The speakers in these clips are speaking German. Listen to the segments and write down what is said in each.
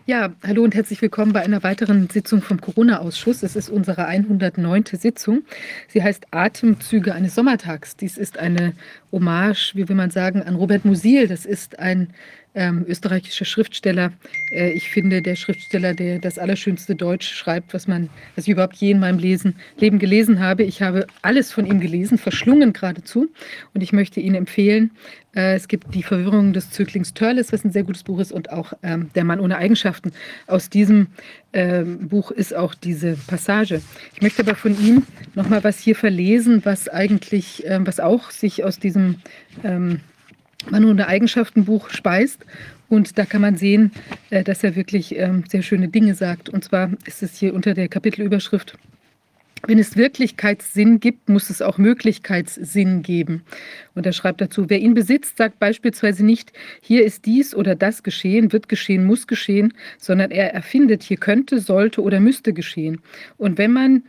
Ja, hallo und herzlich willkommen bei einer weiteren Sitzung vom Corona-Ausschuss. Es ist unsere 109. Sitzung. Sie heißt Atemzüge eines Sommertags. Dies ist eine Hommage, wie will man sagen, an Robert Musil. Das ist ein österreichischer Schriftsteller. Ich finde, der Schriftsteller, der das allerschönste Deutsch schreibt, was ich überhaupt je in meinem Leben gelesen habe. Ich habe alles von ihm gelesen, verschlungen geradezu. Und ich möchte Ihnen empfehlen, es gibt Die Verwirrung des Zöglings Törles, was ein sehr gutes Buch ist, und auch Der Mann ohne Eigenschaften. Aus diesem Buch ist auch diese Passage. Ich möchte aber von ihm noch mal was hier verlesen, was auch sich aus diesem Mann ohne Eigenschaften Buch speist. Und da kann man sehen, dass er wirklich sehr schöne Dinge sagt. Und zwar ist es hier unter der Kapitelüberschrift: Wenn es Wirklichkeitssinn gibt, muss es auch Möglichkeitssinn geben. Und er schreibt dazu: Wer ihn besitzt, sagt beispielsweise nicht, hier ist dies oder das geschehen, wird geschehen, muss geschehen, sondern er erfindet, hier könnte, sollte oder müsste geschehen. Und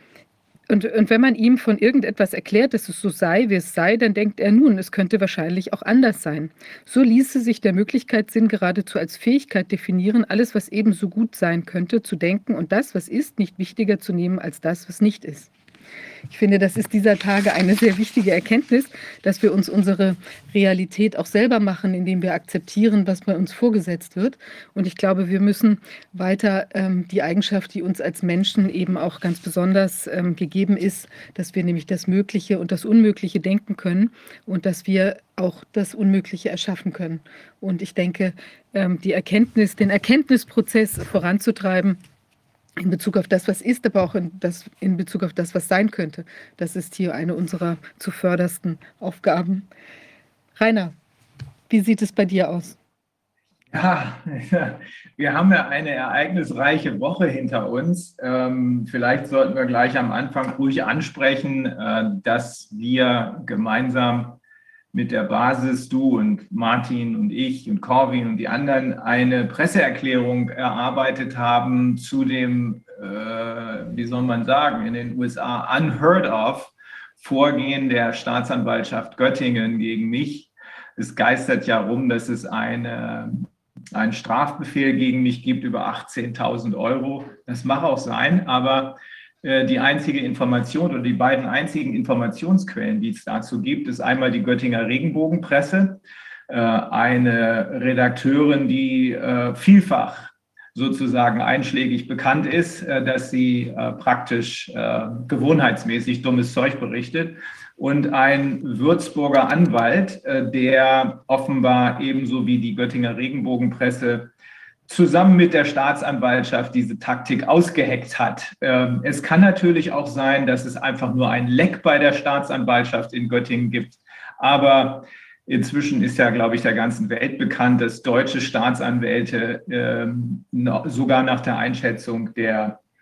wenn man ihm von irgendetwas erklärt, dass es so sei, wie es sei, dann denkt er, nun, es könnte wahrscheinlich auch anders sein. So ließe sich der Möglichkeitssinn geradezu als Fähigkeit definieren, alles, was ebenso gut sein könnte, zu denken und das, was ist, nicht wichtiger zu nehmen als das, was nicht ist. Ich finde, das ist dieser Tage eine sehr wichtige Erkenntnis, dass wir uns unsere Realität auch selber machen, indem wir akzeptieren, was bei uns vorgesetzt wird. Und ich glaube, wir müssen weiter die Eigenschaft, die uns als Menschen eben auch ganz besonders gegeben ist, dass wir nämlich das Mögliche und das Unmögliche denken können und dass wir auch das Unmögliche erschaffen können. Und ich denke, den Erkenntnisprozess voranzutreiben, in Bezug auf das, was ist, aber auch in Bezug auf das, was sein könnte. Das ist hier eine unserer zuvördersten Aufgaben. Rainer, wie sieht es bei dir aus? Ja, wir haben ja eine ereignisreiche Woche hinter uns. Vielleicht sollten wir gleich am Anfang ruhig ansprechen, dass wir gemeinsam mit der Basis, du und Martin und ich und Corwin und die anderen, eine Presseerklärung erarbeitet haben zu dem, wie soll man sagen, in den USA unheard of Vorgehen der Staatsanwaltschaft Göttingen gegen mich. Es geistert ja rum, dass es einen Strafbefehl gegen mich gibt über 18.000 Euro. Das mag auch sein, aber die einzige Information oder die beiden einzigen Informationsquellen, die es dazu gibt, ist einmal die Göttinger Regenbogenpresse, eine Redakteurin, die vielfach sozusagen einschlägig bekannt ist, dass sie praktisch gewohnheitsmäßig dummes Zeug berichtet, und ein Würzburger Anwalt, der offenbar ebenso wie die Göttinger Regenbogenpresse zusammen mit der Staatsanwaltschaft diese Taktik ausgeheckt hat. Es kann natürlich auch sein, dass es einfach nur ein Leck bei der Staatsanwaltschaft in Göttingen gibt. Aber inzwischen ist ja, glaube ich, der ganzen Welt bekannt, dass deutsche Staatsanwälte sogar nach der Einschätzung ich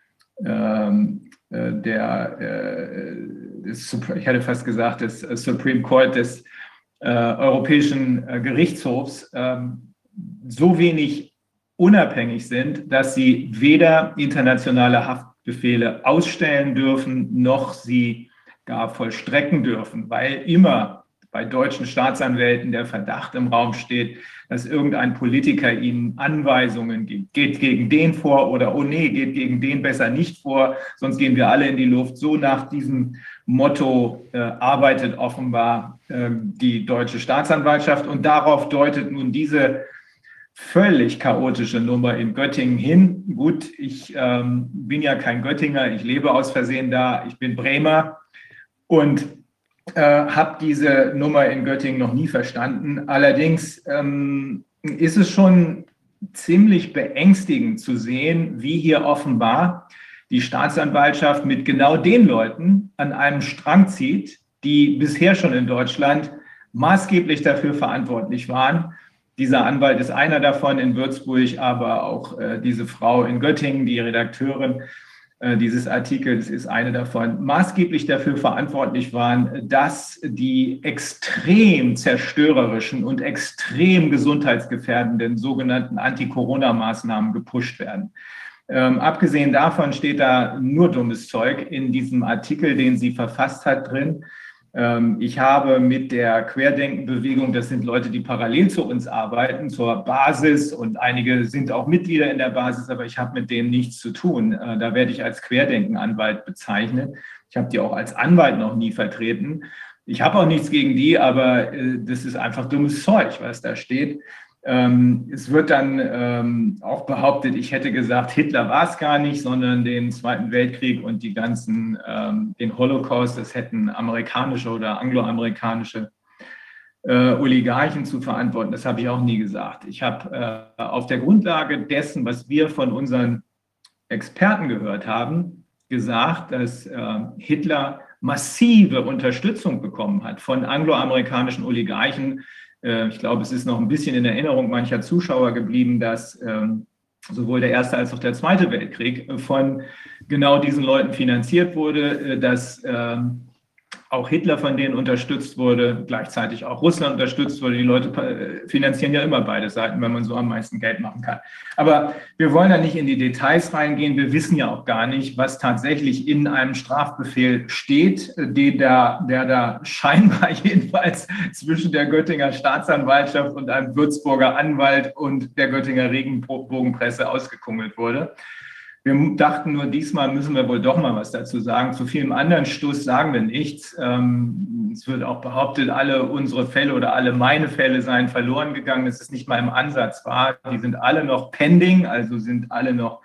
hätte fast gesagt, des Supreme Court, des Europäischen Gerichtshofs, so wenig unabhängig sind, dass sie weder internationale Haftbefehle ausstellen dürfen, noch sie gar vollstrecken dürfen, weil immer bei deutschen Staatsanwälten der Verdacht im Raum steht, dass irgendein Politiker ihnen Anweisungen gibt. Geht gegen den vor oder oh nee, geht gegen den besser nicht vor, sonst gehen wir alle in die Luft. So nach diesem Motto arbeitet offenbar die deutsche Staatsanwaltschaft, und darauf deutet nun diese völlig chaotische Nummer in Göttingen hin. Gut, ich bin ja kein Göttinger, ich lebe aus Versehen da, ich bin Bremer und habe diese Nummer in Göttingen noch nie verstanden. Allerdings ist es schon ziemlich beängstigend zu sehen, wie hier offenbar die Staatsanwaltschaft mit genau den Leuten an einem Strang zieht, die bisher schon in Deutschland maßgeblich dafür verantwortlich waren. Dieser Anwalt ist einer davon in Würzburg, aber auch diese Frau in Göttingen, die Redakteurin dieses Artikels, ist eine davon, maßgeblich dafür verantwortlich waren, dass die extrem zerstörerischen und extrem gesundheitsgefährdenden sogenannten Anti-Corona-Maßnahmen gepusht werden. Abgesehen davon steht da nur dummes Zeug in diesem Artikel, den sie verfasst hat, drin. Ich habe mit der Querdenkenbewegung, das sind Leute, die parallel zu uns arbeiten, zur Basis, und einige sind auch Mitglieder in der Basis, aber ich habe mit denen nichts zu tun. Da werde ich als Querdenkenanwalt bezeichnet. Ich habe die auch als Anwalt noch nie vertreten. Ich habe auch nichts gegen die, aber das ist einfach dummes Zeug, was da steht. Es wird dann auch behauptet, ich hätte gesagt, Hitler war es gar nicht, sondern den Zweiten Weltkrieg und den Holocaust, das hätten amerikanische oder angloamerikanische Oligarchen zu verantworten. Das habe ich auch nie gesagt. Ich habe auf der Grundlage dessen, was wir von unseren Experten gehört haben, gesagt, dass Hitler massive Unterstützung bekommen hat von angloamerikanischen Oligarchen. Ich glaube, es ist noch ein bisschen in Erinnerung mancher Zuschauer geblieben, dass sowohl der Erste als auch der Zweite Weltkrieg von genau diesen Leuten finanziert wurde, dass auch Hitler von denen unterstützt wurde, gleichzeitig auch Russland unterstützt wurde. Die Leute finanzieren ja immer beide Seiten, wenn man so am meisten Geld machen kann. Aber wir wollen da nicht in die Details reingehen. Wir wissen ja auch gar nicht, was tatsächlich in einem Strafbefehl steht, der da scheinbar jedenfalls zwischen der Göttinger Staatsanwaltschaft und einem Würzburger Anwalt und der Göttinger Regenbogenpresse ausgekungelt wurde. Wir dachten nur, diesmal müssen wir wohl doch mal was dazu sagen. Zu vielem anderen Stuss sagen wir nichts. Es wird auch behauptet, alle unsere Fälle oder alle meine Fälle seien verloren gegangen. Das ist nicht mal im Ansatz wahr. Die sind alle noch pending, also sind alle noch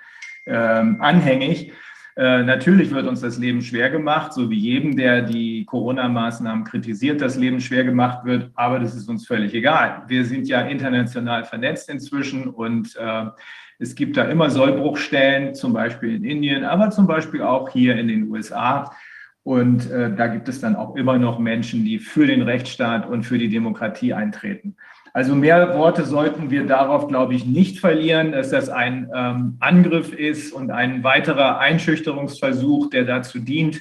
anhängig. Natürlich wird uns das Leben schwer gemacht, so wie jedem, der die Corona-Maßnahmen kritisiert, das Leben schwer gemacht wird. Aber das ist uns völlig egal. Wir sind ja international vernetzt inzwischen und es gibt da immer Sollbruchstellen, zum Beispiel in Indien, aber zum Beispiel auch hier in den USA. Und da gibt es dann auch immer noch Menschen, die für den Rechtsstaat und für die Demokratie eintreten. Also mehr Worte sollten wir darauf, glaube ich, nicht verlieren, dass das ein Angriff ist und ein weiterer Einschüchterungsversuch, der dazu dient,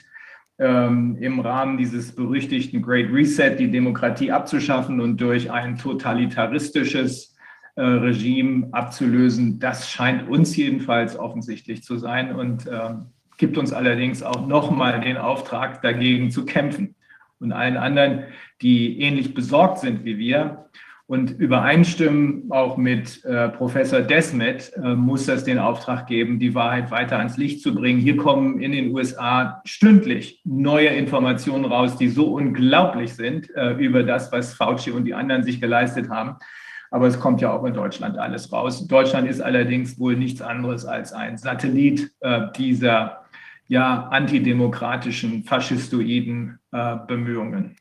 im Rahmen dieses berüchtigten Great Reset die Demokratie abzuschaffen und durch ein totalitaristisches Regime abzulösen. Das scheint uns jedenfalls offensichtlich zu sein und gibt uns allerdings auch nochmal den Auftrag, dagegen zu kämpfen. Und allen anderen, die ähnlich besorgt sind wie wir und übereinstimmen auch mit Professor Desmet, muss das den Auftrag geben, die Wahrheit weiter ans Licht zu bringen. Hier kommen in den USA stündlich neue Informationen raus, die so unglaublich sind über das, was Fauci und die anderen sich geleistet haben. Aber es kommt ja auch in Deutschland alles raus. Deutschland ist allerdings wohl nichts anderes als ein Satellit dieser antidemokratischen, faschistoiden Bemühungen.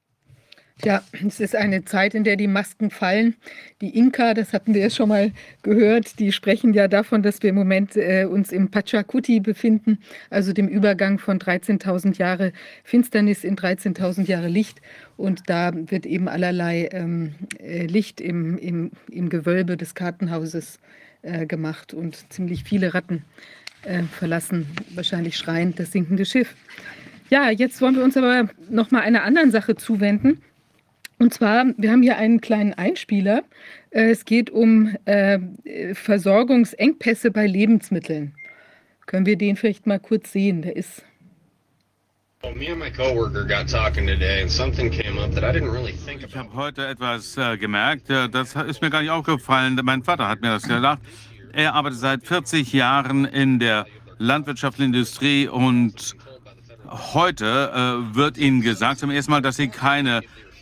Ja, es ist eine Zeit, in der die Masken fallen. Die Inka, das hatten wir ja schon mal gehört, die sprechen ja davon, dass wir im Moment uns im Pachacuti befinden, also dem Übergang von 13.000 Jahre Finsternis in 13.000 Jahre Licht. Und da wird eben allerlei Licht im Gewölbe des Kartenhauses gemacht und ziemlich viele Ratten verlassen wahrscheinlich schreiend das sinkende Schiff. Ja, jetzt wollen wir uns aber noch mal einer anderen Sache zuwenden. Und zwar, wir haben hier einen kleinen Einspieler. Es geht um Versorgungsengpässe bei Lebensmitteln. Können wir den vielleicht mal kurz sehen? Der ist. Me and my coworker got talking today and something came up that I didn't really think Ich about. habe heute etwas gemerkt, das ist mir gar nicht aufgefallen. Mein Vater hat mir das gesagt. Er arbeitet seit 40 Jahren in der landwirtschaftlichen Industrie und heute wird ihnen gesagt zum ersten Mal, dass sie keine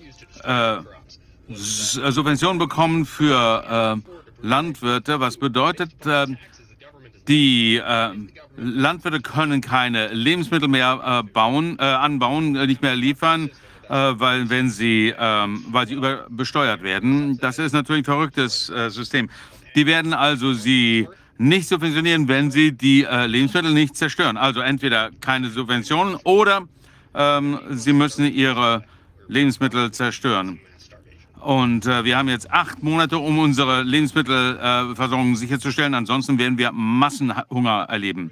Subventionen bekommen für Landwirte. Was bedeutet, die Landwirte können keine Lebensmittel mehr anbauen, nicht mehr liefern, weil sie überbesteuert werden. Das ist natürlich ein verrücktes System. Die werden also sie nicht subventionieren, wenn sie die Lebensmittel nicht zerstören. Also entweder keine Subventionen oder sie müssen ihre Lebensmittel zerstören. Und wir haben jetzt 8 Monate, um unsere Lebensmittelversorgung sicherzustellen. Ansonsten werden wir Massenhunger erleben.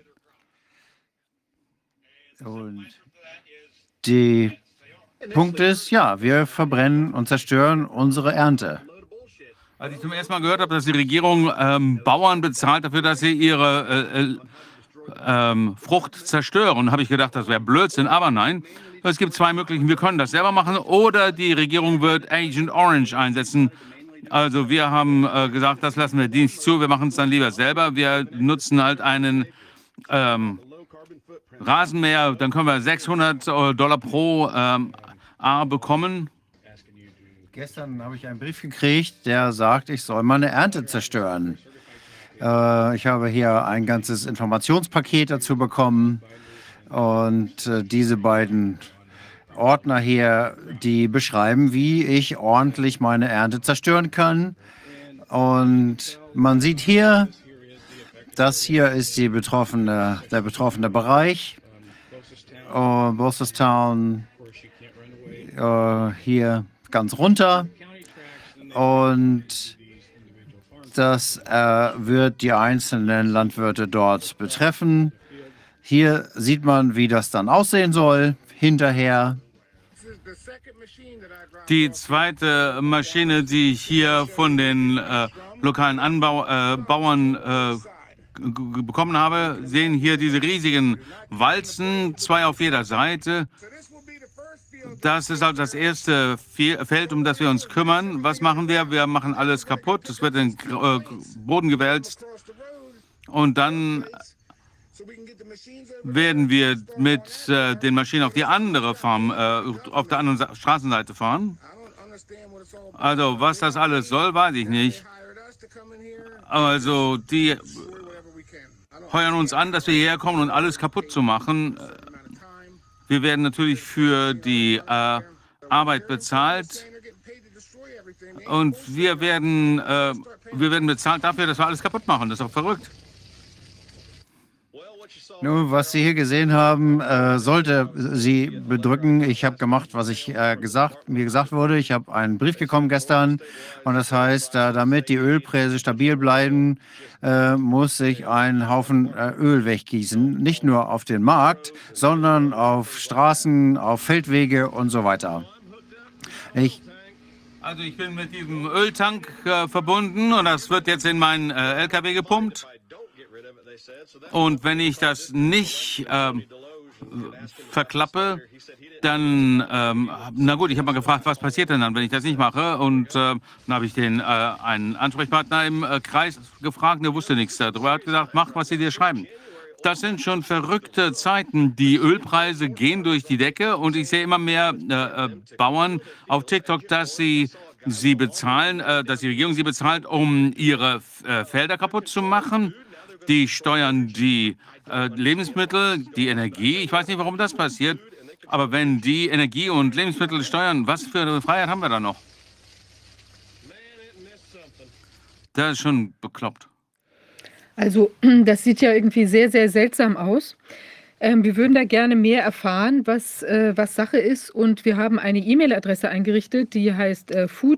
Und der Punkt ist, ja, wir verbrennen und zerstören unsere Ernte. Als ich zum ersten Mal gehört habe, dass die Regierung Bauern bezahlt dafür, dass sie ihre Frucht zerstören. Habe ich gedacht, das wäre Blödsinn, aber nein. Es gibt zwei Möglichkeiten. Wir können das selber machen oder die Regierung wird Agent Orange einsetzen. Also wir haben gesagt, das lassen wir nicht zu. Wir machen es dann lieber selber. Wir nutzen halt einen Rasenmäher. Dann können wir $600 pro A bekommen. Gestern habe ich einen Brief gekriegt, der sagt, ich soll meine Ernte zerstören. Ich habe hier ein ganzes Informationspaket dazu bekommen und diese beiden Ordner hier, die beschreiben, wie ich ordentlich meine Ernte zerstören kann. Und man sieht hier, das hier ist der betroffene Bereich. Bossestown hier ganz runter. Und das wird die einzelnen Landwirte dort betreffen. Hier sieht man, wie das dann aussehen soll hinterher. Die zweite Maschine, die ich hier von den lokalen Bauern bekommen habe, sehen hier diese riesigen Walzen, 2 auf jeder Seite. Das ist also das erste Feld, um das wir uns kümmern. Was machen wir? Wir machen alles kaputt. Es wird in den Boden gewälzt. Und dann werden wir mit den Maschinen auf die andere Farm, auf der anderen Straßenseite fahren. Also, was das alles soll, weiß ich nicht. Also, die heuern uns an, dass wir hierher kommen und alles kaputt zu machen. Wir werden natürlich für die Arbeit bezahlt und wir werden bezahlt dafür, dass wir alles kaputt machen. Das ist doch verrückt. Nun, was Sie hier gesehen haben, sollte Sie bedrücken. Ich habe gemacht, was mir gesagt wurde. Ich habe einen Brief bekommen gestern und das heißt, damit die Ölpreise stabil bleiben, muss ich einen Haufen Öl weggießen. Nicht nur auf den Markt, sondern auf Straßen, auf Feldwege und so weiter. Ich bin mit diesem Öltank verbunden und das wird jetzt in meinen LKW gepumpt. Und wenn ich das nicht verklappe, dann, na gut, ich habe mal gefragt, was passiert denn dann, wenn ich das nicht mache? Und dann habe ich einen Ansprechpartner im Kreis gefragt, der wusste nichts darüber. Er hat gesagt, mach, was sie dir schreiben. Das sind schon verrückte Zeiten. Die Ölpreise gehen durch die Decke und ich sehe immer mehr Bauern auf TikTok, dass sie bezahlen, dass die Regierung sie bezahlt, um ihre Felder kaputt zu machen. Die steuern die Lebensmittel, die Energie. Ich weiß nicht, warum das passiert. Aber wenn die Energie und Lebensmittel steuern, was für eine Freiheit haben wir da noch? Das ist schon bekloppt. Also, das sieht ja irgendwie sehr, sehr seltsam aus. Wir würden da gerne mehr erfahren, was Sache ist. Und wir haben eine E-Mail-Adresse eingerichtet, die heißt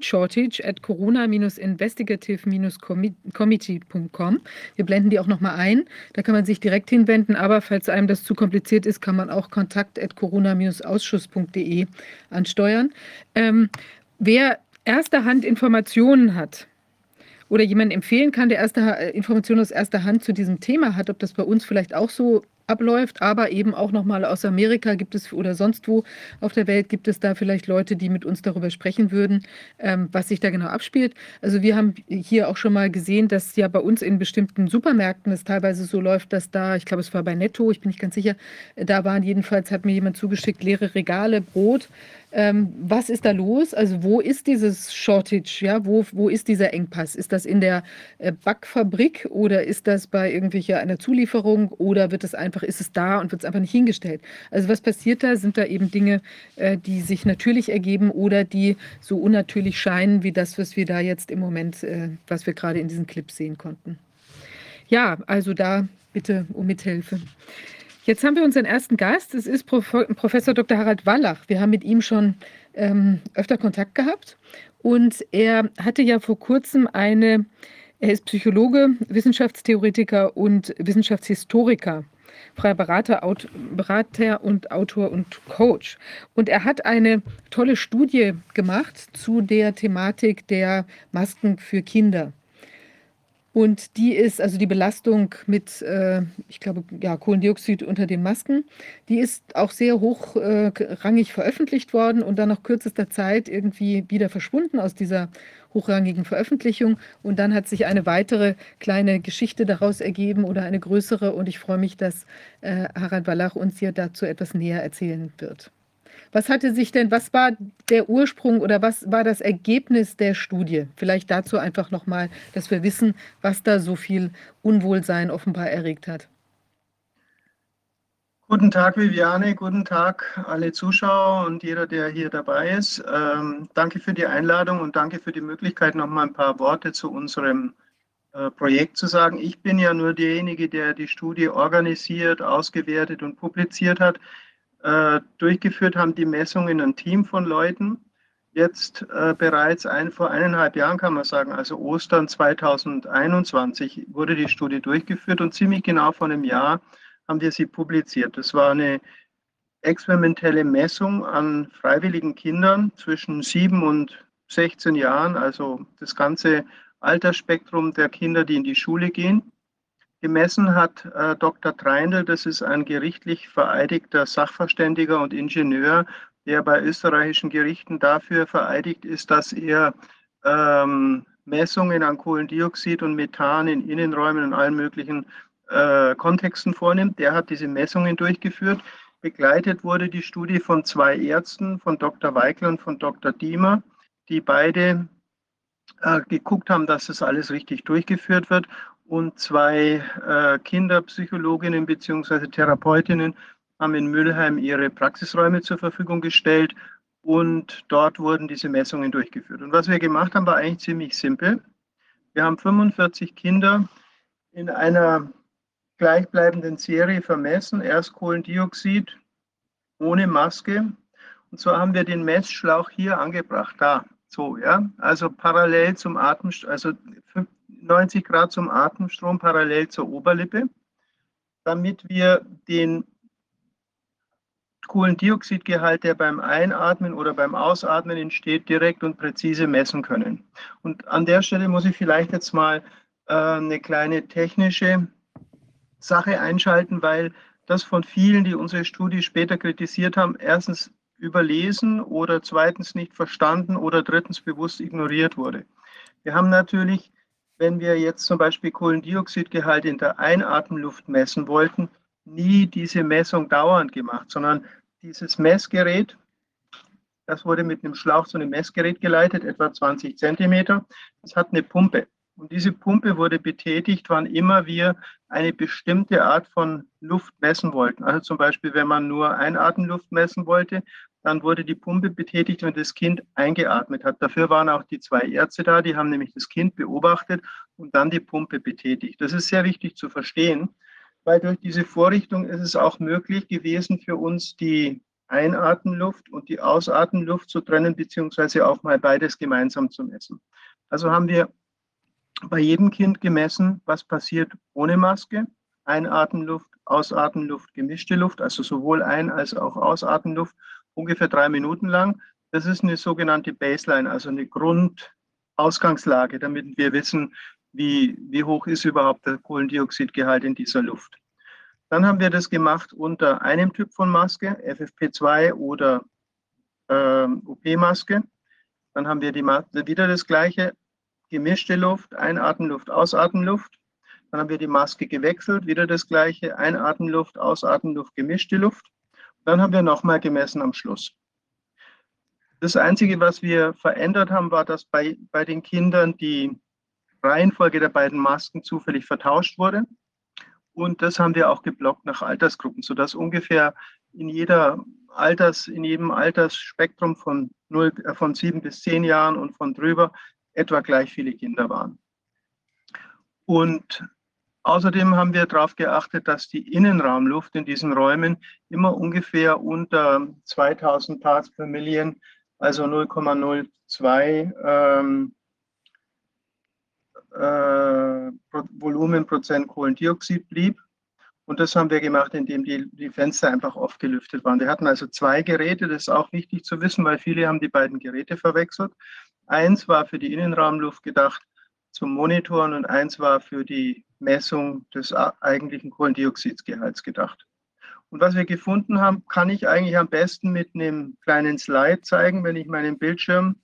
foodshortage@corona-investigative-committee.com. Wir blenden die auch nochmal ein. Da kann man sich direkt hinwenden. Aber falls einem das zu kompliziert ist, kann man auch kontakt@corona-ausschuss.de ansteuern. Wer erster Hand Informationen hat, oder jemanden empfehlen kann, der Informationen aus erster Hand zu diesem Thema hat, ob das bei uns vielleicht auch so abläuft, aber eben auch nochmal aus Amerika gibt es oder sonst wo auf der Welt gibt es da vielleicht Leute, die mit uns darüber sprechen würden, was sich da genau abspielt. Also wir haben hier auch schon mal gesehen, dass ja bei uns in bestimmten Supermärkten es teilweise so läuft, dass da, ich glaube es war bei Netto, ich bin nicht ganz sicher, da waren jedenfalls, hat mir jemand zugeschickt, leere Regale, Brot. Was ist da los? Also wo ist dieses Shortage? Ja, wo ist dieser Engpass? Ist das in der Backfabrik oder ist das bei einer Zulieferung oder ist es da und wird es einfach nicht hingestellt? Also was passiert da? Sind da eben Dinge, die sich natürlich ergeben oder die so unnatürlich scheinen wie das, was wir da jetzt im Moment, was wir gerade in diesen Clips sehen konnten? Ja, also da bitte um Mithilfe. Jetzt haben wir unseren ersten Gast. Es ist Professor Dr. Harald Wallach. Wir haben mit ihm schon öfter Kontakt gehabt. Und er hatte ja vor kurzem er ist Psychologe, Wissenschaftstheoretiker und Wissenschaftshistoriker, freier Berater und Autor und Coach. Und er hat eine tolle Studie gemacht zu der Thematik der Masken für Kinder. Und die ist, also die Belastung mit, ich glaube, ja, Kohlendioxid unter den Masken, die ist auch sehr hochrangig veröffentlicht worden und dann nach kürzester Zeit irgendwie wieder verschwunden aus dieser hochrangigen Veröffentlichung. Und dann hat sich eine weitere kleine Geschichte daraus ergeben oder eine größere. Und ich freue mich, dass Harald Wallach uns hier dazu etwas näher erzählen wird. Was war der Ursprung oder was war das Ergebnis der Studie? Vielleicht dazu einfach nochmal, dass wir wissen, was da so viel Unwohlsein offenbar erregt hat. Guten Tag, Viviane, guten Tag alle Zuschauer und jeder, der hier dabei ist. Danke für die Einladung und danke für die Möglichkeit, noch mal ein paar Worte zu unserem Projekt zu sagen. Ich bin ja nur derjenige, der die Studie organisiert, ausgewertet und publiziert hat. Durchgeführt haben die Messungen ein Team von Leuten. Jetzt bereits vor 1,5 Jahren, kann man sagen, also Ostern 2021, wurde die Studie durchgeführt und ziemlich genau vor einem Jahr haben wir sie publiziert. Das war eine experimentelle Messung an freiwilligen Kindern zwischen 7 und 16 Jahren, also das ganze Altersspektrum der Kinder, die in die Schule gehen. Gemessen hat Dr. Treindl, das ist ein gerichtlich vereidigter Sachverständiger und Ingenieur, der bei österreichischen Gerichten dafür vereidigt ist, dass er Messungen an Kohlendioxid und Methan in Innenräumen und allen möglichen Kontexten vornimmt. Der hat diese Messungen durchgeführt. Begleitet wurde die Studie von 2 Ärzten, von Dr. Weikl und von Dr. Diemer, die beide geguckt haben, dass das alles richtig durchgeführt wird. Und 2 Kinderpsychologinnen bzw. Therapeutinnen haben in Mülheim ihre Praxisräume zur Verfügung gestellt und dort wurden diese Messungen durchgeführt. Und was wir gemacht haben, war eigentlich ziemlich simpel. Wir haben 45 Kinder in einer gleichbleibenden Serie vermessen, erst Kohlendioxid ohne Maske. Und zwar haben wir den Messschlauch hier angebracht, da, so, ja, also parallel zum Atemstrom, also 90 Grad zum Atemstrom, parallel zur Oberlippe, damit wir den Kohlendioxidgehalt, der beim Einatmen oder beim Ausatmen entsteht, direkt und präzise messen können. Und an der Stelle muss ich vielleicht jetzt mal eine kleine technische Sache einschalten, weil das von vielen, die unsere Studie später kritisiert haben, erstens überlesen oder zweitens nicht verstanden oder drittens bewusst ignoriert wurde. Wir haben natürlich, wenn wir jetzt zum Beispiel Kohlendioxidgehalt in der Einatemluft messen wollten, nie diese Messung dauernd gemacht, sondern dieses Messgerät, das wurde mit einem Schlauch zu einem Messgerät geleitet, etwa 20 Zentimeter, das hat eine Pumpe. Und diese Pumpe wurde betätigt, wann immer wir eine bestimmte Art von Luft messen wollten. Also zum Beispiel, wenn man nur Einatemluft messen wollte, dann wurde die Pumpe betätigt, wenn das Kind eingeatmet hat. Dafür waren auch die 2 Ärzte da, die haben nämlich das Kind beobachtet und dann die Pumpe betätigt. Das ist sehr wichtig zu verstehen, weil durch diese Vorrichtung ist es auch möglich gewesen für uns, die Einatemluft und die Ausatemluft zu trennen, beziehungsweise auch mal beides gemeinsam zu messen. Also haben wir bei jedem Kind gemessen, was passiert ohne Maske, Einatemluft, Ausatemluft, gemischte Luft, also sowohl Ein- als auch Ausatemluft, ungefähr 3 Minuten lang. Das ist eine sogenannte Baseline, also eine Grundausgangslage, damit wir wissen, wie hoch ist überhaupt der Kohlendioxidgehalt in dieser Luft. Dann haben wir das gemacht unter einem Typ von Maske, FFP2 oder OP-Maske. Dann haben wir wieder das Gleiche, gemischte Luft, Einatemluft, Ausatemluft. Dann haben wir die Maske gewechselt, wieder das Gleiche, Einatemluft, Ausatemluft, gemischte Luft. Dann haben wir nochmal gemessen am Schluss. Das Einzige, was wir verändert haben, war, dass bei den Kindern die Reihenfolge der beiden Masken zufällig vertauscht wurde. Und das haben wir auch geblockt nach Altersgruppen, sodass ungefähr in jedem Altersspektrum von 7 bis 10 Jahren und von drüber etwa gleich viele Kinder waren. Und außerdem haben wir darauf geachtet, dass die Innenraumluft in diesen Räumen immer ungefähr unter 2000 Parts per Million, also 0,02 Volumenprozent Kohlendioxid blieb. Und das haben wir gemacht, indem die Fenster einfach oft gelüftet waren. Wir hatten also 2 Geräte, das ist auch wichtig zu wissen, weil viele haben die beiden Geräte verwechselt. Eins war für die Innenraumluft gedacht zum Monitoren und eins war für die Messung des eigentlichen Kohlendioxidgehalts gedacht. Und was wir gefunden haben, kann ich eigentlich am besten mit einem kleinen Slide zeigen, wenn ich meinen Bildschirm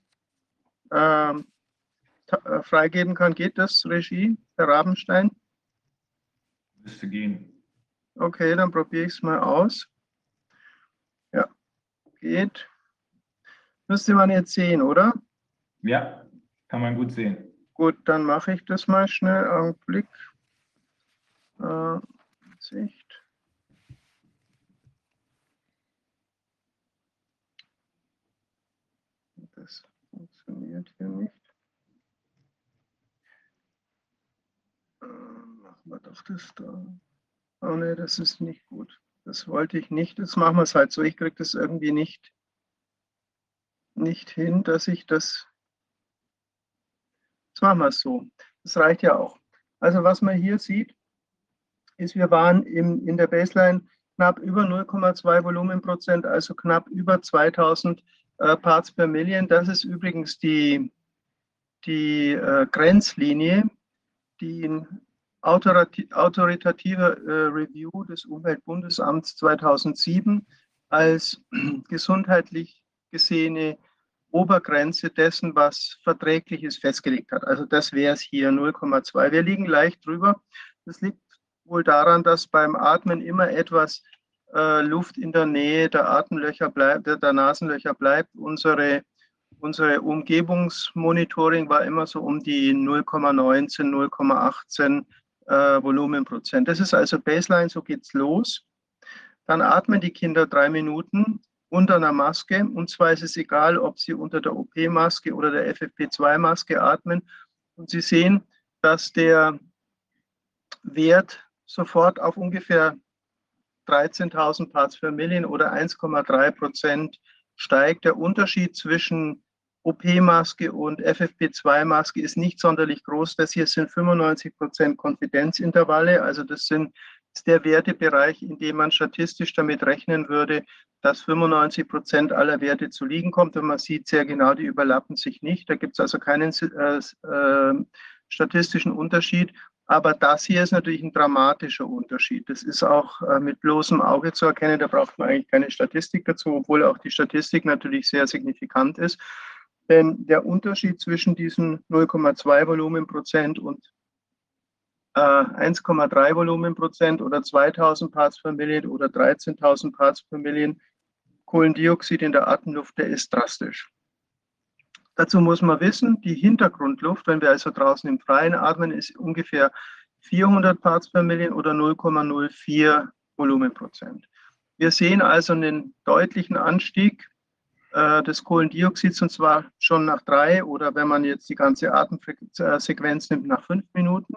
freigeben kann. Geht das, Regie, Herr Rabenstein? Müsste gehen. Okay, dann probiere ich es mal aus. Ja, geht. Müsste man jetzt sehen, oder? Ja, kann man gut sehen. Gut, dann mache ich das mal schnell. Augenblick. Sicht. Das funktioniert hier nicht. Machen wir doch das da. Oh ne, das ist nicht gut. Das wollte ich nicht. Jetzt machen wir es halt so. Ich kriege das irgendwie nicht hin, dass ich das. Jetzt machen wir es so. Das reicht ja auch. Also was man hier sieht, ist, wir waren in der Baseline knapp über 0,2 Volumenprozent, also knapp über 2000 Parts per Million. Das ist übrigens die Grenzlinie, die in autoritativer Review des Umweltbundesamts 2007 als gesundheitlich gesehene Obergrenze dessen, was verträglich ist, festgelegt hat. Also das wäre es hier 0,2. Wir liegen leicht drüber. Das liegt wohl daran, dass beim Atmen immer etwas Luft in der Nähe der Atemlöcher bleibt, der Nasenlöcher bleibt. Unsere Umgebungsmonitoring war immer so um die 0,19, 0,18 Volumenprozent. Das ist also Baseline, so geht's los. Dann atmen die Kinder 3 Minuten unter einer Maske. Und zwar ist es egal, ob sie unter der OP-Maske oder der FFP2-Maske atmen. Und Sie sehen, dass der Wert sofort auf ungefähr 13.000 Parts per Million oder 1,3% steigt. Der Unterschied zwischen OP-Maske und FFP2-Maske ist nicht sonderlich groß. Das hier sind 95% Konfidenzintervalle. Also das ist der Wertebereich, in dem man statistisch damit rechnen würde, dass 95% aller Werte zu liegen kommt. Und man sieht sehr genau, die überlappen sich nicht. Da gibt es also keinen statistischen Unterschied. Aber das hier ist natürlich ein dramatischer Unterschied. Das ist auch mit bloßem Auge zu erkennen. Da braucht man eigentlich keine Statistik dazu, obwohl auch die Statistik natürlich sehr signifikant ist. Denn der Unterschied zwischen diesen 0,2 Volumenprozent und 1,3 Volumenprozent oder 2000 Parts per Million oder 13.000 Parts per Million Kohlendioxid in der Atemluft, der ist drastisch. Dazu muss man wissen, die Hintergrundluft, wenn wir also draußen im Freien atmen, ist ungefähr 400 Parts per Million oder 0,04 Volumenprozent. Wir sehen also einen deutlichen Anstieg des Kohlendioxids, und zwar schon nach 3 oder wenn man jetzt die ganze Atemsequenz nimmt, nach 5 Minuten.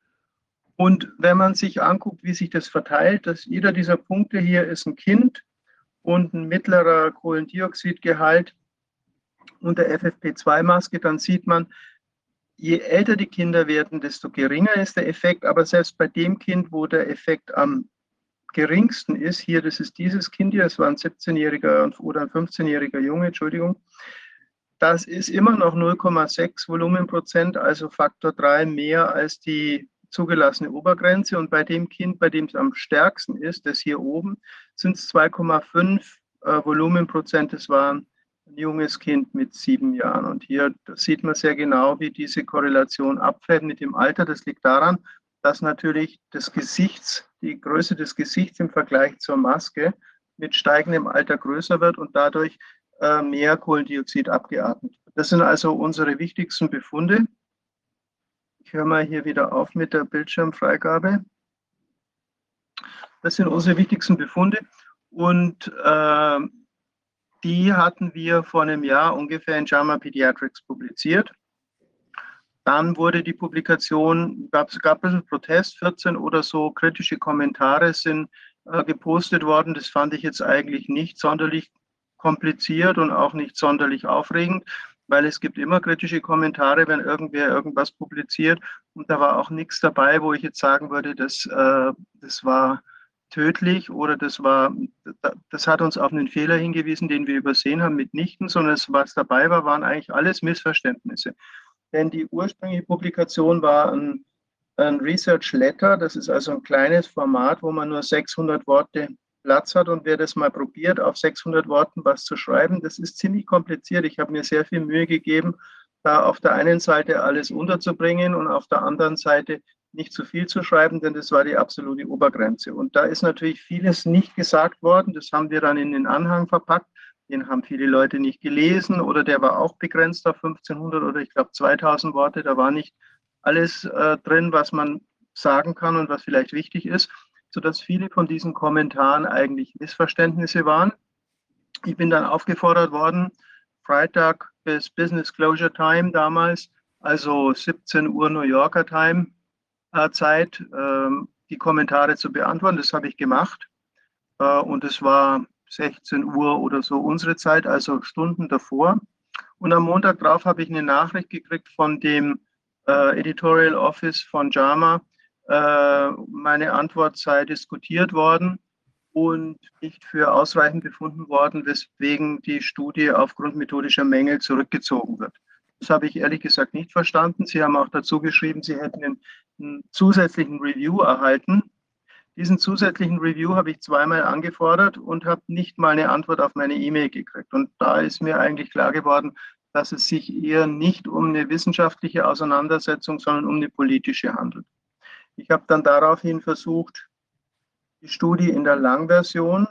Und wenn man sich anguckt, wie sich das verteilt, dass jeder dieser Punkte hier ist ein Kind und ein mittlerer Kohlendioxidgehalt unter FFP2-Maske, dann sieht man, je älter die Kinder werden, desto geringer ist der Effekt. Aber selbst bei dem Kind, wo der Effekt am geringsten ist, hier, das ist dieses Kind hier, das war ein 17-jähriger oder ein 15-jähriger Junge, Entschuldigung, das ist immer noch 0,6 Volumenprozent, also Faktor 3 mehr als die zugelassene Obergrenze. Und bei dem Kind, bei dem es am stärksten ist, das hier oben, sind es 2,5 Volumenprozent. Das war ein junges Kind mit 7 Jahren. Und hier sieht man sehr genau, wie diese Korrelation abfällt mit dem Alter. Das liegt daran, dass natürlich die Größe des Gesichts im Vergleich zur Maske mit steigendem Alter größer wird und dadurch mehr Kohlendioxid abgeatmet wird. Das sind also unsere wichtigsten Befunde. Ich höre mal hier wieder auf mit der Bildschirmfreigabe. Das sind unsere wichtigsten Befunde und die hatten wir vor einem Jahr ungefähr in JAMA Pediatrics publiziert. Dann wurde die Publikation, gab ein bisschen Protest, 14 oder so kritische Kommentare sind gepostet worden. Das fand ich jetzt eigentlich nicht sonderlich kompliziert und auch nicht sonderlich aufregend, weil es gibt immer kritische Kommentare, wenn irgendwer irgendwas publiziert. Und da war auch nichts dabei, wo ich jetzt sagen würde, das war tödlich oder das hat uns auf einen Fehler hingewiesen, den wir übersehen haben, mitnichten, sondern was dabei war, waren eigentlich alles Missverständnisse. denn die ursprüngliche Publikation war ein Research Letter. Das ist also ein kleines Format, wo man nur 600 Worte Platz hat. Und wer das mal probiert, auf 600 Worten was zu schreiben, das ist ziemlich kompliziert. Ich habe mir sehr viel Mühe gegeben, da auf der einen Seite alles unterzubringen und auf der anderen Seite nicht zu viel zu schreiben, denn das war die absolute Obergrenze. Und da ist natürlich vieles nicht gesagt worden. Das haben wir dann in den Anhang verpackt. Den haben viele Leute nicht gelesen oder der war auch begrenzt auf 1500 oder ich glaube 2000 Worte. Da war nicht alles drin, was man sagen kann und was vielleicht wichtig ist, sodass viele von diesen Kommentaren eigentlich Missverständnisse waren. Ich bin dann aufgefordert worden, Freitag bis Business Closure Time damals, also 17 Uhr New Yorker Time Zeit, die Kommentare zu beantworten. Das habe ich gemacht und es war 16 Uhr oder so unsere Zeit, also Stunden davor. Und am Montag drauf habe ich eine Nachricht gekriegt von dem Editorial Office von JAMA. Meine Antwort sei diskutiert worden und nicht für ausreichend befunden worden, weswegen die Studie aufgrund methodischer Mängel zurückgezogen wird. Das habe ich ehrlich gesagt nicht verstanden. Sie haben auch dazu geschrieben, Sie hätten einen zusätzlichen Review erhalten. Diesen zusätzlichen Review habe ich zweimal angefordert und habe nicht mal eine Antwort auf meine E-Mail gekriegt. Und da ist mir eigentlich klar geworden, dass es sich eher nicht um eine wissenschaftliche Auseinandersetzung, sondern um eine politische handelt. Ich habe dann daraufhin versucht, die Studie in der Langversion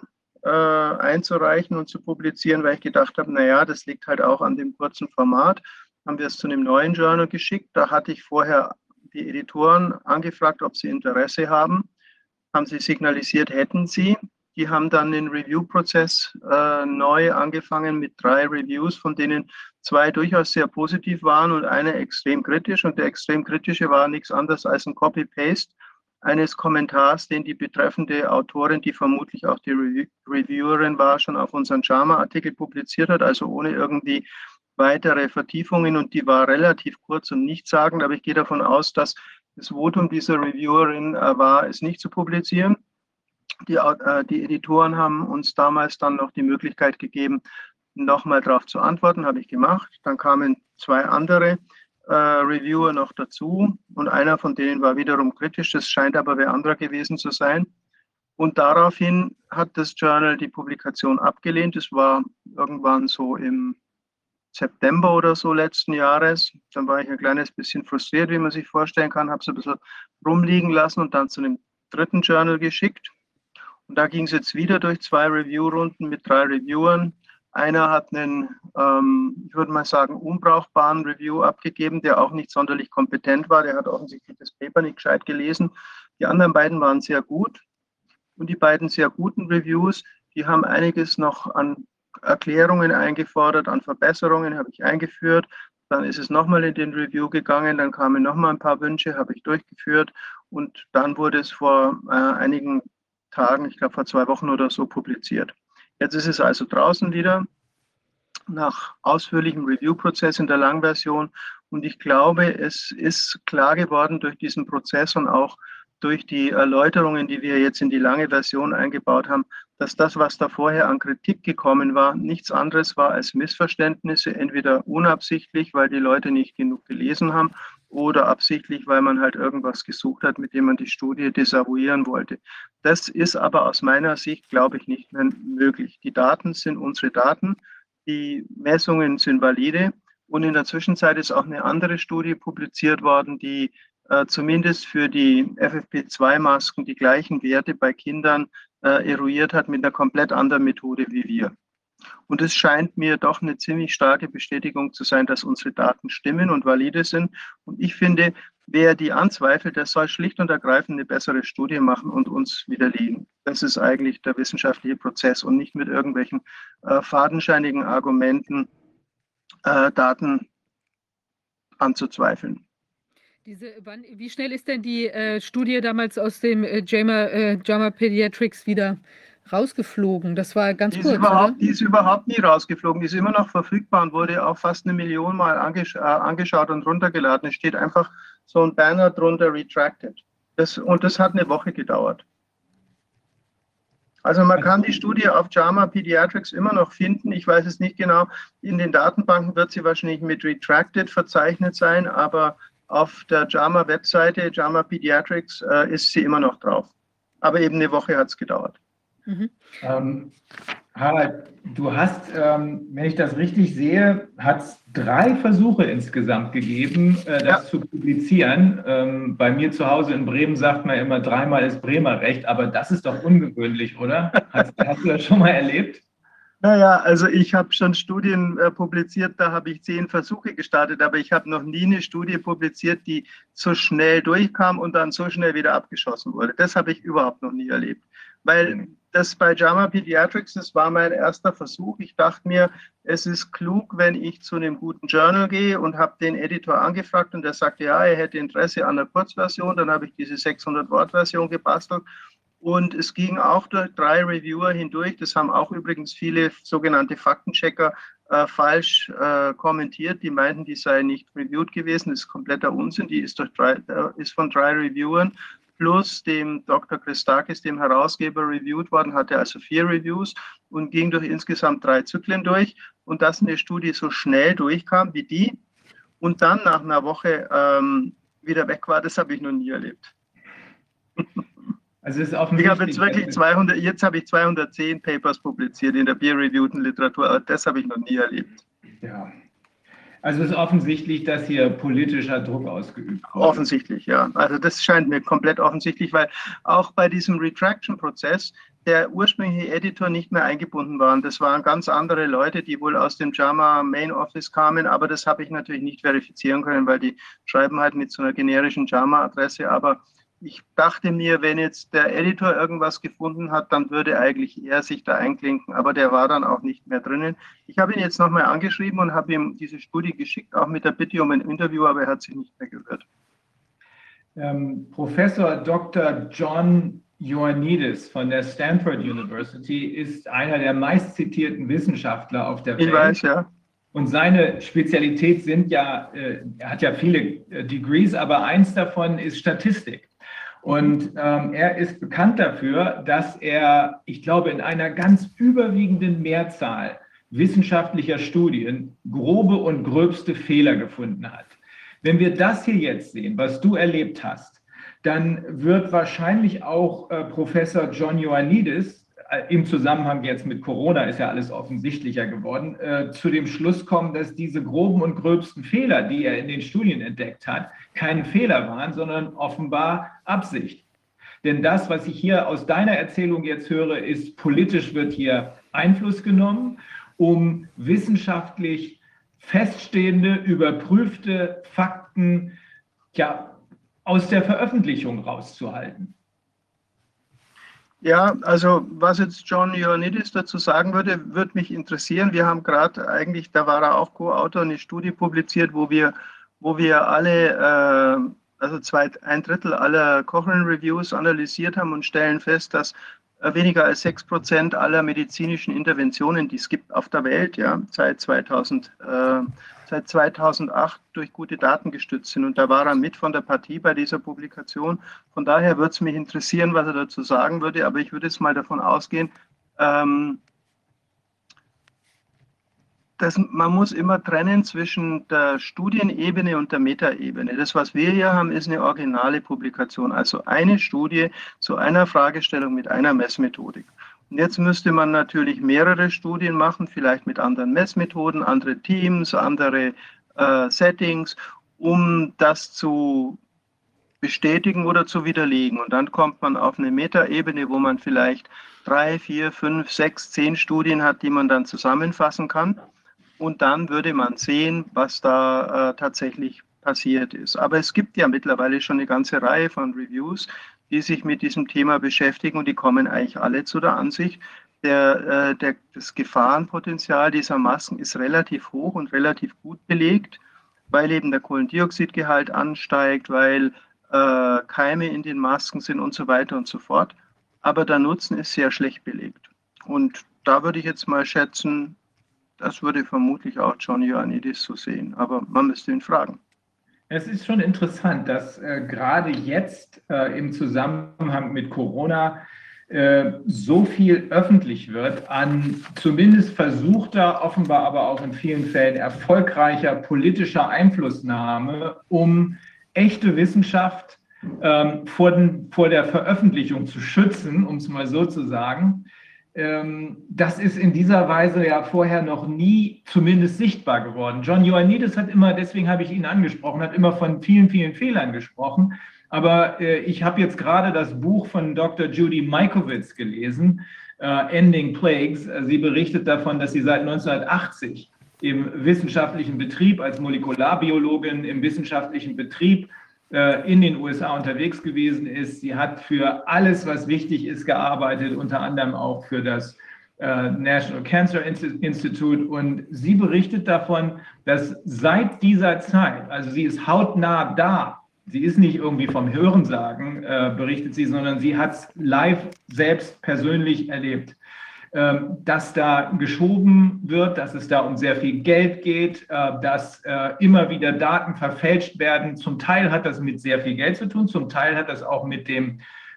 einzureichen und zu publizieren, weil ich gedacht habe, naja, das liegt halt auch an dem kurzen Format. Haben wir es zu einem neuen Journal geschickt. Da hatte ich vorher die Editoren angefragt, ob sie Interesse haben. Haben sie signalisiert, hätten sie. Die haben dann den Review-Prozess neu angefangen mit 3 Reviews, von denen 2 durchaus sehr positiv waren und eine extrem kritisch. Und der extrem kritische war nichts anderes als ein Copy-Paste eines Kommentars, den die betreffende Autorin, die vermutlich auch die Reviewerin war, schon auf unseren JAMA-Artikel publiziert hat, also ohne irgendwie weitere Vertiefungen. Und die war relativ kurz und nichtssagend, aber ich gehe davon aus, dass das Votum dieser Reviewerin war, es nicht zu publizieren. Die Editoren haben uns damals dann noch die Möglichkeit gegeben, nochmal darauf zu antworten, habe ich gemacht. Dann kamen 2 andere Reviewer noch dazu und einer von denen war wiederum kritisch, das scheint aber wer anderer gewesen zu sein. Und daraufhin hat das Journal die Publikation abgelehnt. Das war irgendwann so im September oder so letzten Jahres. Dann war ich ein kleines bisschen frustriert, wie man sich vorstellen kann, habe es ein bisschen rumliegen lassen und dann zu einem dritten Journal geschickt. Und da ging es jetzt wieder durch 2 Review-Runden mit 3 Reviewern. Einer hat einen, ich würde mal sagen, unbrauchbaren Review abgegeben, der auch nicht sonderlich kompetent war. Der hat offensichtlich das Paper nicht gescheit gelesen. Die anderen beiden waren sehr gut. Und die beiden sehr guten Reviews, die haben einiges noch an Erklärungen eingefordert, an Verbesserungen habe ich eingeführt. Dann ist es nochmal in den Review gegangen, dann kamen nochmal ein paar Wünsche, habe ich durchgeführt. Und dann wurde es vor einigen Tagen, ich glaube vor 2 Wochen oder so, publiziert. Jetzt ist es also draußen wieder nach ausführlichem Review-Prozess in der Langversion und ich glaube, es ist klar geworden durch diesen Prozess und auch durch die Erläuterungen, die wir jetzt in die lange Version eingebaut haben, dass das, was da vorher an Kritik gekommen war, nichts anderes war als Missverständnisse, entweder unabsichtlich, weil die Leute nicht genug gelesen haben oder absichtlich, weil man halt irgendwas gesucht hat, mit dem man die Studie desavouieren wollte. Das ist aber aus meiner Sicht, glaube ich, nicht mehr möglich. Die Daten sind unsere Daten, die Messungen sind valide und in der Zwischenzeit ist auch eine andere Studie publiziert worden, die zumindest für die FFP2-Masken die gleichen Werte bei Kindern eruiert hat mit einer komplett anderen Methode wie wir. Und es scheint mir doch eine ziemlich starke Bestätigung zu sein, dass unsere Daten stimmen und valide sind. Und ich finde, wer die anzweifelt, der soll schlicht und ergreifend eine bessere Studie machen und uns widerlegen. Das ist eigentlich der wissenschaftliche Prozess und nicht mit irgendwelchen fadenscheinigen Argumenten Daten anzuzweifeln. Wie schnell ist denn die Studie damals aus dem JAMA Pediatrics wieder rausgeflogen? Das war ganz kurz, oder? Die ist überhaupt nie rausgeflogen. Die ist immer noch verfügbar und wurde auch fast 1 Million Mal angeschaut und runtergeladen. Es steht einfach so ein Banner drunter, retracted. Und das hat eine Woche gedauert. Also man kann die Studie auf JAMA Pediatrics immer noch finden. Ich weiß es nicht genau. In den Datenbanken wird sie wahrscheinlich mit Retracted verzeichnet sein, aber auf der JAMA-Webseite, JAMA Pediatrics, ist sie immer noch drauf. Aber eben eine Woche hat es gedauert. Harald, du hast, wenn ich das richtig sehe, hat es 3 Versuche insgesamt gegeben, das zu publizieren. Bei mir zu Hause in Bremen sagt man immer, 3-mal ist Bremer Recht, aber das ist doch ungewöhnlich, oder? Hast du das schon mal erlebt? Naja, also ich habe schon Studien publiziert, da habe ich 10 Versuche gestartet, aber ich habe noch nie eine Studie publiziert, die so schnell durchkam und dann so schnell wieder abgeschossen wurde. Das habe ich überhaupt noch nie erlebt. Weil das bei JAMA Pediatrics, das war mein erster Versuch. Ich dachte mir, es ist klug, wenn ich zu einem guten Journal gehe und habe den Editor angefragt und der sagte, ja, er hätte Interesse an der Kurzversion. Dann habe ich diese 600-Wort-Version gebastelt. Und es ging auch durch 3 Reviewer hindurch. Das haben auch übrigens viele sogenannte Faktenchecker falsch kommentiert. Die meinten, die sei nicht reviewed gewesen. Das ist kompletter Unsinn. Die ist von 3 Reviewern plus dem Dr. Christakis, dem Herausgeber, reviewed worden, hatte also 4 Reviews und ging durch insgesamt 3 Zyklen durch. Und dass eine Studie so schnell durchkam wie die und dann nach einer Woche wieder weg war, das habe ich noch nie erlebt. Also es ist ich habe jetzt wirklich 200, jetzt habe ich 210 Papers publiziert in der peer-reviewten Literatur, aber das habe ich noch nie erlebt. Ja. Also es ist offensichtlich, dass hier politischer Druck ausgeübt wird. Offensichtlich, ja. Also das scheint mir komplett offensichtlich, weil auch bei diesem Retraction-Prozess der ursprüngliche Editor nicht mehr eingebunden waren. Das waren ganz andere Leute, die wohl aus dem JAMA Main Office kamen, aber das habe ich natürlich nicht verifizieren können, weil die schreiben halt mit so einer generischen JAMA-Adresse, aber ich dachte mir, wenn jetzt der Editor irgendwas gefunden hat, dann würde eigentlich er sich da einklinken, aber der war dann auch nicht mehr drinnen. Ich habe ihn jetzt nochmal angeschrieben und habe ihm diese Studie geschickt, auch mit der Bitte um ein Interview, aber er hat sich nicht mehr gehört. Professor Dr. John Ioannidis von der Stanford University ist einer der meistzitierten Wissenschaftler auf der Welt. Ich weiß, ja. Und seine Spezialität sind ja, er hat ja viele Degrees, aber eins davon ist Statistik. Und er ist bekannt dafür, dass er, ich glaube, in einer ganz überwiegenden Mehrzahl wissenschaftlicher Studien grobe und gröbste Fehler gefunden hat. Wenn wir das hier jetzt sehen, was du erlebt hast, dann wird wahrscheinlich auch Professor John Ioannidis im Zusammenhang jetzt mit Corona ist ja alles offensichtlicher geworden, zu dem Schluss kommen, dass diese groben und gröbsten Fehler, die er in den Studien entdeckt hat, keine Fehler waren, sondern offenbar Absicht. Denn das, was ich hier aus deiner Erzählung jetzt höre, ist, politisch wird hier Einfluss genommen, um wissenschaftlich feststehende, überprüfte Fakten ja, aus der Veröffentlichung rauszuhalten. Ja, also was jetzt John Ioannidis dazu sagen würde, würde mich interessieren. Wir haben gerade eigentlich, da war er auch Co-Autor, eine Studie publiziert, wo wir alle, also 1/3 aller Cochrane-Reviews analysiert haben und stellen fest, dass weniger als 6% aller medizinischen Interventionen, die es gibt auf der Welt, ja, seit 2008 durch gute Daten gestützt sind. Und da war er mit von der Partie bei dieser Publikation. Von daher würde es mich interessieren, was er dazu sagen würde. Aber ich würde jetzt mal davon ausgehen, dass man muss immer trennen zwischen der Studienebene und der Metaebene. Das, was wir hier haben, ist eine originale Publikation, also eine Studie zu einer Fragestellung mit einer Messmethodik. Und jetzt müsste man natürlich mehrere Studien machen, vielleicht mit anderen Messmethoden, andere Teams, andere Settings, um das zu bestätigen oder zu widerlegen. Und dann kommt man auf eine Metaebene, wo man vielleicht 3, 4, 5, 6, 10 Studien hat, die man dann zusammenfassen kann. Und dann würde man sehen, was da tatsächlich passiert ist. Aber es gibt ja mittlerweile schon eine ganze Reihe von Reviews, die sich mit diesem Thema beschäftigen und die kommen eigentlich alle zu der Ansicht, das Gefahrenpotenzial dieser Masken ist relativ hoch und relativ gut belegt, weil eben der Kohlendioxidgehalt ansteigt, weil Keime in den Masken sind und so weiter und so fort. Aber der Nutzen ist sehr schlecht belegt. Und da würde ich jetzt mal schätzen, das würde vermutlich auch John Ioannidis so sehen, aber man müsste ihn fragen. Es ist schon interessant, dass gerade jetzt im Zusammenhang mit Corona so viel öffentlich wird an zumindest versuchter, offenbar aber auch in vielen Fällen erfolgreicher politischer Einflussnahme, um echte Wissenschaft vor der Veröffentlichung zu schützen, um es mal so zu sagen. Das ist in dieser Weise ja vorher noch nie zumindest sichtbar geworden. John Ioannidis hat immer, deswegen habe ich ihn angesprochen, hat immer von vielen, vielen Fehlern gesprochen. Aber ich habe jetzt gerade das Buch von Dr. Judy Mikovits gelesen, Ending Plagues. Sie berichtet davon, dass sie seit 1980 im wissenschaftlichen Betrieb als Molekularbiologin im wissenschaftlichen Betrieb in den USA unterwegs gewesen ist. Sie hat für alles, was wichtig ist, gearbeitet, unter anderem auch für das National Cancer Institute. Und sie berichtet davon, dass seit dieser Zeit, also sie ist hautnah da, sie ist nicht irgendwie vom Hörensagen, berichtet sie, sondern sie hat es live selbst persönlich erlebt, dass da geschoben wird, dass es da um sehr viel Geld geht, dass immer wieder Daten verfälscht werden. Zum Teil hat das mit sehr viel Geld zu tun, zum Teil hat das auch mit dem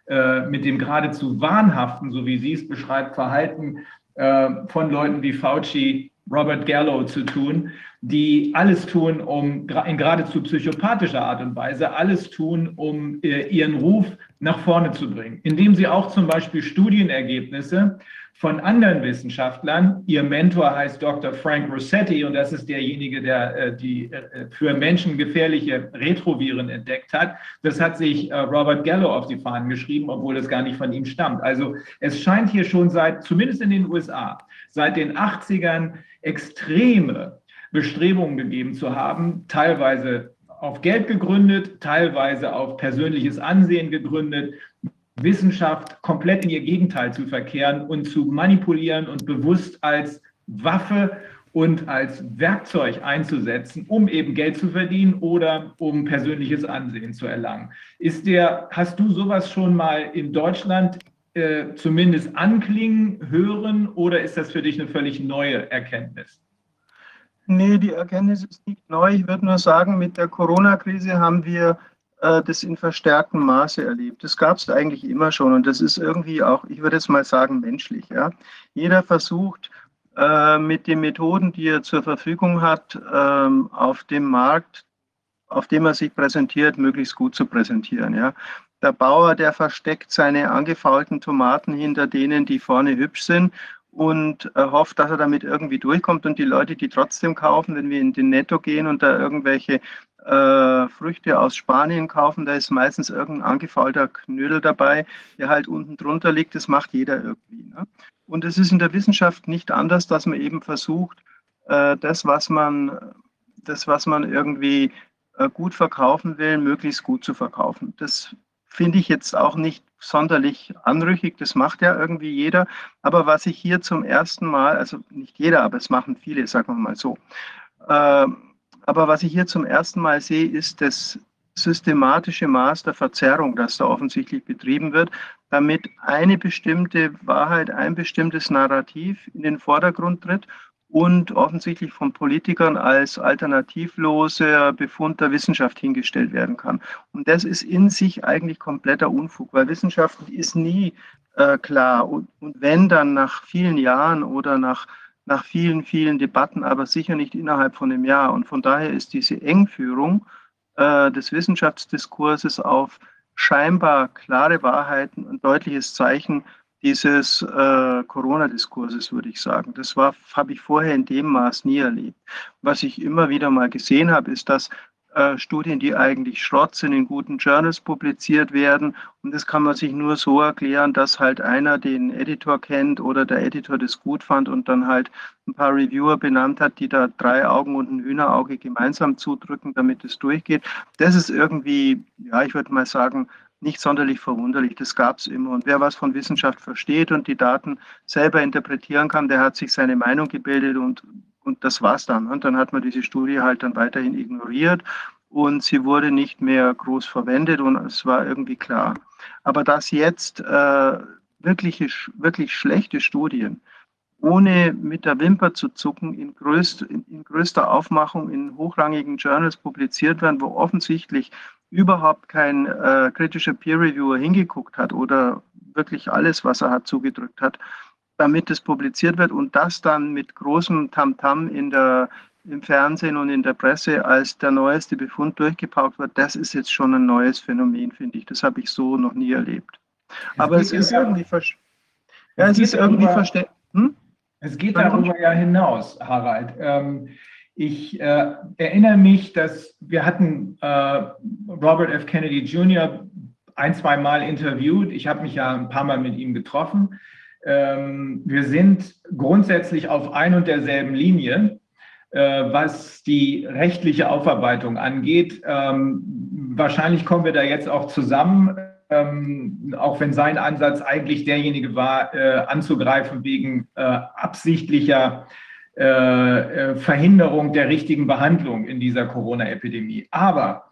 geradezu wahnhaften, so wie sie es beschreibt, Verhalten von Leuten wie Fauci, Robert Gallo zu tun, die alles tun, um in geradezu psychopathischer Art und Weise alles tun, um ihren Ruf nach vorne zu bringen, indem sie auch zum Beispiel Studienergebnisse von anderen Wissenschaftlern, ihr Mentor heißt Dr. Frank Rossetti und das ist derjenige, der die für Menschen gefährliche Retroviren entdeckt hat. Das hat sich Robert Gallo auf die Fahnen geschrieben, obwohl es gar nicht von ihm stammt. Also es scheint hier schon zumindest in den USA, seit den 80ern extreme Bestrebungen gegeben zu haben, teilweise auf Geld gegründet, teilweise auf persönliches Ansehen gegründet, Wissenschaft komplett in ihr Gegenteil zu verkehren und zu manipulieren und bewusst als Waffe und als Werkzeug einzusetzen, um eben Geld zu verdienen oder um persönliches Ansehen zu erlangen. Hast du sowas schon mal in Deutschland zumindest anklingen, hören oder ist das für dich eine völlig neue Erkenntnis? Nee, die Erkenntnis ist nicht neu. Ich würde nur sagen, mit der Corona-Krise haben wir das in verstärktem Maße erlebt. Das gab es eigentlich immer schon und das ist irgendwie auch, ich würde jetzt mal sagen, menschlich. Ja? Jeder versucht mit den Methoden, die er zur Verfügung hat, auf dem Markt, auf dem er sich präsentiert, möglichst gut zu präsentieren. Ja? Der Bauer, der versteckt seine angefaulten Tomaten hinter denen, die vorne hübsch sind und hofft, dass er damit irgendwie durchkommt und die Leute, die trotzdem kaufen, wenn wir in den Netto gehen und da irgendwelche Früchte aus Spanien kaufen, da ist meistens irgendein angefaulter Knödel dabei, der halt unten drunter liegt, das macht jeder irgendwie. Ne? Und es ist in der Wissenschaft nicht anders, dass man eben versucht, das, was man irgendwie gut verkaufen will, möglichst gut zu verkaufen. Das finde ich jetzt auch nicht sonderlich anrüchig, das macht ja irgendwie jeder. Aber was ich hier zum ersten Mal, also nicht jeder, aber es machen viele, sagen wir mal so, aber was ich hier zum ersten Mal sehe, ist das systematische Maß der Verzerrung, das da offensichtlich betrieben wird, damit eine bestimmte Wahrheit, ein bestimmtes Narrativ in den Vordergrund tritt und offensichtlich von Politikern als alternativloser Befund der Wissenschaft hingestellt werden kann. Und das ist in sich eigentlich kompletter Unfug, weil Wissenschaft ist nie klar. Und wenn dann nach vielen Jahren oder nach vielen, vielen Debatten, aber sicher nicht innerhalb von einem Jahr. Und von daher ist diese Engführung des Wissenschaftsdiskurses auf scheinbar klare Wahrheiten ein deutliches Zeichen dieses Corona-Diskurses, würde ich sagen. Das habe ich vorher in dem Maß nie erlebt. Was ich immer wieder mal gesehen habe, ist, dass Studien, die eigentlich Schrott sind, in guten Journals publiziert werden. Und das kann man sich nur so erklären, dass halt einer den Editor kennt oder der Editor das gut fand und dann halt ein paar Reviewer benannt hat, die da 3 Augen und ein Hühnerauge gemeinsam zudrücken, damit es durchgeht. Das ist irgendwie, ja, ich würde mal sagen, nicht sonderlich verwunderlich. Das gab es immer. Und wer was von Wissenschaft versteht und die Daten selber interpretieren kann, der hat sich seine Meinung gebildet und das war's dann. Und dann hat man diese Studie halt dann weiterhin ignoriert und sie wurde nicht mehr groß verwendet und es war irgendwie klar. Aber dass jetzt wirklich schlechte Studien ohne mit der Wimper zu zucken in größter Aufmachung in hochrangigen Journals publiziert werden, wo offensichtlich überhaupt kein kritischer Peer-Reviewer hingeguckt hat oder wirklich alles, was er hat, zugedrückt hat, damit es publiziert wird und das dann mit großem Tamtam im Fernsehen und in der Presse als der neueste Befund durchgepaukt wird, das ist jetzt schon ein neues Phänomen, finde ich. Das habe ich so noch nie erlebt. Aber es ist irgendwie verständlich. Es geht darüber ja hinaus, Harald. Ich erinnere mich, dass wir hatten Robert F. Kennedy Jr. ein-, zweimal interviewt. Ich habe mich ja ein paar Mal mit ihm getroffen. Wir sind grundsätzlich auf ein und derselben Linie, was die rechtliche Aufarbeitung angeht. Wahrscheinlich kommen wir da jetzt auch zusammen, auch wenn sein Ansatz eigentlich derjenige war, anzugreifen wegen absichtlicher Verhinderung der richtigen Behandlung in dieser Corona-Epidemie. Aber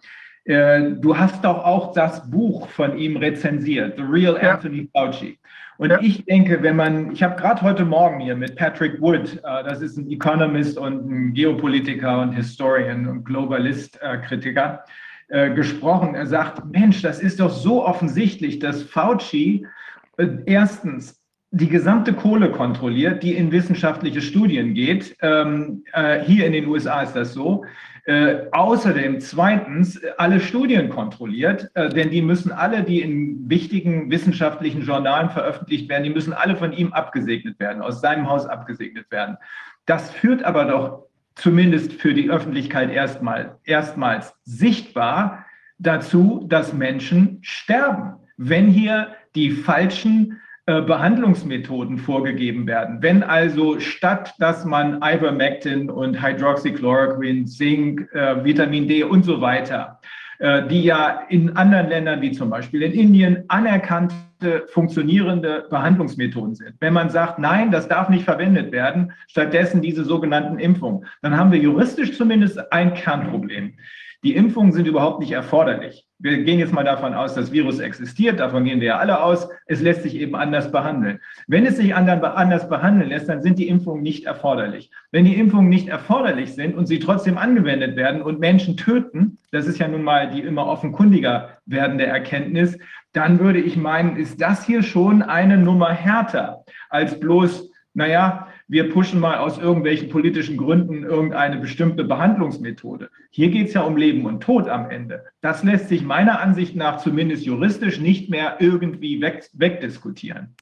du hast doch auch das Buch von ihm rezensiert, The Real Anthony Fauci. Und ich denke, ich habe gerade heute Morgen hier mit Patrick Wood, das ist ein Economist und ein Geopolitiker und Historian und Globalist-Kritiker, gesprochen. Er sagt, Mensch, das ist doch so offensichtlich, dass Fauci erstens die gesamte Kohle kontrolliert, die in wissenschaftliche Studien geht. Hier in den USA ist das so. Außerdem zweitens alle Studien kontrolliert, denn die müssen alle, die in wichtigen wissenschaftlichen Journalen veröffentlicht werden, die müssen alle von ihm abgesegnet werden, aus seinem Haus abgesegnet werden. Das führt aber doch zumindest für die Öffentlichkeit erstmals sichtbar dazu, dass Menschen sterben, wenn hier die falschen Behandlungsmethoden vorgegeben werden. Wenn also statt, dass man Ivermectin und Hydroxychloroquine, Zink, Vitamin D und so weiter, die ja in anderen Ländern wie zum Beispiel in Indien anerkannte, funktionierende Behandlungsmethoden sind. Wenn man sagt, nein, das darf nicht verwendet werden, stattdessen diese sogenannten Impfungen, dann haben wir juristisch zumindest ein Kernproblem. Die Impfungen sind überhaupt nicht erforderlich. Wir gehen jetzt mal davon aus, das Virus existiert, davon gehen wir ja alle aus, es lässt sich eben anders behandeln. Wenn es sich anders behandeln lässt, dann sind die Impfungen nicht erforderlich. Wenn die Impfungen nicht erforderlich sind und sie trotzdem angewendet werden und Menschen töten, das ist ja nun mal die immer offenkundiger werdende Erkenntnis, dann würde ich meinen, ist das hier schon eine Nummer härter als bloß, naja, wir pushen mal aus irgendwelchen politischen Gründen irgendeine bestimmte Behandlungsmethode. Hier geht es ja um Leben und Tod am Ende. Das lässt sich meiner Ansicht nach zumindest juristisch nicht mehr irgendwie wegdiskutieren.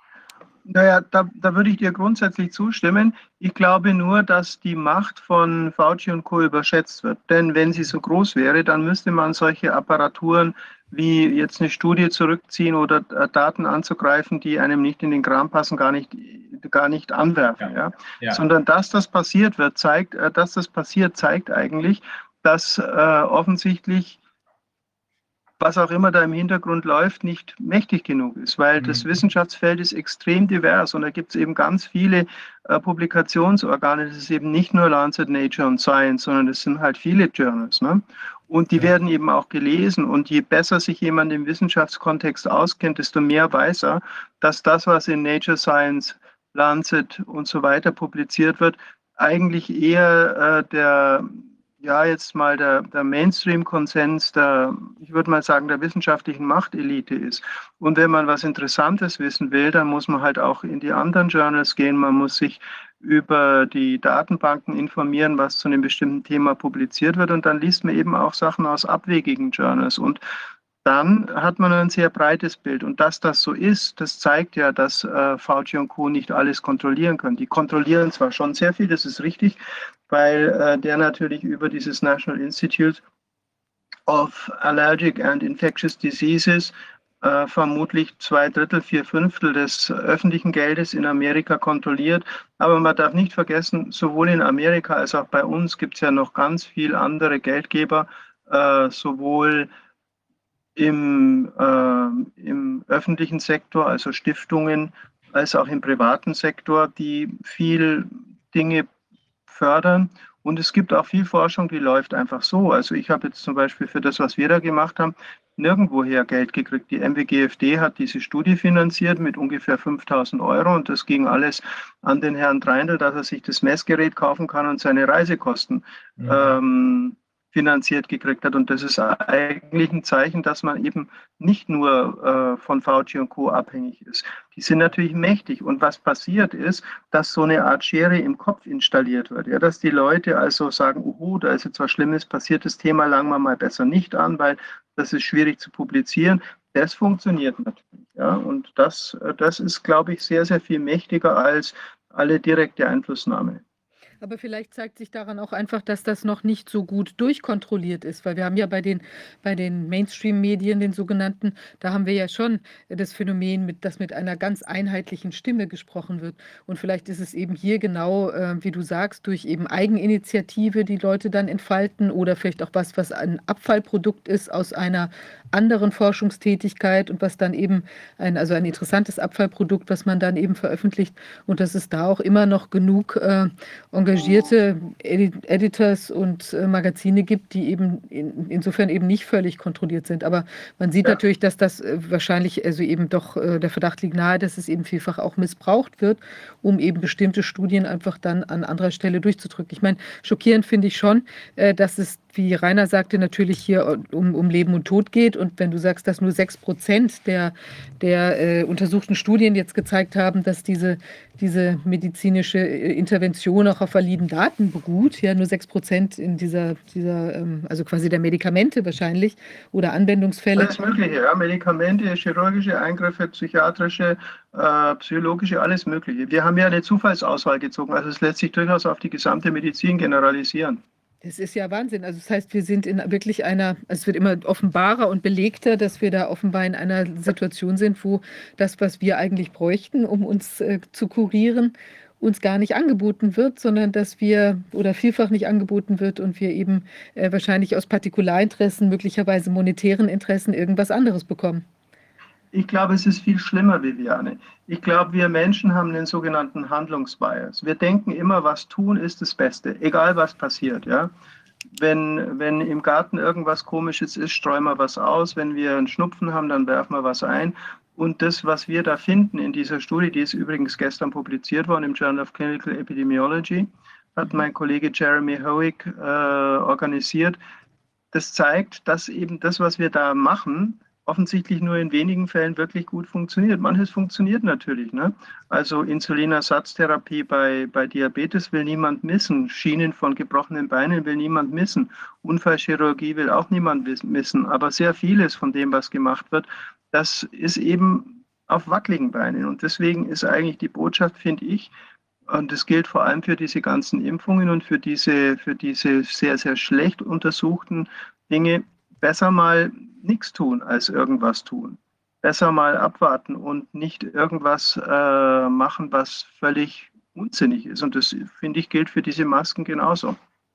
Naja, da würde ich dir grundsätzlich zustimmen. Ich glaube nur, dass die Macht von Fauci und Co. überschätzt wird. Denn wenn sie so groß wäre, dann müsste man solche Apparaturen wie jetzt eine Studie zurückziehen oder Daten anzugreifen, die einem nicht in den Kram passen, gar nicht anwerfen. Ja. Sondern dass das passiert, zeigt eigentlich, dass offensichtlich was auch immer da im Hintergrund läuft, nicht mächtig genug ist, weil das Wissenschaftsfeld ist extrem divers und da gibt es eben ganz viele Publikationsorgane. Das ist eben nicht nur Lancet, Nature und Science, sondern es sind halt viele Journals, ne? Und die werden eben auch gelesen und je besser sich jemand im Wissenschaftskontext auskennt, desto mehr weiß er, dass das, was in Nature, Science, Lancet und so weiter publiziert wird, eigentlich eher der Mainstream-Konsens ich würde mal sagen, der wissenschaftlichen Machtelite ist. Und wenn man was Interessantes wissen will, dann muss man halt auch in die anderen Journals gehen. Man muss sich über die Datenbanken informieren, was zu einem bestimmten Thema publiziert wird. Und dann liest man eben auch Sachen aus abwegigen Journals. Und dann hat man ein sehr breites Bild. Und dass das so ist, das zeigt ja, dass Fauci und Co. nicht alles kontrollieren können. Die kontrollieren zwar schon sehr viel, das ist richtig, weil der natürlich über dieses National Institute of Allergic and Infectious Diseases vermutlich 2/3, 4/5 des öffentlichen Geldes in Amerika kontrolliert. Aber man darf nicht vergessen, sowohl in Amerika als auch bei uns gibt es ja noch ganz viele andere Geldgeber, sowohl im öffentlichen Sektor, also Stiftungen, als auch im privaten Sektor, die viel Dinge fördern. Und es gibt auch viel Forschung, die läuft einfach so. Also ich habe jetzt zum Beispiel für das, was wir da gemacht haben, nirgendwoher Geld gekriegt. Die MWGFD hat diese Studie finanziert mit ungefähr 5.000 € und das ging alles an den Herrn Treindl, dass er sich das Messgerät kaufen kann und seine Reisekosten finanziert gekriegt hat. Und das ist eigentlich ein Zeichen, dass man eben nicht nur von Fauci und Co. abhängig ist. Die sind natürlich mächtig. Und was passiert ist, dass so eine Art Schere im Kopf installiert wird. Ja, dass die Leute also sagen, oh, da ist jetzt was Schlimmes passiert, das Thema langen wir mal besser nicht an, weil das ist schwierig zu publizieren. Das funktioniert natürlich. Ja, und das ist, glaube ich, sehr, sehr viel mächtiger als alle direkte Einflussnahme. Aber vielleicht zeigt sich daran auch einfach, dass das noch nicht so gut durchkontrolliert ist, weil wir haben ja bei den Mainstream-Medien, den sogenannten, da haben wir ja schon das Phänomen, dass mit einer ganz einheitlichen Stimme gesprochen wird. Und vielleicht ist es eben hier genau, wie du sagst, durch eben Eigeninitiative die Leute dann entfalten oder vielleicht auch was ein Abfallprodukt ist aus einer anderen Forschungstätigkeit und was dann eben ein interessantes Abfallprodukt, was man dann eben veröffentlicht und dass es da auch immer noch genug engagierte Editors und Magazine gibt, die eben insofern eben nicht völlig kontrolliert sind. Aber man sieht natürlich, dass das wahrscheinlich also eben doch der Verdacht liegt nahe, dass es eben vielfach auch missbraucht wird, um eben bestimmte Studien einfach dann an anderer Stelle durchzudrücken. Ich meine, schockierend finde ich schon, dass es, wie Rainer sagte, natürlich hier um Leben und Tod geht. Und wenn du sagst, dass nur 6% der untersuchten Studien jetzt gezeigt haben, dass diese medizinische Intervention auch auf validen Daten beruht, ja, nur 6% in dieser also quasi der Medikamente wahrscheinlich oder Anwendungsfälle. Alles Mögliche, ja, Medikamente, chirurgische Eingriffe, psychiatrische, psychologische, alles Mögliche. Wir haben ja eine Zufallsauswahl gezogen, also es lässt sich durchaus auf die gesamte Medizin generalisieren. Das ist ja Wahnsinn. Also das heißt, wir sind in wirklich es wird immer offenbarer und belegter, dass wir da offenbar in einer Situation sind, wo das, was wir eigentlich bräuchten, um uns zu kurieren, uns gar nicht angeboten wird, sondern dass wir oder vielfach nicht angeboten wird und wir eben wahrscheinlich aus Partikularinteressen, möglicherweise monetären Interessen irgendwas anderes bekommen. Ich glaube, es ist viel schlimmer, Viviane. Ich glaube, wir Menschen haben den sogenannten Handlungsbias. Wir denken immer, was tun ist das Beste, egal was passiert. Ja? Wenn im Garten irgendwas Komisches ist, streuen wir was aus. Wenn wir einen Schnupfen haben, dann werfen wir was ein. Und das, was wir da finden in dieser Studie, die ist übrigens gestern publiziert worden im Journal of Clinical Epidemiology, hat mein Kollege Jeremy Howick organisiert. Das zeigt, dass eben das, was wir da machen, offensichtlich nur in wenigen Fällen wirklich gut funktioniert. Manches funktioniert natürlich. Ne? Also Insulinersatztherapie bei Diabetes will niemand missen. Schienen von gebrochenen Beinen will niemand missen. Unfallchirurgie will auch niemand missen. Aber sehr vieles von dem, was gemacht wird, das ist eben auf wackeligen Beinen. Und deswegen ist eigentlich die Botschaft, finde ich, und das gilt vor allem für diese ganzen Impfungen und für diese sehr, sehr schlecht untersuchten Dinge, besser mal nichts tun als irgendwas tun. Besser mal abwarten und nicht irgendwas machen, was völlig unsinnig ist. Und das, finde ich, gilt für diese Masken genauso.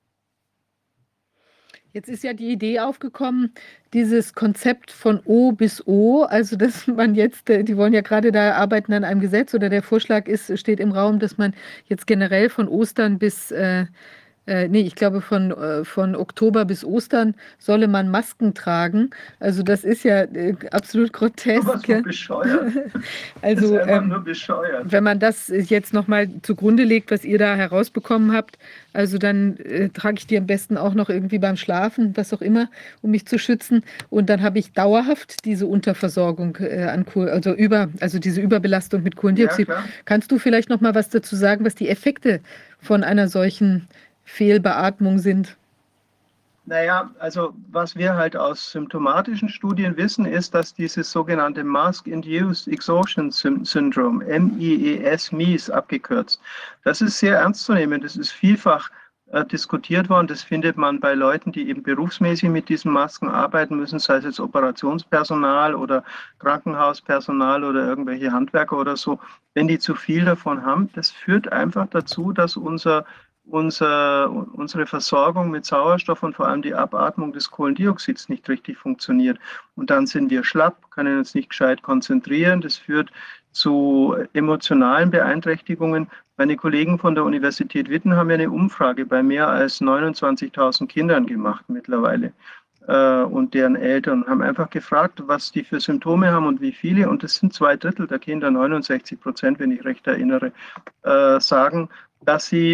Jetzt ist ja die Idee aufgekommen, dieses Konzept von O bis O, also dass man jetzt, die wollen ja gerade da arbeiten an einem Gesetz oder der Vorschlag steht im Raum, dass man jetzt generell von Ostern bis ich glaube von Oktober bis Ostern solle man Masken tragen. Also das ist ja absolut grotesk. Was für bescheuert. Also das ist einfach nur bescheuert. wenn man das jetzt nochmal zugrunde legt, was ihr da herausbekommen habt, also dann trage ich die am besten auch noch irgendwie beim Schlafen, was auch immer, um mich zu schützen. Und dann habe ich dauerhaft diese Unterversorgung also diese Überbelastung mit Kohlendioxid. Ja, kannst du vielleicht noch mal was dazu sagen, was die Effekte von einer solchen Fehlbeatmung sind? Naja, also was wir halt aus symptomatischen Studien wissen, ist, dass dieses sogenannte Mask-Induced Exhaustion Syndrome, MES abgekürzt, das ist sehr ernst zu nehmen. Das ist vielfach diskutiert worden. Das findet man bei Leuten, die eben berufsmäßig mit diesen Masken arbeiten müssen, sei es jetzt Operationspersonal oder Krankenhauspersonal oder irgendwelche Handwerker oder so. Wenn die zu viel davon haben, das führt einfach dazu, dass unsere Versorgung mit Sauerstoff und vor allem die Abatmung des Kohlendioxids nicht richtig funktioniert. Und dann sind wir schlapp, können uns nicht gescheit konzentrieren. Das führt zu emotionalen Beeinträchtigungen. Meine Kollegen von der Universität Witten haben ja eine Umfrage bei mehr als 29.000 Kindern gemacht mittlerweile und deren Eltern, haben einfach gefragt, was die für Symptome haben und wie viele. Und das sind 2/3 der Kinder, 69%, wenn ich recht erinnere, sagen, dass sie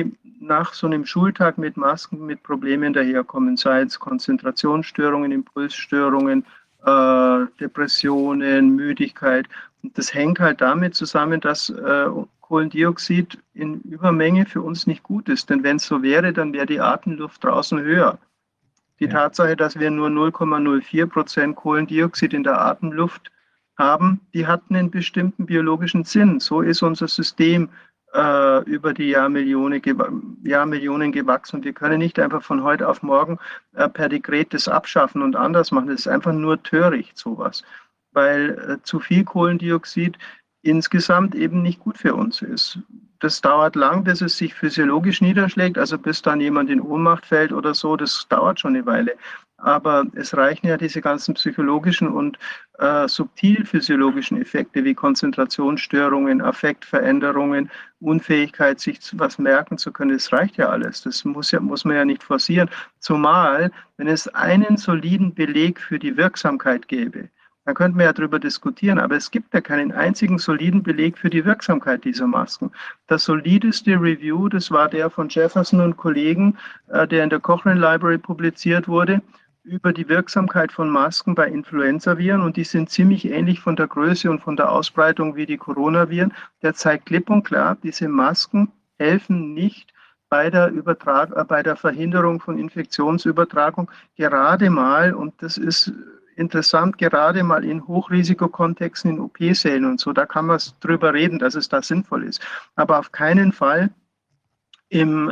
nach so einem Schultag mit Masken mit Problemen daherkommen, sei es Konzentrationsstörungen, Impulsstörungen, Depressionen, Müdigkeit. Und das hängt halt damit zusammen, dass Kohlendioxid in Übermenge für uns nicht gut ist. Denn wenn es so wäre, dann wäre die Atemluft draußen höher. Die Tatsache, dass wir nur 0,04% Kohlendioxid in der Atemluft haben, die hat einen bestimmten biologischen Sinn. So ist unser System über die Jahrmillionen gewachsen. Wir können nicht einfach von heute auf morgen per Dekret das abschaffen und anders machen. Das ist einfach nur töricht, sowas. Weil zu viel Kohlendioxid insgesamt eben nicht gut für uns ist. Das dauert lang, bis es sich physiologisch niederschlägt, also bis dann jemand in Ohnmacht fällt oder so, das dauert schon eine Weile. Aber es reichen ja diese ganzen psychologischen und subtil physiologischen Effekte wie Konzentrationsstörungen, Affektveränderungen, Unfähigkeit, sich was merken zu können. Das reicht ja alles. Das muss man ja nicht forcieren. Zumal, wenn es einen soliden Beleg für die Wirksamkeit gäbe, dann könnten wir ja darüber diskutieren, aber es gibt ja keinen einzigen soliden Beleg für die Wirksamkeit dieser Masken. Das solideste Review, das war der von Jefferson und Kollegen, der in der Cochrane Library publiziert wurde, über die Wirksamkeit von Masken bei Influenzaviren, und die sind ziemlich ähnlich von der Größe und von der Ausbreitung wie die Coronaviren. Der zeigt klipp und klar, diese Masken helfen nicht bei der Verhinderung von Infektionsübertragung, gerade mal, und das ist interessant, gerade mal in Hochrisikokontexten, in OP-Sälen und so, da kann man drüber reden, dass es da sinnvoll ist. Aber auf keinen Fall im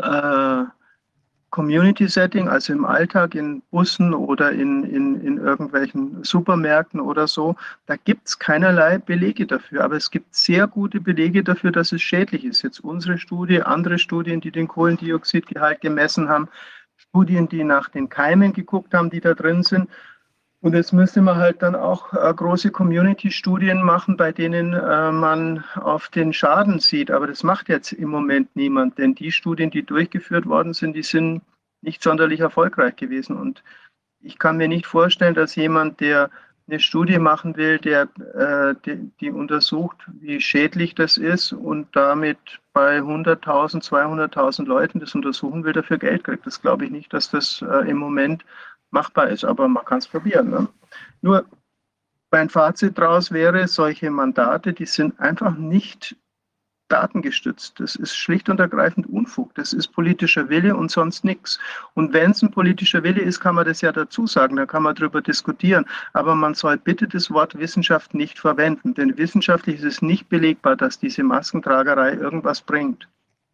Community-Setting, also im Alltag, in Bussen oder in irgendwelchen Supermärkten oder so, da gibt es keinerlei Belege dafür. Aber es gibt sehr gute Belege dafür, dass es schädlich ist. Jetzt unsere Studie, andere Studien, die den Kohlendioxidgehalt gemessen haben, Studien, die nach den Keimen geguckt haben, die da drin sind. Und jetzt müsste man halt dann auch große Community-Studien machen, bei denen man auf den Schaden sieht. Aber das macht jetzt im Moment niemand, denn die Studien, die durchgeführt worden sind, die sind nicht sonderlich erfolgreich gewesen. Und ich kann mir nicht vorstellen, dass jemand, der eine Studie machen will, die untersucht, wie schädlich das ist und damit bei 100.000, 200.000 Leuten das untersuchen will, dafür Geld kriegt. Das glaube ich nicht, dass das im Moment machbar ist, aber man kann es probieren. Ne? Nur mein Fazit daraus wäre, solche Mandate, die sind einfach nicht datengestützt. Das ist schlicht und ergreifend Unfug. Das ist politischer Wille und sonst nichts. Und wenn es ein politischer Wille ist, kann man das ja dazu sagen, da kann man darüber diskutieren. Aber man soll bitte das Wort Wissenschaft nicht verwenden, denn wissenschaftlich ist es nicht belegbar, dass diese Maskentragerei irgendwas bringt.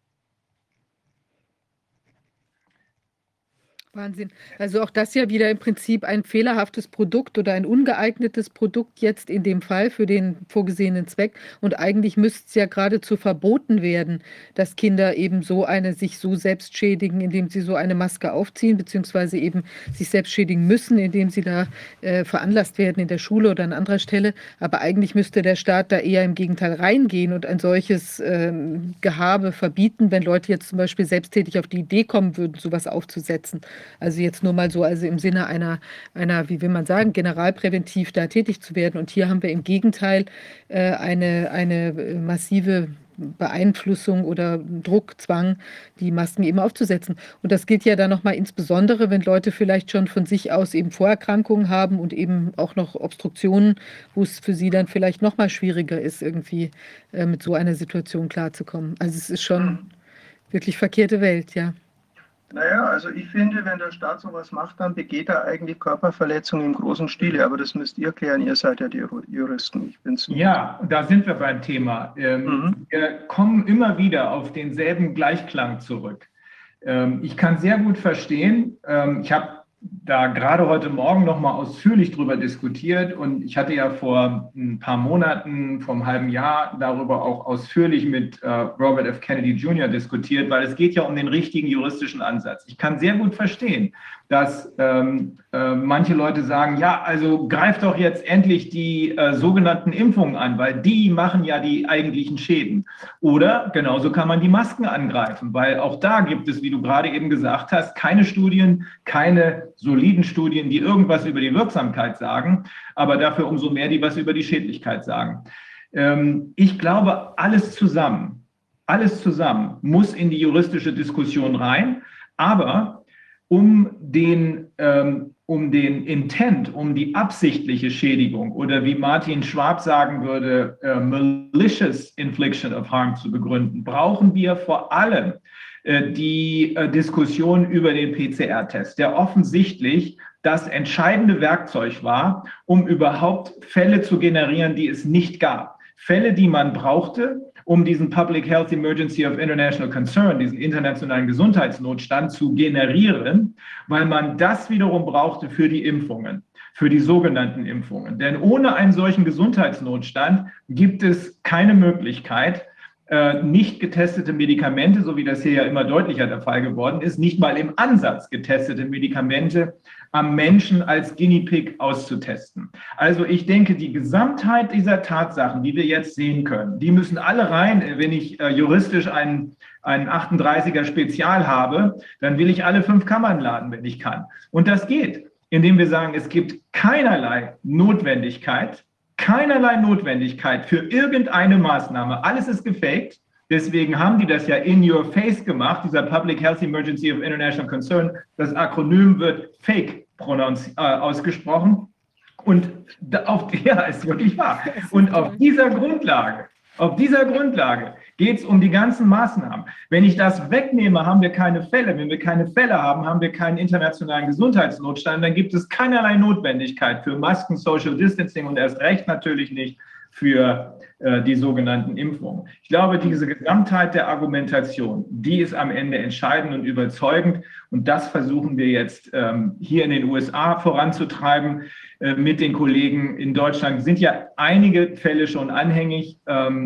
Wahnsinn. Also auch das ja wieder im Prinzip ein fehlerhaftes Produkt oder ein ungeeignetes Produkt jetzt in dem Fall für den vorgesehenen Zweck. Und eigentlich müsste es ja geradezu verboten werden, dass Kinder eben sich so selbst schädigen, indem sie so eine Maske aufziehen, beziehungsweise eben sich selbst schädigen müssen, indem sie da veranlasst werden in der Schule oder an anderer Stelle. Aber eigentlich müsste der Staat da eher im Gegenteil reingehen und ein solches Gehabe verbieten, wenn Leute jetzt zum Beispiel selbsttätig auf die Idee kommen würden, sowas aufzusetzen. Also jetzt nur mal so, also im Sinne einer, wie will man sagen, generalpräventiv da tätig zu werden. Und hier haben wir im Gegenteil eine massive Beeinflussung oder Druck, Zwang, die Masken eben aufzusetzen. Und das gilt ja dann nochmal insbesondere, wenn Leute vielleicht schon von sich aus eben Vorerkrankungen haben und eben auch noch Obstruktionen, wo es für sie dann vielleicht nochmal schwieriger ist, irgendwie mit so einer Situation klarzukommen. Also es ist schon wirklich verkehrte Welt, ja. Naja, also ich finde, wenn der Staat sowas macht, dann begeht er eigentlich Körperverletzungen im großen Stile. Aber das müsst ihr klären, ihr seid ja die Juristen. Ich bin's nicht. Ja, da sind wir beim Thema. Wir kommen immer wieder auf denselben Gleichklang zurück. Ich kann sehr gut verstehen, ich habe da gerade heute Morgen noch mal ausführlich drüber diskutiert und ich hatte ja vor ein paar Monaten, vor einem halben Jahr darüber auch ausführlich mit Robert F. Kennedy Jr. diskutiert, weil es geht ja um den richtigen juristischen Ansatz. Ich kann sehr gut verstehen, dass manche Leute sagen, ja, also greift doch jetzt endlich die sogenannten Impfungen an, weil die machen ja die eigentlichen Schäden. Oder genauso kann man die Masken angreifen, weil auch da gibt es, wie du gerade eben gesagt hast, keine Studien, keine soliden Studien, die irgendwas über die Wirksamkeit sagen, aber dafür umso mehr, die was über die Schädlichkeit sagen. Ich glaube, alles zusammen alles zusammen muss in die juristische Diskussion rein, aber um den Intent, um die absichtliche Schädigung oder wie Martin Schwab sagen würde, malicious infliction of harm zu begründen, brauchen wir vor allem die Diskussion über den PCR-Test, der offensichtlich das entscheidende Werkzeug war, um überhaupt Fälle zu generieren, die es nicht gab. Fälle, die man brauchte, um diesen Public Health Emergency of International Concern, diesen internationalen Gesundheitsnotstand zu generieren, weil man das wiederum brauchte für die Impfungen, für die sogenannten Impfungen. Denn ohne einen solchen Gesundheitsnotstand gibt es keine Möglichkeit, nicht getestete Medikamente, so wie das hier ja immer deutlicher der Fall geworden ist, nicht mal im Ansatz getestete Medikamente am Menschen als Guinea Pig auszutesten. Also ich denke, die Gesamtheit dieser Tatsachen, die wir jetzt sehen können, die müssen alle rein. Wenn ich juristisch einen 38er Spezial habe, dann will ich alle 5 Kammern laden, wenn ich kann. Und das geht, indem wir sagen, es gibt keinerlei Notwendigkeit für irgendeine Maßnahme. Alles ist gefaked. Deswegen haben die das ja in your face gemacht, dieser Public Health Emergency of International Concern. Das Akronym wird Fake ausgesprochen. Und ist wirklich wahr. Und auf dieser Grundlage geht es um die ganzen Maßnahmen. Wenn ich das wegnehme, haben wir keine Fälle. Wenn wir keine Fälle haben, haben wir keinen internationalen Gesundheitsnotstand. Dann gibt es keinerlei Notwendigkeit für Masken, Social Distancing und erst recht natürlich nicht für die sogenannten Impfungen. Ich glaube, diese Gesamtheit der Argumentation, die ist am Ende entscheidend und überzeugend. Und das versuchen wir jetzt hier in den USA voranzutreiben mit den Kollegen. In Deutschland sind ja einige Fälle schon anhängig.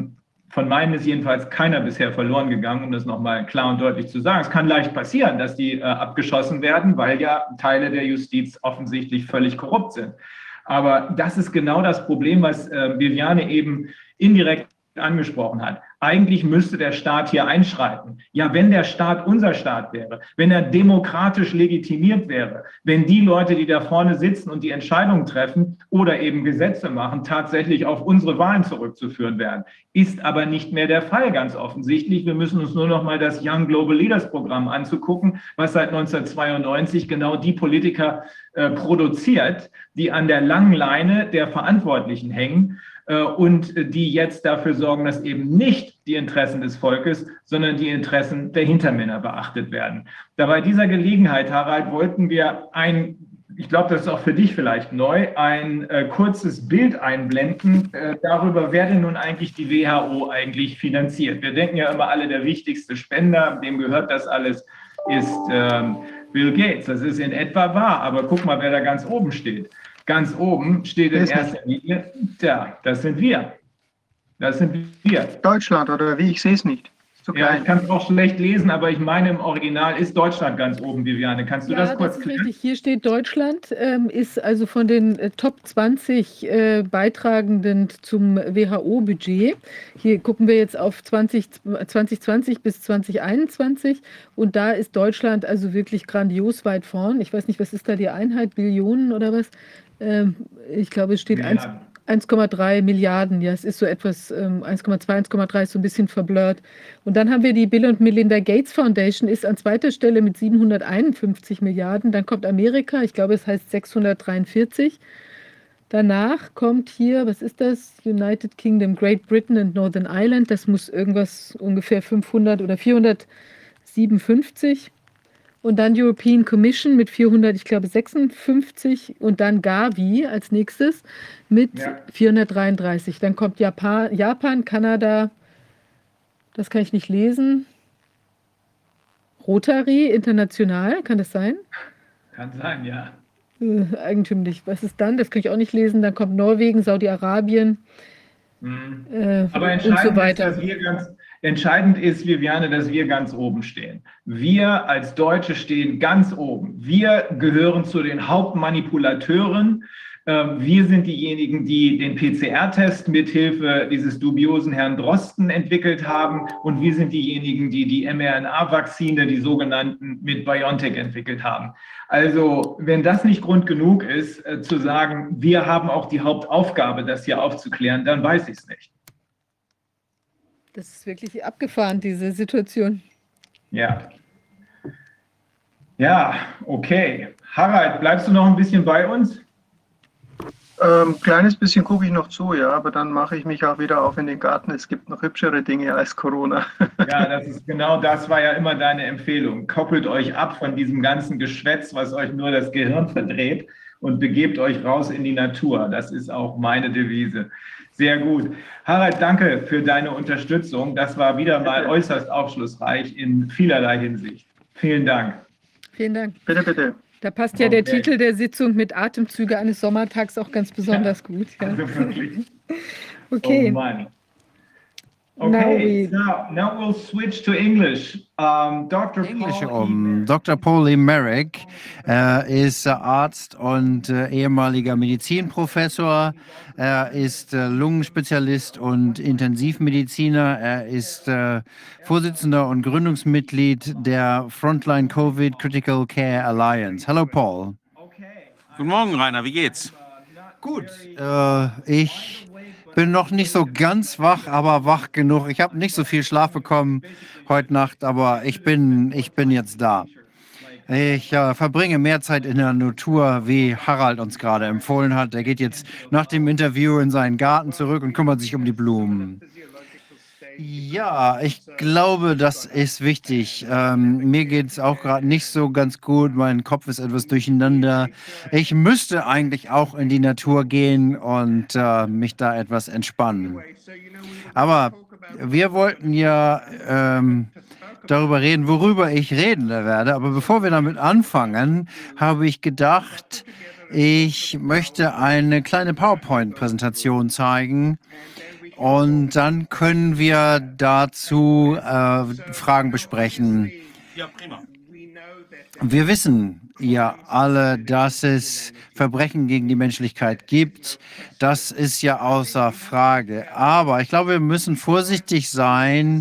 Von meinen ist jedenfalls keiner bisher verloren gegangen, um das nochmal klar und deutlich zu sagen. Es kann leicht passieren, dass die abgeschossen werden, weil ja Teile der Justiz offensichtlich völlig korrupt sind. Aber das ist genau das Problem, was Viviane eben indirekt angesprochen hat. Eigentlich müsste der Staat hier einschreiten. Ja, wenn der Staat unser Staat wäre, wenn er demokratisch legitimiert wäre, wenn die Leute, die da vorne sitzen und die Entscheidungen treffen oder eben Gesetze machen, tatsächlich auf unsere Wahlen zurückzuführen wären. Ist aber nicht mehr der Fall, ganz offensichtlich. Wir müssen uns nur noch mal das Young Global Leaders Programm anzugucken, was seit 1992 genau die Politiker produziert, die an der langen Leine der Verantwortlichen hängen und die jetzt dafür sorgen, dass eben nicht die Interessen des Volkes, sondern die Interessen der Hintermänner beachtet werden. Da bei dieser Gelegenheit, Harald, wollten wir ich glaube, das ist auch für dich vielleicht neu, ein kurzes Bild einblenden darüber, wer denn nun eigentlich die WHO eigentlich finanziert. Wir denken ja immer alle, der wichtigste Spender, dem gehört das alles, ist Bill Gates. Das ist in etwa wahr, aber guck mal, wer da ganz oben steht. Ganz oben steht in erster Linie, das sind wir. Das sind wir. Deutschland, oder wie? Ich sehe es nicht. Ja, ich kann es auch schlecht lesen, aber ich meine, im Original ist Deutschland ganz oben, Viviane. Kannst du das kurz klären? Richtig. Hier steht Deutschland, ist also von den Top 20 Beitragenden zum WHO-Budget. Hier gucken wir jetzt auf 2020 bis 2021 und da ist Deutschland also wirklich grandios weit vorn. Ich weiß nicht, was ist da die Einheit? Billionen oder was? Ich glaube, es steht 1,3 Milliarden, ja, es ist so etwas, 1,2, 1,3 ist so ein bisschen verblurrt. Und dann haben wir die Bill und Melinda Gates Foundation, ist an zweiter Stelle mit 751 Milliarden. Dann kommt Amerika, ich glaube, es heißt 643. Danach kommt hier, was ist das? United Kingdom, Great Britain and Northern Ireland. Das muss irgendwas ungefähr 500 oder 457. Und dann European Commission mit 456 und dann Gavi als nächstes mit 433. Dann kommt Japan, Kanada, das kann ich nicht lesen. Rotary International, kann das sein? Kann sein, ja. Eigentümlich. Was ist dann? Das kann ich auch nicht lesen. Dann kommt Norwegen, Saudi-Arabien Aber und so weiter. Entscheidend ist, Viviane, dass wir ganz oben stehen. Wir als Deutsche stehen ganz oben. Wir gehören zu den Hauptmanipulateuren. Wir sind diejenigen, die den PCR-Test mithilfe dieses dubiosen Herrn Drosten entwickelt haben. Und wir sind diejenigen, die die mRNA-Vakzine, die sogenannten, mit BioNTech entwickelt haben. Also, wenn das nicht Grund genug ist, zu sagen, wir haben auch die Hauptaufgabe, das hier aufzuklären, dann weiß ich es nicht. Das ist wirklich abgefahren, diese Situation. Ja. Ja, okay. Harald, bleibst du noch ein bisschen bei uns? Kleines bisschen gucke ich noch zu, ja, aber dann mache ich mich auch wieder auf in den Garten. Es gibt noch hübschere Dinge als Corona. Ja, das ist genau das war ja immer deine Empfehlung. Koppelt euch ab von diesem ganzen Geschwätz, was euch nur das Gehirn verdreht und begebt euch raus in die Natur. Das ist auch meine Devise. Sehr gut. Harald, danke für deine Unterstützung. Das war wieder mal äußerst aufschlussreich in vielerlei Hinsicht. Vielen Dank. Vielen Dank. Bitte, bitte. Da passt ja der Okay. Titel der Sitzung mit Atemzüge eines Sommertags auch ganz besonders gut. Ja. Also wirklich. Okay. Oh Mann. Now Okay, we- now we'll switch to English. Dr. Englische Paul Dr. Paul E. Merrick ist Arzt und ehemaliger Medizinprofessor. Er ist Lungenspezialist und Intensivmediziner. Er ist Vorsitzender und Gründungsmitglied der Frontline Covid Critical Care Alliance. Hallo Paul. Guten Morgen, Rainer, wie geht's? Gut, ich bin noch nicht so ganz wach, aber wach genug. Ich habe nicht so viel Schlaf bekommen heute Nacht, aber ich bin jetzt da. Ich verbringe mehr Zeit in der Natur, wie Harald uns gerade empfohlen hat. Er geht jetzt nach dem Interview in seinen Garten zurück und kümmert sich um die Blumen. Ja, ich glaube, das ist wichtig. Mir geht es auch gerade nicht so ganz gut. Mein Kopf ist etwas durcheinander. Ich müsste eigentlich auch in die Natur gehen und mich da etwas entspannen. Aber wir wollten ja darüber reden, worüber ich reden werde. Aber bevor wir damit anfangen, habe ich gedacht, ich möchte eine kleine PowerPoint-Präsentation zeigen. Und dann können wir dazu Fragen besprechen. Ja, prima. Wir wissen ja alle, dass es Verbrechen gegen die Menschlichkeit gibt. Das ist ja außer Frage. Aber ich glaube, wir müssen vorsichtig sein,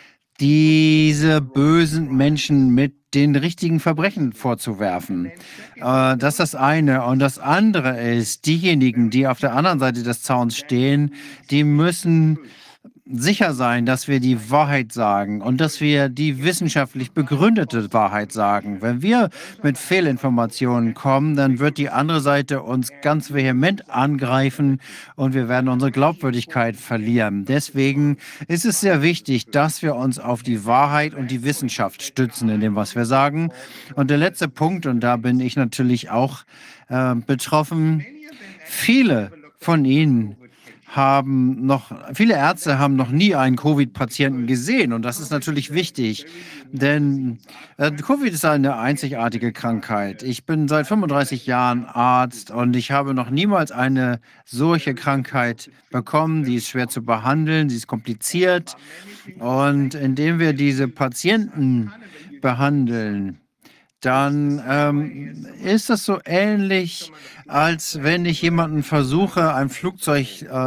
diese bösen Menschen mit den richtigen Verbrechen vorzuwerfen. Das ist das eine. Und das andere ist, diejenigen, die auf der anderen Seite des Zauns stehen, die müssen sicher sein, dass wir die Wahrheit sagen und dass wir die wissenschaftlich begründete Wahrheit sagen. Wenn wir mit Fehlinformationen kommen, dann wird die andere Seite uns ganz vehement angreifen und wir werden unsere Glaubwürdigkeit verlieren. Deswegen ist es sehr wichtig, dass wir uns auf die Wahrheit und die Wissenschaft stützen in dem, was wir sagen. Und der letzte Punkt, und da bin ich natürlich auch betroffen, viele von Ihnen viele Ärzte haben noch nie einen Covid-Patienten gesehen und das ist natürlich wichtig, denn Covid ist eine einzigartige Krankheit. Ich bin seit 35 Jahren Arzt und ich habe noch niemals eine solche Krankheit bekommen. Die ist schwer zu behandeln, sie ist kompliziert und indem wir diese Patienten behandeln, dann ist das so ähnlich, als wenn ich jemanden versuche, ein Flugzeug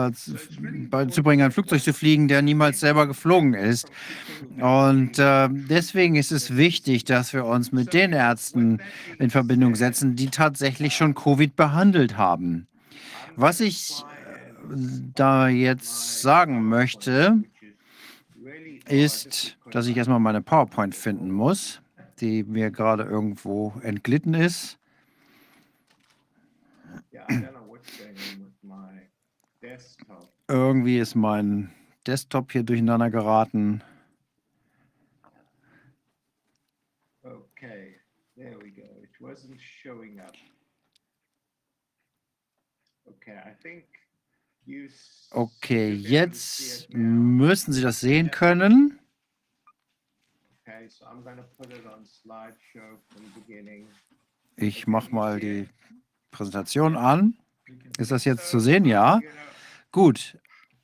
zu bringen, ein Flugzeug zu fliegen, der niemals selber geflogen ist. Und deswegen ist es wichtig, dass wir uns mit den Ärzten in Verbindung setzen, die tatsächlich schon Covid behandelt haben. Was ich da jetzt sagen möchte, ist, dass ich erstmal meine PowerPoint finden muss, die mir gerade irgendwo entglitten ist. Irgendwie ist mein Desktop hier durcheinander geraten. Okay, there we go. It wasn't showing up. Okay, I think you Okay, jetzt müssen Sie das sehen können. Okay, so I'm going to put it on slideshow from the beginning. Ich mache mal die Präsentation an. Ist das jetzt zu sehen? Ja. Gut.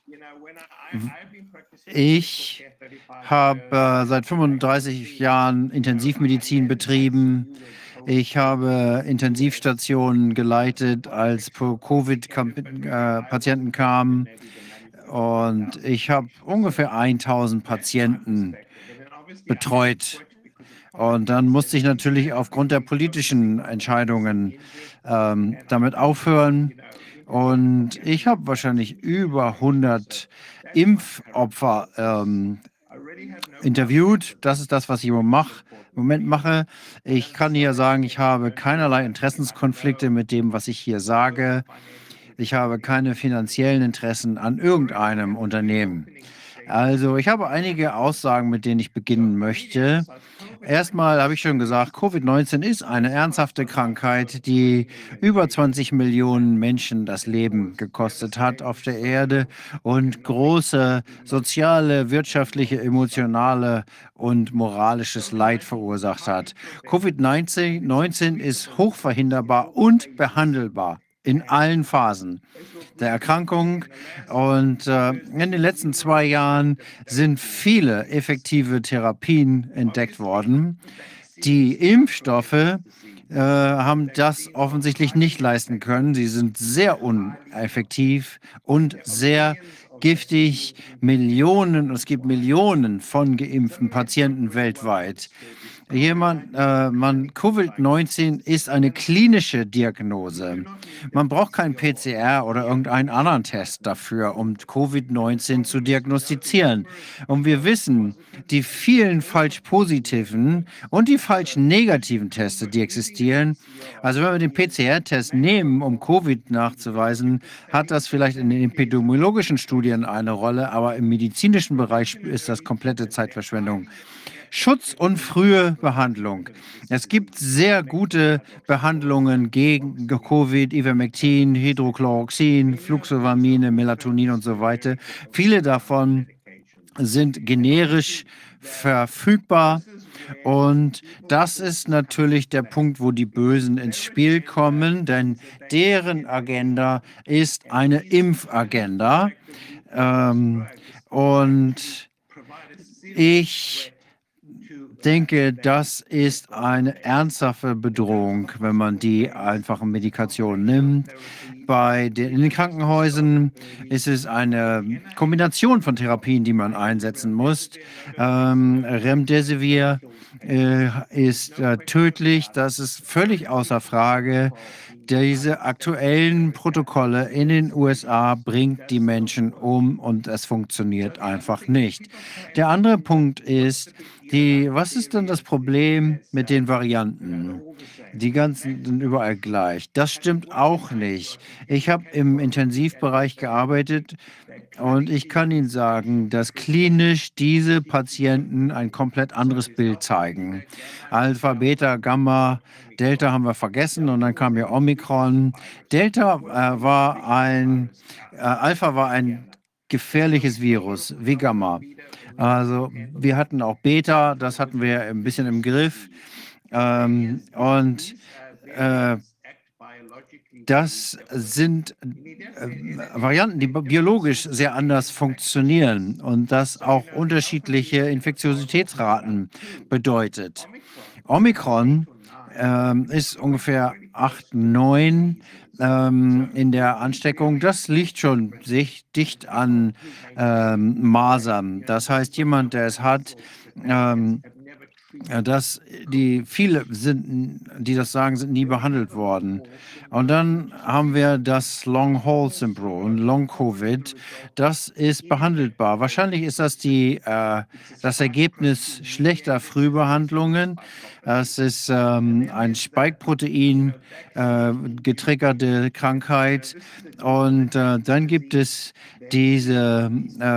Ich habe seit 35 Jahren Intensivmedizin betrieben. Ich habe Intensivstationen geleitet, als Covid-Patienten kamen. Und ich habe ungefähr 1000 Patienten betreut. Und dann musste ich natürlich aufgrund der politischen Entscheidungen damit aufhören. Und ich habe wahrscheinlich über 100 Impfopfer interviewt. Das ist das, was ich im Moment mache. Ich kann hier sagen, ich habe keinerlei Interessenskonflikte mit dem, was ich hier sage. Ich habe keine finanziellen Interessen an irgendeinem Unternehmen. Also, ich habe einige Aussagen, mit denen ich beginnen möchte. Erstmal habe ich schon gesagt, Covid-19 ist eine ernsthafte Krankheit, die über 20 Millionen Menschen das Leben gekostet hat auf der Erde und große soziale, wirtschaftliche, emotionale und moralisches Leid verursacht hat. Covid-19 ist hochverhinderbar und behandelbar in allen Phasen der Erkrankung. Und in den letzten 2 Jahren sind viele effektive Therapien entdeckt worden. Die Impfstoffe haben das offensichtlich nicht leisten können. Sie sind sehr uneffektiv und sehr giftig. Es gibt Millionen von geimpften Patienten weltweit. Covid-19 ist eine klinische Diagnose. Man braucht keinen PCR oder irgendeinen anderen Test dafür, um Covid-19 zu diagnostizieren. Und wir wissen, die vielen falsch positiven und die falsch negativen Tests, die existieren. Also wenn wir den PCR-Test nehmen, um Covid nachzuweisen, hat das vielleicht in den epidemiologischen Studien eine Rolle, aber im medizinischen Bereich ist das komplette Zeitverschwendung. Schutz und frühe Behandlung. Es gibt sehr gute Behandlungen gegen Covid, Ivermectin, Hydrochloroxin, Fluxovamine, Melatonin und so weiter. Viele davon sind generisch verfügbar. Und das ist natürlich der Punkt, wo die Bösen ins Spiel kommen, denn deren Agenda ist eine Impfagenda. Und ich denke, das ist eine ernsthafte Bedrohung, wenn man die einfachen Medikationen nimmt. In den Krankenhäusern ist es eine Kombination von Therapien, die man einsetzen muss. Remdesivir ist tödlich, das ist völlig außer Frage. Diese aktuellen Protokolle in den USA bringt die Menschen um und es funktioniert einfach nicht. Der andere Punkt ist, was ist denn das Problem mit den Varianten? Die ganzen sind überall gleich. Das stimmt auch nicht. Ich habe im Intensivbereich gearbeitet und ich kann Ihnen sagen, dass klinisch diese Patienten ein komplett anderes Bild zeigen. Alpha, Beta, Gamma, Delta haben wir vergessen und dann kam ja Omikron. Alpha war ein gefährliches Virus wie Gamma. Also wir hatten auch Beta, das hatten wir ein bisschen im Griff. Und das sind Varianten, die biologisch sehr anders funktionieren und das auch unterschiedliche Infektiositätsraten bedeutet. Omikron ist ungefähr 8, 9 in der Ansteckung. Das liegt schon sich dicht an Masern. Das heißt, jemand, der es hat, viele sind, die das sagen, sind nie behandelt worden. Und dann haben wir das Long-Haul-Syndrom und Long-Covid. Das ist behandelbar. Wahrscheinlich ist das das Ergebnis schlechter Frühbehandlungen. Das ist ein Spike-Protein getriggerte Krankheit. Und dann gibt es diese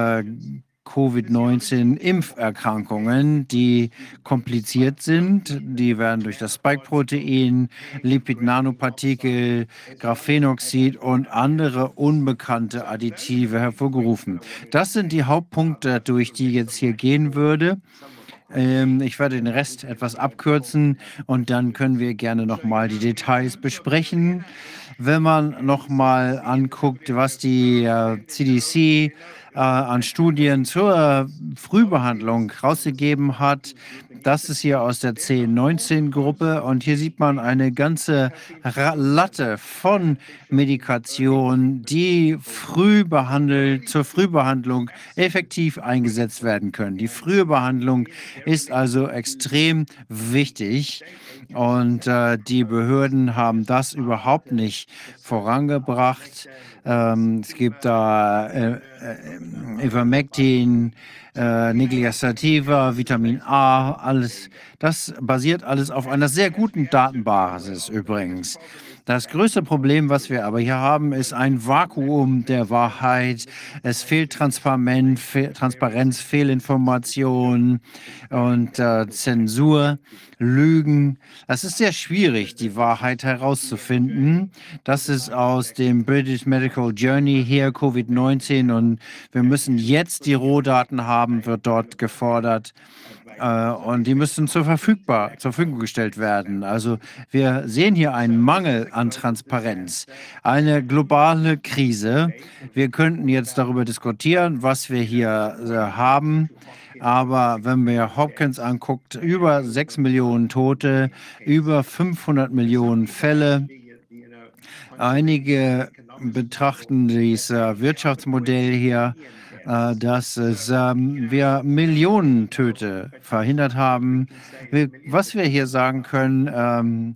Covid-19-Impferkrankungen, die kompliziert sind. Die werden durch das Spike-Protein, Lipid-Nanopartikel, Graphenoxid und andere unbekannte Additive hervorgerufen. Das sind die Hauptpunkte, durch die ich jetzt hier gehen würde. Ich werde den Rest etwas abkürzen und dann können wir gerne nochmal die Details besprechen. Wenn man nochmal anguckt, was die CDC an Studien zur Frühbehandlung rausgegeben hat. Das ist hier aus der 10-19-Gruppe und hier sieht man eine ganze Latte von Medikationen, die zur Frühbehandlung effektiv eingesetzt werden können. Die frühe Behandlung ist also extrem wichtig und die Behörden haben das überhaupt nicht vorangebracht. Es gibt da Ivermectin, Niglia sativa, Vitamin A, alles. Das basiert alles auf einer sehr guten Datenbasis übrigens. Das größte Problem, was wir aber hier haben, ist ein Vakuum der Wahrheit. Es fehlt Transparenz, Fehlinformation und Zensur, Lügen. Es ist sehr schwierig, die Wahrheit herauszufinden. Das ist aus dem British Medical Journey hier, Covid-19. Und wir müssen jetzt die Rohdaten haben, wird dort gefordert. Und die müssen zur Verfügung gestellt werden. Also wir sehen hier einen Mangel an Transparenz, eine globale Krise. Wir könnten jetzt darüber diskutieren, was wir hier haben. Aber wenn wir Hopkins anguckt, über 6 Millionen Tote, über 500 Millionen Fälle. Einige betrachten dieses Wirtschaftsmodell hier, dass wir Millionen Töte verhindert haben. Was wir hier sagen können,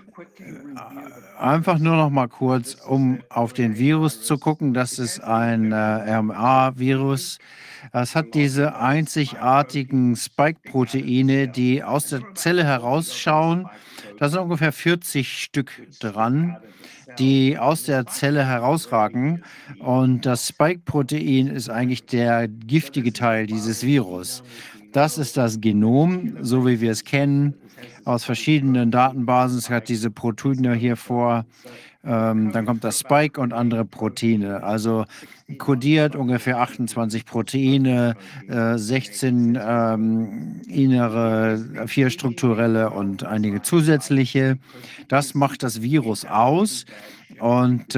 einfach nur noch mal kurz, um auf den Virus zu gucken. Das ist ein RNA-Virus. Es hat diese einzigartigen Spike-Proteine, die aus der Zelle herausschauen. Da sind ungefähr 40 Stück dran, die aus der Zelle herausragen. Und das Spike-Protein ist eigentlich der giftige Teil dieses Virus. Das ist das Genom, so wie wir es kennen, aus verschiedenen Datenbasen. Es hat diese Proteine hier vor. Dann kommt das Spike und andere Proteine. Also kodiert ungefähr 28 Proteine, 16 innere, 4 strukturelle und einige zusätzliche. Das macht das Virus aus und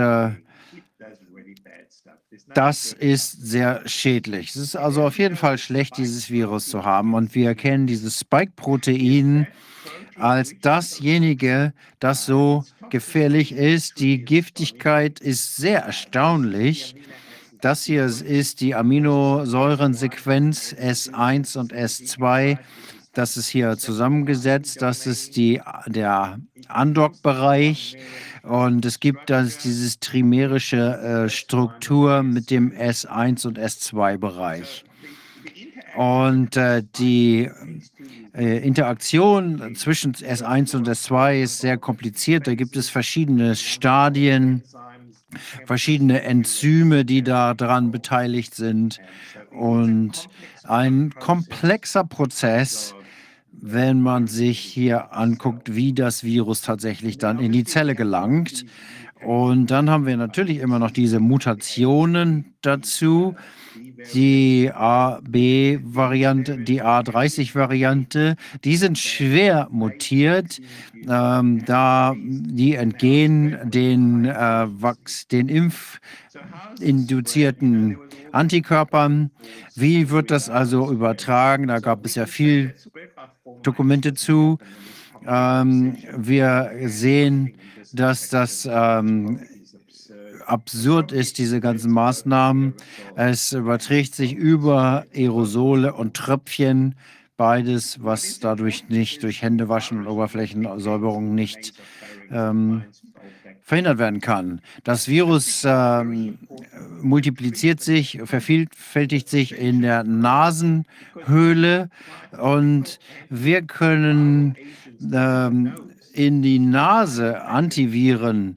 das ist sehr schädlich. Es ist also auf jeden Fall schlecht, dieses Virus zu haben. Und wir erkennen dieses Spike-Protein als dasjenige, das so gefährlich ist. Die Giftigkeit ist sehr erstaunlich. Das hier ist die Aminosäurensequenz S1 und S2. Das ist hier zusammengesetzt. Das ist der Andockbereich. Und es gibt dieses trimerische Struktur mit dem S1 und S2-Bereich. Und die Interaktion zwischen S1 und S2 ist sehr kompliziert. Da gibt es verschiedene Stadien, verschiedene Enzyme, die daran beteiligt sind. Und ein komplexer Prozess, wenn man sich hier anguckt, wie das Virus tatsächlich dann in die Zelle gelangt. Und dann haben wir natürlich immer noch diese Mutationen dazu. Die A-B-Variante, die A30-Variante, die sind schwer mutiert, da die entgehen den impfinduzierten Antikörpern. Wie wird das also übertragen? Da gab es ja viel Dokumente zu. Wir sehen, dass das absurd ist, diese ganzen Maßnahmen. Es überträgt sich über Aerosole und Tröpfchen, beides, was dadurch nicht durch Händewaschen und Oberflächensäuberung nicht verhindert werden kann. Das Virus multipliziert sich, vervielfältigt sich in der Nasenhöhle und wir können in die Nase Antivirenmittel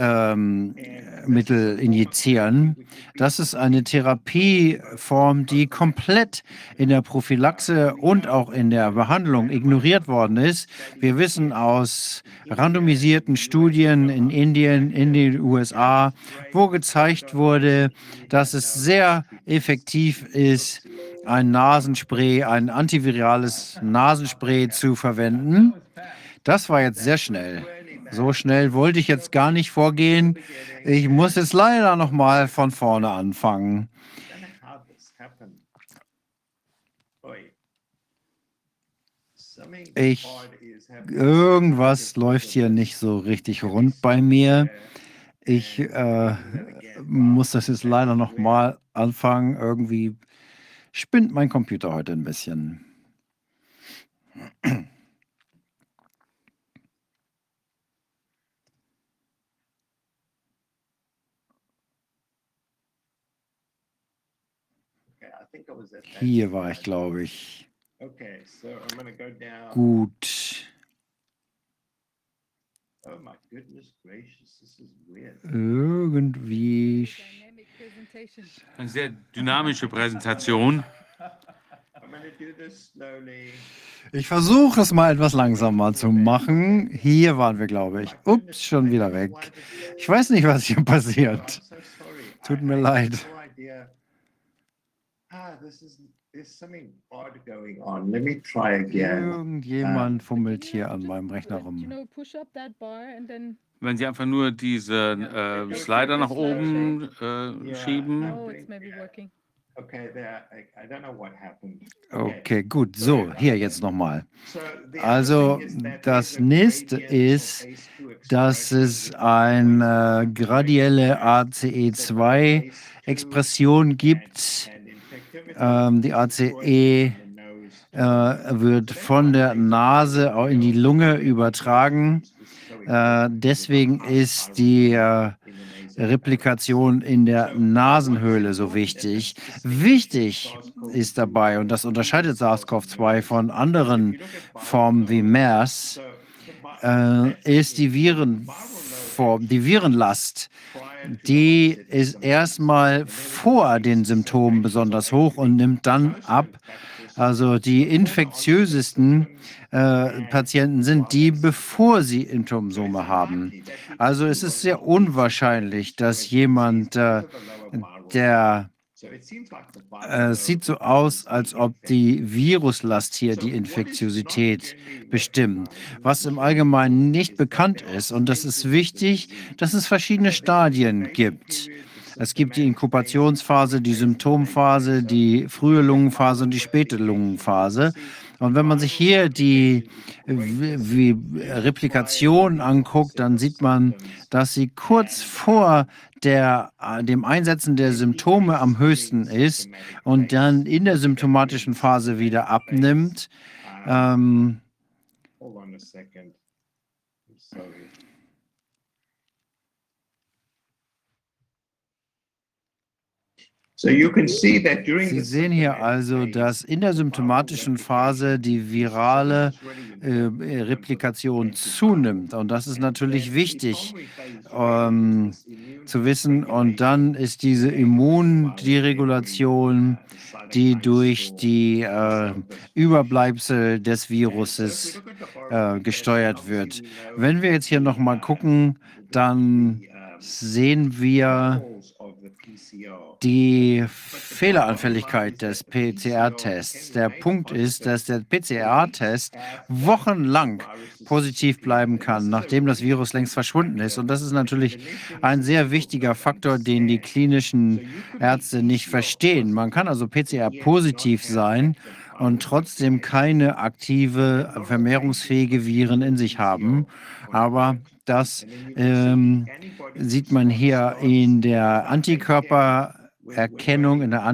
injizieren. Das ist eine Therapieform, die komplett in der Prophylaxe und auch in der Behandlung ignoriert worden ist. Wir wissen aus randomisierten Studien in Indien, in den USA, wo gezeigt wurde, dass es sehr effektiv ist, ein Nasenspray, ein antivirales Nasenspray zu verwenden. Das war jetzt sehr schnell. So schnell wollte ich jetzt gar nicht vorgehen. Ich muss jetzt leider noch mal von vorne anfangen. Ich, irgendwas läuft hier nicht so richtig rund bei mir. Ich muss das jetzt leider noch mal anfangen. Irgendwie spinnt mein Computer heute ein bisschen. Hier war ich, glaube ich. Gut. Irgendwie. Eine sehr dynamische Präsentation. Ich versuche es mal etwas langsamer zu machen. Hier waren wir, glaube ich. Ups, schon wieder weg. Ich weiß nicht, was hier passiert. Tut mir leid. Irgendjemand fummelt hier an meinem Rechner rum. Wenn Sie einfach nur diese Slider nach oben schieben. Okay, gut. So, hier jetzt nochmal. Also, das nächste ist, dass es eine gradielle ACE2-Expression gibt. Die ACE wird von der Nase in die Lunge übertragen. Deswegen ist die Replikation in der Nasenhöhle so wichtig. Wichtig ist dabei, und das unterscheidet SARS-CoV-2 von anderen Formen wie MERS, ist die Virenform, die Virenlast. Die ist erstmal vor den Symptomen besonders hoch und nimmt dann ab. Also die infektiösesten Patienten sind die, bevor sie Symptome haben. Also es ist sehr unwahrscheinlich, dass jemand, es sieht so aus, als ob die Viruslast hier die Infektiosität bestimmt. Was im Allgemeinen nicht bekannt ist, und das ist wichtig, dass es verschiedene Stadien gibt. Es gibt die Inkubationsphase, die Symptomphase, die frühe Lungenphase und die späte Lungenphase. Und wenn man sich hier die Replikation anguckt, dann sieht man, dass sie kurz vor dem Einsetzen der Symptome am höchsten ist und dann in der symptomatischen Phase wieder abnimmt. Sie sehen hier also, dass in der symptomatischen Phase die virale Replikation zunimmt. Und das ist natürlich wichtig zu wissen. Und dann ist diese Immunderegulation, die durch die Überbleibsel des Viruses gesteuert wird. Wenn wir jetzt hier nochmal gucken, dann sehen wir die Fehleranfälligkeit des PCR-Tests. Der Punkt ist, dass der PCR-Test wochenlang positiv bleiben kann, nachdem das Virus längst verschwunden ist. Und das ist natürlich ein sehr wichtiger Faktor, den die klinischen Ärzte nicht verstehen. Man kann also PCR-positiv sein und trotzdem keine aktive, vermehrungsfähige Viren in sich haben. Aber das sieht man hier in der Antikörpererkennung, in der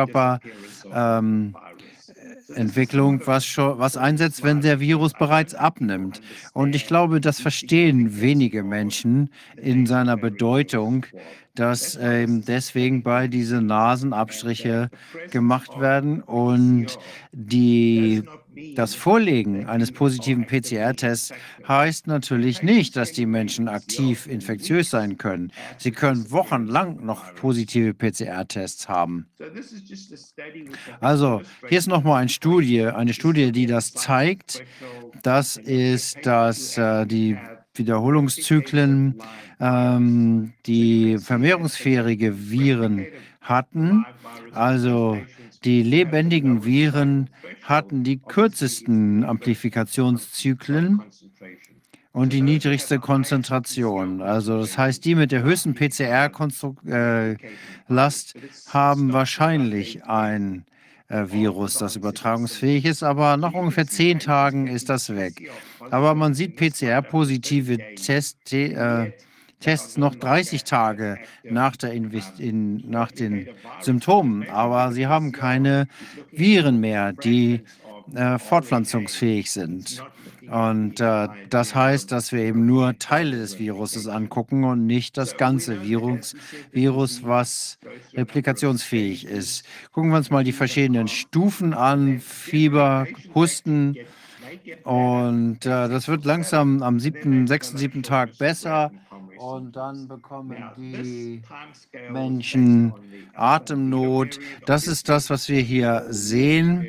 Antikörperentwicklung, was einsetzt, wenn der Virus bereits abnimmt. Und ich glaube, das verstehen wenige Menschen in seiner Bedeutung, dass deswegen bei diese Nasenabstriche gemacht werden und das Vorlegen eines positiven PCR-Tests heißt natürlich nicht, dass die Menschen aktiv infektiös sein können. Sie können wochenlang noch positive PCR-Tests haben. Also, hier ist nochmal eine Studie, die das zeigt. Das ist, dass die Wiederholungszyklen die vermehrungsfähige Viren hatten. Also die lebendigen Viren hatten die kürzesten Amplifikationszyklen und die niedrigste Konzentration. Also das heißt, die mit der höchsten PCR-Last haben wahrscheinlich ein Virus, das übertragungsfähig ist, aber nach ungefähr 10 Tagen ist das weg. Aber man sieht PCR-positive Tests noch 30 Tage nach den Symptomen, aber sie haben keine Viren mehr, die fortpflanzungsfähig sind. Und das heißt, dass wir eben nur Teile des Viruses angucken und nicht das ganze Virus, was replikationsfähig ist. Gucken wir uns mal die verschiedenen Stufen an, Fieber, Husten. Und das wird langsam am 6., 7. Tag besser. Und dann bekommen die Menschen Atemnot. Das ist das, was wir hier sehen.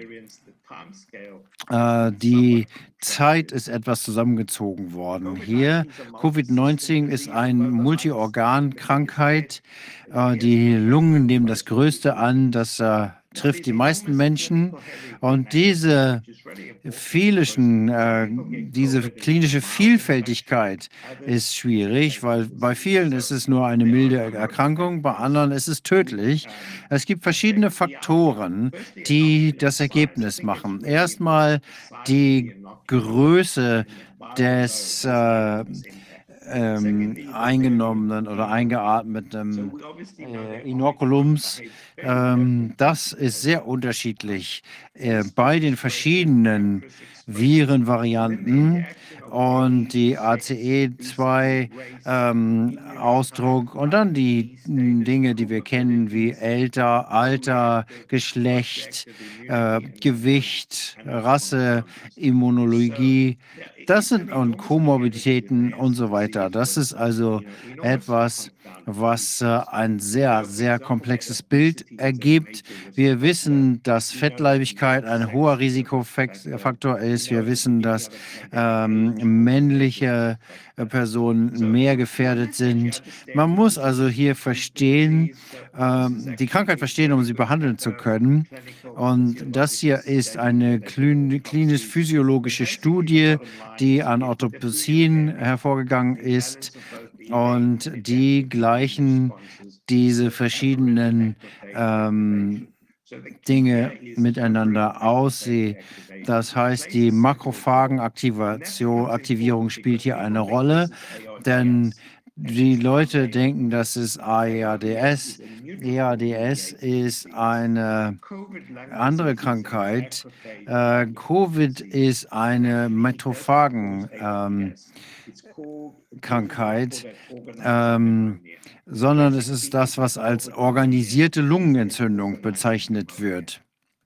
Die Zeit ist etwas zusammengezogen worden. Hier, Covid-19 ist eine Multiorgankrankheit. Die Lungen nehmen das Größte an. Das trifft die meisten Menschen. Und diese klinische Vielfältigkeit ist schwierig, weil bei vielen ist es nur eine milde Erkrankung, bei anderen ist es tödlich. Es gibt verschiedene Faktoren, die das Ergebnis machen. Erstmal die Größe des eingenommenen oder eingeatmeten Inokulums. Das ist sehr unterschiedlich bei den verschiedenen Virenvarianten und die ACE2-Ausdruck und dann die Dinge, die wir kennen, wie Alter, Geschlecht, Gewicht, Rasse, Immunologie. Das sind und Komorbiditäten und so weiter. Das ist also etwas, was ein sehr, sehr komplexes Bild ergibt. Wir wissen, dass Fettleibigkeit ein hoher Risikofaktor ist. Wir wissen, dass männliche Personen mehr gefährdet sind. Man muss also hier verstehen, die Krankheit verstehen, um sie behandeln zu können. Und das hier ist eine klinisch-physiologische Studie, die an Autopsien hervorgegangen ist. Und die gleichen diese verschiedenen Dinge miteinander aus. Das heißt, die Makrophagenaktivierung spielt hier eine Rolle, denn die Leute denken, das ist AEADS. EADS ist eine andere Krankheit. Covid ist eine Metaphagenkrankheit, sondern es ist das, was als organisierte Lungenentzündung bezeichnet wird.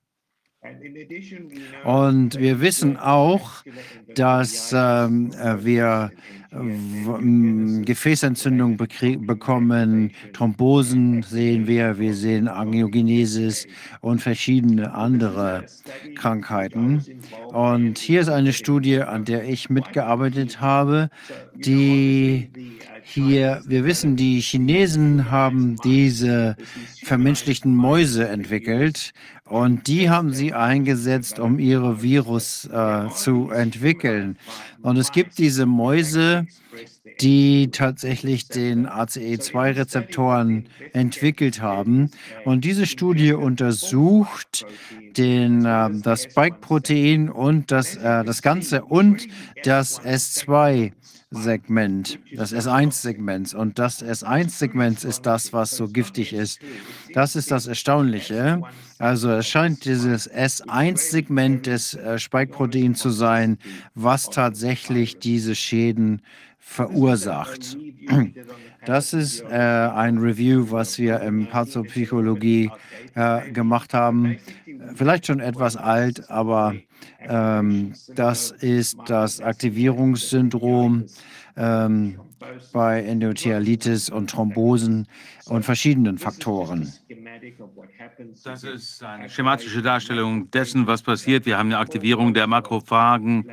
Und wir wissen auch, dass wir Gefäßentzündung bekommen, Thrombosen sehen wir sehen Angiogenesis und verschiedene andere Krankheiten. Und hier ist eine Studie, an der ich mitgearbeitet habe, wir wissen, die Chinesen haben diese vermenschlichten Mäuse entwickelt und die haben sie eingesetzt, um ihre Virus zu entwickeln. Und es gibt diese Mäuse, die tatsächlich den ACE2-Rezeptoren entwickelt haben. Und diese Studie untersucht das Spike-Protein und das Ganze und das S2-Segment, das S1-Segment. Und das S1-Segment ist das, was so giftig ist. Das ist das Erstaunliche. Also es scheint dieses S1-Segment des Spike-Proteins zu sein, was tatsächlich diese Schäden verursacht. Das ist ein Review, was wir im Pathopsychologie gemacht haben. Vielleicht schon etwas alt, aber das ist das Aktivierungssyndrom bei Endothelitis und Thrombosen und verschiedenen Faktoren. Das ist eine schematische Darstellung dessen, was passiert. Wir haben eine Aktivierung der Makrophagen,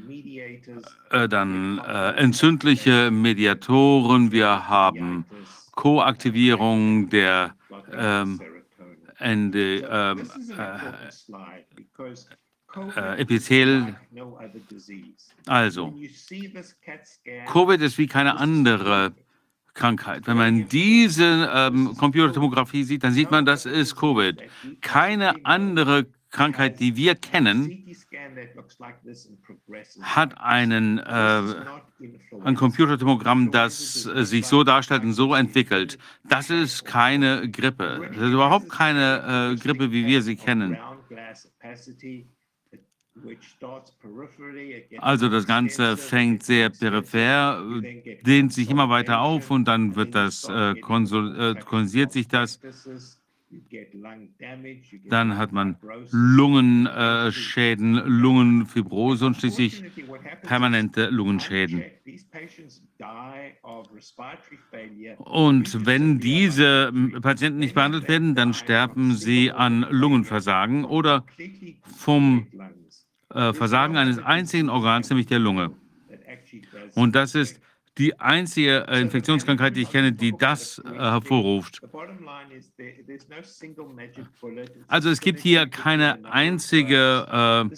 dann entzündliche Mediatoren, wir haben Koaktivierung der Epithel. Also, Covid ist wie keine andere Krankheit. Wenn man diese Computertomographie sieht, dann sieht man, das ist Covid. Keine andere Krankheit, die wir kennen, hat ein Computertomogramm, das sich so darstellt und so entwickelt. Das ist keine Grippe. Das ist überhaupt keine Grippe, wie wir sie kennen. Also das Ganze fängt sehr peripher, dehnt sich immer weiter auf und dann wird das kondensiert sich das. Dann hat man Lungenschäden, Lungenfibrose und schließlich permanente Lungenschäden. Und wenn diese Patienten nicht behandelt werden, dann sterben sie an Lungenversagen oder vom Versagen eines einzigen Organs, nämlich der Lunge. Und das ist die einzige Infektionskrankheit, die ich kenne, die das hervorruft. Also es gibt hier keine einzige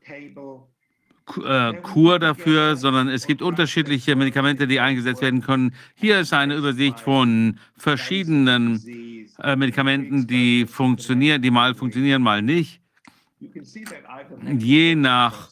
Kur dafür, sondern es gibt unterschiedliche Medikamente, die eingesetzt werden können. Hier ist eine Übersicht von verschiedenen Medikamenten, die funktionieren, die mal funktionieren, mal nicht. Je nach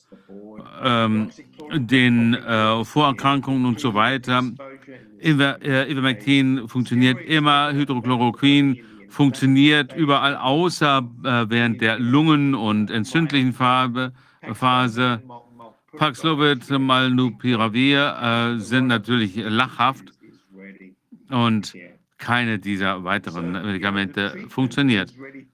den Vorerkrankungen und so weiter. Ivermectin funktioniert immer, Hydrochloroquin funktioniert überall, außer während der Lungen- und entzündlichen Phase. Paxlovid, Molnupiravir sind natürlich lachhaft und keine dieser weiteren Medikamente funktioniert.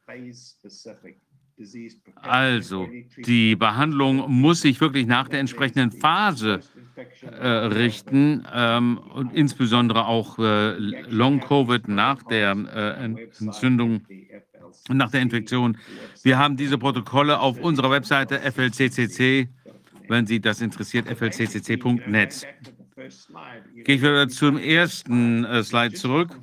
Also, die Behandlung muss sich wirklich nach der entsprechenden Phase richten und insbesondere auch Long-Covid nach der Entzündung, nach der Infektion. Wir haben diese Protokolle auf unserer Webseite FLCCC, wenn Sie das interessiert, flccc.net. Gehe ich wieder zum ersten Slide zurück.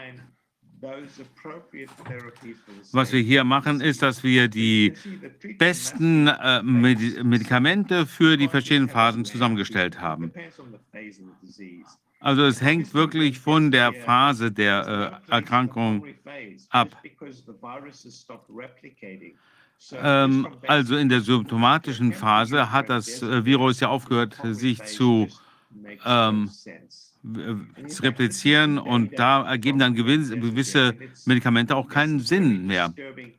Was wir hier machen, ist, dass wir die besten Medikamente für die verschiedenen Phasen zusammengestellt haben. Also es hängt wirklich von der Phase der Erkrankung ab. Also in der symptomatischen Phase hat das Virus ja aufgehört, sich zu replizieren und da ergeben dann gewisse Medikamente auch keinen Sinn mehr.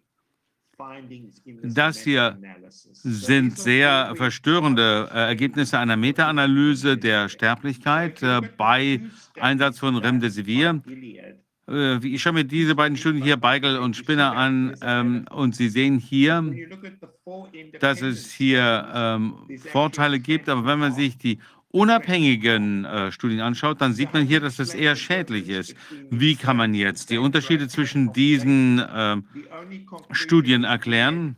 Das hier sind sehr verstörende Ergebnisse einer Meta-Analyse der Sterblichkeit bei Einsatz von Remdesivir. Ich schaue mir diese beiden Studien hier, Beigel und Spinner, an und Sie sehen hier, dass es hier Vorteile gibt, aber wenn man sich die unabhängigen Studien anschaut, dann sieht man hier, dass es eher schädlich ist. Wie kann man jetzt die Unterschiede zwischen diesen Studien erklären?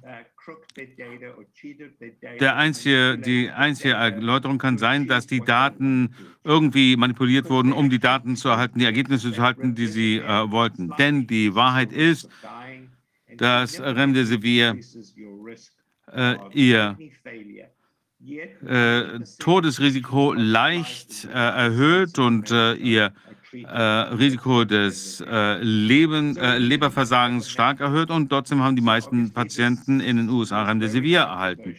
Die einzige Erläuterung kann sein, dass die Daten irgendwie manipuliert wurden, um die Daten zu erhalten, die Ergebnisse zu erhalten, die sie wollten. Denn die Wahrheit ist, dass Remdesivir ihr Todesrisiko leicht erhöht und ihr Risiko des Leberversagens stark erhöht und trotzdem haben die meisten Patienten in den USA Remdesivir erhalten.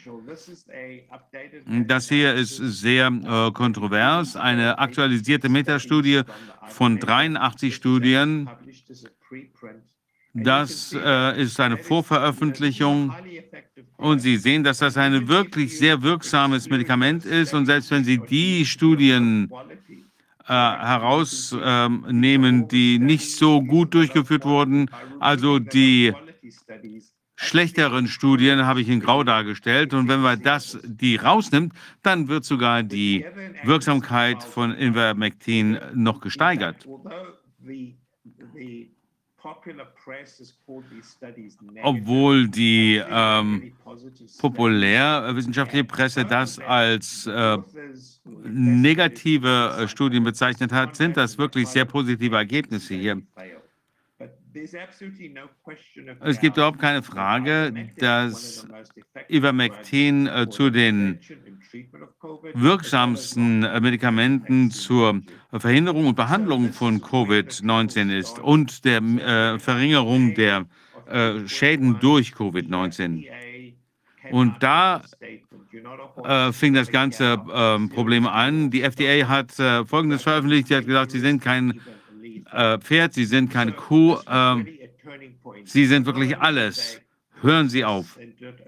Das hier ist sehr kontrovers. Eine aktualisierte Metastudie von 83 Studien. Das ist eine Vorveröffentlichung und Sie sehen, dass das ein wirklich sehr wirksames Medikament ist und selbst wenn Sie die Studien herausnehmen, die nicht so gut durchgeführt wurden, also die schlechteren Studien habe ich in Grau dargestellt und wenn man die rausnimmt, dann wird sogar die Wirksamkeit von Ivermectin noch gesteigert. Obwohl die populärwissenschaftliche Presse das als negative Studien bezeichnet hat, sind das wirklich sehr positive Ergebnisse hier. Es gibt überhaupt keine Frage, dass Ivermectin zu den wirksamsten Medikamenten zur Verhinderung und Behandlung von Covid-19 ist und der Verringerung der Schäden durch Covid-19. Und da fing das ganze Problem an. Die FDA hat Folgendes veröffentlicht. Sie hat gesagt, Sie sind kein Pferd, Sie sind keine Kuh, Sie sind wirklich alles. Hören Sie auf.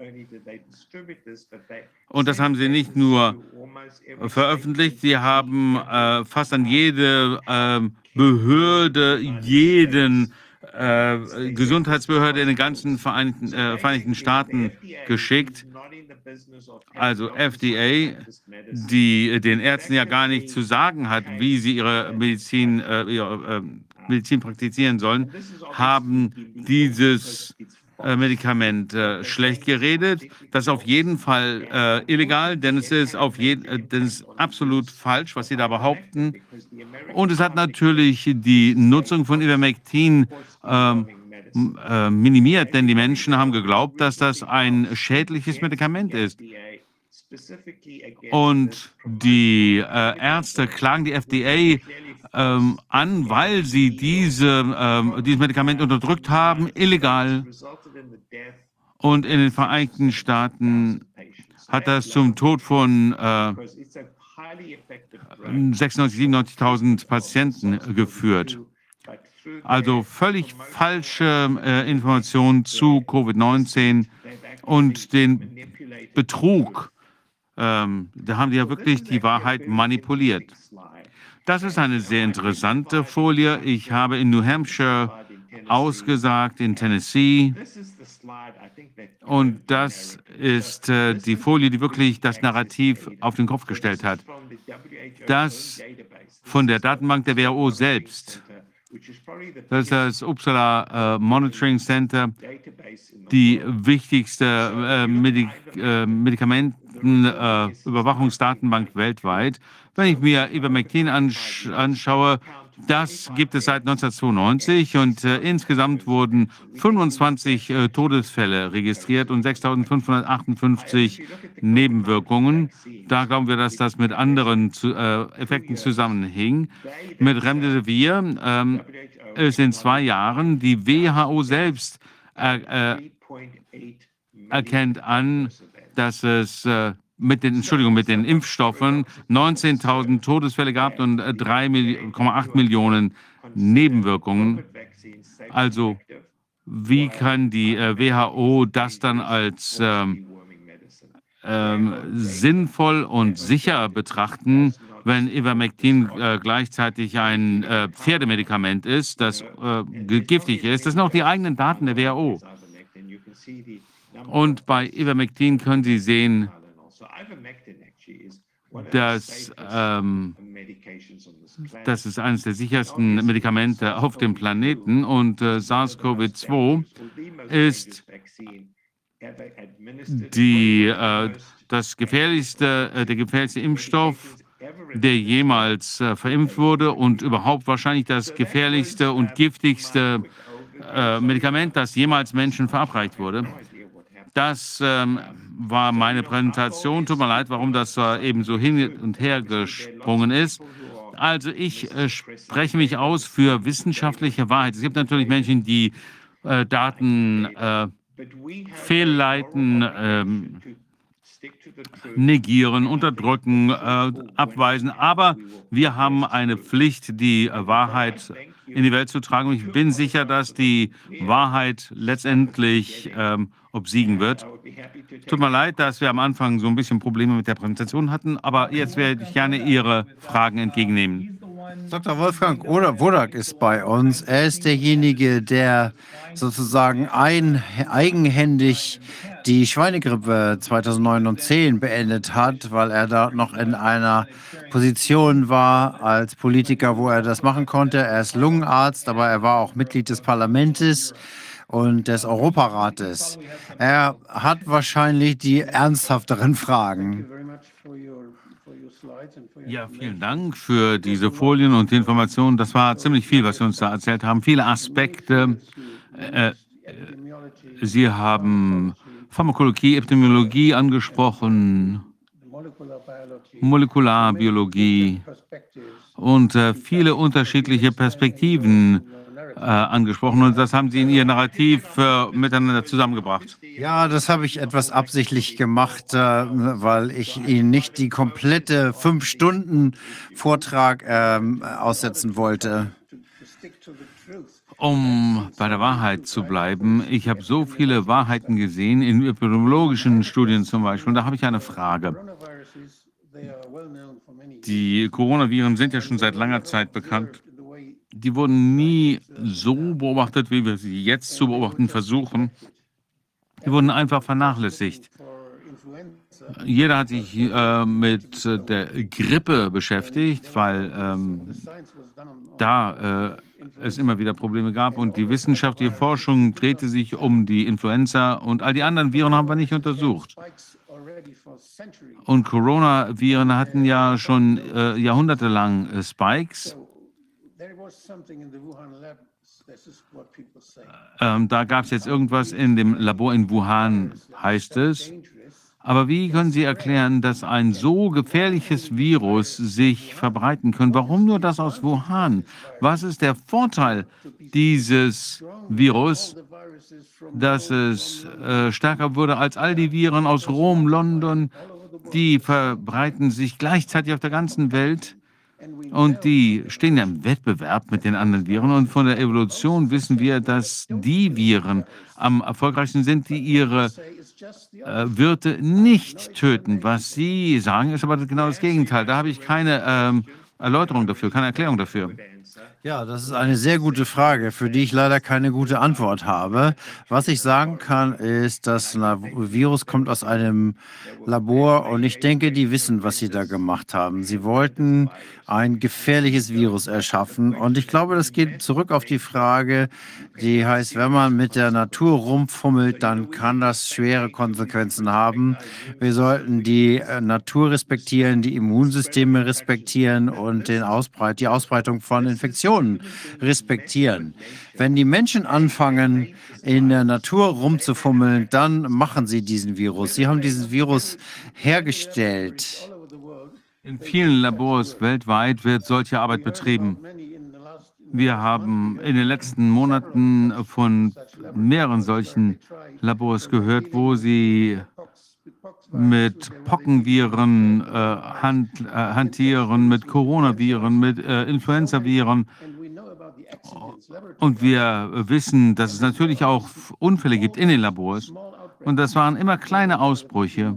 Und das haben Sie nicht nur veröffentlicht, Sie haben fast an jede Behörde, jeden Gesundheitsbehörde in den ganzen Vereinigten Staaten geschickt. Also FDA, die den Ärzten ja gar nicht zu sagen hat, wie sie ihre Medizin praktizieren sollen, haben dieses Medikament schlecht geredet. Das ist auf jeden Fall illegal, denn es ist absolut falsch, was sie da behaupten. Und es hat natürlich die Nutzung von Ivermectin minimiert, denn die Menschen haben geglaubt, dass das ein schädliches Medikament ist. Und die Ärzte klagen die FDA an, weil sie dieses Medikament unterdrückt haben, illegal. Und in den Vereinigten Staaten hat das zum Tod von 96.000, 97.000 Patienten geführt. Also völlig falsche Informationen zu Covid-19 und den Betrug. Da haben die ja wirklich die Wahrheit manipuliert. Das ist eine sehr interessante Folie. Ich habe in New Hampshire ausgesagt, in Tennessee. Und das ist die Folie, die wirklich das Narrativ auf den Kopf gestellt hat. Das von der Datenbank der WHO selbst. Das ist das Uppsala Monitoring Center, die wichtigste Medikamentenüberwachungsdatenbank weltweit. Wenn ich mir Ivermectin anschaue, das gibt es seit 1992 und insgesamt wurden 25 Todesfälle registriert und 6.558 Nebenwirkungen. Da glauben wir, dass das mit anderen Effekten zusammenhing. Mit Remdesivir ist in 2 Jahren die WHO selbst erkennt an, dass es mit den Impfstoffen 19.000 Todesfälle gab und 3,8 Millionen Nebenwirkungen. Also wie kann die WHO das dann als sinnvoll und sicher betrachten, wenn Ivermectin gleichzeitig ein Pferdemedikament ist, das giftig ist? Das sind auch die eigenen Daten der WHO. Und bei Ivermectin können Sie sehen, dass das ist eines der sichersten Medikamente auf dem Planeten und SARS-CoV-2 ist der gefährlichste Impfstoff, der jemals verimpft wurde und überhaupt wahrscheinlich das gefährlichste und giftigste Medikament, das jemals Menschen verabreicht wurde. Das war meine Präsentation. Tut mir leid, warum das eben so hin und her gesprungen ist. Also ich spreche mich aus für wissenschaftliche Wahrheit. Es gibt natürlich Menschen, die Daten fehlleiten, negieren, unterdrücken, abweisen. Aber wir haben eine Pflicht, die Wahrheit in die Welt zu tragen. Und ich bin sicher, dass die Wahrheit letztendlich obsiegen wird. Tut mir leid, dass wir am Anfang so ein bisschen Probleme mit der Präsentation hatten, aber jetzt werde ich gerne Ihre Fragen entgegennehmen. Dr. Wolfgang Wodak ist bei uns. Er ist derjenige, der sozusagen eigenhändig die Schweinegrippe 2009 und 2010 beendet hat, weil er da noch in einer Position war als Politiker, wo er das machen konnte. Er ist Lungenarzt, aber er war auch Mitglied des Parlaments und des Europarates. Er hat wahrscheinlich die ernsthafteren Fragen. Ja, vielen Dank für diese Folien und die Informationen. Das war ziemlich viel, was Sie uns da erzählt haben. Viele Aspekte. Äh, Sie haben Pharmakologie, Epidemiologie angesprochen, Molekularbiologie und viele unterschiedliche Perspektiven angesprochen. Und das haben Sie in Ihr Narrativ miteinander zusammengebracht. Ja, das habe ich etwas absichtlich gemacht, weil ich Ihnen nicht die komplette 5-Stunden-Vortrag aussetzen wollte. Um bei der Wahrheit zu bleiben, ich habe so viele Wahrheiten gesehen, in epidemiologischen Studien zum Beispiel. Und da habe ich eine Frage. Die Coronaviren sind ja schon seit langer Zeit bekannt. Die wurden nie so beobachtet, wie wir sie jetzt zu beobachten versuchen. Die wurden einfach vernachlässigt. Jeder hat sich mit der Grippe beschäftigt, weil da es immer wieder Probleme gab und die wissenschaftliche Forschung drehte sich um die Influenza und all die anderen Viren haben wir nicht untersucht. Und Coronaviren hatten ja schon jahrhundertelang Spikes. Da gab es jetzt irgendwas in dem Labor in Wuhan, heißt es. Aber wie können Sie erklären, dass ein so gefährliches Virus sich verbreiten kann? Warum nur das aus Wuhan? Was ist der Vorteil dieses Virus, dass es stärker wurde als all die Viren aus Rom, London? Die verbreiten sich gleichzeitig auf der ganzen Welt. Und die stehen ja im Wettbewerb mit den anderen Viren. Und von der Evolution wissen wir, dass die Viren am erfolgreichsten sind, die ihre Wirte nicht töten. Was Sie sagen, ist aber genau das Gegenteil. Da habe ich keine Erläuterung dafür, keine Erklärung dafür. Ja, das ist eine sehr gute Frage, für die ich leider keine gute Antwort habe. Was ich sagen kann, ist, das Virus kommt aus einem Labor und ich denke, die wissen, was sie da gemacht haben. Sie wollten ein gefährliches Virus erschaffen und ich glaube, das geht zurück auf die Frage, die heißt, wenn man mit der Natur rumfummelt, dann kann das schwere Konsequenzen haben. Wir sollten die Natur respektieren, die Immunsysteme respektieren und die Ausbreitung von Infektionen respektieren. Wenn die Menschen anfangen, in der Natur rumzufummeln, dann machen sie diesen Virus. Sie haben diesen Virus hergestellt. In vielen Labors weltweit wird solche Arbeit betrieben. Wir haben in den letzten Monaten von mehreren solchen Labors gehört, wo sie mit Pockenviren hantieren, mit Coronaviren, mit Influenzaviren. Und wir wissen, dass es natürlich auch Unfälle gibt in den Labors. Und das waren immer kleine Ausbrüche,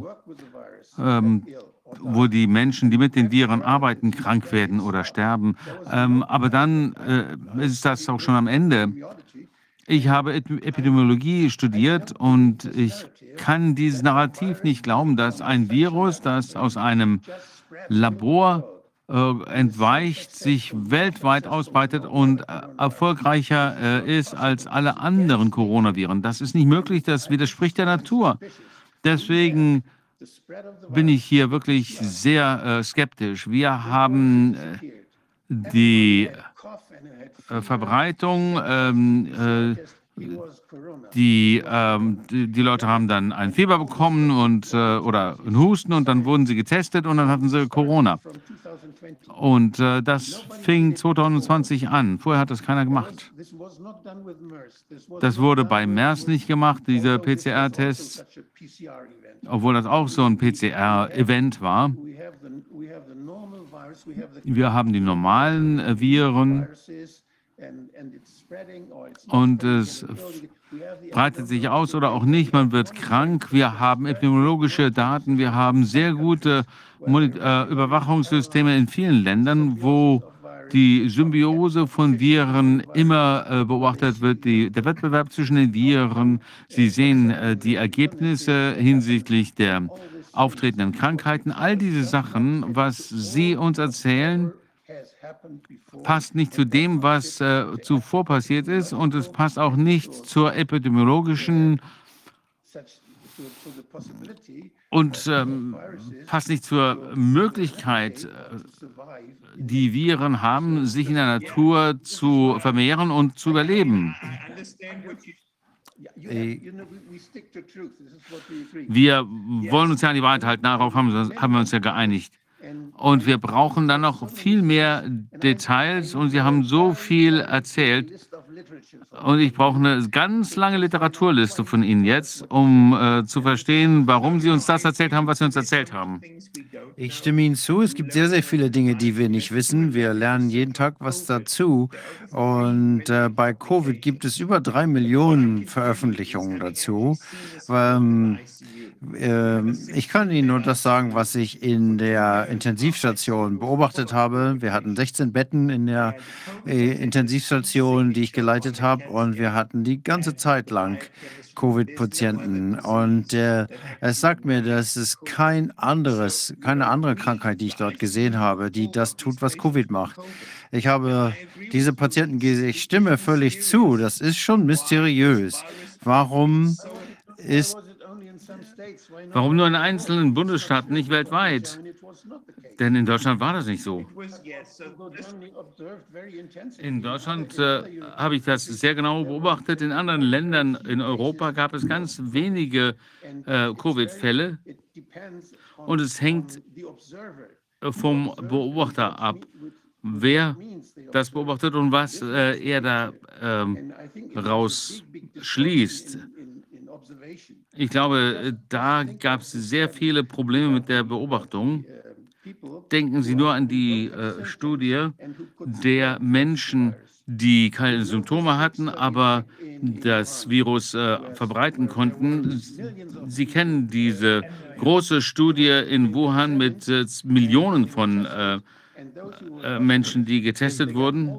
wo die Menschen, die mit den Viren arbeiten, krank werden oder sterben. Aber dann ist das auch schon am Ende. Ich habe Epidemiologie studiert und ich kann dieses Narrativ nicht glauben, dass ein Virus, das aus einem Labor entweicht, sich weltweit ausbreitet und erfolgreicher ist als alle anderen Coronaviren. Das ist nicht möglich, das widerspricht der Natur. Deswegen bin ich hier wirklich sehr skeptisch. Wir haben die Verbreitung, die Leute haben dann ein Fieber bekommen und, oder einen Husten und dann wurden sie getestet und dann hatten sie Corona. Und das fing 2020 an. Vorher hat das keiner gemacht. Das wurde bei MERS nicht gemacht, diese PCR-Tests, obwohl das auch so ein PCR-Event war. Wir haben die normalen Viren und es breitet sich aus oder auch nicht. Man wird krank. Wir haben epidemiologische Daten. Wir haben sehr gute Überwachungssysteme in vielen Ländern, wo die Symbiose von Viren immer beobachtet wird, der Wettbewerb zwischen den Viren. Sie sehen die Ergebnisse hinsichtlich der auftretenden Krankheiten. All diese Sachen, was Sie uns erzählen, passt nicht zu dem, was zuvor passiert ist und es passt auch nicht zur epidemiologischen und passt nicht zur Möglichkeit, die Viren haben, sich in der Natur zu vermehren und zu überleben. Wir wollen uns ja an die Wahrheit halten, darauf haben wir uns ja geeinigt. Und wir brauchen dann noch viel mehr Details und Sie haben so viel erzählt. Und ich brauche eine ganz lange Literaturliste von Ihnen jetzt, um zu verstehen, warum Sie uns das erzählt haben, was Sie uns erzählt haben. Ich stimme Ihnen zu. Es gibt sehr, sehr viele Dinge, die wir nicht wissen. Wir lernen jeden Tag was dazu. Und bei Covid gibt es über 3 Millionen Veröffentlichungen dazu. Ich kann Ihnen nur das sagen, was ich in der Intensivstation beobachtet habe. Wir hatten 16 Betten in der Intensivstation, die ich geleitet habe. Und wir hatten die ganze Zeit lang Covid-Patienten. Und es sagt mir, dass es keine andere Krankheit, die ich dort gesehen habe, die das tut, was Covid macht. Ich habe diese Patienten gesehen, ich stimme völlig zu. Das ist schon mysteriös. Warum nur in einzelnen Bundesstaaten, nicht weltweit? Denn in Deutschland war das nicht so. In Deutschland habe ich das sehr genau beobachtet. In anderen Ländern in Europa gab es ganz wenige Covid-Fälle. Und es hängt vom Beobachter ab, wer das beobachtet und was er da rausschließt. Ich glaube, da gab es sehr viele Probleme mit der Beobachtung. Denken Sie nur an die Studie der Menschen, die keine Symptome hatten, aber das Virus verbreiten konnten. Sie kennen diese große Studie in Wuhan mit Millionen von Menschen, die getestet wurden.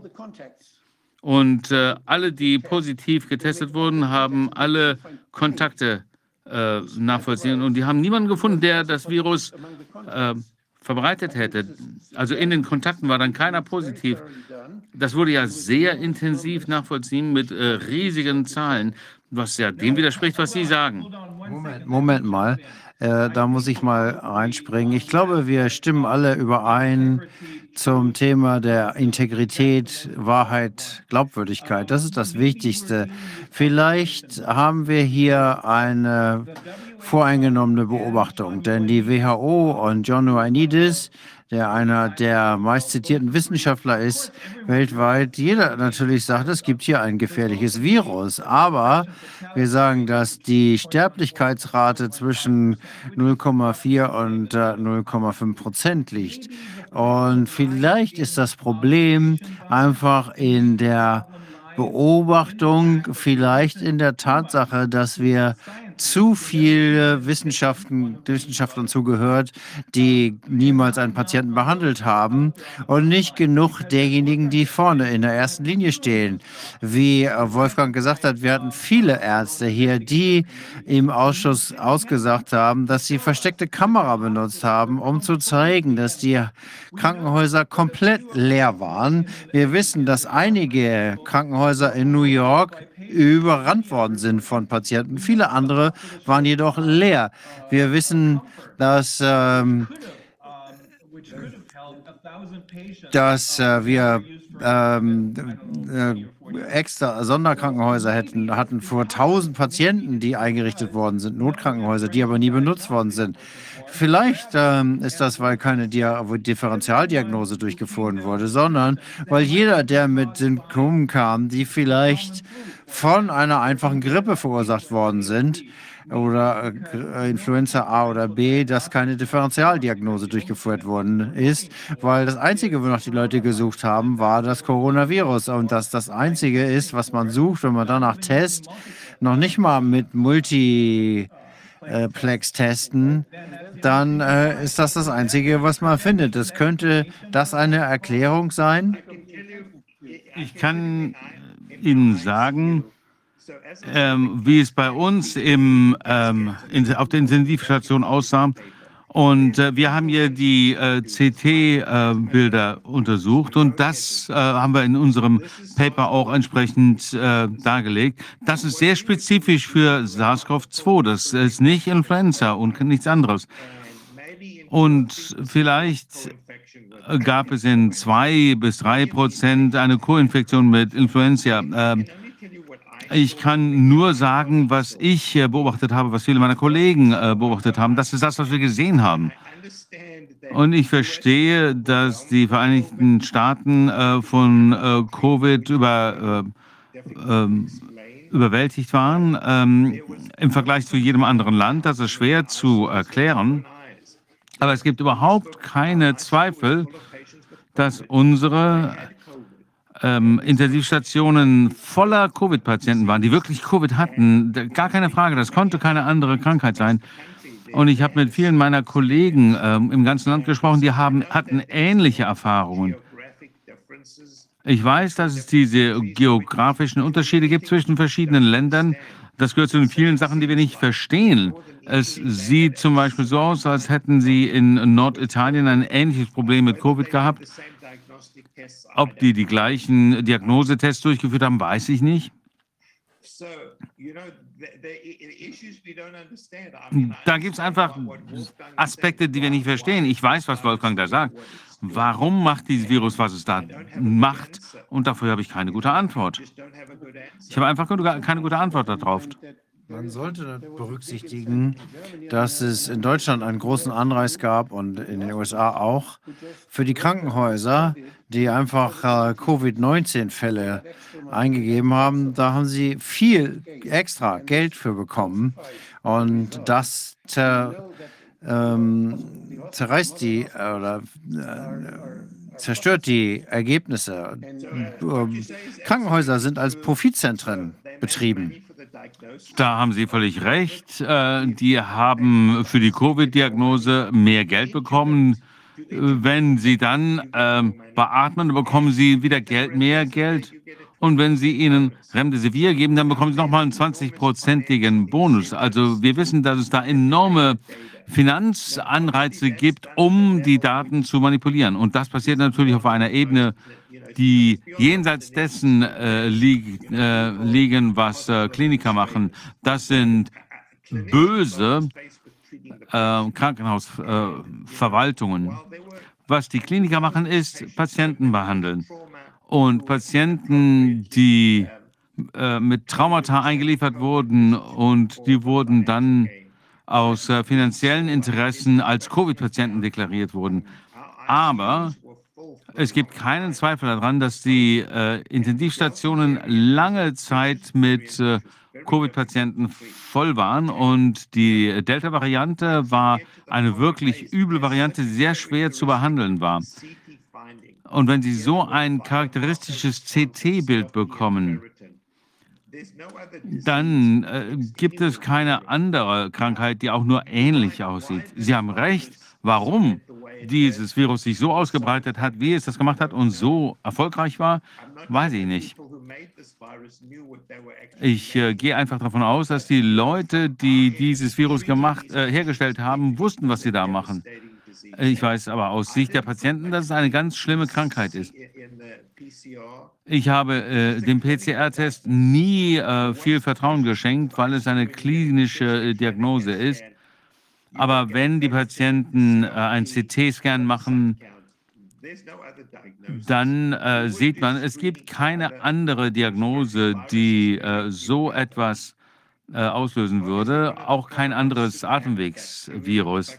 Und alle, die positiv getestet wurden, haben alle Kontakte nachvollziehen. Und die haben niemanden gefunden, der das Virus verbreitet hätte. Also in den Kontakten war dann keiner positiv. Das wurde ja sehr intensiv nachvollziehen mit riesigen Zahlen, was ja dem widerspricht, was Sie sagen. Moment mal. Da muss ich mal reinspringen. Ich glaube, wir stimmen alle überein zum Thema der Integrität, Wahrheit, Glaubwürdigkeit. Das ist das Wichtigste. Vielleicht haben wir hier eine voreingenommene Beobachtung, denn die WHO und John Ioannidis, der einer der meistzitierten Wissenschaftler ist weltweit. Jeder natürlich sagt, es gibt hier ein gefährliches Virus, aber wir sagen, dass die Sterblichkeitsrate zwischen 0,4 und 0,5% liegt. Und vielleicht ist das Problem einfach in der Beobachtung, vielleicht in der Tatsache, dass wir zu viele Wissenschaftlern zugehört, die niemals einen Patienten behandelt haben und nicht genug derjenigen, die vorne in der ersten Linie stehen. Wie Wolfgang gesagt hat, wir hatten viele Ärzte hier, die im Ausschuss ausgesagt haben, dass sie versteckte Kamera benutzt haben, um zu zeigen, dass die Krankenhäuser komplett leer waren. Wir wissen, dass einige Krankenhäuser in New York überrannt worden sind von Patienten. Viele andere waren jedoch leer. Wir wissen, dass wir extra Sonderkrankenhäuser hatten für 1000 Patienten, die eingerichtet worden sind, Notkrankenhäuser, die aber nie benutzt worden sind. Vielleicht ist das, weil keine Differentialdiagnose durchgeführt wurde, sondern weil jeder, der mit Symptomen kam, die vielleicht von einer einfachen Grippe verursacht worden sind, oder Influenza A oder B, dass keine Differentialdiagnose durchgeführt worden ist, weil das Einzige, wonach die Leute gesucht haben, war das Coronavirus. Und dass das Einzige ist, was man sucht, wenn man danach testet, noch nicht mal mit Multiplex testen, dann ist das das Einzige, was man findet. Könnte das eine Erklärung sein? Ich kann Ihnen sagen, wie es bei uns auf der Intensivstation aussah. Und wir haben hier die CT-Bilder untersucht und das haben wir in unserem Paper auch entsprechend dargelegt. Das ist sehr spezifisch für SARS-CoV-2. Das ist nicht Influenza und nichts anderes. Und vielleicht gab es in 2-3% eine Co-Infektion mit Influenza. Ich kann nur sagen, was ich beobachtet habe, was viele meiner Kollegen beobachtet haben. Das ist das, was wir gesehen haben. Und ich verstehe, dass die Vereinigten Staaten von Covid überwältigt waren im Vergleich zu jedem anderen Land. Das ist schwer zu erklären. Aber es gibt überhaupt keine Zweifel, dass unsere Intensivstationen voller Covid-Patienten waren, die wirklich Covid hatten. Gar keine Frage, das konnte keine andere Krankheit sein. Und ich habe mit vielen meiner Kollegen im ganzen Land gesprochen, die hatten ähnliche Erfahrungen. Ich weiß, dass es diese geografischen Unterschiede gibt zwischen verschiedenen Ländern. Das gehört zu den vielen Sachen, die wir nicht verstehen. Es sieht zum Beispiel so aus, als hätten Sie in Norditalien ein ähnliches Problem mit Covid gehabt. Ob die gleichen Diagnosetests durchgeführt haben, weiß ich nicht. Da gibt es einfach Aspekte, die wir nicht verstehen. Ich weiß, was Wolfgang da sagt. Warum macht dieses Virus, was es da macht? Und dafür habe ich keine gute Antwort. Ich habe einfach keine gute Antwort darauf. Man sollte berücksichtigen, dass es in Deutschland einen großen Anreiz gab und in den USA auch für die Krankenhäuser, die einfach Covid-19-Fälle eingegeben haben. Da haben sie viel extra Geld für bekommen und das zerreißt die oder zerstört die Ergebnisse. Krankenhäuser sind als Profitzentren betrieben. Da haben Sie völlig recht. Die haben für die Covid-Diagnose mehr Geld bekommen. Wenn Sie dann beatmen, bekommen Sie wieder mehr Geld. Und wenn Sie ihnen Remdesivir geben, dann bekommen Sie nochmal einen 20-prozentigen Bonus. Also wir wissen, dass es da enorme Finanzanreize gibt, um die Daten zu manipulieren. Und das passiert natürlich auf einer Ebene, die jenseits dessen liegen, was Kliniker machen. Das sind böse Krankenhausverwaltungen. Was die Kliniker machen, ist Patienten behandeln. Und Patienten, die mit Traumata eingeliefert wurden und die wurden dann aus finanziellen Interessen als Covid-Patienten deklariert wurden. Aber es gibt keinen Zweifel daran, dass die Intensivstationen lange Zeit mit Covid-Patienten voll waren und die Delta-Variante war eine wirklich üble Variante, die sehr schwer zu behandeln war. Und wenn Sie so ein charakteristisches CT-Bild bekommen, dann gibt es keine andere Krankheit, die auch nur ähnlich aussieht. Sie haben recht. Warum dieses Virus sich so ausgebreitet hat, wie es das gemacht hat und so erfolgreich war, weiß ich nicht. Ich gehe einfach davon aus, dass die Leute, die dieses Virus hergestellt haben, wussten, was sie da machen. Ich weiß aber aus Sicht der Patienten, dass es eine ganz schlimme Krankheit ist. Ich habe dem PCR-Test nie viel Vertrauen geschenkt, weil es eine klinische Diagnose ist. Aber wenn die Patienten einen CT-Scan machen, dann sieht man, es gibt keine andere Diagnose, die so etwas auslösen würde, auch kein anderes Atemwegsvirus.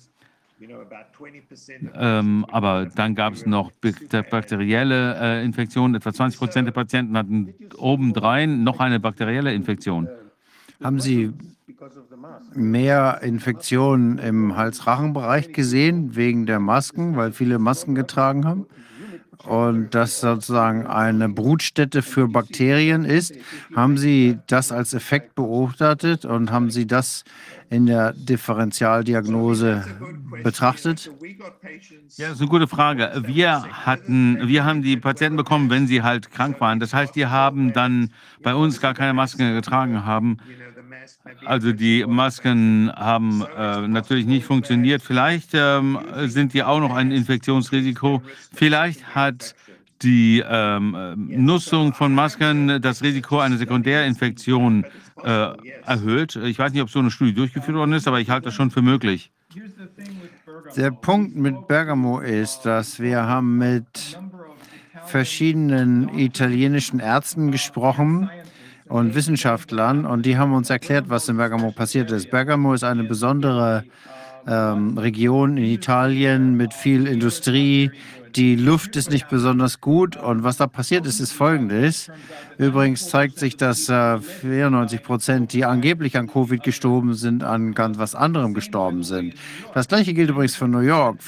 Aber dann gab es noch bakterielle Infektionen. Etwa 20% der Patienten hatten obendrein noch eine bakterielle Infektion. Haben Sie mehr Infektionen im Hals-Rachen-Bereich gesehen wegen der Masken, weil viele Masken getragen haben? Und das sozusagen eine Brutstätte für Bakterien ist. Haben Sie das als Effekt beobachtet und haben Sie das in der Differentialdiagnose betrachtet? Ja, das ist eine gute Frage. Wir haben die Patienten bekommen, wenn sie halt krank waren. Das heißt, die haben dann bei uns gar keine Masken getragen haben. Also die Masken haben natürlich nicht funktioniert. Vielleicht sind die auch noch ein Infektionsrisiko. Vielleicht hat die Nutzung von Masken das Risiko einer Sekundärinfektion erhöht. Ich weiß nicht, ob so eine Studie durchgeführt worden ist, aber ich halte das schon für möglich. Der Punkt mit Bergamo ist, dass wir haben mit verschiedenen italienischen Ärzten gesprochen und Wissenschaftlern und die haben uns erklärt, was in Bergamo passiert ist. Bergamo ist eine besondere Region in Italien mit viel Industrie. Die Luft ist nicht besonders gut und was da passiert ist, ist Folgendes. Übrigens zeigt sich, dass 94%, die angeblich an Covid gestorben sind, an ganz was anderem gestorben sind. Das gleiche gilt übrigens für New York.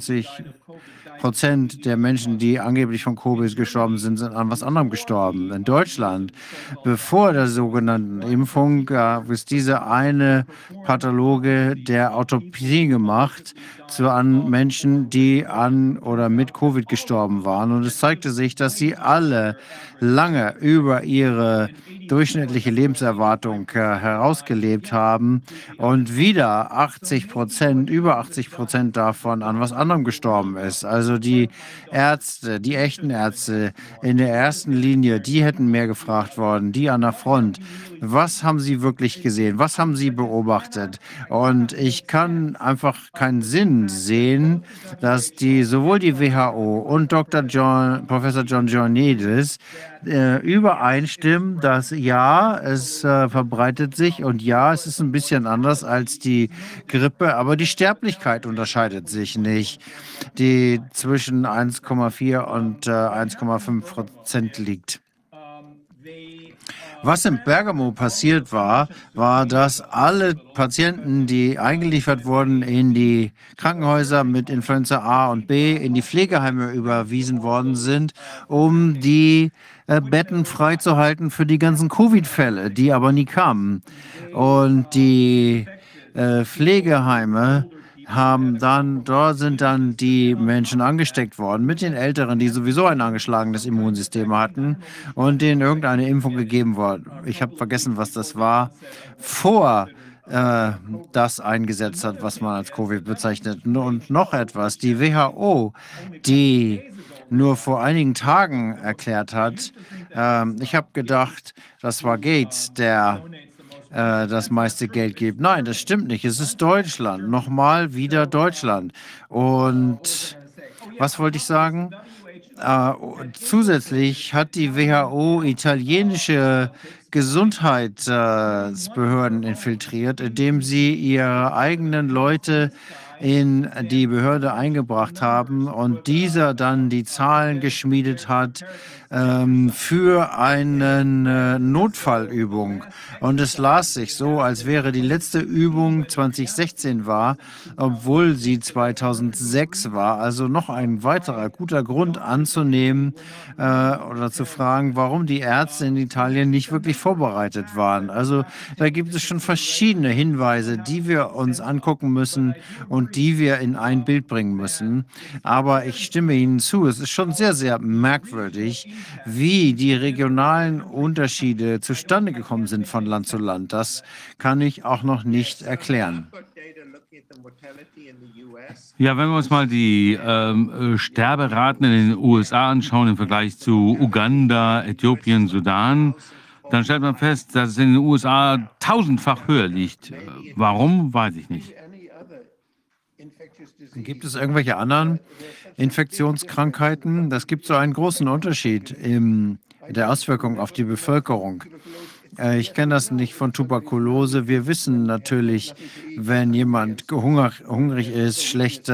94% der Menschen, die angeblich von Covid gestorben sind, sind an was anderem gestorben. In Deutschland, bevor der sogenannten Impfung, gab es diese eine Pathologe, der Autopsie gemacht an Menschen, die an oder mit Covid gestorben waren. Und es zeigte sich, dass sie alle lange über ihre durchschnittliche Lebenserwartung herausgelebt haben und wieder 80%, über 80% davon an was anderem gestorben ist. Also die Ärzte, die echten Ärzte in der ersten Linie, die hätten mehr gefragt worden, die an der Front. Was haben sie wirklich gesehen? Was haben sie beobachtet? Und ich kann einfach keinen Sinn sehen, dass sowohl die WHO und Professor John Ioannidis übereinstimmen, dass ja, es verbreitet sich und ja, es ist ein bisschen anders als die Grippe, aber die Sterblichkeit unterscheidet sich nicht, die zwischen 1,4 und 1,5% liegt. Was in Bergamo passiert war, dass alle Patienten, die eingeliefert wurden in die Krankenhäuser mit Influenza A und B, in die Pflegeheime überwiesen worden sind, um die Betten freizuhalten für die ganzen Covid-Fälle, die aber nie kamen. Und die Pflegeheime dort sind dann die Menschen angesteckt worden mit den Älteren, die sowieso ein angeschlagenes Immunsystem hatten und denen irgendeine Impfung gegeben wurde. Ich habe vergessen, was das war, vor das eingesetzt hat, was man als Covid bezeichnet. Und noch etwas, die WHO, die nur vor einigen Tagen erklärt hat, ich habe gedacht, das war Gates, der das meiste Geld gibt. Nein, das stimmt nicht. Es ist Deutschland. Nochmal wieder Deutschland. Und was wollte ich sagen? Zusätzlich hat die WHO italienische Gesundheitsbehörden infiltriert, indem sie ihre eigenen Leute in die Behörde eingebracht haben und dieser dann die Zahlen geschmiedet hat für eine Notfallübung. Und es las sich so, als wäre die letzte Übung 2016 war, obwohl sie 2006 war. Also noch ein weiterer guter Grund anzunehmen oder zu fragen, warum die Ärzte in Italien nicht wirklich vorbereitet waren. Also da gibt es schon verschiedene Hinweise, die wir uns angucken müssen und die wir in ein Bild bringen müssen. Aber ich stimme Ihnen zu, es ist schon sehr, sehr merkwürdig, wie die regionalen Unterschiede zustande gekommen sind von Land zu Land. Das kann ich auch noch nicht erklären. Ja, wenn wir uns mal die Sterberaten in den USA anschauen im Vergleich zu Uganda, Äthiopien, Sudan, dann stellt man fest, dass es in den USA tausendfach höher liegt. Warum, weiß ich nicht. Gibt es irgendwelche anderen Infektionskrankheiten? Das gibt so einen großen Unterschied in der Auswirkung auf die Bevölkerung. Ich kenne das nicht von Tuberkulose. Wir wissen natürlich, wenn jemand hungrig ist, schlecht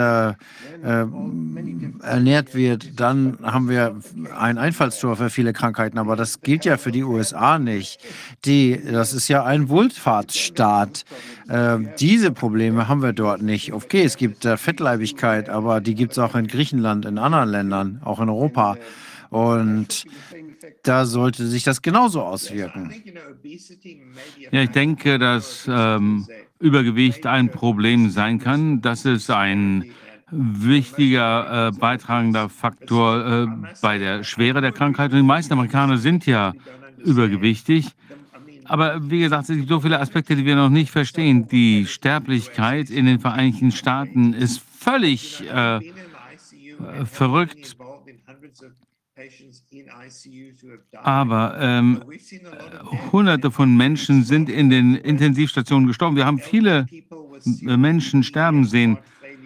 ernährt wird, dann haben wir ein Einfallstor für viele Krankheiten. Aber das gilt ja für die USA nicht. Das ist ja ein Wohlfahrtsstaat. Diese Probleme haben wir dort nicht. Okay, es gibt Fettleibigkeit, aber die gibt es auch in Griechenland, in anderen Ländern, auch in Europa. Und da sollte sich das genauso auswirken. Ja, ich denke, dass Übergewicht ein Problem sein kann. Das ist ein wichtiger beitragender Faktor bei der Schwere der Krankheit. Und die meisten Amerikaner sind ja übergewichtig. Aber wie gesagt, es gibt so viele Aspekte, die wir noch nicht verstehen. Die Sterblichkeit in den Vereinigten Staaten ist völlig verrückt. Aber Hunderte von Menschen sind in den Intensivstationen gestorben. Wir haben viele Menschen sterben sehen.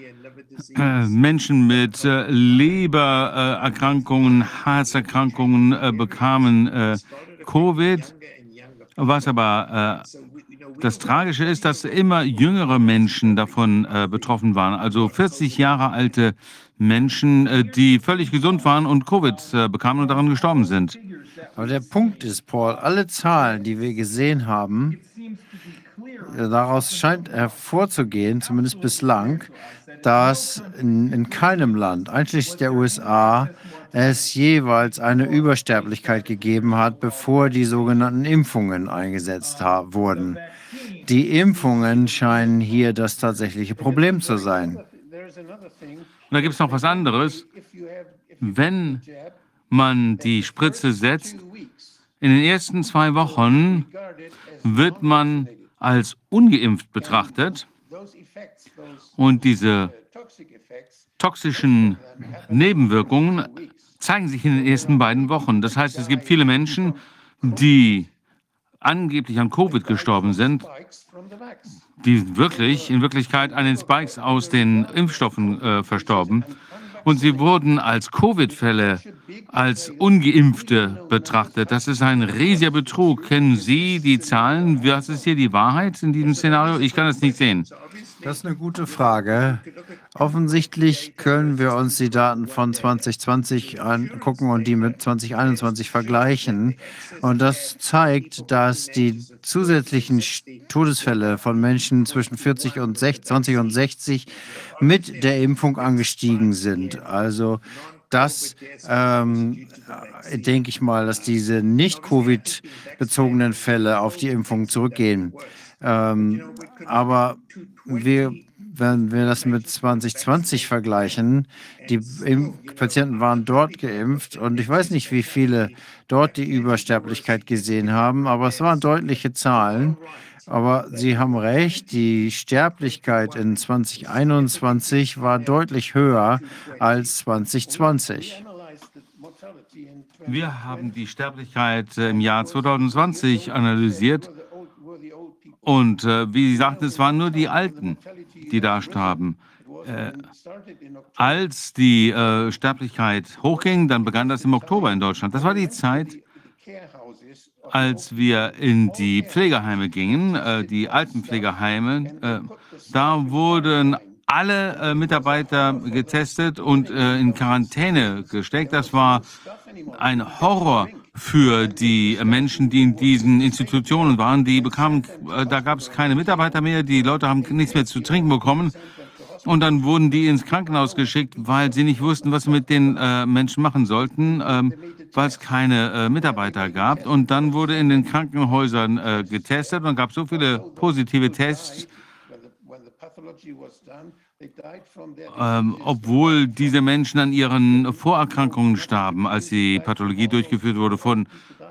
Menschen mit Lebererkrankungen, Herzerkrankungen bekamen Covid. Was aber das Tragische ist, dass immer jüngere Menschen davon betroffen waren. Also 40 Jahre alte Menschen, die völlig gesund waren und Covid bekamen und daran gestorben sind. Aber der Punkt ist, Paul, alle Zahlen, die wir gesehen haben, daraus scheint hervorzugehen, zumindest bislang, dass in keinem Land, einschließlich der USA, es jeweils eine Übersterblichkeit gegeben hat, bevor die sogenannten Impfungen eingesetzt wurden. Die Impfungen scheinen hier das tatsächliche Problem zu sein. Und da gibt es noch was anderes. Wenn man die Spritze setzt, in den ersten 2 Wochen wird man als ungeimpft betrachtet und diese toxischen Nebenwirkungen zeigen sich in den ersten beiden Wochen. Das heißt, es gibt viele Menschen, die angeblich an Covid gestorben sind, die in Wirklichkeit an den Spikes aus den Impfstoffen verstorben. Und sie wurden als Covid-Fälle, als Ungeimpfte betrachtet. Das ist ein riesiger Betrug. Kennen Sie die Zahlen? Was ist hier die Wahrheit in diesem Szenario? Ich kann es nicht sehen. Das ist eine gute Frage. Offensichtlich können wir uns die Daten von 2020 angucken und die mit 2021 vergleichen. Und das zeigt, dass die zusätzlichen Todesfälle von Menschen zwischen 20 und 60 mit der Impfung angestiegen sind. Also das denke ich mal, dass diese nicht Covid-bezogenen Fälle auf die Impfung zurückgehen. Aber wenn wir das mit 2020 vergleichen, die Patienten waren dort geimpft und ich weiß nicht, wie viele dort die Übersterblichkeit gesehen haben, aber es waren deutliche Zahlen. Aber Sie haben recht, die Sterblichkeit in 2021 war deutlich höher als 2020. Wir haben die Sterblichkeit im Jahr 2020 analysiert. Und wie Sie sagten, es waren nur die Alten, die da starben. Als die Sterblichkeit hochging, dann begann das im Oktober in Deutschland. Das war die Zeit, als wir in die Pflegeheime gingen, die Altenpflegeheime. Da wurden alle Mitarbeiter getestet und in Quarantäne gesteckt. Das war ein Horror für die Menschen, die in diesen Institutionen waren. Da gab es keine Mitarbeiter mehr, die Leute haben nichts mehr zu trinken bekommen. Und dann wurden die ins Krankenhaus geschickt, weil sie nicht wussten, was sie mit den Menschen machen sollten, weil es keine Mitarbeiter gab. Und dann wurde in den Krankenhäusern getestet und gab so viele positive Tests, obwohl diese Menschen an ihren Vorerkrankungen starben, als die Pathologie durchgeführt wurde, von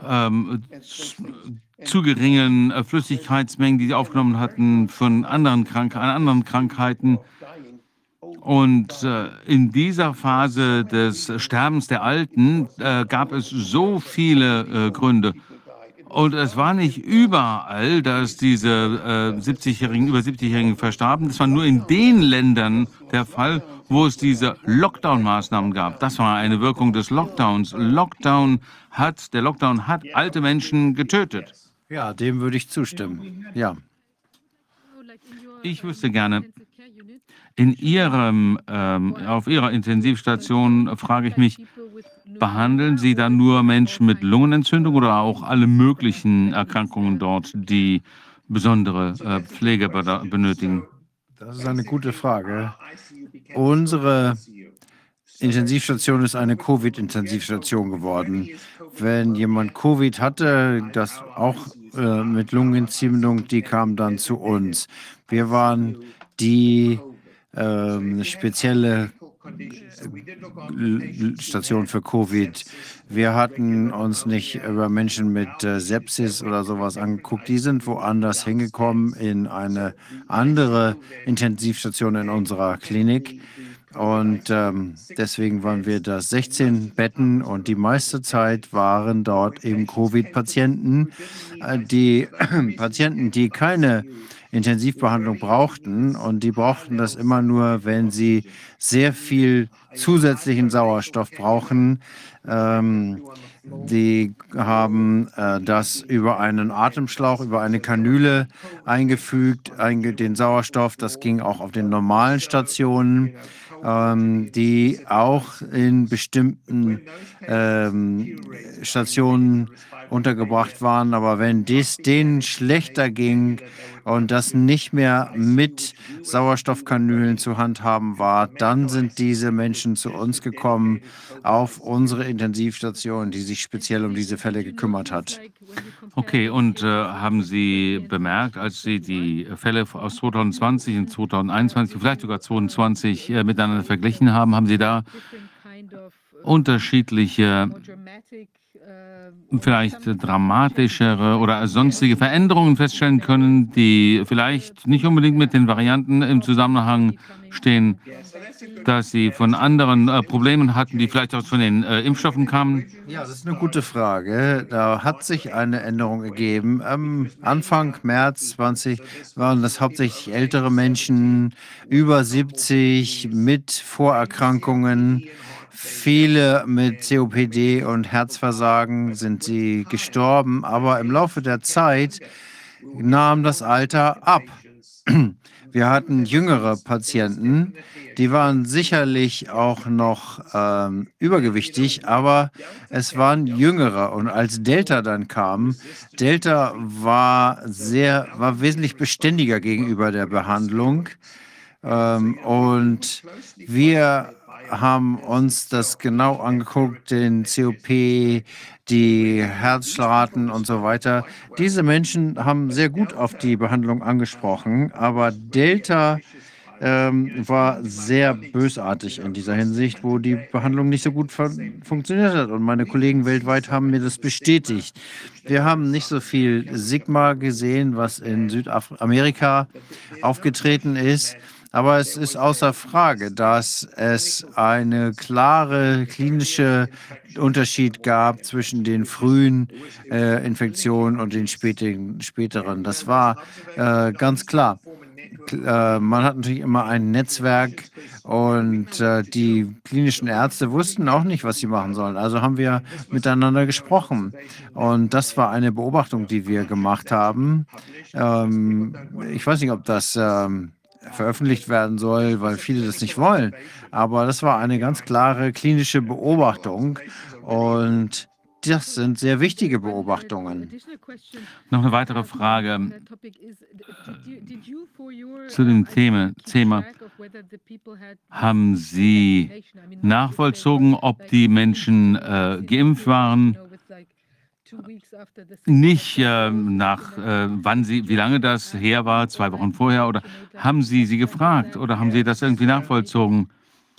zu geringen Flüssigkeitsmengen, die sie aufgenommen hatten, von anderen Krankheiten. Und in dieser Phase des Sterbens der Alten gab es so viele Gründe. Und es war nicht überall, dass diese über 70-Jährigen verstarben. Das war nur in den Ländern der Fall, wo es diese Lockdown-Maßnahmen gab. Das war eine Wirkung des Lockdowns. Der Lockdown hat alte Menschen getötet. Ja, dem würde ich zustimmen. Ja. Ich wüsste gerne, auf Ihrer Intensivstation frage ich mich, behandeln Sie dann nur Menschen mit Lungenentzündung oder auch alle möglichen Erkrankungen dort, die besondere Pflege benötigen? Das ist eine gute Frage. Unsere Intensivstation ist eine Covid-Intensivstation geworden. Wenn jemand Covid hatte, das auch mit Lungenentzündung, die kam dann zu uns. Wir waren die spezielle Station für Covid. Wir hatten uns nicht über Menschen mit Sepsis oder sowas angeguckt. Die sind woanders hingekommen in eine andere Intensivstation in unserer Klinik. Und deswegen waren wir da 16 Betten und die meiste Zeit waren dort eben Covid-Patienten. Die Patienten, die keine Intensivbehandlung brauchten und die brauchten das immer nur, wenn sie sehr viel zusätzlichen Sauerstoff brauchen. Die haben das über einen Atemschlauch, über eine Kanüle eingefügt, den Sauerstoff. Das ging auch auf den normalen Stationen, die auch in bestimmten Stationen untergebracht waren. Aber wenn dies denen schlechter ging und das nicht mehr mit Sauerstoffkanülen zu handhaben war, dann sind diese Menschen zu uns gekommen auf unsere Intensivstation, die sich speziell um diese Fälle gekümmert hat. Okay, und haben Sie bemerkt, als Sie die Fälle aus 2020 und 2021, vielleicht sogar 2022 miteinander verglichen haben, haben Sie da unterschiedliche, vielleicht dramatischere oder sonstige Veränderungen feststellen können, die vielleicht nicht unbedingt mit den Varianten im Zusammenhang stehen, dass Sie von anderen Problemen hatten, die vielleicht auch von den Impfstoffen kamen? Ja, das ist eine gute Frage. Da hat sich eine Änderung gegeben. Am Anfang März 20 waren das hauptsächlich ältere Menschen, über 70 mit Vorerkrankungen. Viele mit COPD und Herzversagen sind sie gestorben, aber im Laufe der Zeit nahm das Alter ab. Wir hatten jüngere Patienten, die waren sicherlich auch noch übergewichtig, aber es waren jüngere. Und als Delta dann kam, Delta war wesentlich beständiger gegenüber der Behandlung. Und wir haben uns das genau angeguckt, den COP, die Herzraten und so weiter. Diese Menschen haben sehr gut auf die Behandlung angesprochen, aber Delta war sehr bösartig in dieser Hinsicht, wo die Behandlung nicht so gut funktioniert hat. Und meine Kollegen weltweit haben mir das bestätigt. Wir haben nicht so viel Sigma gesehen, was in Südamerika aufgetreten ist. Aber es ist außer Frage, dass es eine klare klinische Unterschied gab zwischen den frühen Infektionen und den späteren. Das war ganz klar. Man hat natürlich immer ein Netzwerk und die klinischen Ärzte wussten auch nicht, was sie machen sollen. Also haben wir miteinander gesprochen. Und das war eine Beobachtung, die wir gemacht haben. Ich weiß nicht, ob das veröffentlicht werden soll, weil viele das nicht wollen. Aber das war eine ganz klare klinische Beobachtung und das sind sehr wichtige Beobachtungen. Noch eine weitere Frage zu dem Thema. Haben Sie nachvollzogen, ob die Menschen geimpft waren? Nicht wie lange das her war, 2 Wochen vorher, oder haben Sie sie gefragt oder haben Sie das irgendwie nachvollzogen?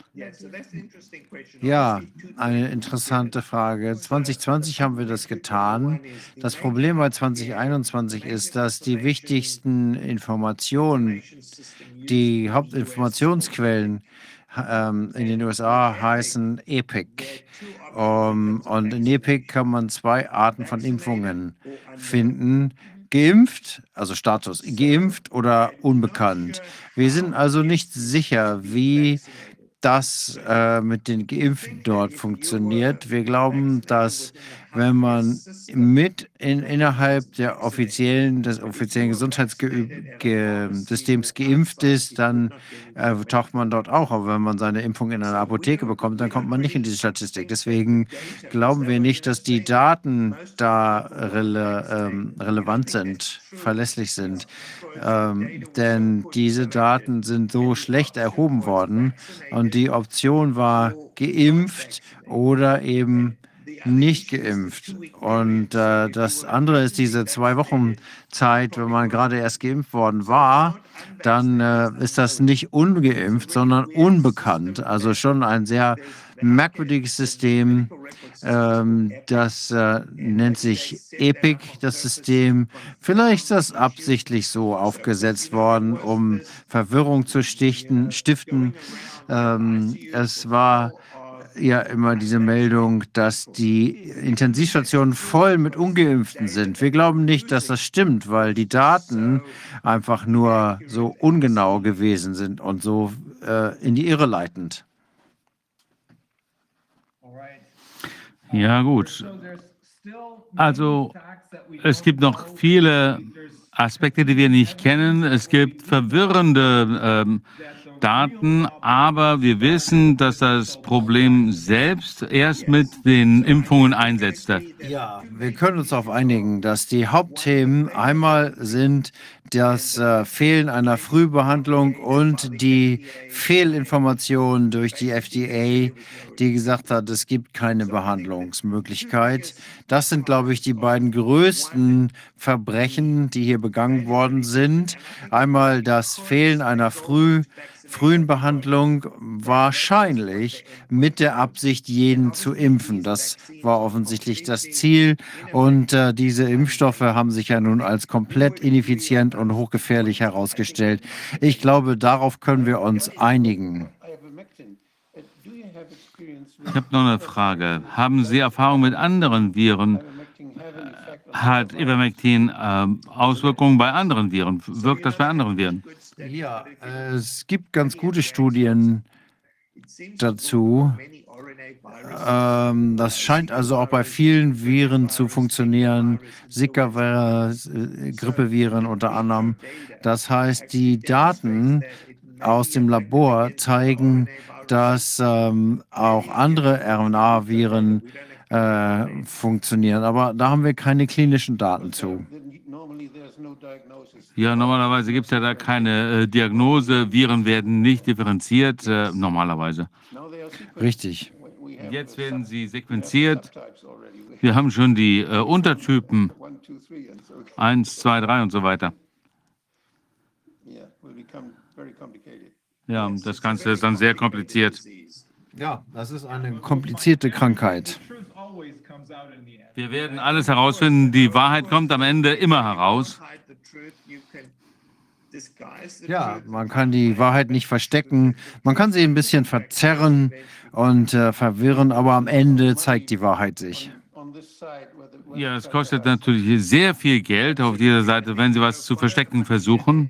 Ja, eine interessante Frage. 2020 haben wir das getan. Das Problem bei 2021 ist, dass die wichtigsten Informationen, die Hauptinformationsquellen in den USA heißen EPIC. Und in EPIC kann man 2 Arten von Impfungen finden. Geimpft, also Status, geimpft oder unbekannt. Wir sind also nicht sicher, wie das mit den Geimpften dort funktioniert. Wir glauben, dass wenn man innerhalb des offiziellen Gesundheitssystems geimpft ist, dann taucht man dort auch. Aber wenn man seine Impfung in einer Apotheke bekommt, dann kommt man nicht in diese Statistik. Deswegen glauben wir nicht, dass die Daten da relevant sind, verlässlich sind. Denn diese Daten sind so schlecht erhoben worden und die Option war geimpft oder eben nicht geimpft. Und das andere ist diese 2 Wochen Zeit, wenn man gerade erst geimpft worden war, dann ist das nicht ungeimpft, sondern unbekannt. Also schon ein sehr merkwürdiges System. Das nennt sich EPIC, das System. Vielleicht ist das absichtlich so aufgesetzt worden, um Verwirrung zu stiften. Es war ja immer diese Meldung, dass die Intensivstationen voll mit Ungeimpften sind. Wir glauben nicht, dass das stimmt, weil die Daten einfach nur so ungenau gewesen sind und so in die Irre leitend. Ja, gut. Also, es gibt noch viele Aspekte, die wir nicht kennen. Es gibt verwirrende Daten, aber wir wissen, dass das Problem selbst erst mit den Impfungen einsetzte. Ja, wir können uns darauf einigen, dass die Hauptthemen einmal sind das Fehlen einer Frühbehandlung und die Fehlinformation durch die FDA, die gesagt hat, es gibt keine Behandlungsmöglichkeit. Das sind, glaube ich, die beiden größten Verbrechen, die hier begangen worden sind. Einmal das Fehlen einer frühen Behandlung, wahrscheinlich mit der Absicht, jeden zu impfen. Das war offensichtlich das Ziel. Und diese Impfstoffe haben sich ja nun als komplett ineffizient und hochgefährlich herausgestellt. Ich glaube, darauf können wir uns einigen. Ich habe noch eine Frage. Haben Sie Erfahrung mit anderen Viren? Hat Ivermectin Auswirkungen bei anderen Viren? Wirkt das bei anderen Viren? Ja, es gibt ganz gute Studien dazu. Das scheint also auch bei vielen Viren zu funktionieren, Zika-Viren, Grippeviren unter anderem. Das heißt, die Daten aus dem Labor zeigen, dass auch andere RNA-Viren funktionieren. Aber da haben wir keine klinischen Daten zu. Ja, normalerweise gibt es ja da keine Diagnose. Viren werden nicht differenziert, normalerweise. Richtig. Jetzt werden sie sequenziert. Wir haben schon die Untertypen 1, 2, 3 und so weiter. Ja, das Ganze ist dann sehr kompliziert. Ja, das ist eine komplizierte Krankheit. Wir werden alles herausfinden. Die Wahrheit kommt am Ende immer heraus. Ja, man kann die Wahrheit nicht verstecken. Man kann sie ein bisschen verzerren und verwirren, aber am Ende zeigt die Wahrheit sich. Ja, es kostet natürlich sehr viel Geld auf dieser Seite, wenn Sie was zu verstecken versuchen.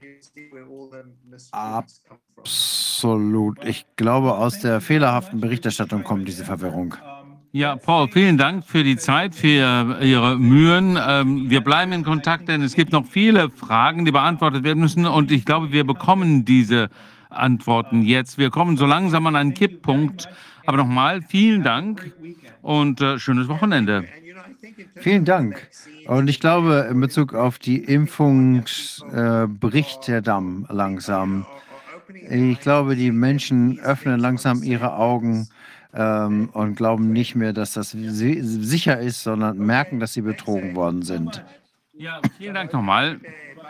Absolut. Ich glaube, aus der fehlerhaften Berichterstattung kommt diese Verwirrung. Ja, Paul, vielen Dank für die Zeit, für Ihre Mühen. Wir bleiben in Kontakt, denn es gibt noch viele Fragen, die beantwortet werden müssen. Und ich glaube, wir bekommen diese Antworten jetzt. Wir kommen so langsam an einen Kipppunkt. Aber nochmal, vielen Dank und schönes Wochenende. Vielen Dank. Und ich glaube, in Bezug auf die Impfung bricht der Damm langsam. Ich glaube, die Menschen öffnen langsam ihre Augen und glauben nicht mehr, dass das sicher ist, sondern merken, dass sie betrogen worden sind. Ja, vielen Dank nochmal.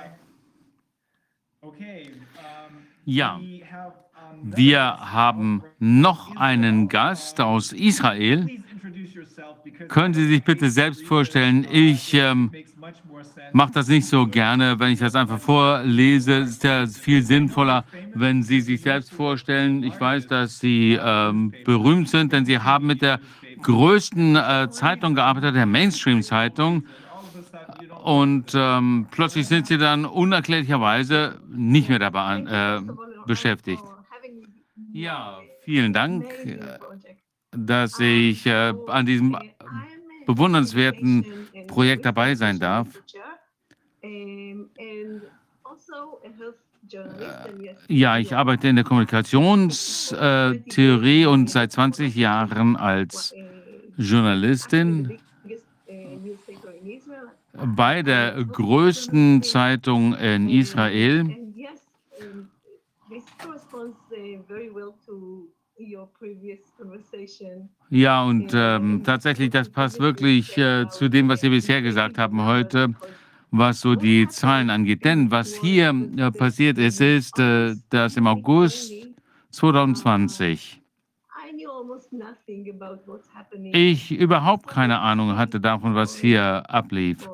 Ja, wir haben noch einen Gast aus Israel. Können Sie sich bitte selbst vorstellen? Ich mache das nicht so gerne, wenn ich das einfach vorlese. Es ist ja viel sinnvoller, wenn Sie sich selbst vorstellen. Ich weiß, dass Sie berühmt sind, denn Sie haben mit der größten Zeitung gearbeitet, der Mainstream-Zeitung. Und plötzlich sind Sie dann unerklärlicherweise nicht mehr dabei beschäftigt. Ja, vielen Dank, dass ich an diesem bewundernswerten Projekt dabei sein darf. Ja, ich arbeite in der Kommunikationstheorie und seit 20 Jahren als Journalistin bei der größten Zeitung in Israel. Ja, und tatsächlich, das passt wirklich zu dem, was Sie bisher gesagt haben heute, was so die Zahlen angeht. Denn was hier passiert ist, ist, dass im August 2020 ich überhaupt keine Ahnung hatte davon, was hier ablief.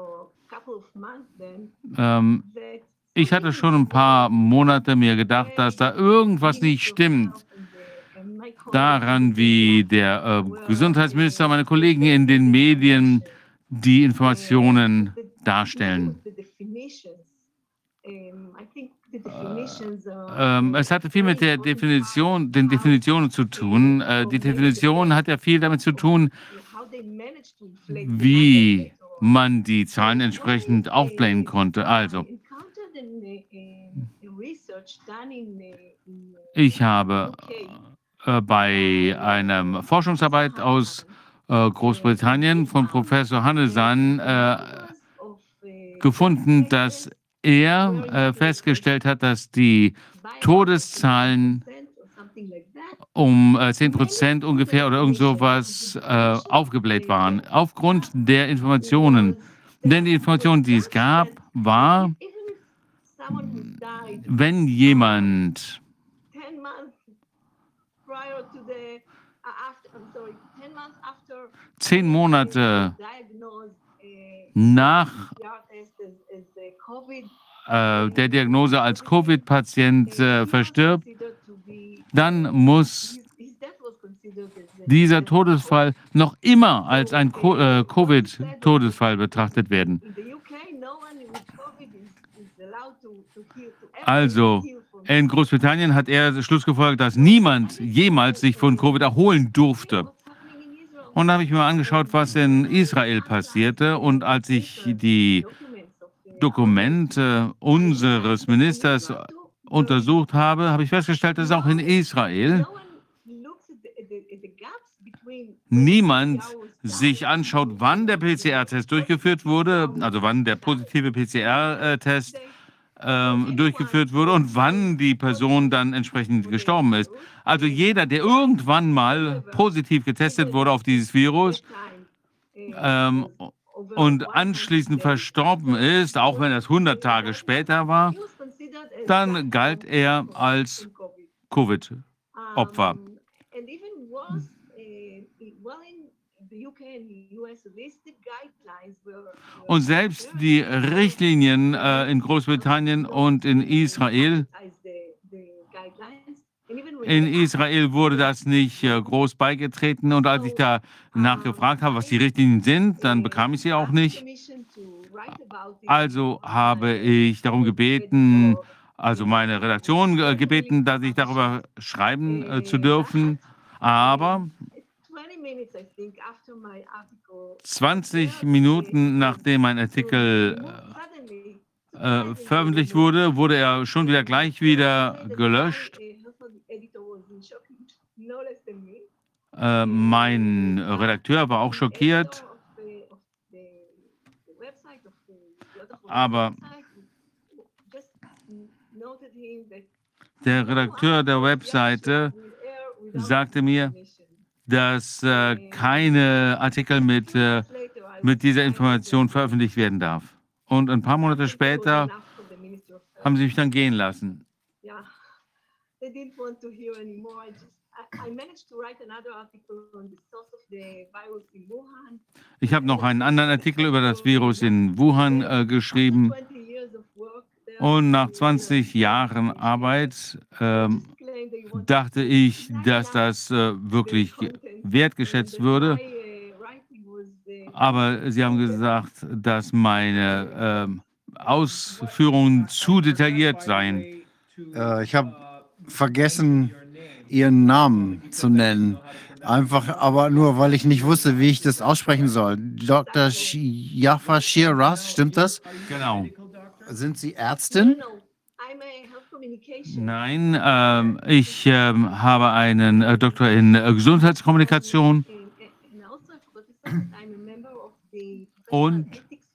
Ich hatte schon ein paar Monate mir gedacht, dass da irgendwas nicht stimmt. Daran, wie der Gesundheitsminister, meine Kollegen in den Medien die Informationen darstellen. Es hatte viel mit der Definition, den Definitionen zu tun. Die Definition hat ja viel damit zu tun, wie man die Zahlen entsprechend aufblähen konnte. Also, ich habe bei einer Forschungsarbeit aus Großbritannien von Professor Hannesan gefunden, dass er festgestellt hat, dass die Todeszahlen um 10% ungefähr oder irgend sowas aufgebläht waren, aufgrund der Informationen. Denn die Information, die es gab, war, wenn jemand 10 Monate nach der Diagnose als Covid-Patient verstirbt, dann muss dieser Todesfall noch immer als ein Covid-Todesfall betrachtet werden. Also in Großbritannien hat er schlussgefolgert, dass niemand jemals sich von Covid erholen durfte. Und da habe ich mir angeschaut, was in Israel passierte. Und als ich die Dokumente unseres Ministers untersucht habe, habe ich festgestellt, dass auch in Israel niemand sich anschaut, wann der PCR-Test durchgeführt wurde, also wann der positive PCR-Test durchgeführt wurde und wann die Person dann entsprechend gestorben ist. Also jeder, der irgendwann mal positiv getestet wurde auf dieses Virus und anschließend verstorben ist, auch wenn es 100 Tage später war, dann galt er als Covid-Opfer. Und selbst die Richtlinien in Großbritannien und in Israel wurde das nicht groß beigetreten. Und als ich da nachgefragt habe, was die Richtlinien sind, dann bekam ich sie auch nicht. Also habe ich darum gebeten, also meine Redaktion gebeten, dass ich darüber schreiben zu dürfen. Aber 20 Minuten nachdem mein Artikel veröffentlicht wurde, wurde er schon wieder gleich wieder gelöscht. Mein Redakteur war auch schockiert, aber der Redakteur der Webseite sagte mir, dass keine Artikel mit dieser Information veröffentlicht werden darf. Und ein paar Monate später haben sie mich dann gehen lassen. Ich habe noch einen anderen Artikel über das Virus in Wuhan geschrieben. Und nach 20 Jahren Arbeit dachte ich, dass das wirklich wertgeschätzt würde. Aber sie haben gesagt, dass meine Ausführungen zu detailliert seien. Ich habe vergessen, Ihren Namen zu nennen. Einfach, aber nur, weil ich nicht wusste, wie ich das aussprechen soll. Dr. Jaffa Shiraz, stimmt das? Genau. Sind Sie Ärztin? Nein, ich habe einen Doktor in Gesundheitskommunikation und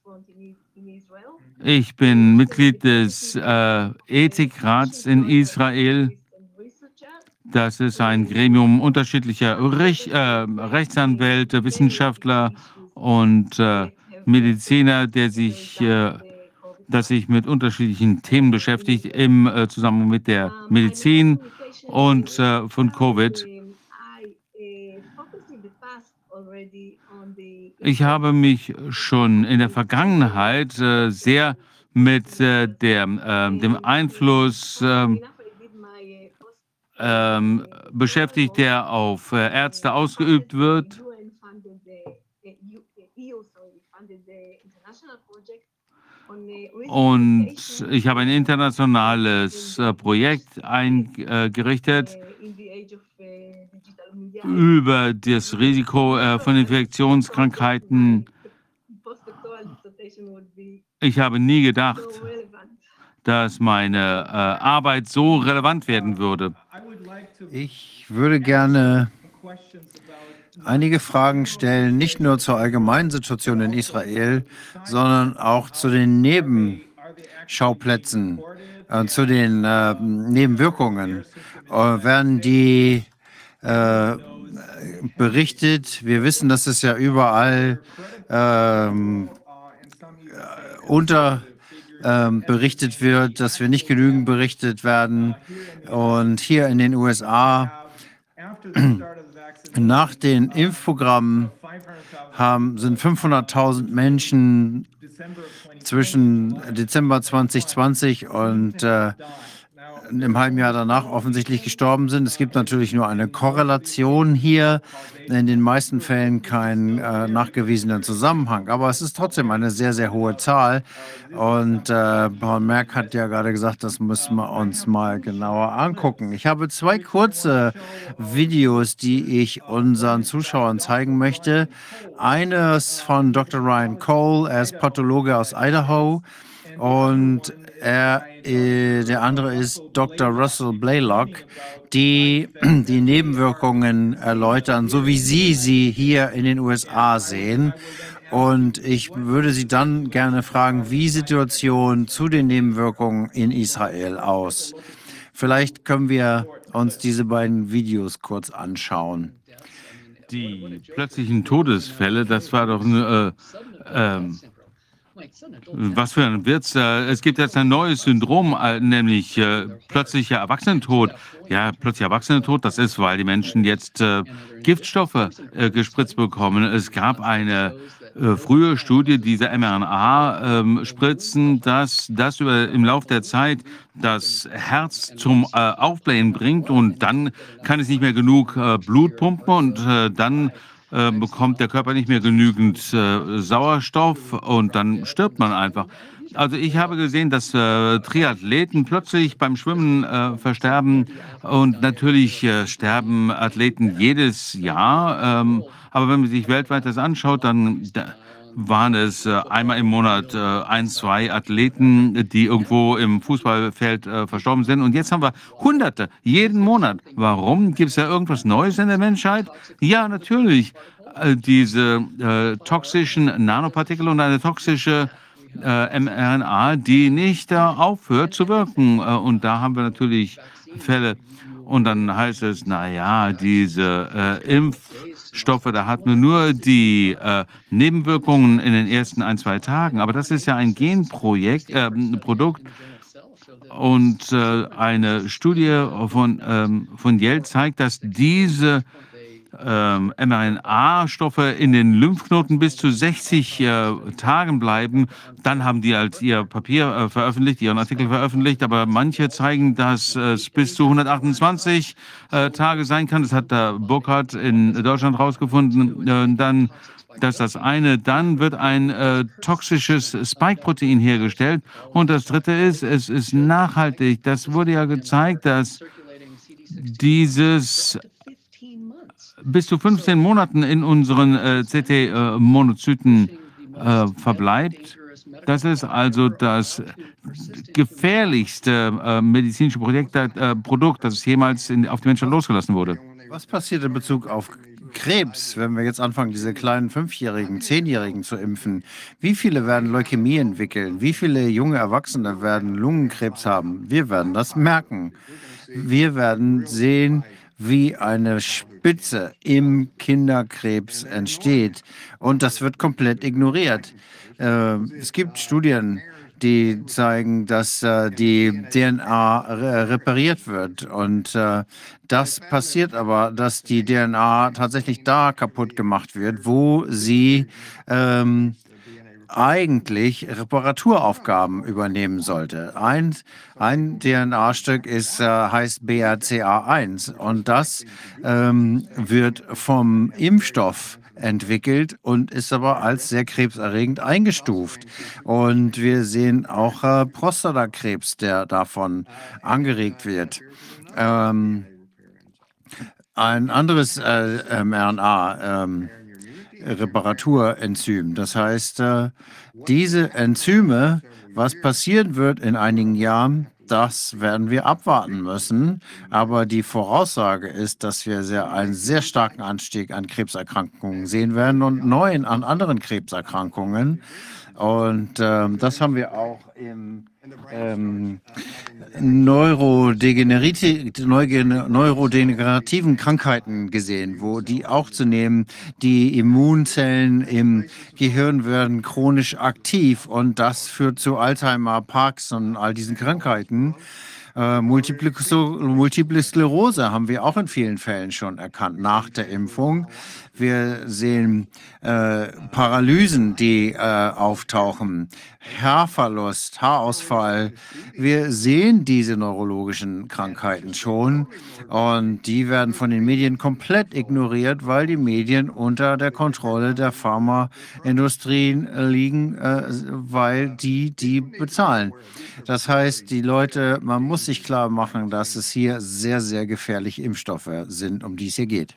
ich bin Mitglied des Ethikrats in Israel. Das ist ein Gremium unterschiedlicher Rechtsanwälte, Wissenschaftler und Mediziner, das sich mit unterschiedlichen Themen beschäftigt im Zusammenhang mit der Medizin und von Covid. Ich habe mich schon in der Vergangenheit sehr mit dem Einfluss beschäftigt, der auf Ärzte ausgeübt wird. Und ich habe ein internationales Projekt eingerichtet über das Risiko von Infektionskrankheiten. Ich habe nie gedacht, dass meine Arbeit so relevant werden würde. Ich würde gerne einige Fragen stellen, nicht nur zur allgemeinen Situation in Israel, sondern auch zu den Nebenschauplätzen, zu den Nebenwirkungen. Werden die berichtet? Wir wissen, dass es ja überall berichtet wird, dass wir nicht genügend berichtet werden. Und hier in den USA, nach den Impfprogrammen, sind 500.000 Menschen zwischen Dezember 2020 und im halben Jahr danach offensichtlich gestorben sind. Es gibt natürlich nur eine Korrelation hier, in den meisten Fällen keinen nachgewiesenen Zusammenhang. Aber es ist trotzdem eine sehr, sehr hohe Zahl. Und Paul Merck hat ja gerade gesagt, das müssen wir uns mal genauer angucken. Ich habe zwei kurze Videos, die ich unseren Zuschauern zeigen möchte. Eines von Dr. Ryan Cole, er ist Pathologe aus Idaho. Und der andere ist Dr. Russell Blaylock, die die Nebenwirkungen erläutern, so wie Sie sie hier in den USA sehen. Und ich würde Sie dann gerne fragen, wie die Situation zu den Nebenwirkungen in Israel aus. Vielleicht können wir uns diese beiden Videos kurz anschauen. Die plötzlichen Todesfälle, das war doch was für ein Witz. Es gibt jetzt ein neues Syndrom, nämlich plötzlicher Erwachsenentod. Ja, plötzlicher Erwachsenentod, das ist, weil die Menschen jetzt Giftstoffe gespritzt bekommen. Es gab eine frühe Studie dieser mRNA-Spritzen, dass das im Laufe der Zeit das Herz zum Aufblähen bringt und dann kann es nicht mehr genug Blut pumpen und dann bekommt der Körper nicht mehr genügend Sauerstoff und dann stirbt man einfach. Also ich habe gesehen, dass Triathleten plötzlich beim Schwimmen versterben und natürlich sterben Athleten jedes Jahr. Aber wenn man sich weltweit das anschaut, dann waren es einmal im Monat 1, 2 Athleten, die irgendwo im Fußballfeld verstorben sind. Und jetzt haben wir Hunderte jeden Monat. Warum? Gibt es da irgendwas Neues in der Menschheit? Ja, natürlich. Diese toxischen Nanopartikel und eine toxische mRNA, die nicht aufhört zu wirken. Und da haben wir natürlich Fälle. Und dann heißt es, naja, diese Impfstoffe, da hatten wir nur die Nebenwirkungen in den ersten 1, 2 Tagen. Aber das ist ja ein Produkt. Und eine Studie von Yale zeigt, dass diese mRNA-Stoffe in den Lymphknoten bis zu 60 Tagen bleiben. Dann haben die halt ihr Papier veröffentlicht, ihren Artikel veröffentlicht, aber manche zeigen, dass es bis zu 128 Tage sein kann. Das hat der Burkhardt in Deutschland rausgefunden. Dann dann wird ein toxisches Spike-Protein hergestellt. Und das dritte ist, es ist nachhaltig. Das wurde ja gezeigt, dass dieses bis zu 15 Monaten in unseren CT-Monozyten verbleibt. Das ist also das gefährlichste medizinische Produkt, das jemals auf die Menschen losgelassen wurde. Was passiert in Bezug auf Krebs, wenn wir jetzt anfangen, diese kleinen 5-Jährigen, 10-Jährigen zu impfen? Wie viele werden Leukämie entwickeln? Wie viele junge Erwachsene werden Lungenkrebs haben? Wir werden das merken. Wir werden sehen, wie eine Spitze im Kinderkrebs entsteht. Und das wird komplett ignoriert. Es gibt Studien, die zeigen, dass die DNA repariert wird. Und das passiert aber, dass die DNA tatsächlich da kaputt gemacht wird, wo sie eigentlich Reparaturaufgaben übernehmen sollte. Ein DNA-Stück heißt BRCA1 und das wird vom Impfstoff entwickelt und ist aber als sehr krebserregend eingestuft. Und wir sehen auch Prostatakrebs, der davon angeregt wird. Ein anderes mRNA-Reparaturenzym. Das heißt, diese Enzyme, was passieren wird in einigen Jahren, das werden wir abwarten müssen. Aber die Voraussage ist, dass wir einen sehr starken Anstieg an Krebserkrankungen sehen werden und neuen an anderen Krebserkrankungen. Und das haben wir auch im neurodegenerativen Krankheiten gesehen, wo die auch zunehmend die Immunzellen im Gehirn werden chronisch aktiv und das führt zu Alzheimer, Parkinson, all diesen Krankheiten. Multiple Sklerose haben wir auch in vielen Fällen schon erkannt nach der Impfung. Wir sehen Paralysen, die auftauchen, Haarverlust, Haarausfall. Wir sehen diese neurologischen Krankheiten schon und die werden von den Medien komplett ignoriert, weil die Medien unter der Kontrolle der Pharmaindustrien liegen, weil die bezahlen. Das heißt, die Leute, man muss sich klar machen, dass es hier sehr, sehr gefährliche Impfstoffe sind, um die es hier geht.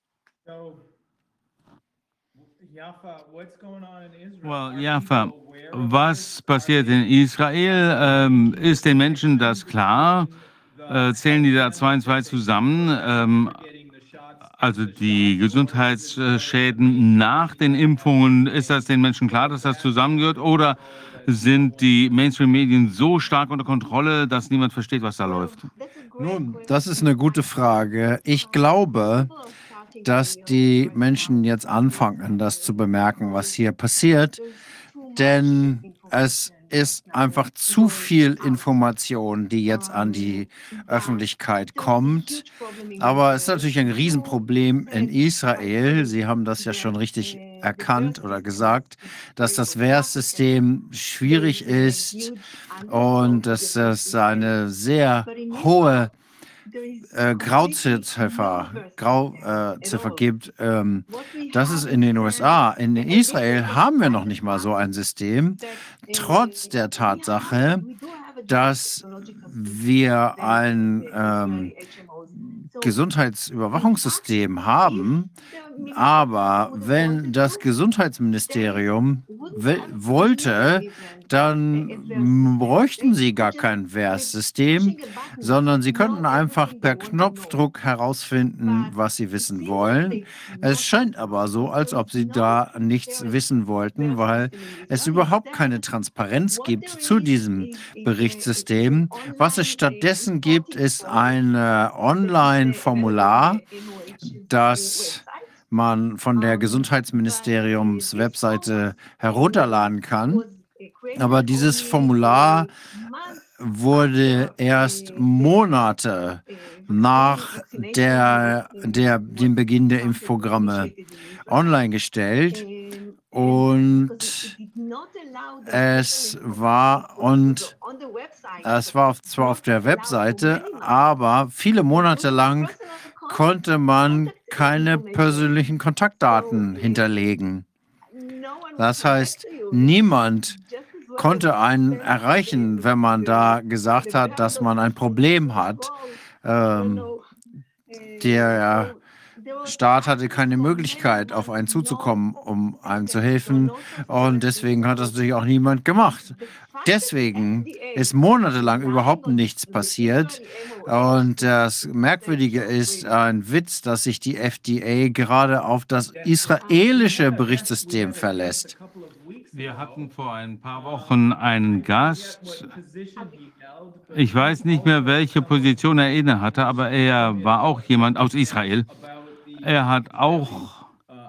Well, Jaffa, was passiert in Israel? Ist den Menschen das klar? Zählen die da zwei und zwei zusammen? Also die Gesundheitsschäden nach den Impfungen, ist das den Menschen klar, dass das zusammengehört? Oder sind die Mainstream-Medien so stark unter Kontrolle, dass niemand versteht, was da läuft? Nun, das ist eine gute Frage. Ich glaube, dass die Menschen jetzt anfangen, das zu bemerken, was hier passiert, denn es ist einfach zu viel Information, die jetzt an die Öffentlichkeit kommt. Aber es ist natürlich ein Riesenproblem in Israel. Sie haben das ja schon richtig erkannt oder gesagt, dass das Wehrsystem schwierig ist und dass es eine sehr hohe Grauziffer gibt. Das ist in den USA. In Israel haben wir noch nicht mal so ein System, trotz der Tatsache, dass wir ein Gesundheitsüberwachungssystem haben. Aber wenn das Gesundheitsministerium wollte, dann bräuchten sie gar kein VERS-System, sondern sie könnten einfach per Knopfdruck herausfinden, was sie wissen wollen. Es scheint aber so, als ob sie da nichts wissen wollten, weil es überhaupt keine Transparenz gibt zu diesem Berichtssystem. Was es stattdessen gibt, ist ein Online-Formular, das man von der Gesundheitsministeriums-Webseite herunterladen kann. Aber dieses Formular wurde erst Monate nach dem Beginn der Impfprogramme online gestellt. Und es war zwar auf der Webseite, aber viele Monate lang konnte man keine persönlichen Kontaktdaten hinterlegen. Das heißt, niemand konnte einen erreichen, wenn man da gesagt hat, dass man ein Problem hat. Der Staat hatte keine Möglichkeit, auf einen zuzukommen, um einem zu helfen. Und deswegen hat das natürlich auch niemand gemacht. Deswegen ist monatelang überhaupt nichts passiert. Und das Merkwürdige ist ein Witz, dass sich die FDA gerade auf das israelische Berichtssystem verlässt. Wir hatten vor ein paar Wochen einen Gast. Ich weiß nicht mehr, welche Position er inne hatte, aber er war auch jemand aus Israel. Er hat auch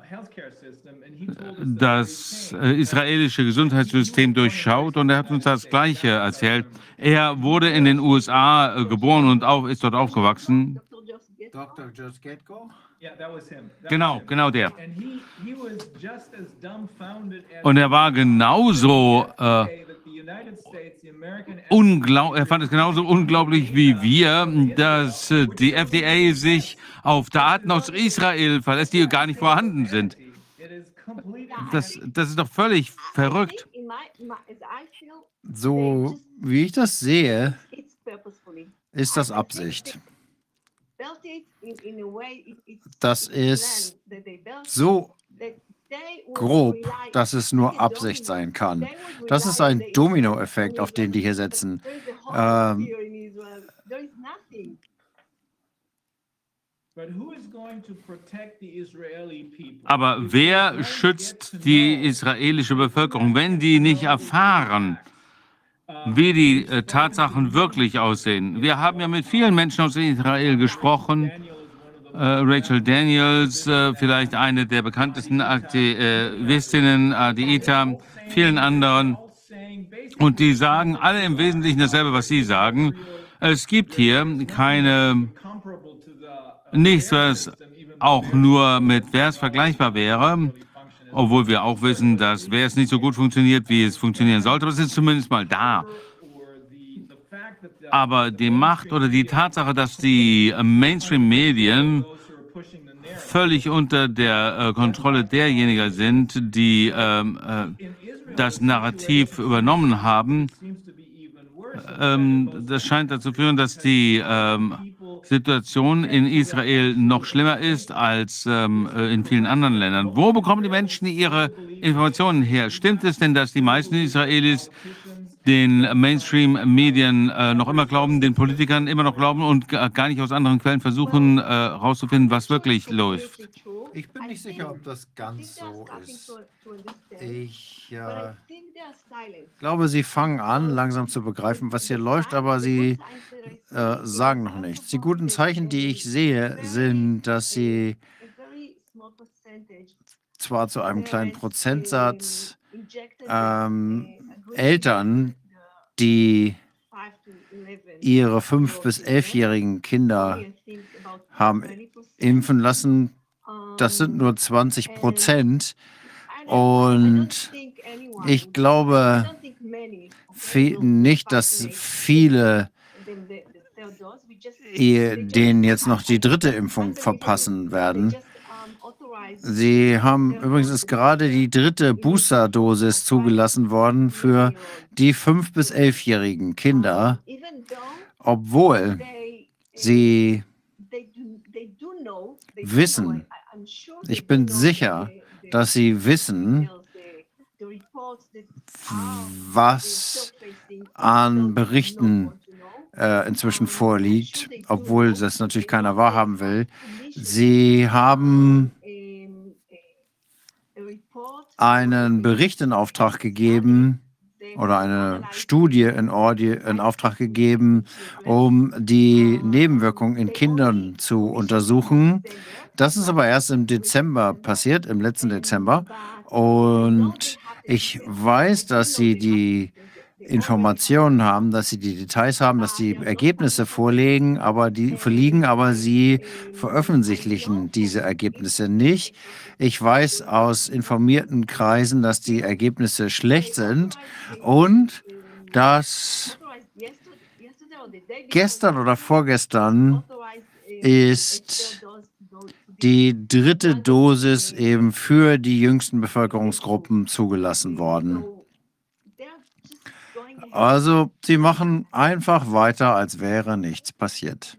das israelische Gesundheitssystem durchschaut und er hat uns das Gleiche erzählt. Er wurde in den USA geboren und ist dort aufgewachsen. Dr. Joe Getko? Genau der. Und er war genauso er fand es genauso unglaublich wie wir, dass die FDA sich auf Daten aus Israel verlässt, die gar nicht vorhanden sind. Das ist doch völlig verrückt. So wie ich das sehe, ist das Absicht. Das ist so grob, dass es nur Absicht sein kann. Das ist ein Dominoeffekt, auf den die hier setzen. Aber wer schützt die israelische Bevölkerung, wenn die nicht erfahren, wie die Tatsachen wirklich aussehen? Wir haben ja mit vielen Menschen aus Israel gesprochen. Rachel Daniels, vielleicht eine der bekanntesten Aktivistinnen, Adita, vielen anderen. Und die sagen alle im Wesentlichen dasselbe, was Sie sagen. Es gibt hier nichts, was auch nur mit VERS vergleichbar wäre, obwohl wir auch wissen, dass VERS nicht so gut funktioniert, wie es funktionieren sollte, aber es ist zumindest mal da. Aber die Macht oder die Tatsache, dass die Mainstream-Medien völlig unter der Kontrolle derjenigen sind, die das Narrativ übernommen haben, das scheint dazu führen, dass die Situation in Israel noch schlimmer ist als in vielen anderen Ländern. Wo bekommen die Menschen ihre Informationen her? Stimmt es denn, dass die meisten Israelis den Mainstream-Medien noch immer glauben, den Politikern immer noch glauben und gar nicht aus anderen Quellen versuchen herauszufinden, was wirklich läuft? Ich bin nicht sicher, ob das ganz so ist. Ich glaube, sie fangen an, langsam zu begreifen, was hier läuft, aber sie sagen noch nichts. Die guten Zeichen, die ich sehe, sind, dass sie zwar zu einem kleinen Prozentsatz Eltern, die ihre 5- bis 11-jährigen Kinder haben impfen lassen, das sind nur 20%. Und ich glaube nicht, dass viele denen jetzt noch die dritte Impfung verpassen werden. Sie haben übrigens ist gerade die dritte Boosterdosis zugelassen worden für die 5- bis 11-jährigen Kinder, obwohl sie wissen, ich bin sicher, dass sie wissen, was an Berichten inzwischen vorliegt, obwohl das natürlich keiner wahrhaben will. Sie haben einen Bericht in Auftrag gegeben oder eine Studie in Auftrag gegeben, um die Nebenwirkungen in Kindern zu untersuchen. Das ist aber erst im Dezember passiert, im letzten Dezember. Und ich weiß, dass Sie die Informationen haben, dass Sie die Details haben, dass die Ergebnisse vorliegen, aber Sie veröffentlichen diese Ergebnisse nicht. Ich weiß aus informierten Kreisen, dass die Ergebnisse schlecht sind und dass gestern oder vorgestern ist die dritte Dosis eben für die jüngsten Bevölkerungsgruppen zugelassen worden. Also, sie machen einfach weiter, als wäre nichts passiert.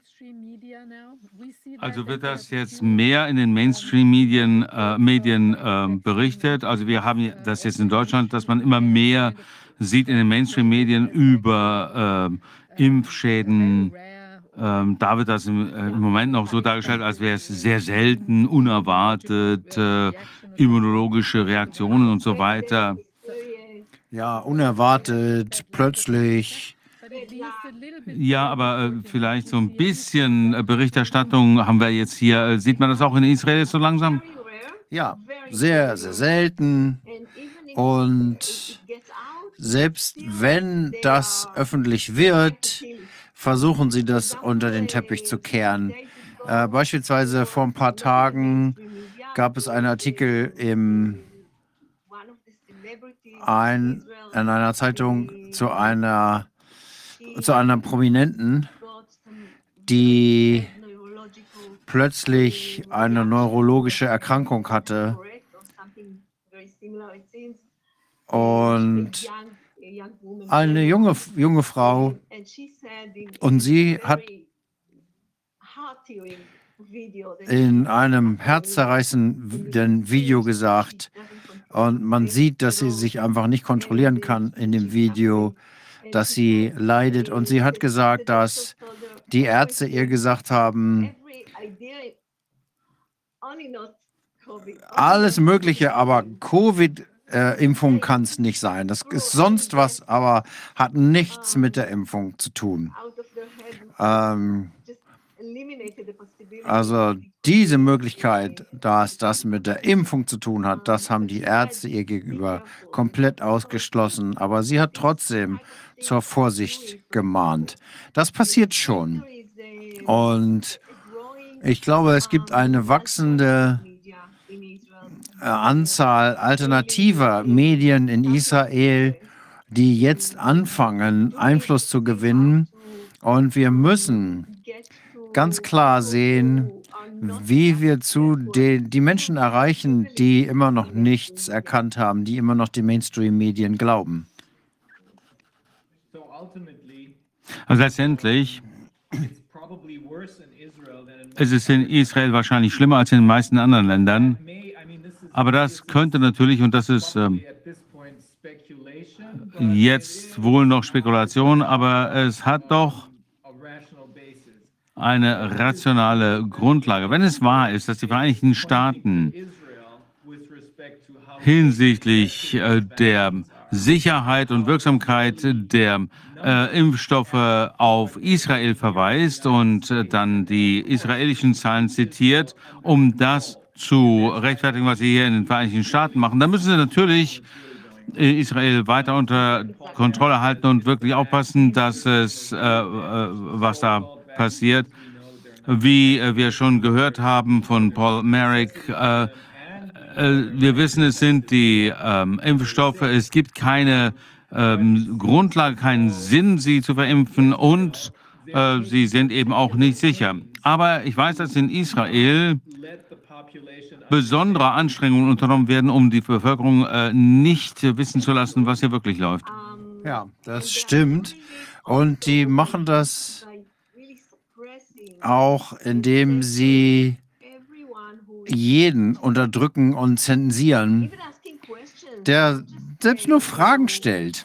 Also wird das jetzt mehr in den Mainstream-Medien berichtet? Also wir haben das jetzt in Deutschland, dass man immer mehr sieht in den Mainstream-Medien über Impfschäden. Da wird das im Moment noch so dargestellt, als wäre es sehr selten, unerwartet, immunologische Reaktionen und so weiter. Ja, unerwartet, plötzlich. Ja, aber vielleicht so ein bisschen Berichterstattung haben wir jetzt hier. Sieht man das auch in Israel so langsam? Ja, sehr, sehr selten. Und selbst wenn das öffentlich wird, versuchen sie das unter den Teppich zu kehren. Beispielsweise vor ein paar Tagen gab es einen Artikel in einer Zeitung zu einer Prominenten, die plötzlich eine neurologische Erkrankung hatte und eine junge Frau, und sie hat in einem herzzerreißenden Video gesagt, und man sieht, dass sie sich einfach nicht kontrollieren kann in dem Video, dass sie leidet. Und sie hat gesagt, dass die Ärzte ihr gesagt haben, alles Mögliche, aber Covid-Impfung kann es nicht sein. Das ist sonst was, aber hat nichts mit der Impfung zu tun. Also diese Möglichkeit, dass das mit der Impfung zu tun hat, das haben die Ärzte ihr gegenüber komplett ausgeschlossen. Aber sie hat trotzdem zur Vorsicht gemahnt. Das passiert schon. Und ich glaube, es gibt eine wachsende Anzahl alternativer Medien in Israel, die jetzt anfangen, Einfluss zu gewinnen. Und wir müssen ganz klar sehen, wie wir die Menschen erreichen, die immer noch nichts erkannt haben, die immer noch die Mainstream-Medien glauben. Also letztendlich ist es in Israel wahrscheinlich schlimmer als in den meisten anderen Ländern. Aber das könnte natürlich, und das ist jetzt wohl noch Spekulation, aber es hat doch eine rationale Grundlage. Wenn es wahr ist, dass die Vereinigten Staaten hinsichtlich der Sicherheit und Wirksamkeit der Impfstoffe auf Israel verweist und dann die israelischen Zahlen zitiert, um das zu rechtfertigen, was sie hier in den Vereinigten Staaten machen, dann müssen sie natürlich Israel weiter unter Kontrolle halten und wirklich aufpassen, dass was da passiert. Wie wir schon gehört haben von Paul Merrick, wir wissen, es sind die Impfstoffe. Es gibt keine Grundlage, keinen Sinn, sie zu verimpfen, und sie sind eben auch nicht sicher. Aber ich weiß, dass in Israel besondere Anstrengungen unternommen werden, um die Bevölkerung nicht wissen zu lassen, was hier wirklich läuft. Ja, das stimmt. Und die machen das auch, indem sie jeden unterdrücken und zensieren, der selbst nur Fragen stellt.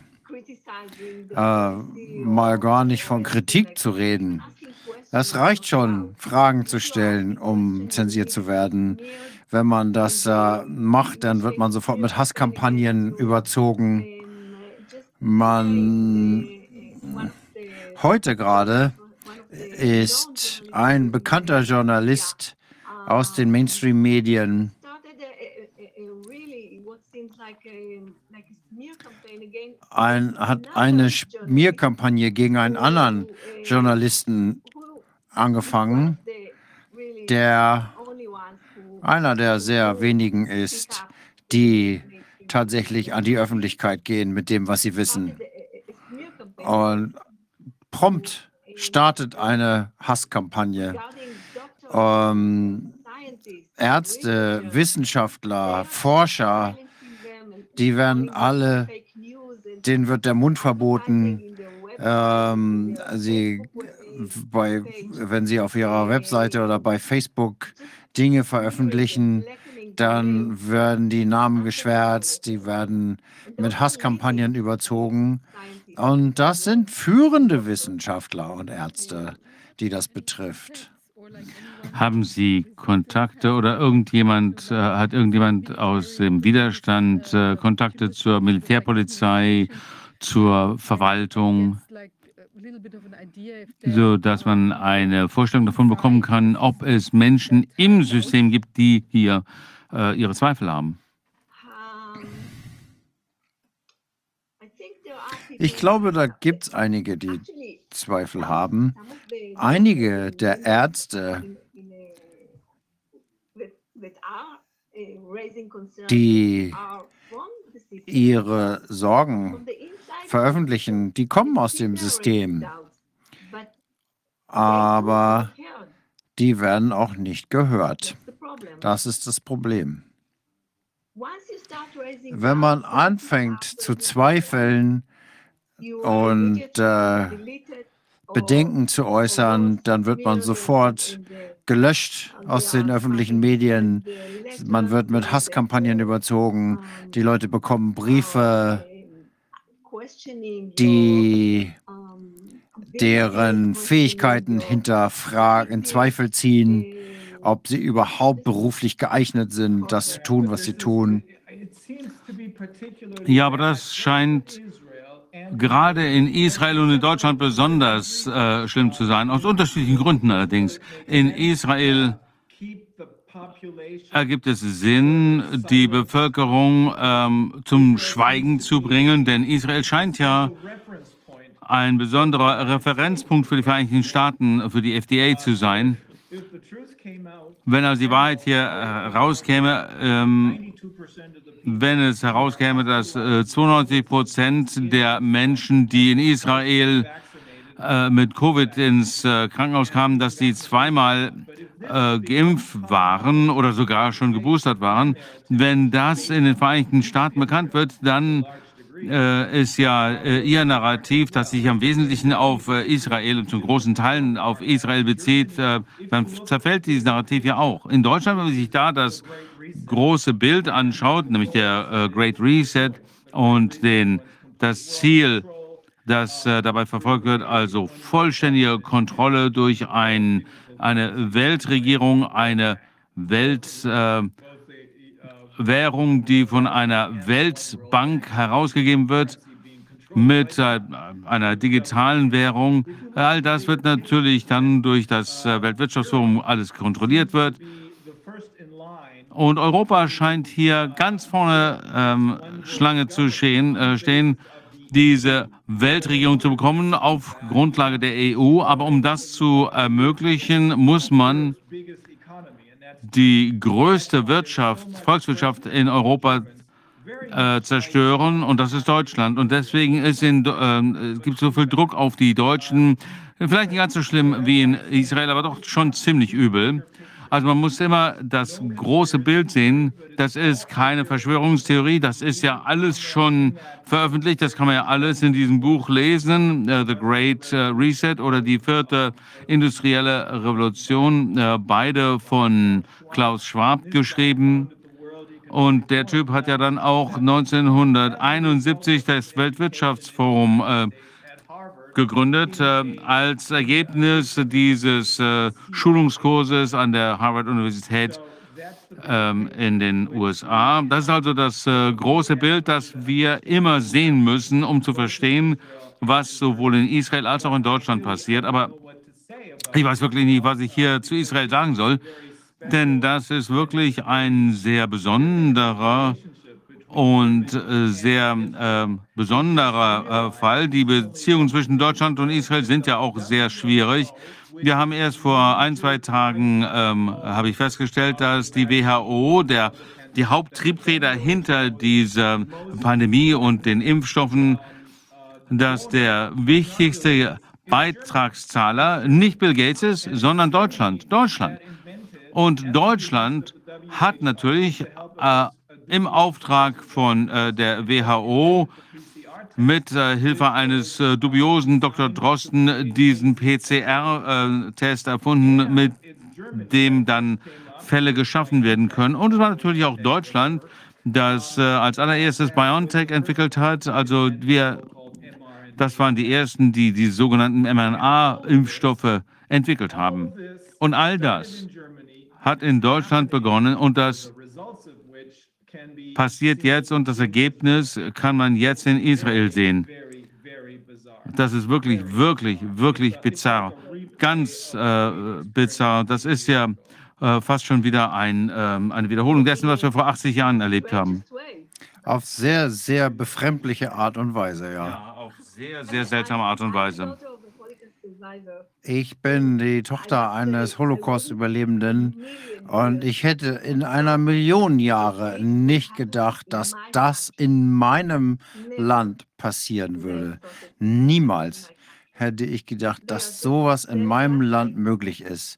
Mal gar nicht von Kritik zu reden. Das reicht schon, Fragen zu stellen, um zensiert zu werden. Wenn man das macht, dann wird man sofort mit Hasskampagnen überzogen. Heute gerade ist ein bekannter Journalist aus den Mainstream-Medien hat eine Schmierkampagne gegen einen anderen Journalisten angefangen, der einer der sehr wenigen ist, die tatsächlich an die Öffentlichkeit gehen mit dem, was sie wissen. Und prompt startet eine Hasskampagne. Ärzte, Wissenschaftler, Forscher, die werden alle, denen wird der Mund verboten. Wenn sie auf ihrer Webseite oder bei Facebook Dinge veröffentlichen, dann werden die Namen geschwärzt, die werden mit Hasskampagnen überzogen. Und das sind führende Wissenschaftler und Ärzte, die das betrifft. Haben Sie Kontakte oder hat irgendjemand aus dem Widerstand Kontakte zur Militärpolizei, zur Verwaltung, so dass man eine Vorstellung davon bekommen kann, ob es Menschen im System gibt, die hier ihre Zweifel haben? Ich glaube, da gibt es einige, die Zweifel haben. Einige der Ärzte, die ihre Sorgen veröffentlichen, die kommen aus dem System, aber die werden auch nicht gehört. Das ist das Problem. Wenn man anfängt zu zweifeln und Bedenken zu äußern, dann wird man sofort gelöscht aus den öffentlichen Medien. Man wird mit Hasskampagnen überzogen. Die Leute bekommen Briefe, die deren Fähigkeiten hinterfragen, in Zweifel ziehen, ob sie überhaupt beruflich geeignet sind, das zu tun, was sie tun. Ja, aber das scheint gerade in Israel und in Deutschland besonders schlimm zu sein, aus unterschiedlichen Gründen allerdings. In Israel ergibt es Sinn, die Bevölkerung zum Schweigen zu bringen, denn Israel scheint ja ein besonderer Referenzpunkt für die Vereinigten Staaten, für die FDA zu sein. Wenn also die Wahrheit hier herauskäme, wenn es herauskäme, dass 92% der Menschen, die in Israel mit Covid ins Krankenhaus kamen, dass die zweimal geimpft waren oder sogar schon geboostert waren. Wenn das in den Vereinigten Staaten bekannt wird, dann ist ja Ihr Narrativ, das sich im Wesentlichen auf Israel und zu großen Teilen auf Israel bezieht, dann zerfällt dieses Narrativ ja auch. In Deutschland, wenn man sich da das große Bild anschaut, nämlich der Great Reset und das Ziel, das dabei verfolgt wird, also vollständige Kontrolle durch eine Weltregierung, eine Währung, die von einer Weltbank herausgegeben wird, mit einer digitalen Währung. All das wird natürlich dann durch das Weltwirtschaftsforum alles kontrolliert wird. Und Europa scheint hier ganz vorne Schlange zu stehen, diese Weltregierung zu bekommen auf Grundlage der EU. Aber um das zu ermöglichen, muss man die größte Volkswirtschaft in Europa zerstören, und das ist Deutschland. Und deswegen gibt es so viel Druck auf die Deutschen. Vielleicht nicht ganz so schlimm wie in Israel, aber doch schon ziemlich übel. Also man muss immer das große Bild sehen. Das ist keine Verschwörungstheorie. Das ist ja alles schon veröffentlicht. Das kann man ja alles in diesem Buch lesen. The Great Reset oder die vierte industrielle Revolution. Beide von Klaus Schwab geschrieben. Und der Typ hat ja dann auch 1971 das Weltwirtschaftsforum gegründet, als Ergebnis dieses Schulungskurses an der Harvard-Universität in den USA. Das ist also das große Bild, das wir immer sehen müssen, um zu verstehen, was sowohl in Israel als auch in Deutschland passiert. Aber ich weiß wirklich nicht, was ich hier zu Israel sagen soll, denn das ist wirklich ein sehr besonderer und sehr besonderer Fall. Die Beziehungen zwischen Deutschland und Israel sind ja auch sehr schwierig. Wir haben erst vor 2 Tagen, habe ich festgestellt, dass die WHO, die Haupttriebfeder hinter dieser Pandemie und den Impfstoffen, dass der wichtigste Beitragszahler nicht Bill Gates ist, sondern Deutschland. Und Deutschland hat natürlich im Auftrag von der WHO mit Hilfe eines dubiosen Dr. Drosten diesen PCR-Test erfunden, mit dem dann Fälle geschaffen werden können. Und es war natürlich auch Deutschland, das als allererstes BioNTech entwickelt hat. Also das waren die ersten, die sogenannten mRNA-Impfstoffe entwickelt haben. Und all das hat in Deutschland begonnen und das passiert jetzt und das Ergebnis kann man jetzt in Israel sehen. Das ist wirklich, wirklich, wirklich bizarr. Ganz bizarr. Das ist ja fast schon wieder eine Wiederholung dessen, was wir vor 80 Jahren erlebt haben. Auf sehr, sehr befremdliche Art und Weise, ja. Ja, auf sehr, sehr seltsame Art und Weise. Ich bin die Tochter eines Holocaust-Überlebenden und ich hätte in einer Million Jahre nicht gedacht, dass das in meinem Land passieren würde. Niemals hätte ich gedacht, dass sowas in meinem Land möglich ist.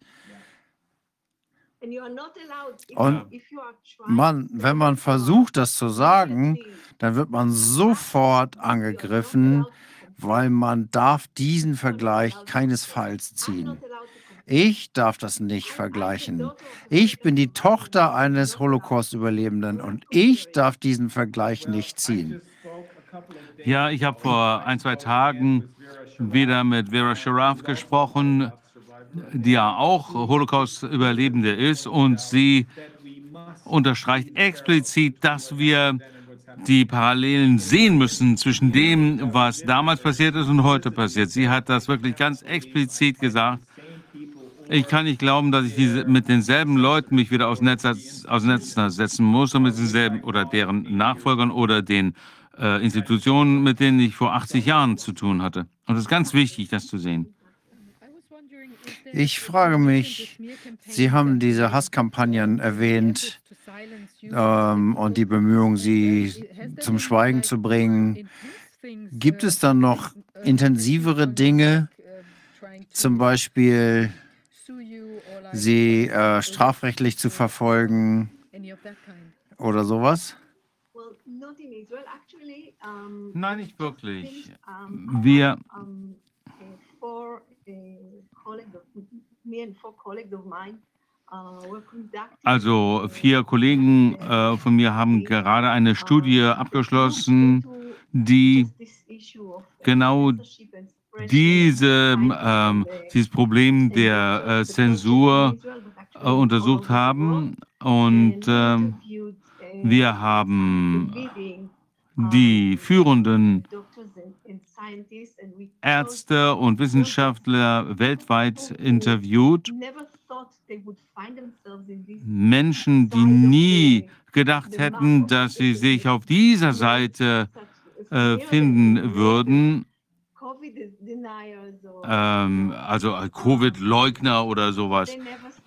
Und wenn man versucht, das zu sagen, dann wird man sofort angegriffen, weil man darf diesen Vergleich keinesfalls ziehen. Ich darf das nicht vergleichen. Ich bin die Tochter eines Holocaust-Überlebenden und ich darf diesen Vergleich nicht ziehen. Ja, ich habe vor 2 Tagen wieder mit Vera Sharaf gesprochen, die ja auch Holocaust-Überlebende ist, und sie unterstreicht explizit, dass wir die Parallelen sehen müssen zwischen dem, was damals passiert ist und heute passiert. Sie hat das wirklich ganz explizit gesagt. Ich kann nicht glauben, dass ich mit denselben Leuten mich wieder auseinandersetzen muss und mit denselben oder deren Nachfolgern oder den Institutionen, mit denen ich vor 80 Jahren zu tun hatte. Und es ist ganz wichtig, das zu sehen. Ich frage mich, Sie haben diese Hasskampagnen erwähnt und die Bemühungen, sie zum Schweigen zu bringen. Gibt es dann noch intensivere Dinge, zum Beispiel sie strafrechtlich zu verfolgen oder sowas? Nein, nicht wirklich. Wir Also 4 Kollegen von mir haben gerade eine Studie abgeschlossen, die genau dieses Problem der Zensur untersucht haben. Und wir haben die führenden Ärzte und Wissenschaftler weltweit interviewt. Menschen, die nie gedacht hätten, dass sie sich auf dieser Seite finden würden. Also Covid-Leugner oder sowas.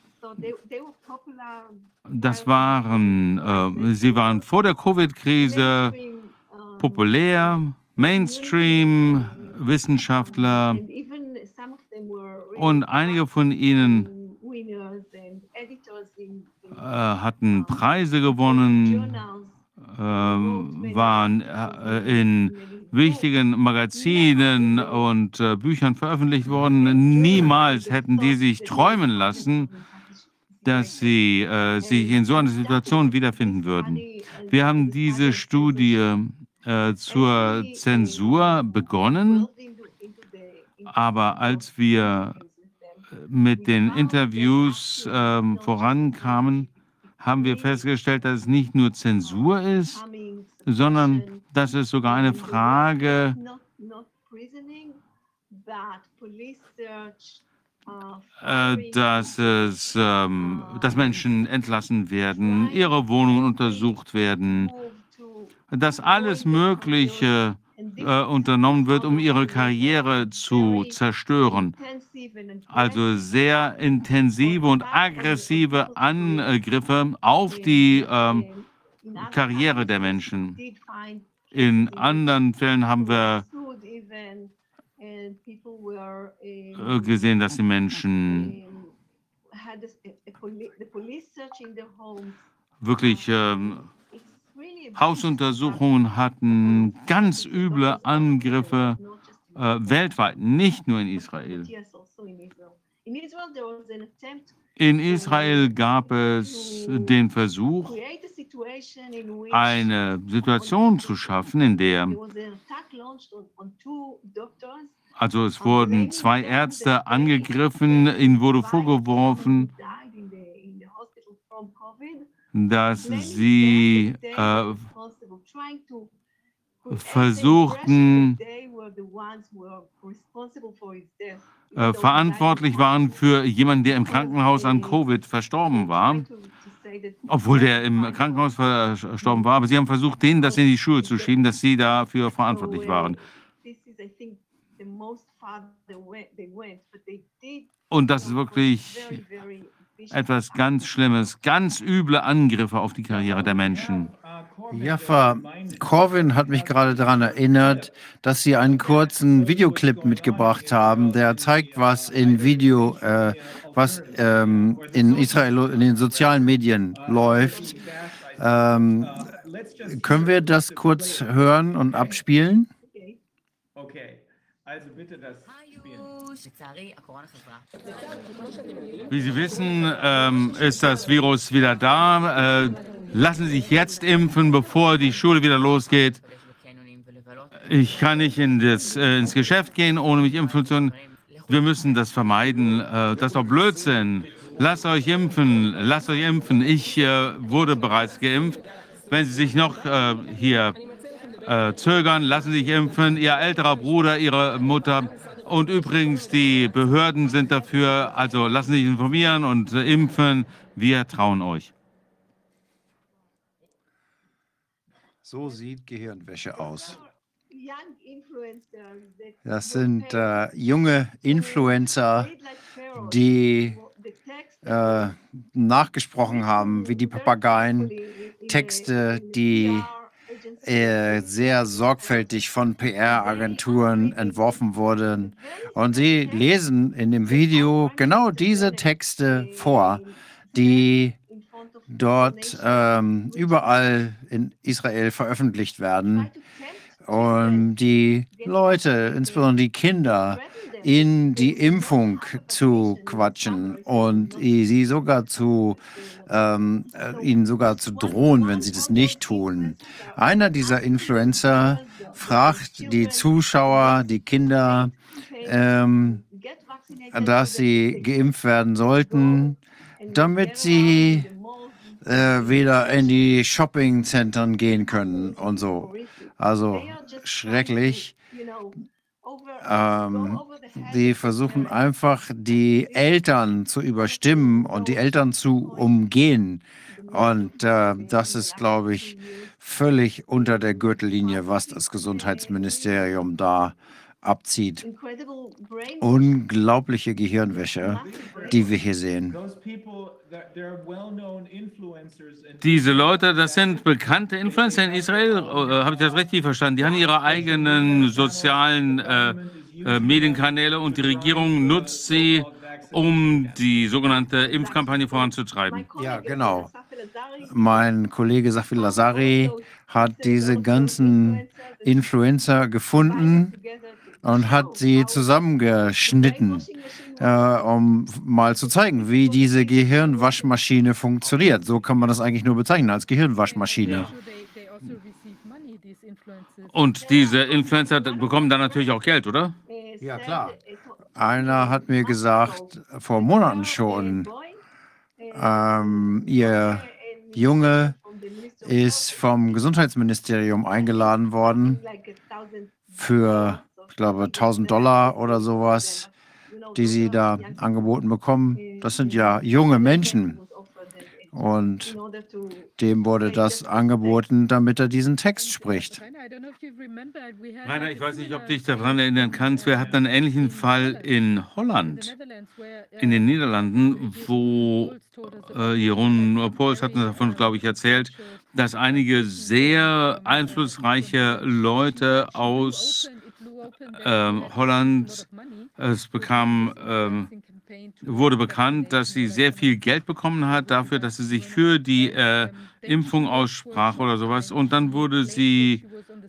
Sie waren vor der Covid-Krise populär, Mainstream, Wissenschaftler, und einige von ihnen hatten Preise gewonnen, waren in wichtigen Magazinen und Büchern veröffentlicht worden. Niemals hätten die sich träumen lassen, dass sie sich in so einer Situation wiederfinden würden. Wir haben diese Studie zur Zensur begonnen, aber als wir mit den Interviews vorankamen, haben wir festgestellt, dass es nicht nur Zensur ist, sondern dass es sogar eine Frage dass Menschen entlassen werden, ihre Wohnungen untersucht werden, dass alles Mögliche unternommen wird, um ihre Karriere zu zerstören. Also sehr intensive und aggressive Angriffe auf die Karriere der Menschen. In anderen Fällen haben wir gesehen, dass die Menschen wirklich Hausuntersuchungen hatten, ganz üble Angriffe weltweit, nicht nur in Israel. In Israel gab es den Versuch, eine Situation zu schaffen, in der Also es wurden 2 Ärzte angegriffen, ihnen wurde vorgeworfen, dass sie versuchten, verantwortlich waren für jemanden, der im Krankenhaus an Covid verstorben war, obwohl der im Krankenhaus verstorben war. Aber sie haben versucht, denen das in die Schuhe zu schieben, dass sie dafür verantwortlich waren. Und das ist wirklich etwas ganz Schlimmes, ganz üble Angriffe auf die Karriere der Menschen. Jaffa, Corwin hat mich gerade daran erinnert, dass Sie einen kurzen Videoclip mitgebracht haben, der zeigt, was in in Israel in den sozialen Medien läuft. Können wir das kurz hören und abspielen? Okay, also bitte das spielen. Wie Sie wissen, ist das Virus wieder da. Lassen Sie sich jetzt impfen, bevor die Schule wieder losgeht. Ich kann nicht ins Geschäft gehen, ohne mich impfen zu lassen. Wir müssen das vermeiden. Das ist doch Blödsinn. Lasst euch impfen. Lasst euch impfen. Ich wurde bereits geimpft. Wenn Sie sich noch hier zögern, lassen Sie sich impfen. Ihr älterer Bruder, Ihre Mutter. Und übrigens, die Behörden sind dafür. Also lassen Sie sich informieren und impfen. Wir trauen euch. So sieht Gehirnwäsche aus. Das sind junge Influencer, die nachgesprochen haben, wie die Papageien, Texte, die sehr sorgfältig von PR-Agenturen entworfen wurden. Und sie lesen in dem Video genau diese Texte vor, die dort überall in Israel veröffentlicht werden, um die Leute, insbesondere die Kinder, in die Impfung zu quatschen und ihnen sogar zu drohen, wenn sie das nicht tun. Einer dieser Influencer fragt die Zuschauer, die Kinder, dass sie geimpft werden sollten, damit sie wieder in die Shoppingzentren gehen können und so. Also schrecklich. Die versuchen einfach, die Eltern zu überstimmen und die Eltern zu umgehen. Und das ist, glaube ich, völlig unter der Gürtellinie, was das Gesundheitsministerium da abzieht. Unglaubliche Gehirnwäsche, die wir hier sehen. Diese Leute, das sind bekannte Influencer in Israel, habe ich das richtig verstanden? Die haben ihre eigenen sozialen Medienkanäle und die Regierung nutzt sie, um die sogenannte Impfkampagne voranzutreiben. Ja, genau. Mein Kollege Safi Lazari hat diese ganzen Influencer gefunden und hat sie zusammengeschnitten, um mal zu zeigen, wie diese Gehirnwaschmaschine funktioniert. So kann man das eigentlich nur bezeichnen, als Gehirnwaschmaschine. Und diese Influencer bekommen dann natürlich auch Geld, oder? Ja, klar. Einer hat mir gesagt, vor Monaten schon, ihr Junge ist vom Gesundheitsministerium eingeladen worden für, ich glaube, $1.000 oder sowas, die sie da angeboten bekommen. Das sind ja junge Menschen. Und dem wurde das angeboten, damit er diesen Text spricht. Rainer, ich weiß nicht, ob du dich daran erinnern kannst. Wir hatten einen ähnlichen Fall in Holland, in den Niederlanden, wo Jeroen Pauls hat uns davon, glaube ich, erzählt, dass einige sehr einflussreiche Leute aus Holland, wurde bekannt, dass sie sehr viel Geld bekommen hat dafür, dass sie sich für die Impfung aussprach oder sowas. Und dann wurde sie,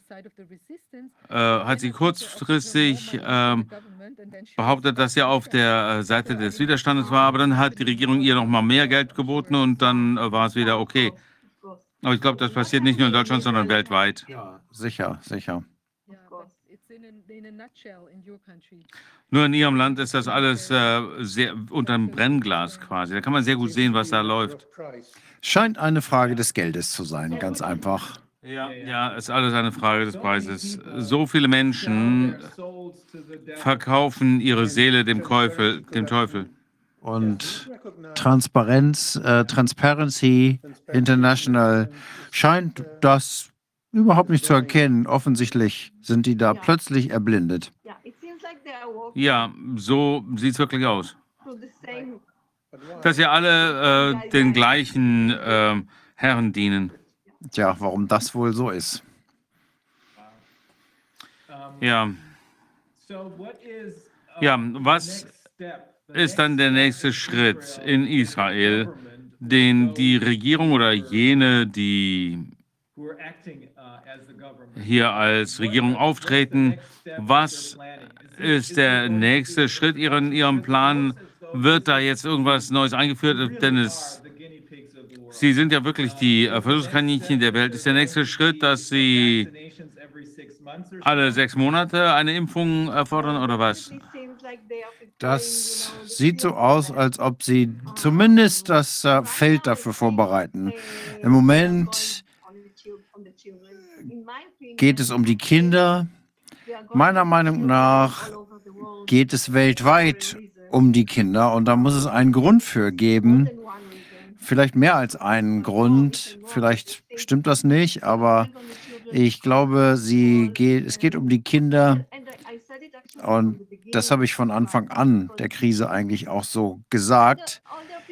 hat sie kurzfristig behauptet, dass sie auf der Seite des Widerstandes war, aber dann hat die Regierung ihr noch mal mehr Geld geboten und dann war es wieder okay. Aber ich glaube, das passiert nicht nur in Deutschland, sondern weltweit. Ja, sicher, sicher. Nur in Ihrem Land ist das alles sehr unterm Brennglas quasi. Da kann man sehr gut sehen, was da läuft. Scheint eine Frage des Geldes zu sein, ganz einfach. Ja, ist alles eine Frage des Preises. So viele Menschen verkaufen ihre Seele dem Teufel, dem Teufel. Und Transparency International scheint das überhaupt nicht zu erkennen. Offensichtlich sind die da plötzlich erblindet. Ja, so sieht es wirklich aus. Dass sie alle den gleichen Herren dienen. Tja, warum das wohl so ist. Ja. Ja, was ist dann der nächste Schritt in Israel, den die Regierung oder jene, die hier als Regierung auftreten, was ist der nächste Schritt in Ihrem Plan? Wird da jetzt irgendwas Neues eingeführt? Denn Sie sind ja wirklich die Versuchskaninchen der Welt. Ist der nächste Schritt, dass Sie alle 6 Monate eine Impfung erfordern oder was? Das sieht so aus, als ob sie zumindest das Feld dafür vorbereiten. Im Moment geht es um die Kinder. Meiner Meinung nach geht es weltweit um die Kinder und da muss es einen Grund für geben. Vielleicht mehr als einen Grund. Vielleicht stimmt das nicht, aber ich glaube, es geht um die Kinder. Und das habe ich von Anfang an der Krise eigentlich auch so gesagt.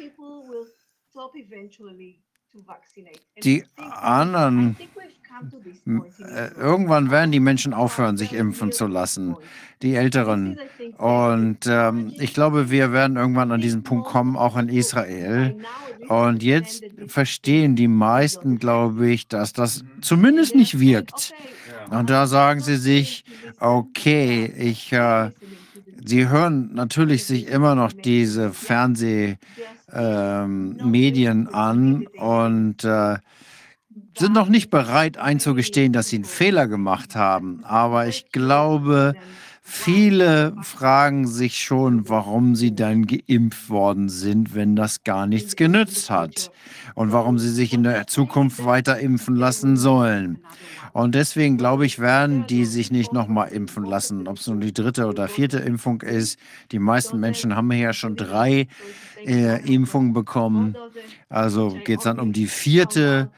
Die anderen, irgendwann werden die Menschen aufhören, sich impfen zu lassen, die Älteren. Und ich glaube, wir werden irgendwann an diesen Punkt kommen, auch in Israel. Und jetzt verstehen die meisten, glaube ich, dass das zumindest nicht wirkt. Und da sagen sie sich, okay, sie hören natürlich sich immer noch diese Fernsehmedien an und sind noch nicht bereit einzugestehen, dass sie einen Fehler gemacht haben. Aber ich glaube, viele fragen sich schon, warum sie dann geimpft worden sind, wenn das gar nichts genützt hat. Und warum sie sich in der Zukunft weiter impfen lassen sollen. Und deswegen, glaube ich, werden die sich nicht nochmal impfen lassen, ob es nun die 3. oder 4. Impfung ist. Die meisten Menschen haben ja schon 3 Impfungen bekommen. Also geht es dann um die 4.,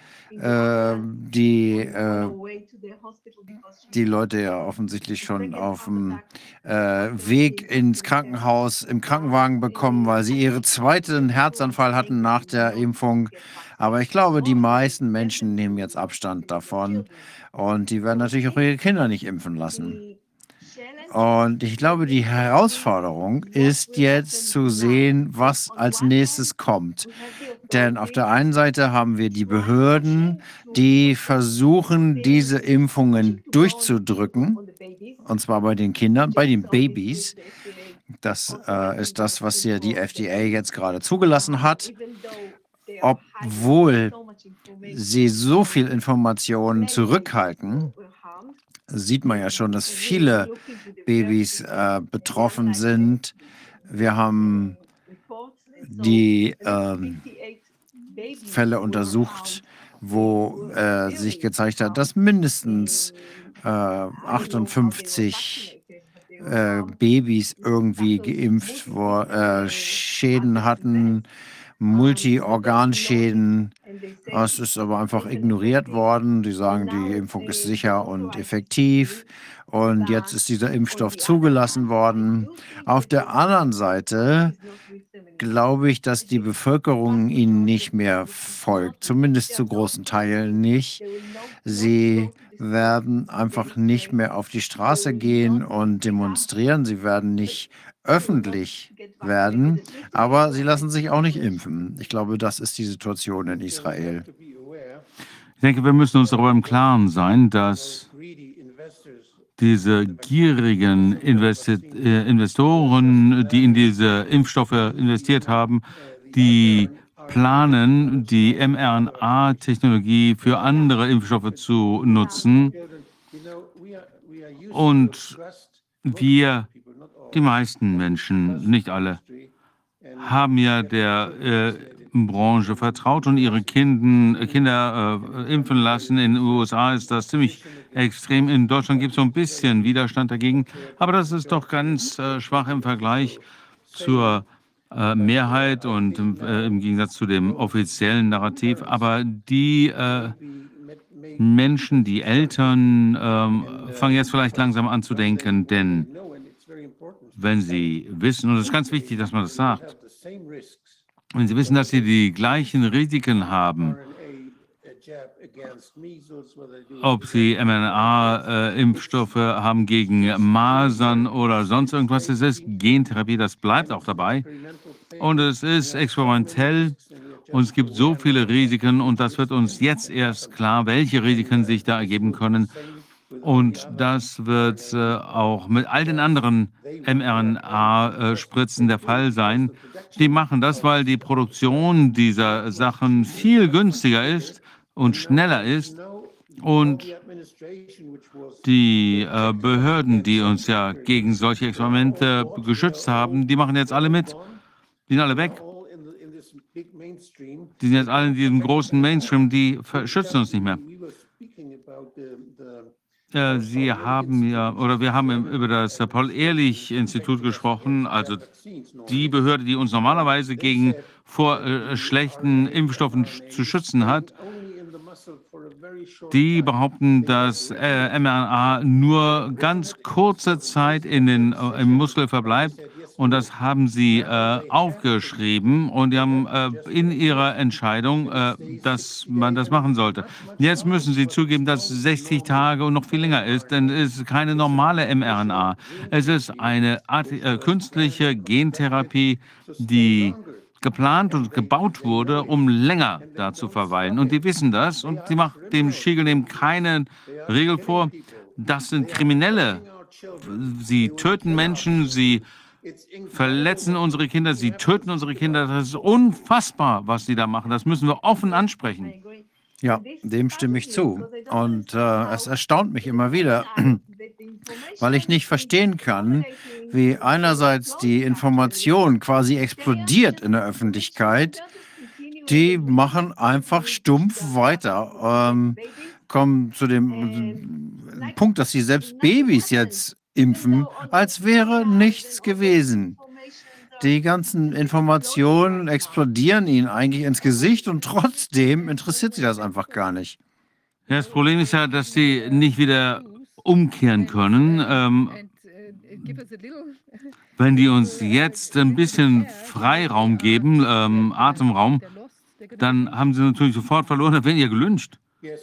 die Leute ja offensichtlich schon auf dem Weg ins Krankenhaus im Krankenwagen bekommen, weil sie ihren 2. Herzanfall hatten nach der Impfung. Aber ich glaube, die meisten Menschen nehmen jetzt Abstand davon und die werden natürlich auch ihre Kinder nicht impfen lassen. Und ich glaube, die Herausforderung ist jetzt zu sehen, was als nächstes kommt. Denn auf der einen Seite haben wir die Behörden, die versuchen, diese Impfungen durchzudrücken. Und zwar bei den Kindern, bei den Babys. Das ist das, was hier die FDA jetzt gerade zugelassen hat. Obwohl sie so viel Informationen zurückhalten, sieht man ja schon, dass viele Babys betroffen sind. Wir haben die Fälle untersucht, wo sich gezeigt hat, dass mindestens 58 Babys irgendwie geimpft Schäden hatten, Multiorganschäden. Es ist aber einfach ignoriert worden. Die sagen, die Impfung ist sicher und effektiv. Und jetzt ist dieser Impfstoff zugelassen worden. Auf der anderen Seite glaube ich, dass die Bevölkerung ihnen nicht mehr folgt, zumindest zu großen Teilen nicht. Sie werden einfach nicht mehr auf die Straße gehen und demonstrieren. Sie werden nicht öffentlich werden, aber sie lassen sich auch nicht impfen. Ich glaube, das ist die Situation in Israel. Ich denke, wir müssen uns darüber im Klaren sein, dass diese gierigen Investoren, die in diese Impfstoffe investiert haben, die planen, die mRNA-Technologie für andere Impfstoffe zu nutzen. Und wir, die meisten Menschen, nicht alle, haben ja der Branche vertraut und ihre Kinder impfen lassen. In den USA ist das ziemlich extrem. In Deutschland gibt es so ein bisschen Widerstand dagegen, aber das ist doch ganz schwach im Vergleich zur Mehrheit und im Gegensatz zu dem offiziellen Narrativ. Aber die Menschen, die Eltern, fangen jetzt vielleicht langsam an zu denken, denn wenn sie wissen, und es ist ganz wichtig, dass man das sagt, wenn sie wissen, dass sie die gleichen Risiken haben, ob sie mRNA-Impfstoffe haben gegen Masern oder sonst irgendwas, es ist Gentherapie, das bleibt auch dabei. Und es ist experimentell und es gibt so viele Risiken und das wird uns jetzt erst klar, welche Risiken sich da ergeben können. Und das wird auch mit all den anderen mRNA-Spritzen der Fall sein. Die machen das, weil die Produktion dieser Sachen viel günstiger ist und schneller ist. Und die Behörden, die uns ja gegen solche Experimente geschützt haben, die machen jetzt alle mit. Die sind alle weg. Die sind jetzt alle in diesem großen Mainstream, die schützen uns nicht mehr. Sie haben ja, oder wir haben über das Paul-Ehrlich-Institut gesprochen, also die Behörde, die uns normalerweise vor schlechten Impfstoffen zu schützen hat. Die behaupten, dass mRNA nur ganz kurze Zeit im Muskel verbleibt. Und das haben sie aufgeschrieben und die haben in ihrer Entscheidung, dass man das machen sollte. Jetzt müssen sie zugeben, dass es 60 Tage und noch viel länger ist, denn es ist keine normale mRNA. Es ist eine künstliche Gentherapie, die geplant und gebaut wurde, um länger da zu verweilen. Und die wissen das und die schiegeln dem keine Regel vor. Das sind Kriminelle. Sie töten Menschen, sie verletzen unsere Kinder, sie töten unsere Kinder. Das ist unfassbar, was sie da machen. Das müssen wir offen ansprechen. Ja, dem stimme ich zu. Und es erstaunt mich immer wieder, weil ich nicht verstehen kann, wie einerseits die Information quasi explodiert in der Öffentlichkeit. Die machen einfach stumpf weiter, kommen zu dem Punkt, dass sie selbst Babys jetzt impfen, als wäre nichts gewesen. Die ganzen Informationen explodieren ihnen eigentlich ins Gesicht und trotzdem interessiert sie das einfach gar nicht. Ja, das Problem ist ja, dass sie nicht wieder umkehren können. Wenn die uns jetzt ein bisschen Freiraum geben, Atemraum, dann haben sie natürlich sofort verloren, dann werden ja gelyncht.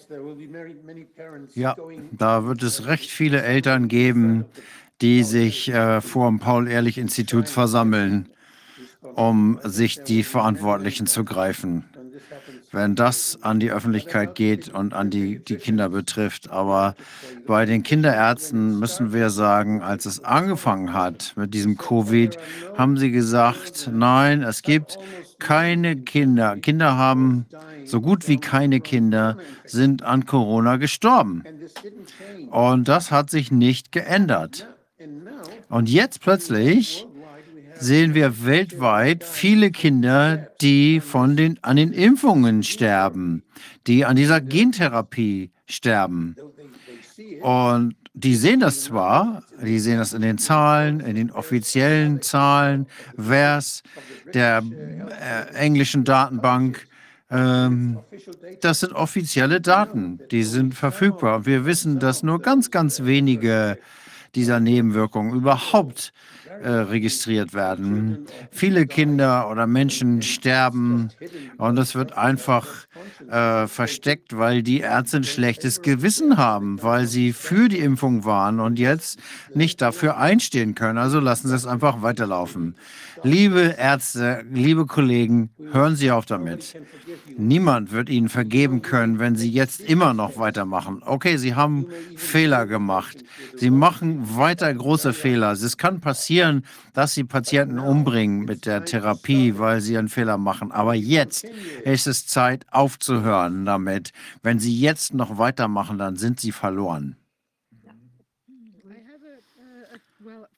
Ja, da wird es recht viele Eltern geben, die sich vor dem Paul-Ehrlich-Institut versammeln, um sich die Verantwortlichen zu greifen, wenn das an die Öffentlichkeit geht und an die Kinder betrifft. Aber bei den Kinderärzten müssen wir sagen, als es angefangen hat mit diesem Covid, haben sie gesagt, nein, es gibt keine Kinder. Kinder haben, so gut wie keine Kinder, sind an Corona gestorben. Und das hat sich nicht geändert. Und jetzt plötzlich sehen wir weltweit viele Kinder, die an den Impfungen sterben, die an dieser Gentherapie sterben. Und die sehen das zwar, die sehen das in den Zahlen, in den offiziellen Zahlen, VAERS, der englischen Datenbank. Das sind offizielle Daten, die sind verfügbar. Und wir wissen, dass nur ganz, ganz wenige dieser Nebenwirkungen überhaupt registriert werden. Viele Kinder oder Menschen sterben und es wird einfach versteckt, weil die Ärzte ein schlechtes Gewissen haben, weil sie für die Impfung waren und jetzt nicht dafür einstehen können. Also lassen Sie es einfach weiterlaufen. Liebe Ärzte, liebe Kollegen, hören Sie auf damit. Niemand wird Ihnen vergeben können, wenn Sie jetzt immer noch weitermachen. Okay, Sie haben Fehler gemacht. Sie machen weiter große Fehler. Es kann passieren, dass Sie Patienten umbringen mit der Therapie, weil Sie einen Fehler machen. Aber jetzt ist es Zeit, aufzuhören damit. Wenn Sie jetzt noch weitermachen, dann sind Sie verloren.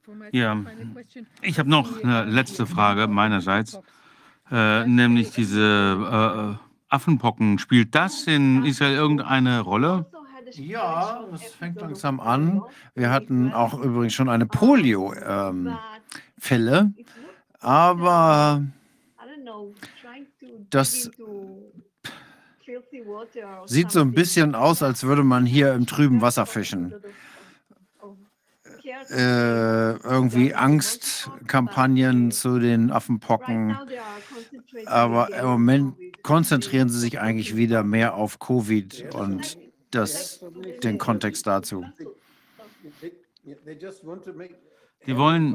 Ja, ich habe noch eine letzte Frage meinerseits, nämlich diese Affenpocken. Spielt das in Israel irgendeine Rolle? Ja, es fängt langsam an. Wir hatten auch übrigens schon eine Polio-Fälle, aber das sieht so ein bisschen aus, als würde man hier im trüben Wasser fischen. Irgendwie Angstkampagnen zu den Affenpocken, aber im Moment konzentrieren sie sich eigentlich wieder mehr auf Covid und den Kontext dazu. Die wollen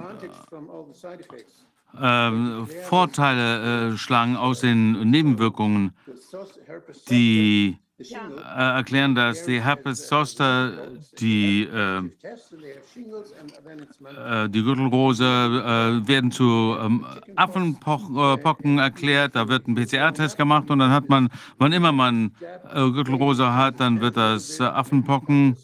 Vorteile schlagen aus den Nebenwirkungen, die erklären, dass die Herpes Zoster, die Gürtelrose werden zu Affenpocken erklärt. Da wird ein PCR-Test gemacht und dann hat man, wann immer man Gürtelrose hat, dann wird das Affenpocken.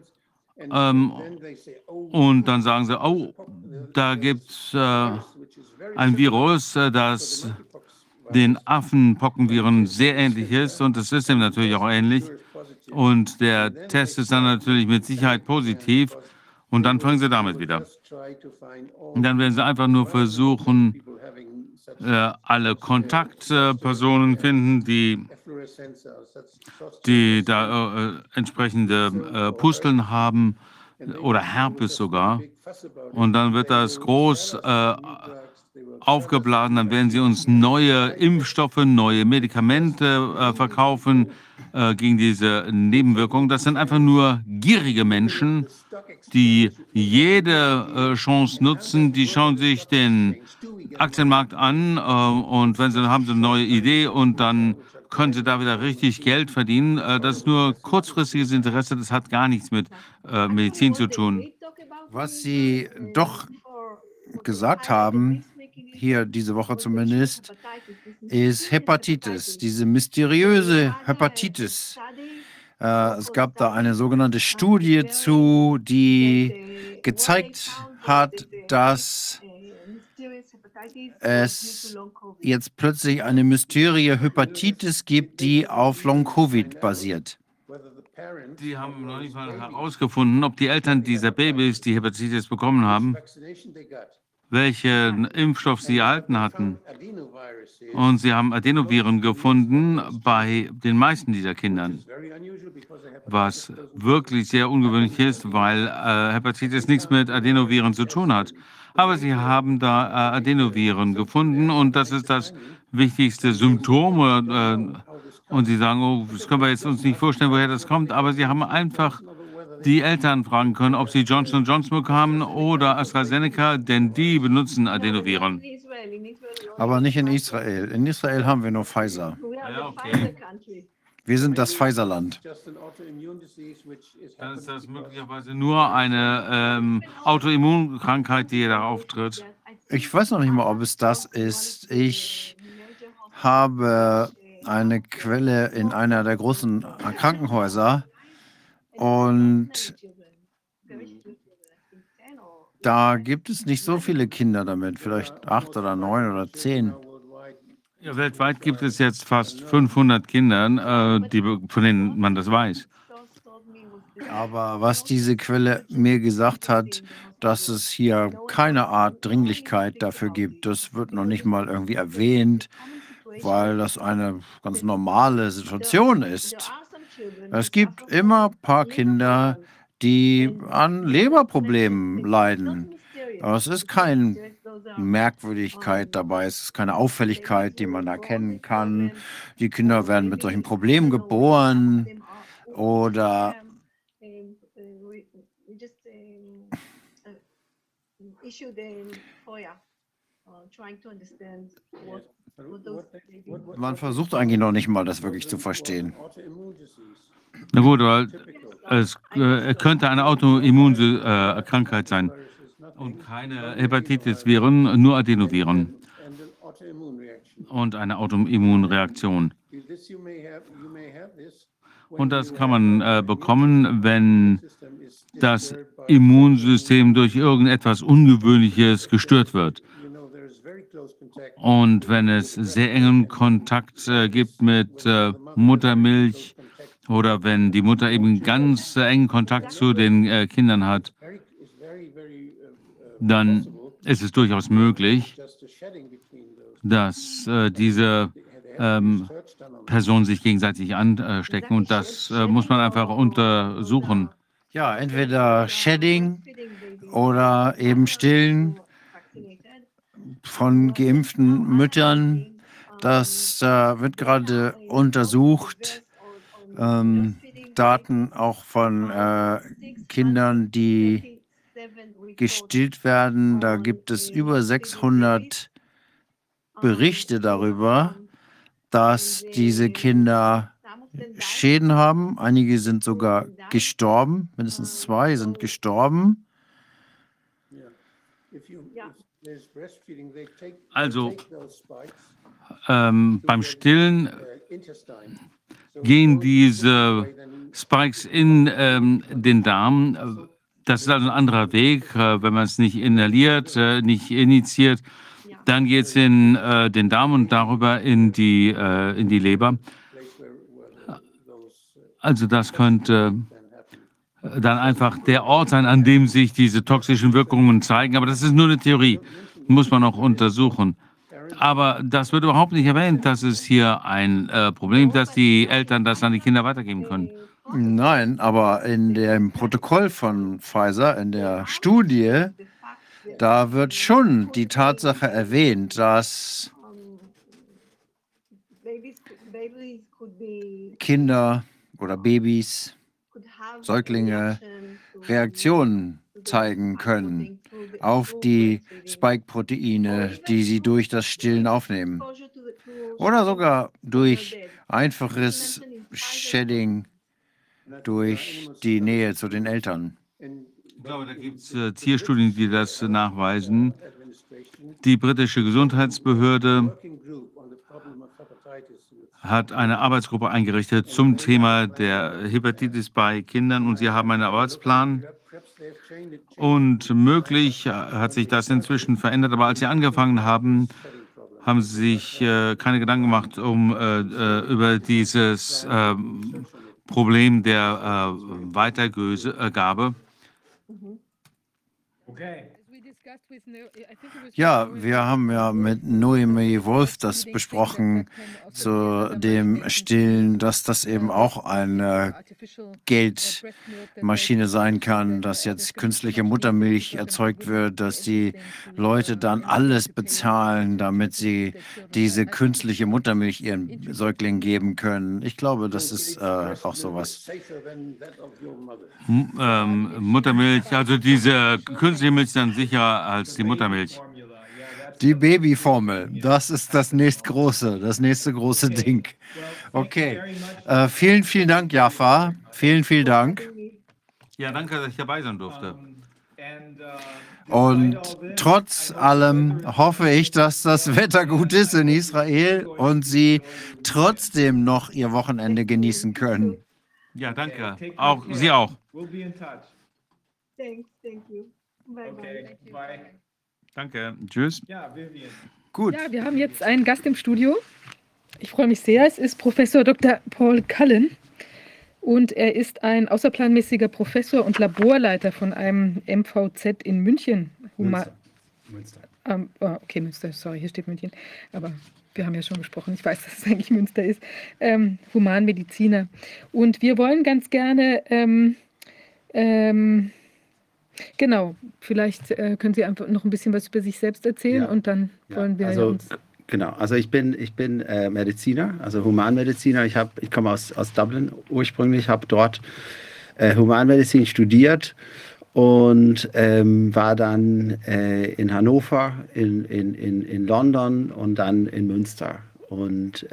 Und dann sagen sie, oh, da gibt es ein Virus, das den Affenpockenviren sehr ähnlich ist und das ist ihm natürlich auch ähnlich. Und der Test ist dann natürlich mit Sicherheit positiv und dann fangen sie damit wieder. Und dann werden sie einfach nur versuchen, alle Kontaktpersonen finden, die da entsprechende Pusteln haben oder Herpes sogar. Und dann wird das groß aufgeblasen, dann werden sie uns neue Impfstoffe, neue Medikamente verkaufen gegen diese Nebenwirkungen. Das sind einfach nur gierige Menschen, die jede Chance nutzen. Die schauen sich den Aktienmarkt an und wenn sie haben sie eine neue Idee und dann können sie da wieder richtig Geld verdienen. Das ist nur kurzfristiges Interesse, das hat gar nichts mit Medizin zu tun. Was Sie doch gesagt haben, hier diese Woche zumindest, ist Hepatitis, diese mysteriöse Hepatitis. Es gab da eine sogenannte Studie zu, die gezeigt hat, dass es jetzt plötzlich eine mysteriöse Hepatitis gibt, die auf Long-Covid basiert. Die haben noch nicht mal herausgefunden, ob die Eltern dieser Babys, die Hepatitis bekommen haben, welchen Impfstoff sie erhalten hatten. Und sie haben Adenoviren gefunden bei den meisten dieser Kindern, was wirklich sehr ungewöhnlich ist, weil Hepatitis nichts mit Adenoviren zu tun hat. Aber sie haben da Adenoviren gefunden und das ist das wichtigste Symptom. Und sie sagen, oh, das können wir jetzt uns nicht vorstellen, woher das kommt. Aber sie haben einfach die Eltern fragen können, ob sie Johnson & Johnson bekamen oder AstraZeneca, denn die benutzen Adenoviren. Aber nicht in Israel. In Israel haben wir nur Pfizer. Ja, okay. Wir sind das Pfizer-Land. Dann ist das möglicherweise nur eine Autoimmunkrankheit, die da auftritt. Ich weiß noch nicht mal, ob es das ist. Ich habe eine Quelle in einer der großen Krankenhäuser und da gibt es nicht so viele Kinder damit, vielleicht 8 oder 9 oder 10. Ja, weltweit gibt es jetzt fast 500 Kinder, von denen man das weiß. Aber was diese Quelle mir gesagt hat, dass es hier keine Art Dringlichkeit dafür gibt, das wird noch nicht mal irgendwie erwähnt, weil das eine ganz normale Situation ist. Es gibt immer ein paar Kinder, die an Leberproblemen leiden. Aber es ist keine Merkwürdigkeit dabei, es ist keine Auffälligkeit, die man erkennen kann. Die Kinder werden mit solchen Problemen geboren oder man versucht eigentlich noch nicht mal, das wirklich zu verstehen. Na gut, aber es könnte eine Autoimmunkrankheit sein und keine Hepatitis-Viren, nur Adenoviren und eine Autoimmunreaktion. Und das kann man bekommen, wenn das Immunsystem durch irgendetwas Ungewöhnliches gestört wird. Und wenn es sehr engen Kontakt gibt mit Muttermilch oder wenn die Mutter eben ganz engen Kontakt zu den Kindern hat, dann ist es durchaus möglich, dass diese Personen sich gegenseitig anstecken. Und das muss man einfach untersuchen. Ja, entweder Shedding oder eben Stillen von geimpften Müttern. Das wird gerade untersucht. Daten auch von Kindern, die gestillt werden. Da gibt es über 600 Berichte darüber, dass diese Kinder Schäden haben. Einige sind sogar gestorben. Mindestens 2 sind gestorben. Also beim Stillen gehen diese Spikes in den Darm. Das ist also ein anderer Weg, wenn man es nicht inhaliert, nicht injiziert. Dann geht es in den Darm und darüber in die Leber. Also das könnte dann einfach der Ort sein, an dem sich diese toxischen Wirkungen zeigen. Aber das ist nur eine Theorie, muss man auch untersuchen. Aber das wird überhaupt nicht erwähnt, dass es hier ein Problem ist, dass die Eltern das an die Kinder weitergeben können. Nein, aber in dem Protokoll von Pfizer, in der Studie, da wird schon die Tatsache erwähnt, dass Kinder oder Babys, Säuglinge Reaktionen zeigen können auf die Spike-Proteine, die sie durch das Stillen aufnehmen. Oder sogar durch einfaches Shedding durch die Nähe zu den Eltern. Ich glaube, da gibt es Tierstudien, die das nachweisen. Die britische Gesundheitsbehörde hat eine Arbeitsgruppe eingerichtet zum Thema der Hepatitis bei Kindern und sie haben einen Arbeitsplan. Und möglich hat sich das inzwischen verändert, aber als sie angefangen haben, haben sie sich keine Gedanken gemacht über dieses Problem der Weitergabe. Ja, wir haben ja mit Noemi Wolf das besprochen, zu dem Stillen, dass das eben auch eine Geldmaschine sein kann, dass jetzt künstliche Muttermilch erzeugt wird, dass die Leute dann alles bezahlen, damit sie diese künstliche Muttermilch ihren Säuglingen geben können. Ich glaube, das ist auch sowas. Muttermilch, also diese künstliche Milch ist dann sicherer als die Muttermilch. Die Babyformel, das ist das nächste große Ding. Okay, vielen, vielen Dank, Jaffa. Vielen, vielen Dank. Ja, danke, dass ich dabei sein durfte. Und trotz allem hoffe ich, dass das Wetter gut ist in Israel und Sie trotzdem noch Ihr Wochenende genießen können. Ja, danke. Auch Sie auch. Thank you. Bye bye. Danke. Tschüss. Ja, Vivian. Gut. Ja, wir haben jetzt einen Gast im Studio. Ich freue mich sehr. Es ist Professor Dr. Paul Cullen und er ist ein außerplanmäßiger Professor und Laborleiter von einem MVZ in München. Münster. Okay, Münster, sorry, hier steht München. Aber wir haben ja schon gesprochen, ich weiß, dass es eigentlich Münster ist. Humanmediziner. Und wir wollen ganz gerne genau, vielleicht können Sie einfach noch ein bisschen was über sich selbst erzählen und dann wollen wir uns... Genau, also ich bin Mediziner, also Humanmediziner. Ich komme aus Dublin ursprünglich, habe dort Humanmedizin studiert und war dann in Hannover, in London und dann in Münster. Und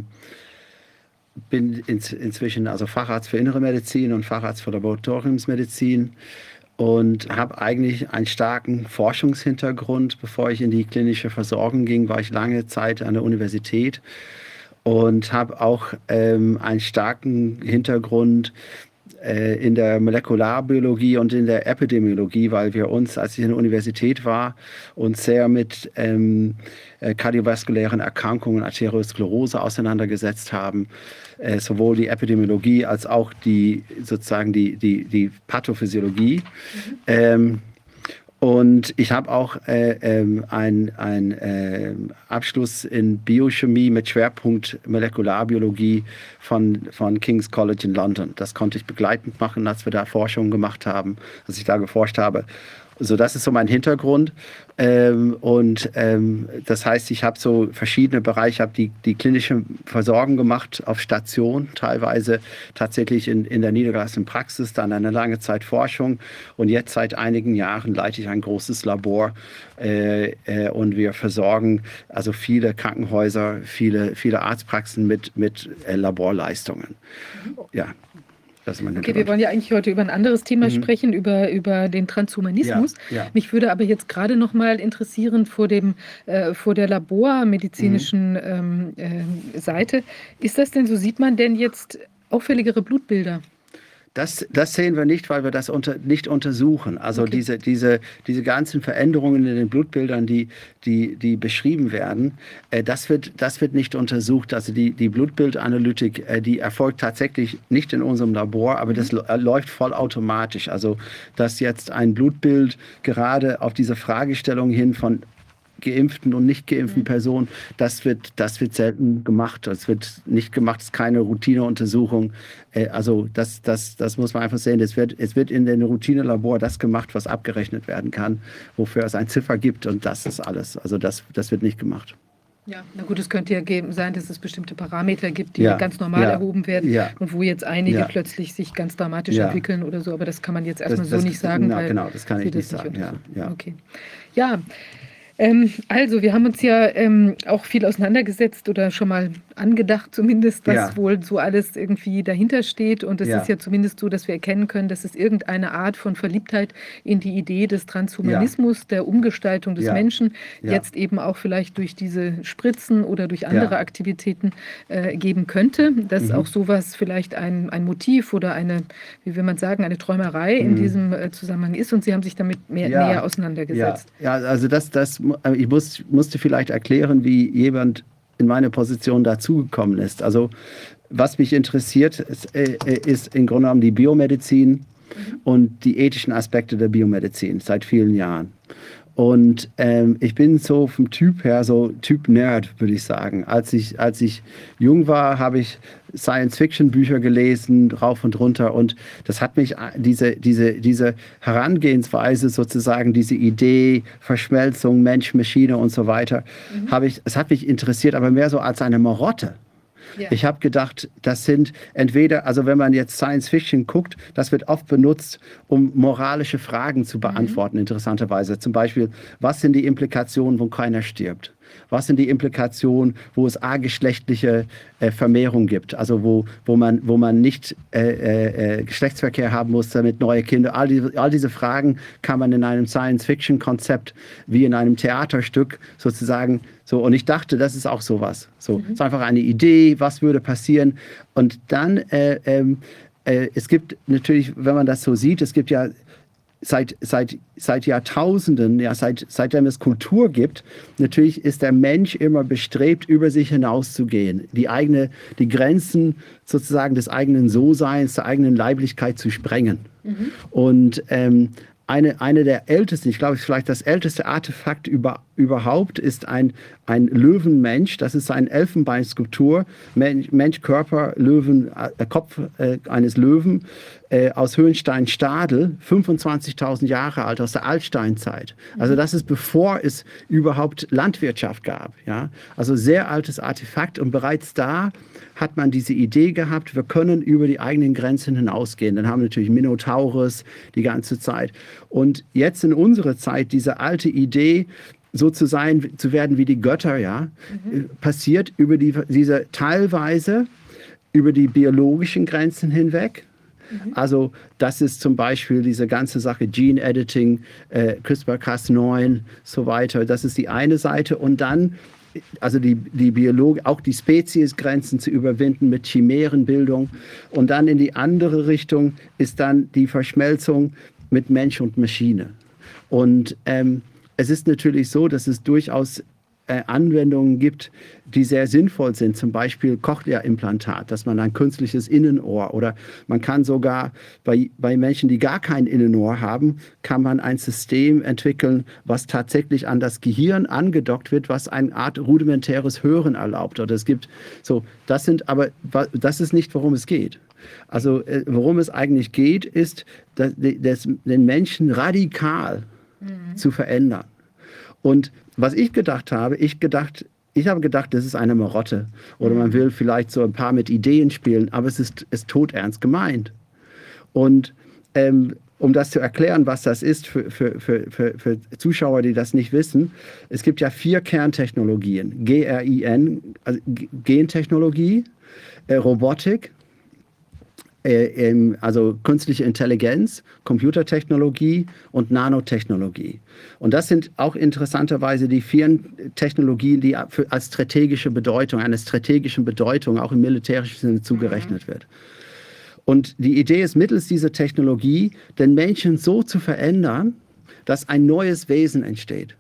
bin inzwischen also Facharzt für Innere Medizin und Facharzt für Laboratoriumsmedizin. Und habe eigentlich einen starken Forschungshintergrund. Bevor ich in die klinische Versorgung ging, war ich lange Zeit an der Universität und habe auch einen starken Hintergrund in der Molekularbiologie und in der Epidemiologie, weil wir uns, als ich in der Universität war, uns sehr mit kardiovaskulären Erkrankungen, Arteriosklerose auseinandergesetzt haben. Sowohl die Epidemiologie als auch die Pathophysiologie. Und ich habe auch einen Abschluss in Biochemie mit Schwerpunkt Molekularbiologie von King's College in London. Das konnte ich begleitend machen, als wir da Forschung gemacht haben, als ich da geforscht habe. So, das ist so mein Hintergrund. Das heißt, ich habe so verschiedene Bereiche, ich habe die klinische Versorgung gemacht auf Station, teilweise tatsächlich in der niedergelassenen Praxis, dann eine lange Zeit Forschung und jetzt seit einigen Jahren leite ich ein großes Labor und wir versorgen also viele Krankenhäuser, viele Arztpraxen mit Laborleistungen. Ja. Okay, wir wollen ja eigentlich heute über ein anderes Thema sprechen, über den Transhumanismus. Ja. Mich würde aber jetzt gerade noch mal interessieren vor der labormedizinischen Seite. Ist das denn so, sieht man denn jetzt auffälligere Blutbilder? Das sehen wir nicht, weil wir das nicht untersuchen. Also Okay. diese ganzen Veränderungen in den Blutbildern, die beschrieben werden, das wird nicht untersucht. Also die Blutbildanalytik, die erfolgt tatsächlich nicht in unserem Labor, aber das läuft vollautomatisch. Also dass jetzt ein Blutbild gerade auf diese Fragestellung hin von geimpften und nicht geimpften Personen, das wird selten gemacht. Das wird nicht gemacht, es ist keine Routineuntersuchung. Also das muss man einfach sehen. Es wird in dem Routinelabor das gemacht, was abgerechnet werden kann, wofür es eine Ziffer gibt und das ist alles. Also das wird nicht gemacht. Ja, na gut, es könnte ja sein, dass es bestimmte Parameter gibt, die ganz normal erhoben werden und wo jetzt einige plötzlich sich ganz dramatisch entwickeln oder so, aber das kann man jetzt erstmal so nicht sagen. Weil genau, das kann ich nicht sagen. Ja. Okay. Ja. Also, wir haben uns ja auch viel auseinandergesetzt oder schon mal angedacht zumindest, was wohl so alles irgendwie dahinter steht. Und es ist ja zumindest so, dass wir erkennen können, dass es irgendeine Art von Verliebtheit in die Idee des Transhumanismus, der Umgestaltung des Menschen, jetzt eben auch vielleicht durch diese Spritzen oder durch andere Aktivitäten geben könnte. Dass auch sowas vielleicht ein Motiv oder eine, wie will man sagen, eine Träumerei in diesem Zusammenhang ist. Und Sie haben sich damit näher auseinandergesetzt. Ja, also ich musste vielleicht erklären, wie jemand in meine Position dazugekommen ist. Also was mich interessiert, ist im Grunde genommen die Biomedizin und die ethischen Aspekte der Biomedizin seit vielen Jahren. Und ich bin so vom Typ her, so Typ Nerd, würde ich sagen. Als ich jung war, habe ich Science-Fiction-Bücher gelesen, rauf und runter. Und das hat mich, diese Herangehensweise sozusagen, diese Idee, Verschmelzung, Mensch, Maschine und so weiter, es hat mich interessiert, aber mehr so als eine Marotte. Ja. Ich habe gedacht, das sind entweder, also wenn man jetzt Science Fiction guckt, das wird oft benutzt, um moralische Fragen zu beantworten, interessanterweise. Zum Beispiel, was sind die Implikationen, wo keiner stirbt? Was sind die Implikationen, wo es ageschlechtliche Vermehrung gibt? Also wo man nicht Geschlechtsverkehr haben muss, damit neue Kinder. All diese Fragen kann man in einem Science-Fiction-Konzept wie in einem Theaterstück sozusagen so. Und ich dachte, das ist auch sowas. So, es ist einfach eine Idee, was würde passieren. Und dann es gibt natürlich, wenn man das so sieht, es gibt ja seit Jahrtausenden, seitdem es Kultur gibt, natürlich ist der Mensch immer bestrebt, über sich hinauszugehen, die Grenzen sozusagen des eigenen So-Seins, der eigenen Leiblichkeit zu sprengen. Und eine der ältesten, ich glaube, vielleicht das älteste Artefakt überhaupt ist ein Löwenmensch. Das ist eine Elfenbeinskulptur, Mensch, Körper, Löwen, Kopf eines Löwen aus Höhenstein-Stadel, 25.000 Jahre alt, aus der Altsteinzeit. Also das ist bevor es überhaupt Landwirtschaft gab. Ja? Also sehr altes Artefakt und bereits da hat man diese Idee gehabt, wir können über die eigenen Grenzen hinausgehen. Dann haben wir natürlich Minotaurus die ganze Zeit. Und jetzt in unserer Zeit, diese alte Idee, so zu werden wie die Götter, passiert über diese teilweise über die biologischen Grenzen hinweg. Also das ist zum Beispiel diese ganze Sache Gene Editing, CRISPR-Cas9, so weiter. Das ist die eine Seite. Und dann also die Biologie, auch die Speziesgrenzen zu überwinden mit Chimärenbildung. Und dann in die andere Richtung ist dann die Verschmelzung mit Mensch und Maschine. Und es ist natürlich so, dass es durchaus Anwendungen gibt, die sehr sinnvoll sind, zum Beispiel Cochlea-Implantat, dass man ein künstliches Innenohr oder man kann sogar bei Menschen, die gar kein Innenohr haben, kann man ein System entwickeln, was tatsächlich an das Gehirn angedockt wird, was eine Art rudimentäres Hören erlaubt. Oder es gibt so, das ist nicht, worum es geht. Also worum es eigentlich geht, ist, den Menschen radikal zu verändern. Und was ich gedacht habe, ich habe gedacht, das ist eine Marotte. Oder man will vielleicht so ein paar mit Ideen spielen, aber es ist todernst gemeint. Und um das zu erklären, was das ist für Zuschauer, die das nicht wissen, es gibt ja 4 Kerntechnologien. GRIN, also Gentechnologie, Robotik, also künstliche Intelligenz, Computertechnologie und Nanotechnologie. Und das sind auch interessanterweise die 4 Technologien, die als strategische Bedeutung, einer strategischen Bedeutung auch im militärischen Sinne zugerechnet wird. Und die Idee ist, mittels dieser Technologie den Menschen so zu verändern, dass ein neues Wesen entsteht.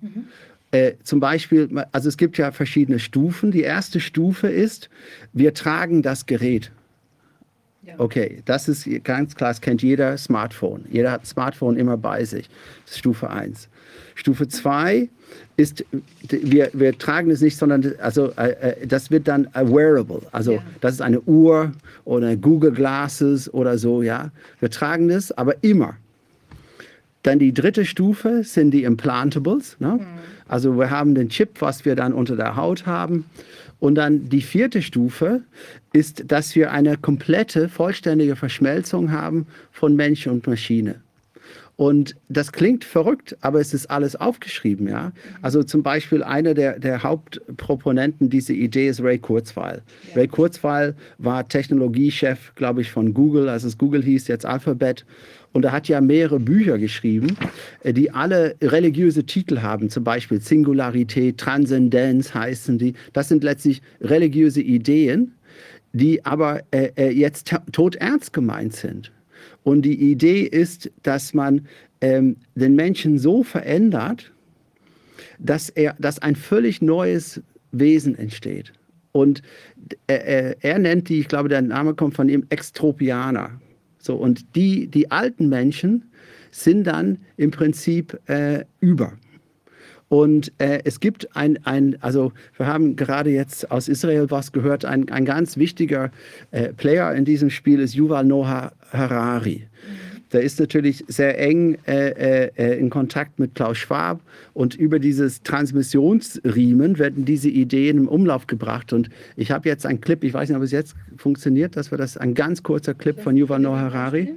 Zum Beispiel, also es gibt ja verschiedene Stufen. Die erste Stufe ist, wir tragen das Gerät. Okay, das ist ganz klar, das kennt jeder Smartphone. Jeder hat ein Smartphone immer bei sich. Das ist Stufe 1. Stufe 2 ist, wir tragen es nicht, sondern das wird dann a wearable. Also das ist eine Uhr oder Google Glasses oder so, ja. Wir tragen das, aber immer. Dann die dritte Stufe sind die Implantables. Ne? Also wir haben den Chip, was wir dann unter der Haut haben. Und dann die 4. Stufe ist, dass wir eine komplette, vollständige Verschmelzung haben von Mensch und Maschine. Und das klingt verrückt, aber es ist alles aufgeschrieben, ja. Also zum Beispiel einer der Hauptproponenten dieser Idee ist Ray Kurzweil. Ja. Ray Kurzweil war Technologiechef, glaube ich, von Google, als es Google hieß, jetzt Alphabet. Und er hat ja mehrere Bücher geschrieben, die alle religiöse Titel haben, zum Beispiel Singularität, Transzendenz heißen die. Das sind letztlich religiöse Ideen, die aber jetzt todernst gemeint sind. Und die Idee ist, dass man den Menschen so verändert, dass ein völlig neues Wesen entsteht. Und er nennt die, ich glaube, der Name kommt von ihm, Extropianer. So, und die alten Menschen sind dann im Prinzip über. Und es gibt also wir haben gerade jetzt aus Israel was gehört, ein ganz wichtiger Player in diesem Spiel ist Yuval Noah Harari. Der ist natürlich sehr eng in Kontakt mit Klaus Schwab und über dieses Transmissionsriemen werden diese Ideen im Umlauf gebracht. Und ich habe jetzt einen Clip, ich weiß nicht, ob es jetzt funktioniert, ein ganz kurzer Clip von Yuval Noah Harari.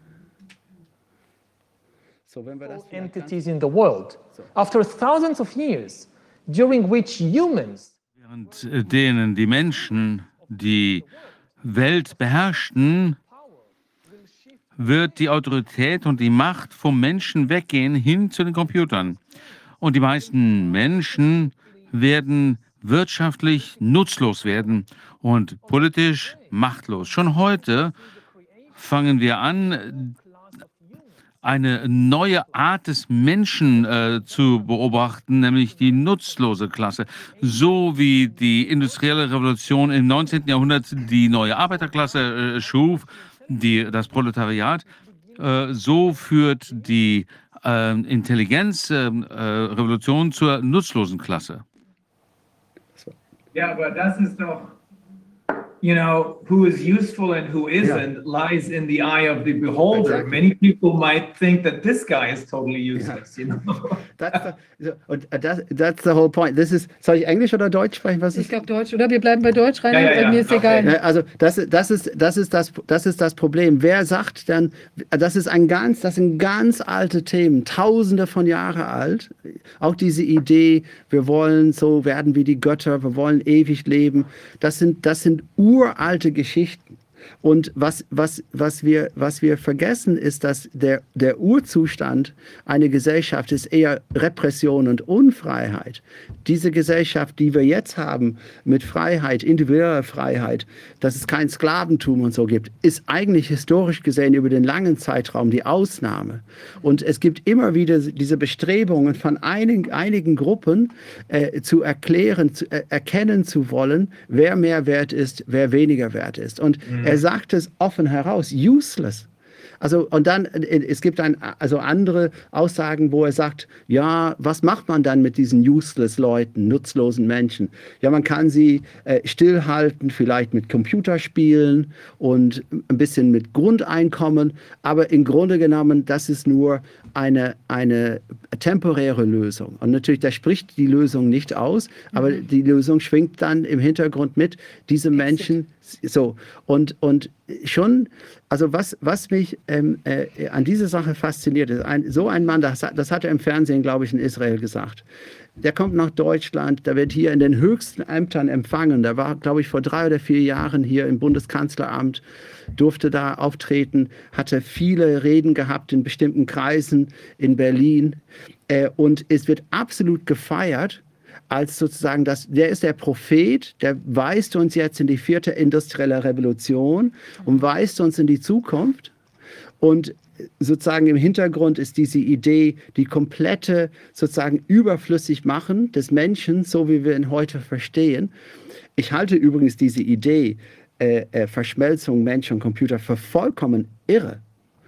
Entities in the world. After thousands of years, during which humans. Während denen die Menschen die Welt beherrschten, wird die Autorität und die Macht vom Menschen weggehen hin zu den Computern. Und die meisten Menschen werden wirtschaftlich nutzlos werden und politisch machtlos. Schon heute fangen wir an, eine neue Art des Menschen zu beobachten, nämlich die nutzlose Klasse. So wie die industrielle Revolution im 19. Jahrhundert die neue Arbeiterklasse schuf, das Proletariat, so führt die Intelligenzrevolution zur nutzlosen Klasse. Ja, aber das ist doch, who is useful and who isn't lies in the eye of the beholder. Exactly. Many people might think that this guy is totally useless, That's the whole point. Soll ich Englisch oder Deutsch sprechen? Ich glaube Deutsch, oder? Wir bleiben bei Deutsch rein, mir ist egal. Also das ist das Problem. Wer sagt dann, das sind ganz alte Themen, Tausende von Jahren alt. Auch diese Idee, wir wollen so werden wie die Götter, wir wollen ewig leben. Das sind uralte Geschichten. Und was wir vergessen, ist, dass der Urzustand einer Gesellschaft ist eher Repression und Unfreiheit. Diese Gesellschaft, die wir jetzt haben, mit Freiheit, individueller Freiheit, dass es kein Sklaventum und so gibt, ist eigentlich historisch gesehen über den langen Zeitraum die Ausnahme. Und es gibt immer wieder diese Bestrebungen von einigen Gruppen zu erklären, erkennen zu wollen, wer mehr wert ist, wer weniger wert ist. Und er sagt es offen heraus, useless. Also, und dann, es gibt andere Aussagen, wo er sagt, ja, was macht man dann mit diesen useless Leuten, nutzlosen Menschen? Ja, man kann sie stillhalten, vielleicht mit Computerspielen und ein bisschen mit Grundeinkommen, aber im Grunde genommen, das ist nur eine temporäre Lösung. Und natürlich, da spricht die Lösung nicht aus, aber die Lösung schwingt dann im Hintergrund mit, diese Menschen, so, und schon, also was mich an dieser Sache fasziniert, ist so ein Mann, das hat er im Fernsehen, glaube ich, in Israel gesagt. Der kommt nach Deutschland, der wird hier in den höchsten Ämtern empfangen. Der war, glaube ich, vor 3 oder 4 Jahren hier im Bundeskanzleramt, durfte da auftreten, hatte viele Reden gehabt in bestimmten Kreisen in Berlin. Und es wird absolut gefeiert, als sozusagen, der ist der Prophet, der weist uns jetzt in die 4. industrielle Revolution und weist uns in die Zukunft. Und sozusagen im Hintergrund ist diese Idee, die komplette sozusagen überflüssig machen des Menschen, so wie wir ihn heute verstehen. Ich halte übrigens diese Idee, Verschmelzung Mensch und Computer, für vollkommen irre.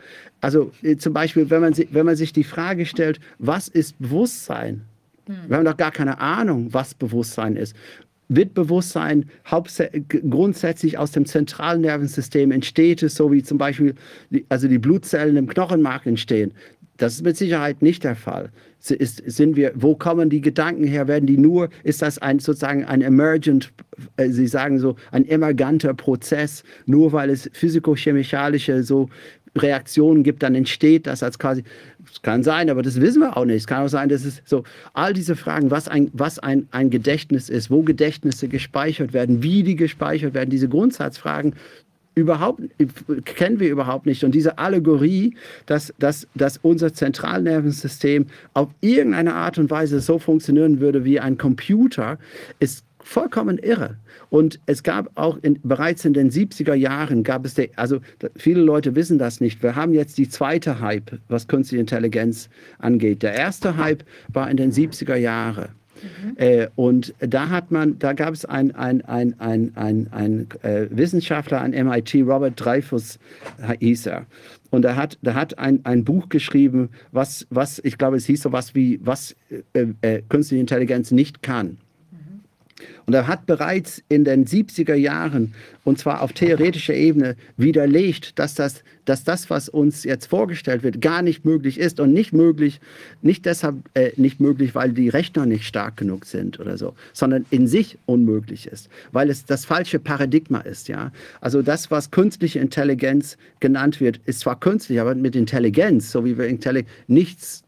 Also zum Beispiel, wenn man sich die Frage stellt, was ist Bewusstsein? Wir haben doch gar keine Ahnung, was Bewusstsein ist. Wird Bewusstsein grundsätzlich aus dem zentralen Nervensystem, entsteht es, so wie zum Beispiel die Blutzellen im Knochenmark entstehen? Das ist mit Sicherheit nicht der Fall. Wo kommen die Gedanken her? Ist das sozusagen ein emergent, Sie sagen so, ein emergenter Prozess, nur weil es physikochemikalische so Reaktionen gibt, dann entsteht das als quasi, das kann sein, aber das wissen wir auch nicht. Es kann auch sein, dass es so, all diese Fragen, was ein Gedächtnis ist, wo Gedächtnisse gespeichert werden, wie die gespeichert werden, diese Grundsatzfragen kennen wir überhaupt nicht. Und diese Allegorie, dass unser Zentralnervensystem auf irgendeine Art und Weise so funktionieren würde wie ein Computer, ist vollkommen irre. Und es gab auch bereits in den 70er Jahren, viele Leute wissen das nicht, wir haben jetzt die zweite Hype, was künstliche Intelligenz angeht. Der erste Hype war in den 70er Jahren. Und da gab es ein Wissenschaftler an MIT, Robert Dreyfus hieß er. Und er hat ein Buch geschrieben, was ich glaube, es hieß so was wie, was künstliche Intelligenz nicht kann. Und er hat bereits in den 70er Jahren, und zwar auf theoretischer Ebene, widerlegt, dass das, was uns jetzt vorgestellt wird, gar nicht möglich ist und nicht deshalb nicht möglich, weil die Rechner nicht stark genug sind oder so, sondern in sich unmöglich ist, weil es das falsche Paradigma ist. Ja? Also das, was künstliche Intelligenz genannt wird, ist zwar künstlich, aber mit Intelligenz, so wie wir nichts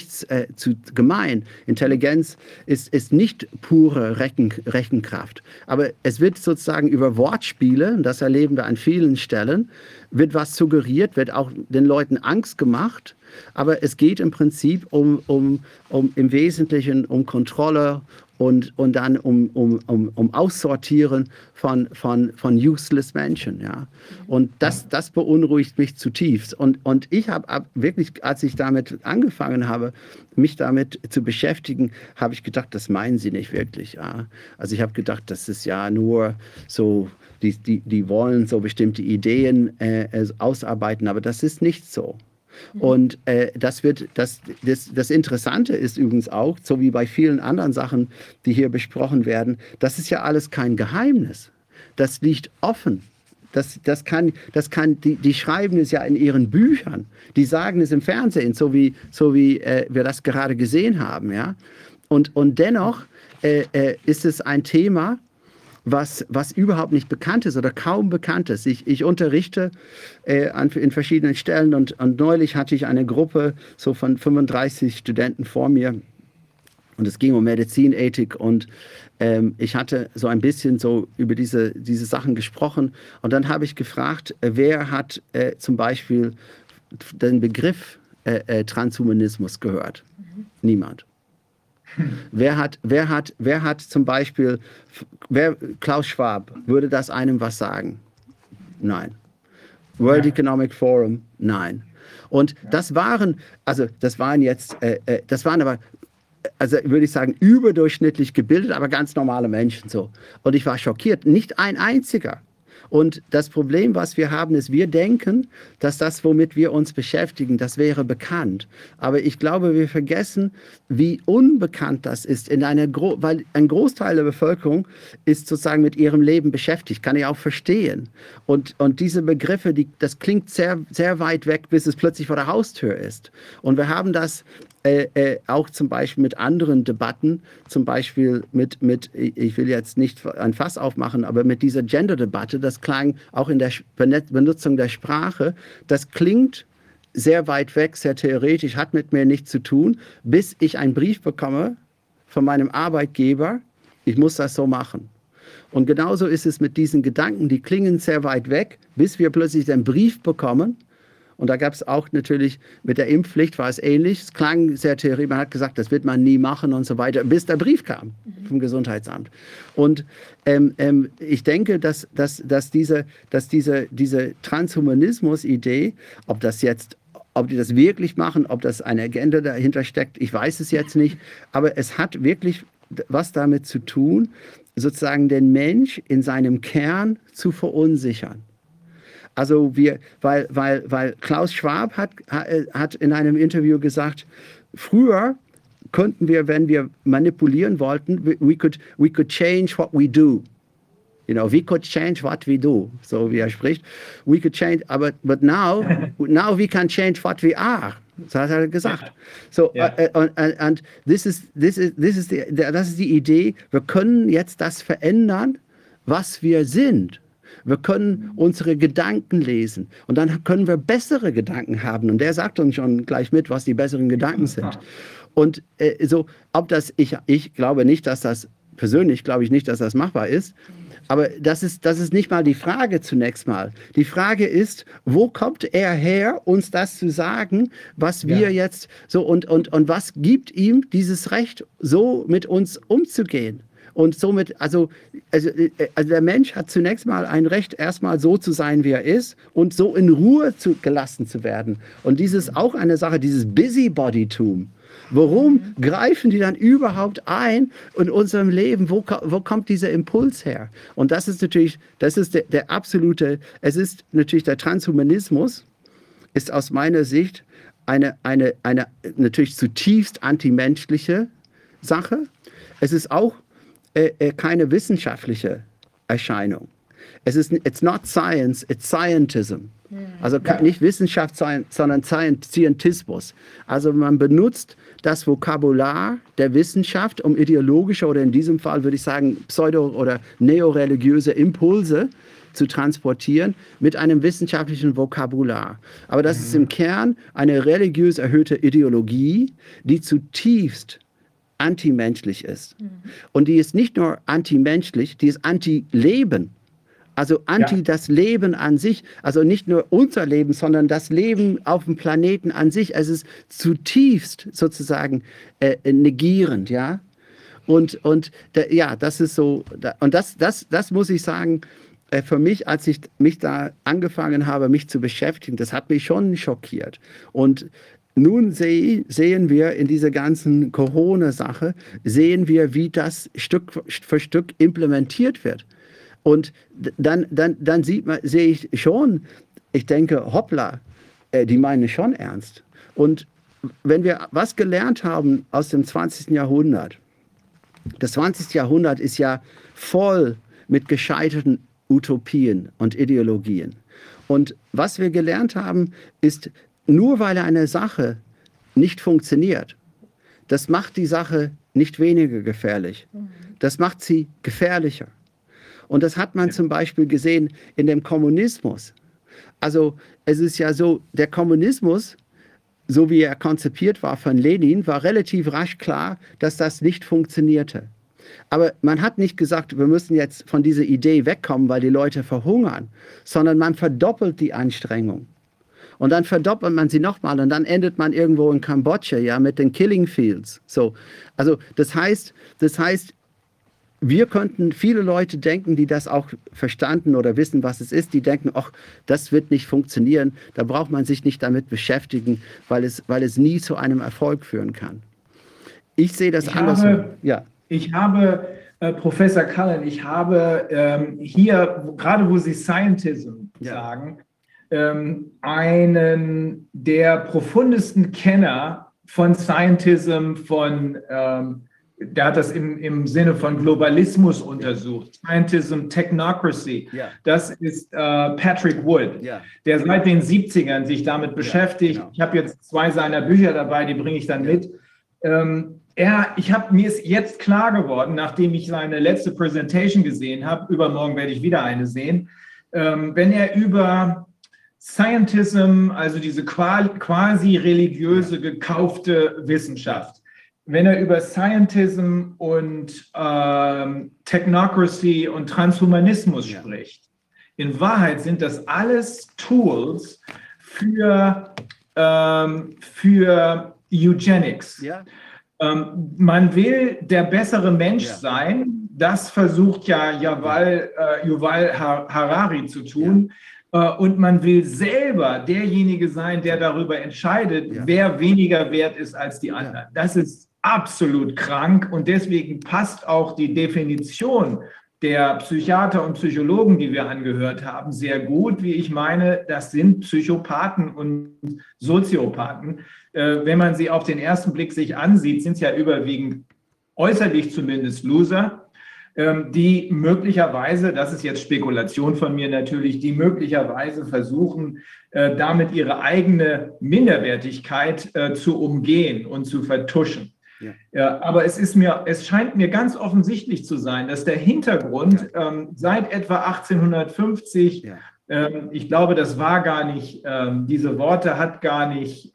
gemein. Intelligenz ist nicht pure Rechenkraft. Aber es wird sozusagen über Wortspiele, und das erleben wir an vielen Stellen, wird was suggeriert, wird auch den Leuten Angst gemacht. Aber es geht im Prinzip im Wesentlichen um Kontrolle und dann um Aussortieren von useless Menschen. Ja? Und das beunruhigt mich zutiefst. Und ich habe wirklich, als ich damit angefangen habe, mich damit zu beschäftigen, habe ich gedacht, das meinen Sie nicht wirklich. Ja? Also ich habe gedacht, das ist ja nur so, die wollen so bestimmte Ideen ausarbeiten, aber das ist nicht so. Und das Interessante ist übrigens auch, so wie bei vielen anderen Sachen, die hier besprochen werden, das ist ja alles kein Geheimnis. Das liegt offen. Die schreiben es ja in ihren Büchern. Die sagen es im Fernsehen, so wie wir das gerade gesehen haben. Ja? Und dennoch ist es ein Thema, was überhaupt nicht bekannt ist oder kaum bekannt ist. Ich unterrichte in verschiedenen Stellen und neulich hatte ich eine Gruppe so von 35 Studenten vor mir Und es ging um Medizinethik und ich hatte so ein bisschen so über diese Sachen gesprochen. Und dann habe ich gefragt, wer hat zum Beispiel den Begriff Transhumanismus gehört? Niemand. Wer hat zum Beispiel, Klaus Schwab, würde das einem was sagen? Nein. World Economic Forum? Nein. Und das waren aber, also würde ich sagen, überdurchschnittlich gebildet, aber ganz normale Menschen so. Und ich war schockiert, nicht ein einziger. Und das Problem, was wir haben, ist, wir denken, dass das, womit wir uns beschäftigen, das wäre bekannt. Aber ich glaube, wir vergessen, wie unbekannt das ist, weil ein Großteil der Bevölkerung ist sozusagen mit ihrem Leben beschäftigt, kann ich auch verstehen. Und diese Begriffe, das klingt sehr, sehr weit weg, bis es plötzlich vor der Haustür ist. Und wir haben das auch zum Beispiel mit anderen Debatten, zum Beispiel mit, ich will jetzt nicht ein Fass aufmachen, aber mit dieser Gender-Debatte, das klang auch in der Benutzung der Sprache, das klingt sehr weit weg, sehr theoretisch, hat mit mir nichts zu tun, bis ich einen Brief bekomme von meinem Arbeitgeber, ich muss das so machen. Und genauso ist es mit diesen Gedanken, die klingen sehr weit weg, bis wir plötzlich den Brief bekommen. Und da gab es auch natürlich, mit der Impfpflicht war es ähnlich. Es klang sehr theoretisch, man hat gesagt, das wird man nie machen und so weiter, bis der Brief kam vom Gesundheitsamt. Und ich denke, dass diese Transhumanismus-Idee, ob die das wirklich machen, ob das eine Agenda dahinter steckt, ich weiß es jetzt nicht. Aber es hat wirklich was damit zu tun, sozusagen den Mensch in seinem Kern zu verunsichern. Also weil Klaus Schwab hat in einem Interview gesagt, früher konnten wir, wenn wir manipulieren wollten, we could change what we do. You know, we could change what we do. So wie er spricht. We could change, but now we can change what we are. So hat er gesagt. So, und das ist die Idee, wir können jetzt das verändern, was wir sind. Wir können unsere Gedanken lesen und dann können wir bessere Gedanken haben. Und der sagt uns schon gleich mit, was die besseren Gedanken sind. Und ich glaube nicht, dass das, persönlich glaube ich nicht, dass das machbar ist. Aber das ist nicht mal die Frage zunächst mal. Die Frage ist, wo kommt er her, uns das zu sagen, was wir jetzt so und was gibt ihm dieses Recht, so mit uns umzugehen? Und somit, also der Mensch hat zunächst mal ein Recht, erstmal so zu sein, wie er ist und so in Ruhe gelassen zu werden. Und dieses auch eine Sache, dieses Busybody-Tum. Warum greifen die dann überhaupt ein in unserem Leben? Wo kommt dieser Impuls her? Und das ist natürlich, der absolute, es ist natürlich der Transhumanismus, ist aus meiner Sicht eine natürlich zutiefst antimenschliche Sache. Es ist auch keine wissenschaftliche Erscheinung. It's not science, it's scientism. Also nicht Wissenschaft, sondern Scientismus. Also man benutzt das Vokabular der Wissenschaft, um ideologische oder in diesem Fall würde ich sagen pseudo- oder neoreligiöse Impulse zu transportieren mit einem wissenschaftlichen Vokabular. Aber das ist im Kern eine religiös erhöhte Ideologie, die zutiefst antimenschlich ist. Und die ist nicht nur antimenschlich, die ist anti-Leben. Also das Leben an sich, also nicht nur unser Leben, sondern das Leben auf dem Planeten an sich. Es ist zutiefst sozusagen negierend, ja. Das ist so, und das muss ich sagen, für mich, als ich mich da angefangen habe, mich zu beschäftigen, das hat mich schon schockiert. Und nun sehen wir in dieser ganzen Corona-Sache, sehen wir, wie das Stück für Stück implementiert wird. Und dann sehe ich schon, ich denke, hoppla, die meinen schon ernst. Und wenn wir was gelernt haben aus dem 20. Jahrhundert, das 20. Jahrhundert ist ja voll mit gescheiterten Utopien und Ideologien. Und was wir gelernt haben, ist, nur weil eine Sache nicht funktioniert, das macht die Sache nicht weniger gefährlich. Das macht sie gefährlicher. Und das hat man zum Beispiel gesehen in dem Kommunismus. Also es ist ja so, der Kommunismus so wie er konzipiert war von Lenin, war relativ rasch klar, dass das nicht funktionierte. Aber man hat nicht gesagt, wir müssen jetzt von dieser Idee wegkommen, weil die Leute verhungern, sondern man verdoppelt die Anstrengung. Und dann verdoppelt man sie nochmal und dann endet man irgendwo in Kambodscha, ja, mit den Killing Fields. So, also das heißt, wir könnten viele Leute denken, die das auch verstanden oder wissen, was es ist, die denken, ach, das wird nicht funktionieren, da braucht man sich nicht damit beschäftigen, weil es nie zu einem Erfolg führen kann. Ich sehe das andersrum. Ich habe, Professor Cullen, ich habe hier, gerade wo Sie Scientism sagen, einen der profundesten Kenner von Scientism, der hat das im Sinne von Globalismus untersucht, Scientism, Technocracy. Das ist Patrick Wood, der seit den 70ern sich damit beschäftigt. Ich habe jetzt 2 seiner Bücher dabei, die bringe ich dann mit. Mir ist jetzt klar geworden, nachdem ich seine letzte Präsentation gesehen habe, übermorgen werde ich wieder eine sehen, wenn er über Scientism, also diese quasi religiöse, gekaufte Wissenschaft, wenn er über Scientism und Technocracy und Transhumanismus spricht, in Wahrheit sind das alles Tools für Eugenics. Man will der bessere Mensch sein, das versucht ja Yuval Harari zu tun. Und man will selber derjenige sein, der darüber entscheidet, wer weniger wert ist als die anderen. Das ist absolut krank und deswegen passt auch die Definition der Psychiater und Psychologen, die wir angehört haben, sehr gut, wie ich meine, das sind Psychopathen und Soziopathen. Wenn man sie auf den ersten Blick sich ansieht, sind es ja überwiegend äußerlich zumindest Loser, die möglicherweise, das ist jetzt Spekulation von mir natürlich, die möglicherweise versuchen, damit ihre eigene Minderwertigkeit zu umgehen und zu vertuschen. Aber es scheint mir ganz offensichtlich zu sein, dass der Hintergrund seit etwa 1850, ich glaube, das war gar nicht, diese Worte hat gar nicht,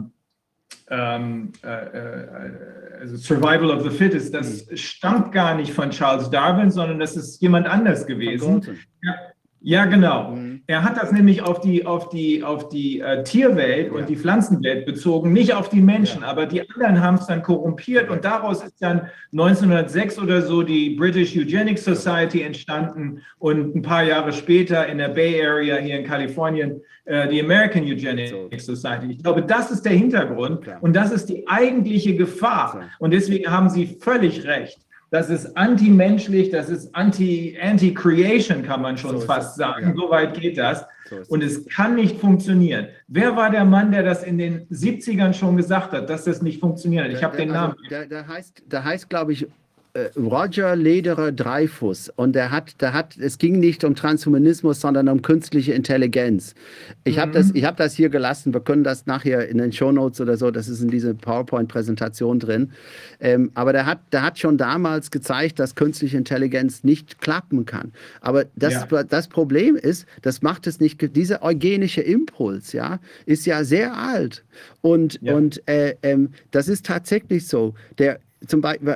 also Survival of the Fittest, das stammt gar nicht von Charles Darwin, sondern das ist jemand anders gewesen. Ja, genau. Er hat das nämlich auf die Tierwelt und die Pflanzenwelt bezogen, nicht auf die Menschen, aber die anderen haben es dann korrumpiert und daraus ist dann 1906 oder so die British Eugenics Society entstanden und ein paar Jahre später in der Bay Area hier in Kalifornien die American Eugenics Society. Ich glaube, das ist der Hintergrund und das ist die eigentliche Gefahr und deswegen haben Sie völlig recht. Das ist antimenschlich, das ist anti-creation, kann man schon fast sagen. So weit geht das. Und es kann nicht funktionieren. Wer war der Mann, der das in den 70ern schon gesagt hat, dass das nicht funktioniert? Ich habe den Namen. Der heißt, glaube ich, Roger Lederer Dreyfus und es ging nicht um Transhumanismus, sondern um künstliche Intelligenz. Ich habe das hier gelassen, wir können das nachher in den Shownotes oder so, das ist in dieser PowerPoint-Präsentation drin. Aber der hat schon damals gezeigt, dass künstliche Intelligenz nicht klappen kann. Aber das Problem ist, das macht es nicht, dieser eugenische Impuls, ist ja sehr alt. Und das ist tatsächlich so. Zum Beispiel,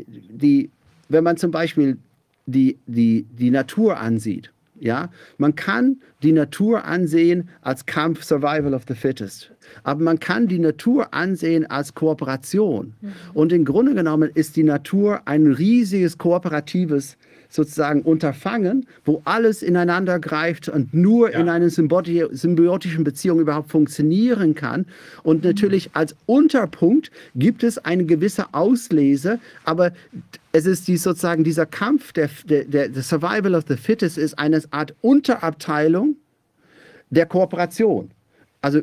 wenn man zum Beispiel die Natur ansieht, man kann die Natur ansehen als Kampf, Survival of the Fittest, aber man kann die Natur ansehen als Kooperation. Und im Grunde genommen ist die Natur ein riesiges kooperatives sozusagen Unterfangen, wo alles ineinander greift und nur in einer symbiotischen Beziehung überhaupt funktionieren kann. Und natürlich als Unterpunkt gibt es eine gewisse Auslese, aber es ist sozusagen dieser Kampf, der Survival of the Fittest ist eine Art Unterabteilung der Kooperation. Also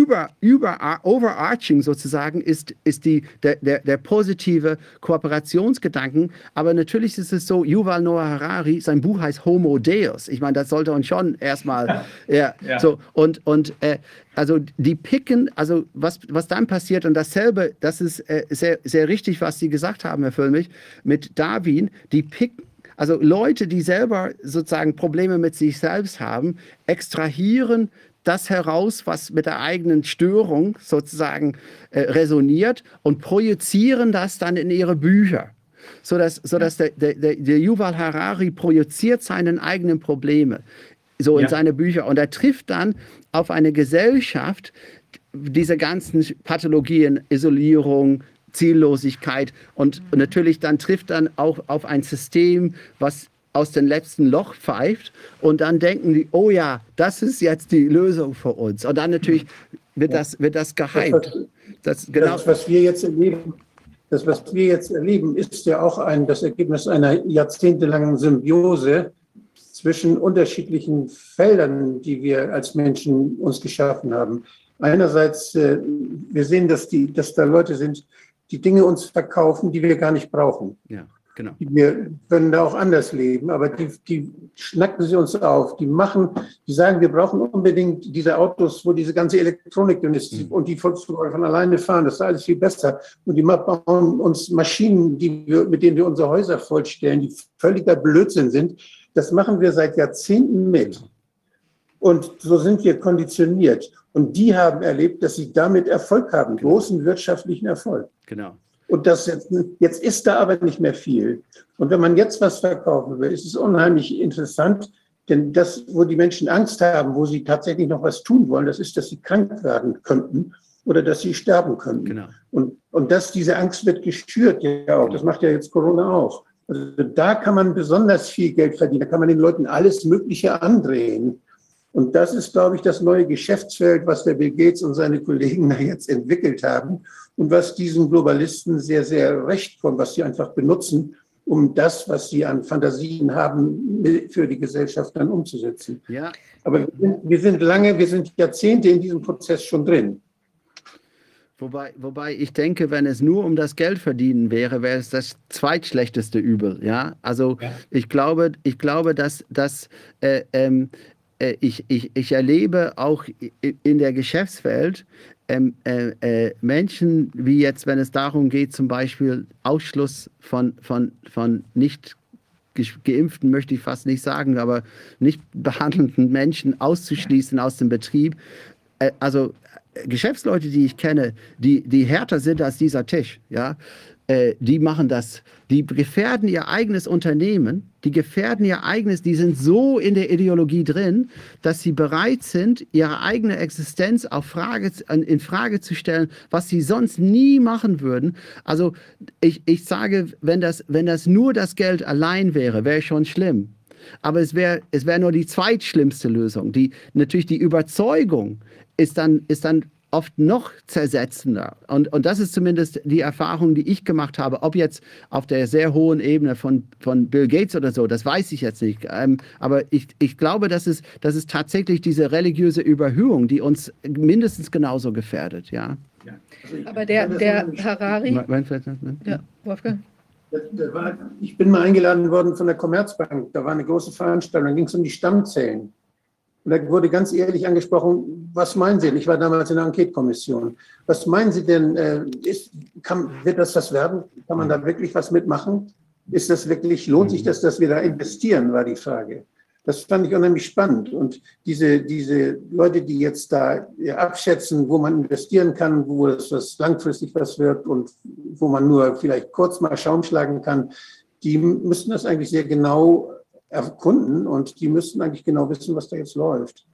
overarching sozusagen ist der positive Kooperationsgedanken. Aber natürlich ist es so, Yuval Noah Harari, sein Buch heißt Homo Deus. Ich meine, das sollte uns schon erstmal, so, also die picken, also was dann passiert und dasselbe, das ist sehr, sehr richtig, was Sie gesagt haben, Herr Völlmich, mit Darwin, die picken, also Leute, die selber sozusagen Probleme mit sich selbst haben, extrahieren das heraus, was mit der eigenen Störung sozusagen resoniert und projizieren das dann in ihre Bücher. Sodass der Yuval Harari projiziert seine eigenen Probleme so in seine Bücher. Und er trifft dann auf eine Gesellschaft, diese ganzen Pathologien, Isolierung, Ziellosigkeit und natürlich dann trifft dann auch auf ein System, was aus dem letzten Loch pfeift und dann denken die, oh ja, das ist jetzt die Lösung für uns. Und dann natürlich wird das gehypt. Das, was wir jetzt erleben, ist ja auch das Ergebnis einer jahrzehntelangen Symbiose zwischen unterschiedlichen Feldern, die wir als Menschen uns geschaffen haben. Einerseits, wir sehen, dass da Leute sind, die Dinge uns verkaufen, die wir gar nicht brauchen. Ja, genau. Wir können da auch anders leben, aber die schnacken sie uns auf. Die sagen, wir brauchen unbedingt diese Autos, wo diese ganze Elektronik drin ist und die von alleine fahren. Das ist alles viel besser. Und die bauen uns Maschinen, mit denen wir unsere Häuser vollstellen, die völliger Blödsinn sind. Das machen wir seit Jahrzehnten mit. Und so sind wir konditioniert. Und die haben erlebt, dass sie damit Erfolg haben, großen wirtschaftlichen Erfolg. Genau. Und jetzt ist da aber nicht mehr viel. Und wenn man jetzt was verkaufen will, ist es unheimlich interessant, denn das, wo die Menschen Angst haben, wo sie tatsächlich noch was tun wollen, das ist, dass sie krank werden könnten oder dass sie sterben könnten. Genau. Und diese Angst wird geschürt ja auch. Das macht ja jetzt Corona auch. Also da kann man besonders viel Geld verdienen. Da kann man den Leuten alles Mögliche andrehen. Und das ist, glaube ich, das neue Geschäftsfeld, was der Bill Gates und seine Kollegen da jetzt entwickelt haben und was diesen Globalisten sehr, sehr recht kommt, was sie einfach benutzen, um das, was sie an Fantasien haben, für die Gesellschaft dann umzusetzen. Ja. Aber wir sind Jahrzehnte in diesem Prozess schon drin. Wobei ich denke, wenn es nur um das Geld verdienen wäre, wäre es das zweitschlechteste Übel. Ja? Also ich glaube, dass ich erlebe auch in der Geschäftswelt Menschen, wie jetzt, wenn es darum geht, zum Beispiel Ausschluss von nicht Geimpften, möchte ich fast nicht sagen, aber nicht behandelnden Menschen auszuschließen aus dem Betrieb. Also Geschäftsleute, die ich kenne, die härter sind als dieser Tisch, ja, die machen das, die gefährden ihr eigenes Unternehmen, die sind so in der Ideologie drin, dass sie bereit sind, ihre eigene Existenz in Frage zu stellen, was sie sonst nie machen würden. Also ich sage, wenn das nur das Geld allein wäre schon schlimm. Aber es wäre nur die zweitschlimmste Lösung. Natürlich die Überzeugung ist dann oft noch zersetzender. Und das ist zumindest die Erfahrung, die ich gemacht habe. Ob jetzt auf der sehr hohen Ebene von Bill Gates oder so, das weiß ich jetzt nicht. Aber ich glaube, dass es tatsächlich diese religiöse Überhöhung, die uns mindestens genauso gefährdet. Ja. Aber der Harari... Ja, Wolfgang? Ich bin mal eingeladen worden von der Commerzbank. Da war eine große Veranstaltung, da ging es um die Stammzellen. Und da wurde ganz ehrlich angesprochen, was meinen Sie denn? Ich war damals in der Enquete-Kommission. Was meinen Sie denn, wird das was werden? Kann man da wirklich was mitmachen? Ist das wirklich, lohnt sich das, dass wir da investieren, war die Frage. Das fand ich unheimlich spannend. Und diese Leute, die jetzt da abschätzen, wo man investieren kann, wo das langfristig was wird und wo man nur vielleicht kurz mal Schaum schlagen kann, die müssten das eigentlich sehr genau erkunden und die müssten eigentlich genau wissen, was da jetzt läuft.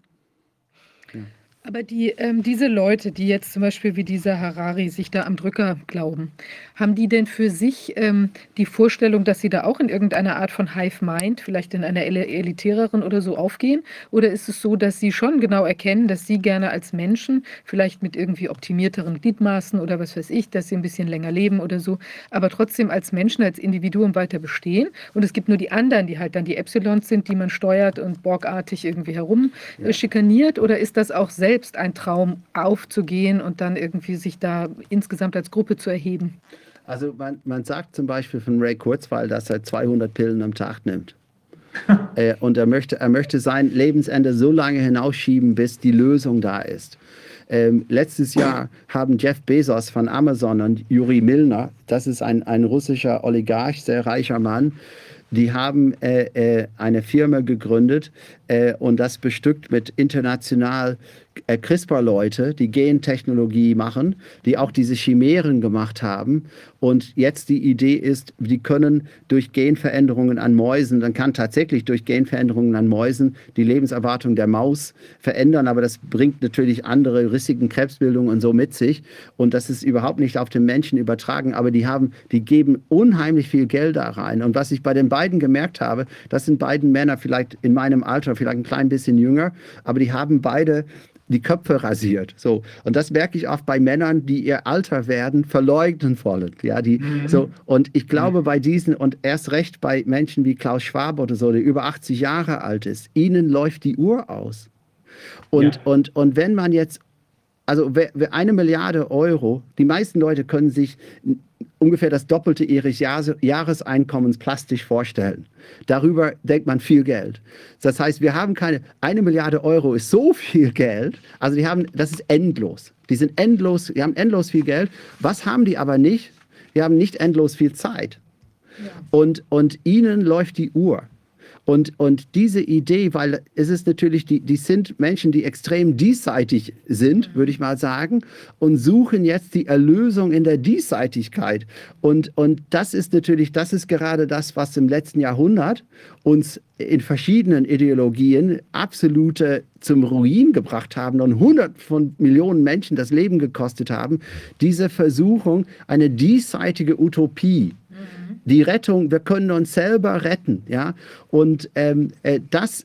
Aber diese Leute, die jetzt zum Beispiel wie dieser Harari sich da am Drücker glauben, haben die denn für sich die Vorstellung, dass sie da auch in irgendeiner Art von Hive-Mind, vielleicht in einer elitäreren oder so aufgehen? Oder ist es so, dass sie schon genau erkennen, dass sie gerne als Menschen, vielleicht mit irgendwie optimierteren Gliedmaßen oder was weiß ich, dass sie ein bisschen länger leben oder so, aber trotzdem als Menschen, als Individuum weiter bestehen? Und es gibt nur die anderen, die halt dann die Epsilons sind, die man steuert und borgartig irgendwie herum schikaniert? Oder ist das auch selbst ein Traum, aufzugehen und dann irgendwie sich da insgesamt als Gruppe zu erheben? Also man sagt zum Beispiel von Ray Kurzweil, dass er 200 Pillen am Tag nimmt. Und er möchte sein Lebensende so lange hinausschieben, bis die Lösung da ist. Letztes Jahr haben Jeff Bezos von Amazon und Yuri Milner, das ist ein russischer Oligarch, sehr reicher Mann, die haben eine Firma gegründet und das bestückt mit international CRISPR-Leute, die Gentechnologie machen, die auch diese Chimären gemacht haben. Und jetzt die Idee ist, die können durch Genveränderungen an Mäusen, dann kann tatsächlich durch Genveränderungen an Mäusen die Lebenserwartung der Maus verändern, aber das bringt natürlich andere Risiken, Krebsbildung und so mit sich. Und das ist überhaupt nicht auf den Menschen übertragen, aber die geben unheimlich viel Geld da rein. Und was ich bei den beiden gemerkt habe, das sind beiden Männer vielleicht in meinem Alter, vielleicht ein klein bisschen jünger, aber die haben beide die Köpfe rasiert. So. Und das merke ich oft bei Männern, die ihr Alter werden, verleugnen wollen. Ja, so. Und ich glaube bei diesen, und erst recht bei Menschen wie Klaus Schwab oder so, der über 80 Jahre alt ist, ihnen läuft die Uhr aus. Und wenn man jetzt, also 1 Milliarde Euro, die meisten Leute können sich ungefähr das Doppelte ihres Jahreseinkommens plastisch vorstellen. Darüber denkt man viel Geld. Das heißt, wir haben 1 Milliarde Euro ist so viel Geld, also das ist endlos. Die haben endlos viel Geld. Was haben die aber nicht? Die haben nicht endlos viel Zeit. Ja. Und ihnen läuft die Uhr. Und diese Idee, weil es ist natürlich, die sind Menschen, die extrem diesseitig sind, würde ich mal sagen, und suchen jetzt die Erlösung in der Diesseitigkeit. Und das ist natürlich, das ist gerade das, was im letzten Jahrhundert uns in verschiedenen Ideologien absolute zum Ruin gebracht haben und 100 von Millionen Menschen das Leben gekostet haben. Diese Versuchung, eine diesseitige Utopie. Die Rettung, wir können uns selber retten, ja, und das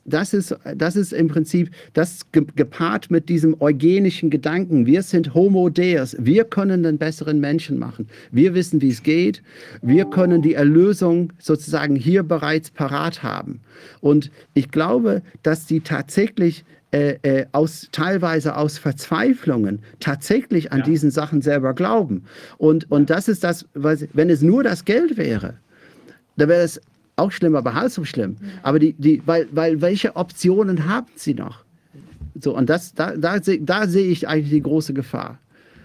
ist im Prinzip das gepaart mit diesem eugenischen Gedanken. Wir sind Homo Deus, wir können den besseren Menschen machen. Wir wissen, wie es geht. Wir können die Erlösung sozusagen hier bereits parat haben. Und ich glaube, dass die tatsächlich teilweise aus Verzweiflungen tatsächlich an diesen Sachen selber glauben. Und das ist das, wenn es nur das Geld wäre, dann wäre es auch schlimm, aber halb so schlimm. Aber weil welche Optionen haben sie noch? So, und da sehe ich eigentlich die große Gefahr.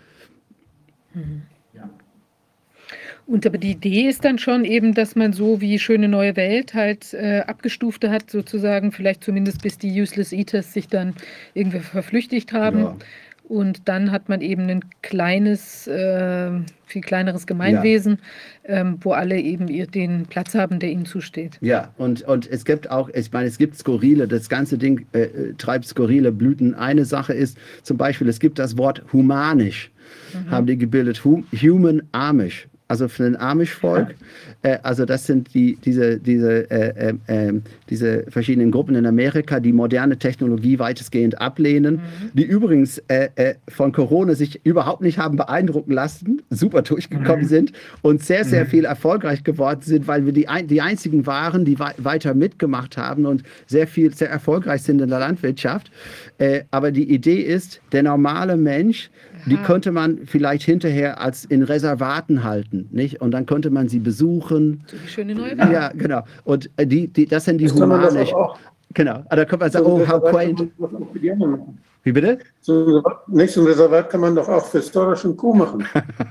Und aber die Idee ist dann schon eben, dass man so wie Schöne neue Welt halt Abgestufte hat, sozusagen, vielleicht zumindest bis die Useless Eaters sich dann irgendwie verflüchtigt haben. Ja. Und dann hat man eben ein kleines, viel kleineres Gemeinwesen, wo alle eben den Platz haben, der ihnen zusteht. Ja, und es gibt auch, ich meine, es gibt skurrile, das ganze Ding treibt skurrile Blüten. Eine Sache ist zum Beispiel, es gibt das Wort humanisch, haben die gebildet, Human Amish. Also für ein Amish-Volk, also das sind diese verschiedenen Gruppen in Amerika, die moderne Technologie weitestgehend ablehnen, die übrigens von Corona sich überhaupt nicht haben beeindrucken lassen, super durchgekommen sind und sehr, sehr viel erfolgreich geworden sind, weil wir die einzigen waren, die weiter mitgemacht haben und sehr erfolgreich sind in der Landwirtschaft. Aber die Idee ist, der normale Mensch, die könnte man vielleicht hinterher als in Reservaten halten, nicht? Und dann könnte man sie besuchen. So wie Schöne neue Welt. Ja, genau. Und das sind die humanischen. Genau. Da könnte man sagen, oh, how quaint. Wie bitte? So nächsten Reservat kann man doch auch für Storage und Co. machen.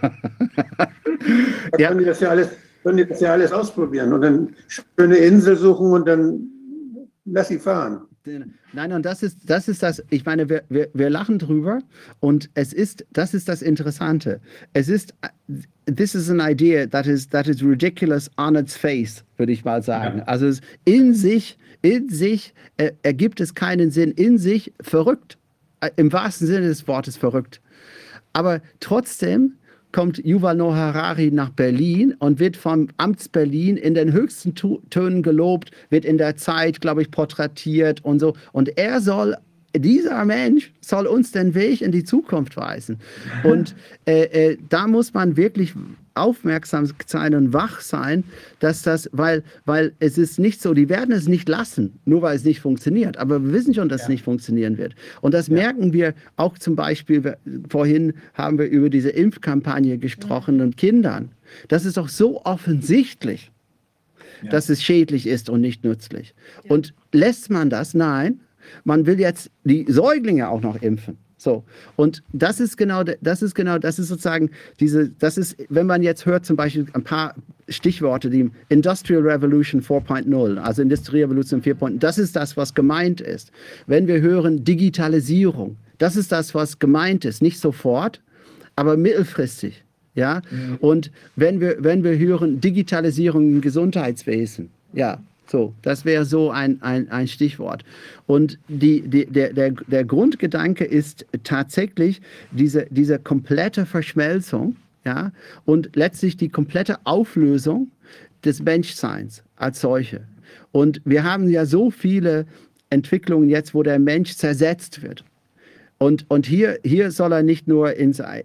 Da können die das ja alles ausprobieren und dann schöne Insel suchen und dann lass sie fahren. Nein, und das ist das, ich meine, wir lachen drüber und das ist das Interessante. This is an idea that is ridiculous on its face, würde ich mal sagen. Also in sich ergibt es keinen Sinn, in sich verrückt, im wahrsten Sinne des Wortes verrückt. Aber trotzdem kommt Yuval Noah Harari nach Berlin und wird vom Amtsberlin in den höchsten Tönen gelobt, wird in der Zeit, glaube ich, porträtiert und so. Und dieser Mensch soll uns den Weg in die Zukunft weisen. Und da muss man wirklich aufmerksam sein und wach sein, dass weil es ist nicht so, die werden es nicht lassen, nur weil es nicht funktioniert. Aber wir wissen schon, dass es nicht funktionieren wird. Und das merken wir auch zum Beispiel, vorhin haben wir über diese Impfkampagne gesprochen und Kindern. Das ist doch so offensichtlich, dass es schädlich ist und nicht nützlich. Und lässt man das? Nein. Man will jetzt die Säuglinge auch noch impfen. So. Und das ist sozusagen wenn man jetzt hört, zum Beispiel ein paar Stichworte, die Industrial Revolution 4.0, also Industrierevolution 4.0, das ist das, was gemeint ist. Wenn wir hören Digitalisierung, das ist das, was gemeint ist. Nicht sofort, aber mittelfristig. Ja? Und wenn wir hören Digitalisierung im Gesundheitswesen, ja, so, das wäre so ein Stichwort. Und der Grundgedanke ist tatsächlich diese komplette Verschmelzung, ja, und letztlich die komplette Auflösung des Menschseins als solche. Und wir haben ja so viele Entwicklungen jetzt, wo der Mensch zersetzt wird. Und hier soll er nicht nur in seiner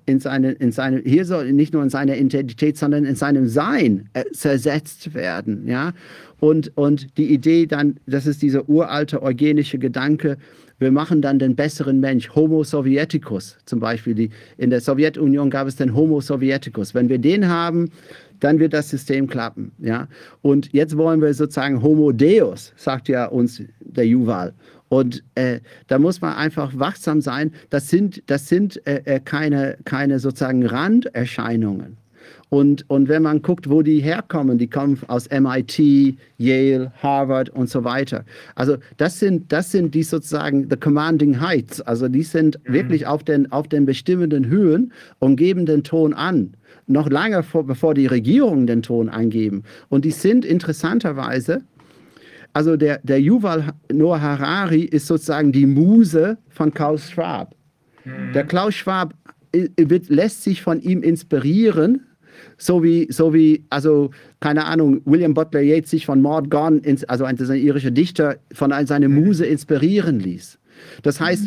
Identität, sondern in seinem Sein zersetzt werden, ja. Und die Idee dann, das ist dieser uralte eugenische Gedanke, wir machen dann den besseren Mensch, Homo Sovieticus zum Beispiel. In der Sowjetunion gab es den Homo Sovieticus. Wenn wir den haben, dann wird das System klappen, ja. Und jetzt wollen wir sozusagen Homo Deus, sagt ja uns der Yuval. Und da muss man einfach wachsam sein. Das sind keine sozusagen Randerscheinungen. Und wenn man guckt, wo die herkommen, die kommen aus MIT, Yale, Harvard und so weiter. Also das sind die sozusagen the commanding heights. Also die sind wirklich auf den bestimmenden Höhen und geben den Ton an. Noch lange bevor die Regierungen den Ton angeben. Und die sind interessanterweise, also der Yuval Noah Harari ist sozusagen die Muse von Klaus Schwab. Der Klaus Schwab lässt sich von ihm inspirieren, so wie, also keine Ahnung, William Butler Yeats sich von Maud Gonne, also ein irischer Dichter, von seiner Muse inspirieren ließ. Das heißt,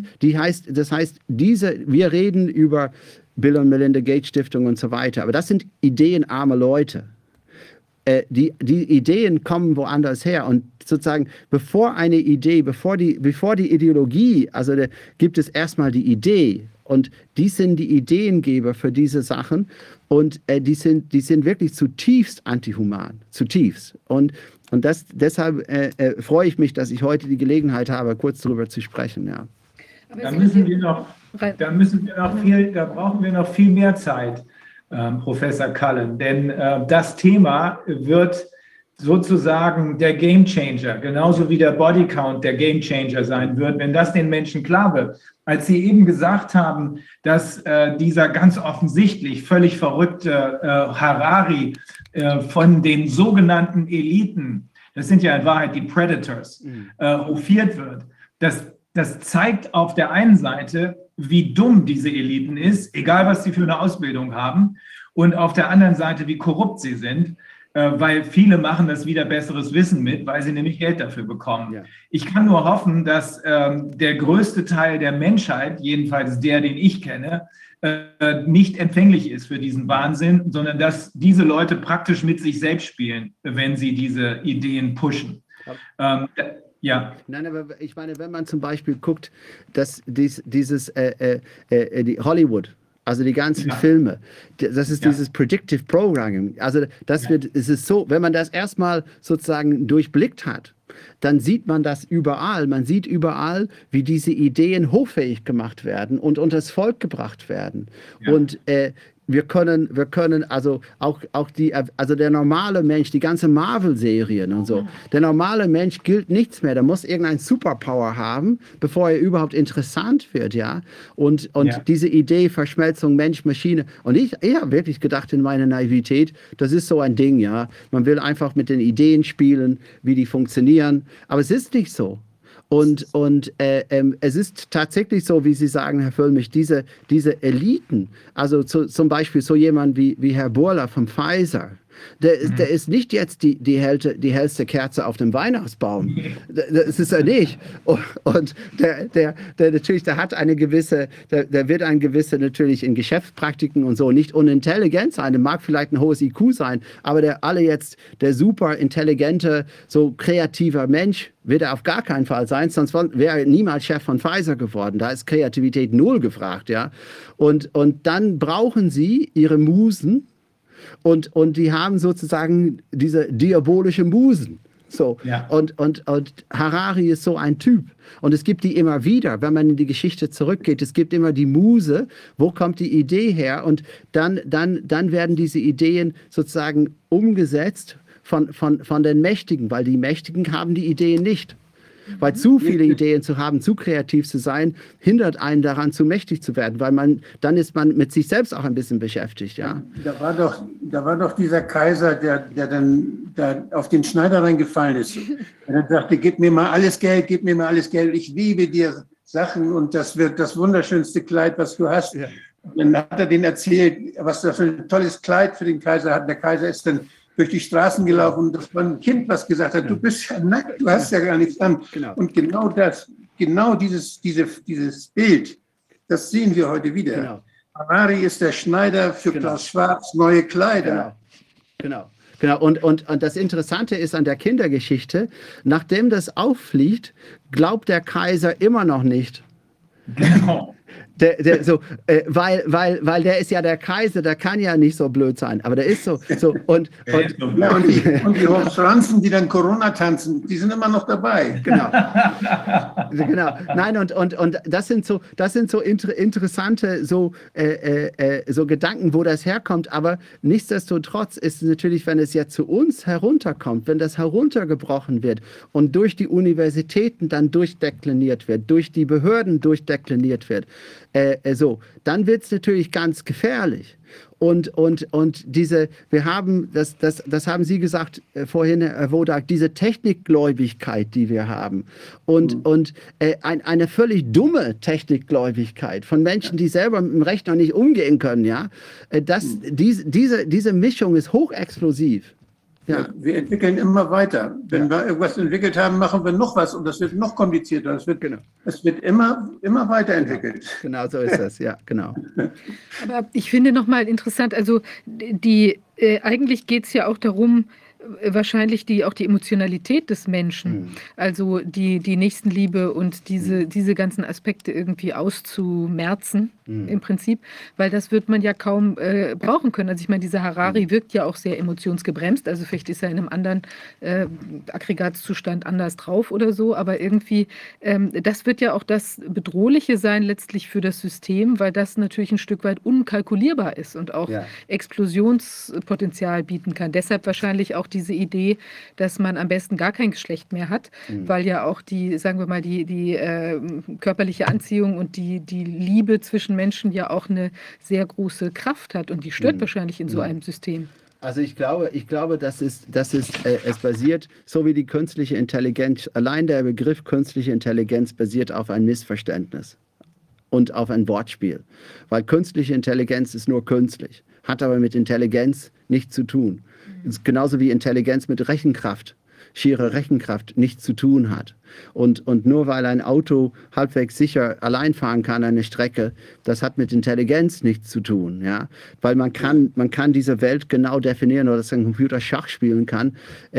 wir reden über Bill und Melinda Gates Stiftung und so weiter, aber das sind ideenarme Leute. Die Ideen kommen woanders her und sozusagen bevor die Ideologie, also gibt es erstmal die Idee und die sind die Ideengeber für diese Sachen und die sind wirklich zutiefst antihuman, zutiefst. Und deshalb freue ich mich, dass ich heute die Gelegenheit habe, kurz darüber zu sprechen. Ja. Da brauchen wir noch viel mehr Zeit. Professor Cullen, denn das Thema wird sozusagen der Gamechanger, genauso wie der Bodycount der Gamechanger sein wird, wenn das den Menschen klar wird. Als Sie eben gesagt haben, dass dieser ganz offensichtlich völlig verrückte Harari von den sogenannten Eliten, das sind ja in Wahrheit die Predators, hofiert wird, das zeigt auf der einen Seite, wie dumm diese Eliten ist, egal was sie für eine Ausbildung haben, und auf der anderen Seite, wie korrupt sie sind, weil viele machen das wieder besseres Wissen mit, weil sie nämlich Geld dafür bekommen. Ja. Ich kann nur hoffen, dass der größte Teil der Menschheit, jedenfalls der, den ich kenne, nicht empfänglich ist für diesen Wahnsinn, sondern dass diese Leute praktisch mit sich selbst spielen, wenn sie diese Ideen pushen. Ja. Nein, aber ich meine, wenn man zum Beispiel guckt, dass die Hollywood, also die ganzen Filme, das ist dieses Predictive Programming. Also es ist so, wenn man das erstmal sozusagen durchblickt hat, dann sieht man das überall. Man sieht überall, wie diese Ideen hochfähig gemacht werden und unters Volk gebracht werden. Ja. Und wir können also auch der normale Mensch, die ganze Marvel-Serien und so, der normale Mensch gilt nichts mehr. Der muss irgendein Superpower haben, bevor er überhaupt interessant wird, ja. Und diese Idee Verschmelzung Mensch-Maschine. Und ich habe wirklich gedacht in meiner Naivität, das ist so ein Ding, ja. Man will einfach mit den Ideen spielen, wie die funktionieren. Aber es ist nicht so. Und es ist tatsächlich so, wie Sie sagen, Herr Völlmich, diese Eliten, also zum Beispiel so jemand wie Herr Bourla von Pfizer, der ist nicht jetzt die hellste Kerze auf dem Weihnachtsbaum. Das ist er nicht. Und der natürlich, der hat eine gewisse, der wird ein gewisse natürlich in Geschäftspraktiken und so nicht unintelligent sein. Der mag vielleicht ein hohes IQ sein, aber der super intelligente, so kreativer Mensch wird er auf gar keinen Fall sein, sonst wäre er niemals Chef von Pfizer geworden. Da ist Kreativität null gefragt, ja. Und dann brauchen sie ihre Musen, und die haben sozusagen diese diabolische Musen. So. Ja. Und Harari ist so ein Typ. Und es gibt die immer wieder, wenn man in die Geschichte zurückgeht. Es gibt immer die Muse, wo kommt die Idee her? Und dann werden diese Ideen sozusagen umgesetzt von den Mächtigen, weil die Mächtigen haben die Ideen nicht. Weil zu viele Ideen zu haben, zu kreativ zu sein, hindert einen daran, zu mächtig zu werden, weil dann ist man mit sich selbst auch ein bisschen beschäftigt, ja. Da war doch dieser Kaiser, der dann da auf den Schneider reingefallen ist. Er dann sagte, gib mir mal alles Geld, ich liebe dir Sachen und das wird das wunderschönste Kleid, was du hast. Ja. Und dann hat er denen erzählt, was das für ein tolles Kleid für den Kaiser hat. Der Kaiser ist dann durch die Straßen gelaufen und das war ein Kind, was gesagt hat, du bist ja nackt, du hast ja gar nichts an. Genau. Und genau dieses Bild, das sehen wir heute wieder. Genau. Harari ist der Schneider für Klaus Schwarz, neue Kleider. Genau. Und das Interessante ist an der Kindergeschichte, nachdem das auffliegt, glaubt der Kaiser immer noch nicht. Genau. Weil der ist ja der Kaiser, der kann ja nicht so blöd sein, aber der ist so. Und die Hochschranzen, die dann Corona tanzen, die sind immer noch dabei. Genau. Nein, und das sind so interessante so Gedanken, wo das herkommt. Aber nichtsdestotrotz ist es natürlich, wenn es jetzt zu uns herunterkommt, wenn das heruntergebrochen wird und durch die Universitäten dann durchdekliniert wird, durch die Behörden durchdekliniert wird, dann wird es natürlich ganz gefährlich. Und wir haben, das haben Sie gesagt vorhin, Herr Wodak, diese Technikgläubigkeit, die wir haben und eine völlig dumme Technikgläubigkeit von Menschen, die selber mit dem Rechner nicht umgehen können, ja, diese Mischung ist hochexplosiv. Ja. Wir entwickeln immer weiter. Wenn wir irgendwas entwickelt haben, machen wir noch was und das wird noch komplizierter. Es wird immer weiterentwickelt. Genau so ist das, ja, genau. Aber ich finde nochmal interessant, also eigentlich geht es ja auch darum, wahrscheinlich auch die Emotionalität des Menschen, also die Nächstenliebe und diese ganzen Aspekte irgendwie auszumerzen im Prinzip, weil das wird man ja kaum brauchen können. Also ich meine, dieser Harari wirkt ja auch sehr emotionsgebremst, also vielleicht ist er in einem anderen Aggregatzustand anders drauf oder so, aber irgendwie, das wird ja auch das Bedrohliche sein letztlich für das System, weil das natürlich ein Stück weit unkalkulierbar ist und auch Explosionspotenzial bieten kann. Deshalb wahrscheinlich auch diese Idee, dass man am besten gar kein Geschlecht mehr hat, weil ja auch die, sagen wir mal, die körperliche Anziehung und die Liebe zwischen Menschen ja auch eine sehr große Kraft hat und die stört wahrscheinlich in so einem System. Also ich glaube, es basiert, so wie die künstliche Intelligenz, allein der Begriff künstliche Intelligenz basiert auf ein Missverständnis und auf ein Wortspiel, weil künstliche Intelligenz ist nur künstlich, hat aber mit Intelligenz nichts zu tun. Ist genauso wie Intelligenz mit Rechenkraft, schiere Rechenkraft nichts zu tun hat. Und nur weil ein Auto halbwegs sicher allein fahren kann eine Strecke, das hat mit Intelligenz nichts zu tun. Ja? Weil man kann diese Welt genau definieren oder dass ein Computer Schach spielen kann.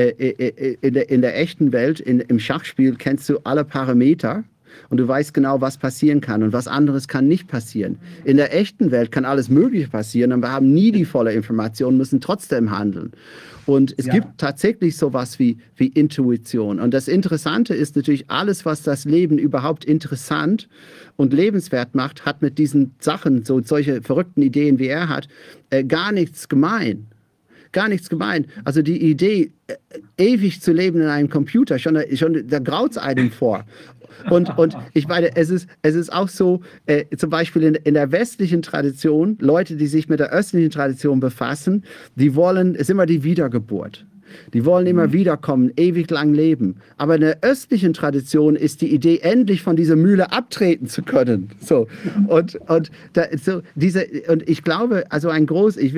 In der echten Welt, im Schachspiel kennst du alle Parameter. Und du weißt genau, was passieren kann und was anderes kann nicht passieren. In der echten Welt kann alles Mögliche passieren, aber wir haben nie die volle Information, müssen trotzdem handeln. Und es gibt tatsächlich sowas wie Intuition. Und das Interessante ist natürlich, alles, was das Leben überhaupt interessant und lebenswert macht, hat mit diesen Sachen, solche verrückten Ideen, wie er hat, gar nichts gemein. Gar nichts gemein. Also die Idee, ewig zu leben in einem Computer, schon da graut es einem vor. Und ich meine, es ist auch so, zum Beispiel in der westlichen Tradition, Leute, die sich mit der östlichen Tradition befassen, die wollen, es ist immer die Wiedergeburt. Die wollen immer wiederkommen, ewig lang leben. Aber in der östlichen Tradition ist die Idee, endlich von dieser Mühle abtreten zu können. So. Und ich glaube, also ich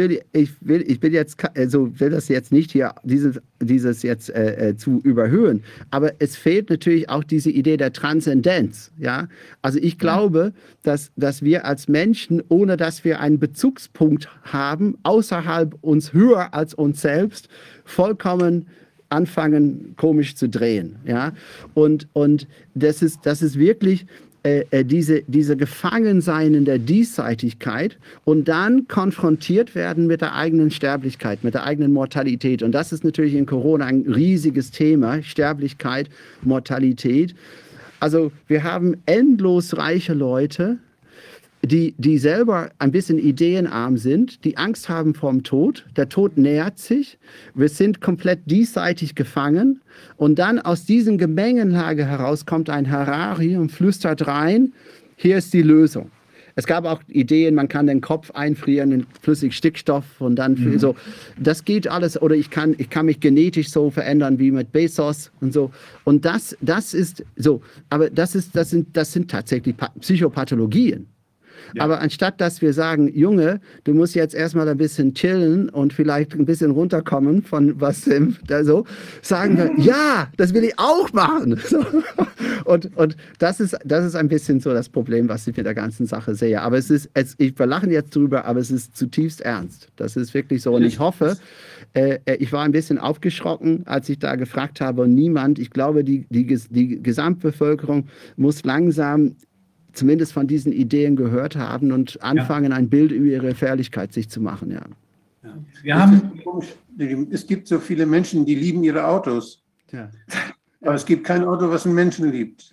will das jetzt nicht hier, dieses jetzt zu überhöhen. Aber es fehlt natürlich auch diese Idee der Transzendenz. Ja? Also ich glaube, dass wir als Menschen, ohne dass wir einen Bezugspunkt haben, außerhalb uns, höher als uns selbst, vollkommen anfangen, komisch zu drehen. Ja? Und das ist wirklich, diese Gefangensein in der Diesseitigkeit und dann konfrontiert werden mit der eigenen Sterblichkeit, mit der eigenen Mortalität. Und das ist natürlich in Corona ein riesiges Thema, Sterblichkeit, Mortalität. Also wir haben endlos reiche Leute, die selber ein bisschen ideenarm sind, die Angst haben vorm Tod. Der Tod nähert sich. Wir sind komplett diesseitig gefangen. Und dann aus diesem Gemengenlage heraus kommt ein Harari und flüstert rein, hier ist die Lösung. Es gab auch Ideen, man kann den Kopf einfrieren in flüssig Stickstoff und dann so. Das geht alles. Oder ich kann mich genetisch so verändern wie mit Bezos und so. Und das ist so. Aber das sind tatsächlich Psychopathologien. Ja. Aber anstatt, dass wir sagen, Junge, du musst jetzt erstmal ein bisschen chillen und vielleicht ein bisschen runterkommen von was da so, sagen wir, ja, das will ich auch machen. So. Und das ist ein bisschen so das Problem, was ich mit der ganzen Sache sehe. Aber wir lachen jetzt drüber, aber es ist zutiefst ernst. Das ist wirklich so. Und ich hoffe, ich war ein bisschen aufgeschrocken, als ich da gefragt habe, und niemand, ich glaube, die Gesamtbevölkerung muss langsam zumindest von diesen Ideen gehört haben und anfangen, ein Bild über ihre Gefährlichkeit sich zu machen. Ja. Es gibt so viele Menschen, die lieben ihre Autos. Ja. Aber es gibt kein Auto, was einen Menschen liebt.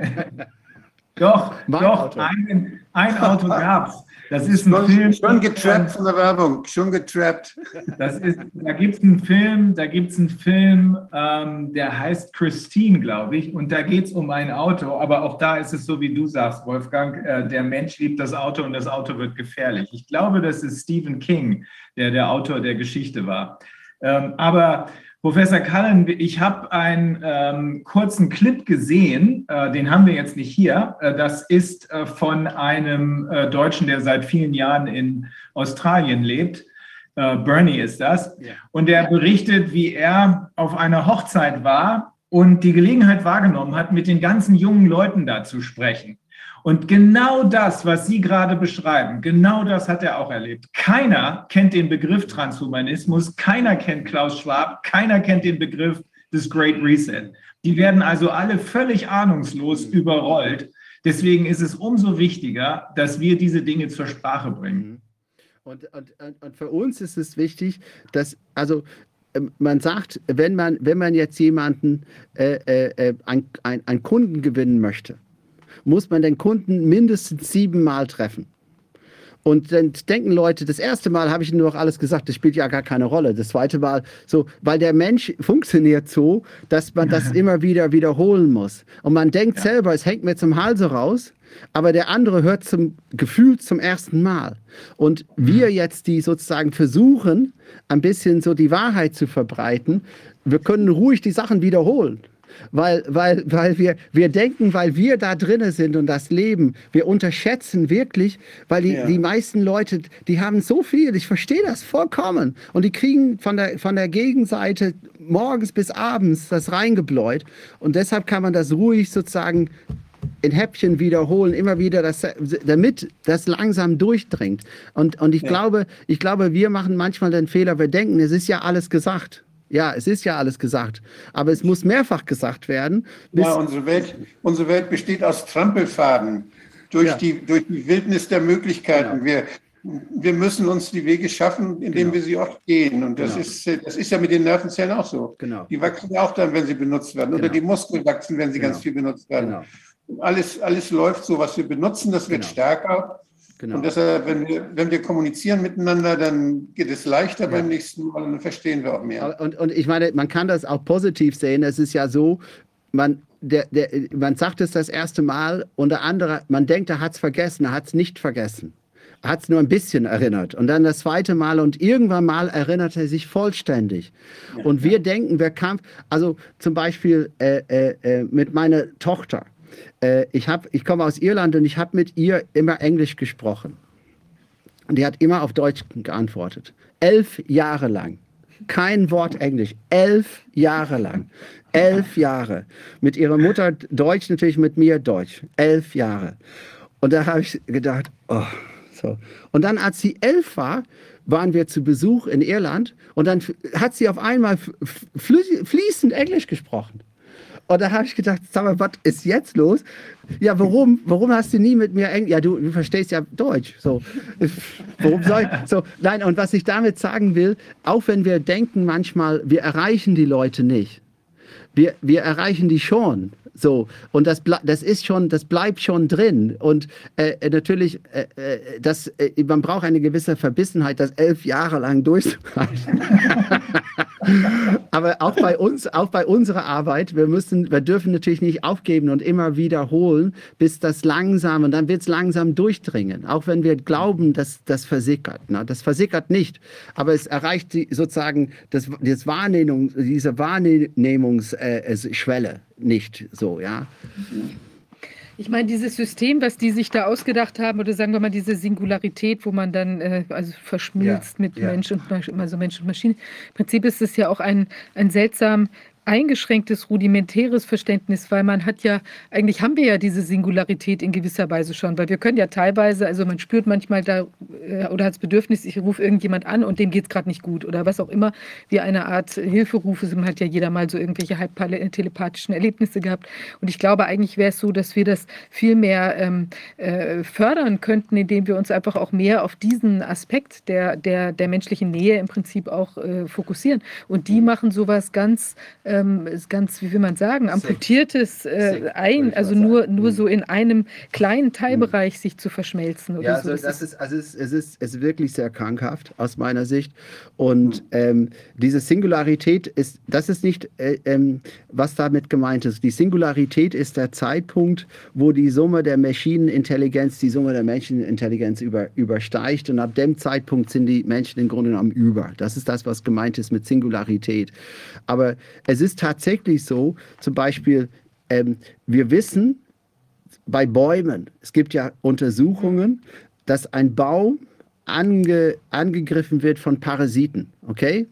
Doch, ein Auto gab es. Das ist ein Film. Schon getrappt von der Werbung, schon getrappt. Da gibt es einen Film, der heißt Christine, glaube ich, und da geht es um ein Auto, aber auch da ist es so, wie du sagst, Wolfgang, der Mensch liebt das Auto und das Auto wird gefährlich. Ich glaube, das ist Stephen King, der Autor der Geschichte war. Aber Professor Cullen, ich habe einen kurzen Clip gesehen, den haben wir jetzt nicht hier. Das ist von einem Deutschen, der seit vielen Jahren in Australien lebt. Bernie ist das. Ja. Und der berichtet, wie er auf einer Hochzeit war und die Gelegenheit wahrgenommen hat, mit den ganzen jungen Leuten da zu sprechen. Und genau das, was Sie gerade beschreiben, genau das hat er auch erlebt. Keiner kennt den Begriff Transhumanismus, keiner kennt Klaus Schwab, keiner kennt den Begriff des Great Reset. Die werden also alle völlig ahnungslos überrollt. Deswegen ist es umso wichtiger, dass wir diese Dinge zur Sprache bringen. Und für uns ist es wichtig, dass, also man sagt, wenn man jetzt jemanden, einen Kunden gewinnen möchte, muss man den Kunden mindestens 7 Mal treffen. Und dann denken Leute, das erste Mal habe ich ihnen doch alles gesagt, das spielt ja gar keine Rolle. Das zweite Mal so, weil der Mensch funktioniert so, dass man das immer wieder wiederholen muss. Und man denkt selber, es hängt mir zum Halse raus, aber der andere hört gefühlt zum ersten Mal. Und wir jetzt, die sozusagen versuchen, ein bisschen so die Wahrheit zu verbreiten, wir können ruhig die Sachen wiederholen. Weil wir denken, weil wir da drinnen sind und das Leben, wir unterschätzen wirklich, weil die meisten Leute, die haben so viel, ich verstehe das vollkommen, und die kriegen von der Gegenseite morgens bis abends das reingebläut, und deshalb kann man das ruhig sozusagen in Häppchen wiederholen, immer wieder, damit das langsam durchdringt. Und ich glaube, wir machen manchmal den Fehler, wir denken, es ist ja alles gesagt. Ja, es ist ja alles gesagt, aber es muss mehrfach gesagt werden. Ja, unsere Welt besteht aus Trampelfaden durch die Wildnis der Möglichkeiten. Genau. Wir müssen uns die Wege schaffen, indem wir sie oft gehen. Und das ist ja mit den Nervenzellen auch so. Genau. Die wachsen ja auch dann, wenn sie benutzt werden. Oder die Muskeln wachsen, wenn sie ganz viel benutzt werden. Genau. Und alles läuft so, was wir benutzen, das wird stärker. Genau. Und deshalb, wenn wir kommunizieren miteinander, dann geht es leichter beim nächsten Mal und dann verstehen wir auch mehr. Und ich meine, man kann das auch positiv sehen. Es ist ja so, man sagt es das erste Mal und der andere, man denkt, er hat es vergessen, er hat es nicht vergessen. Er hat es nur ein bisschen erinnert. Und dann das zweite Mal und irgendwann mal erinnert er sich vollständig. Ja. Und wir denken, also zum Beispiel mit meiner Tochter. Ich komme aus Irland und ich habe mit ihr immer Englisch gesprochen. Und die hat immer auf Deutsch geantwortet. 11 Jahre lang. Kein Wort Englisch. 11 Jahre lang. 11 Jahre. Mit ihrer Mutter Deutsch, natürlich mit mir Deutsch. 11 Jahre. Und da habe ich gedacht, oh, so. Und dann, als sie 11 war, waren wir zu Besuch in Irland und dann hat sie auf einmal fließend Englisch gesprochen. Und da habe ich gedacht, sag mal, was ist jetzt los? Ja, warum hast du nie mit mir Englisch? Ja, du verstehst ja Deutsch. So, warum soll ich? So, nein, und was ich damit sagen will, auch wenn wir denken manchmal, wir erreichen die Leute nicht. Wir erreichen die schon. So, und das bleibt schon drin. Und natürlich, man braucht eine gewisse Verbissenheit, das 11 Jahre lang durchzuhalten. Aber auch bei unserer Arbeit, wir dürfen natürlich nicht aufgeben und immer wiederholen, bis das langsam, und dann wird es langsam durchdringen. Auch wenn wir glauben, dass das versickert. Ne? Das versickert nicht, aber es erreicht sozusagen diese Wahrnehmungsschwelle nicht so, ja. Ich meine, dieses System, was die sich da ausgedacht haben, oder sagen wir mal diese Singularität, wo man dann also verschmilzt mit Mensch und also Mensch und Maschine. Im Prinzip ist es ja auch ein seltsam eingeschränktes, rudimentäres Verständnis, weil man hat ja, eigentlich haben wir ja diese Singularität in gewisser Weise schon, weil wir können ja teilweise, also man spürt manchmal da oder hat das Bedürfnis, ich rufe irgendjemand an und dem geht es gerade nicht gut oder was auch immer, wie eine Art Hilferuf ist. Man hat ja jeder mal so irgendwelche halb telepathischen Erlebnisse gehabt und ich glaube, eigentlich wäre es so, dass wir das viel mehr fördern könnten, indem wir uns einfach auch mehr auf diesen Aspekt der menschlichen Nähe im Prinzip auch fokussieren und die machen sowas ganz, wie will man sagen, amputiertes also nur so in einem kleinen Teilbereich sich zu verschmelzen. Oder ja, so. also es ist wirklich sehr krankhaft aus meiner Sicht. Und diese Singularität das ist nicht, was damit gemeint ist. Die Singularität ist der Zeitpunkt, wo die Summe der Maschinenintelligenz die Summe der Menschenintelligenz übersteigt. Und ab dem Zeitpunkt sind die Menschen im Grunde genommen über. Das ist das, was gemeint ist mit Singularität. Aber es ist tatsächlich so, zum Beispiel, wir wissen bei Bäumen, es gibt ja Untersuchungen, dass ein Baum angegriffen wird von Parasiten, okay?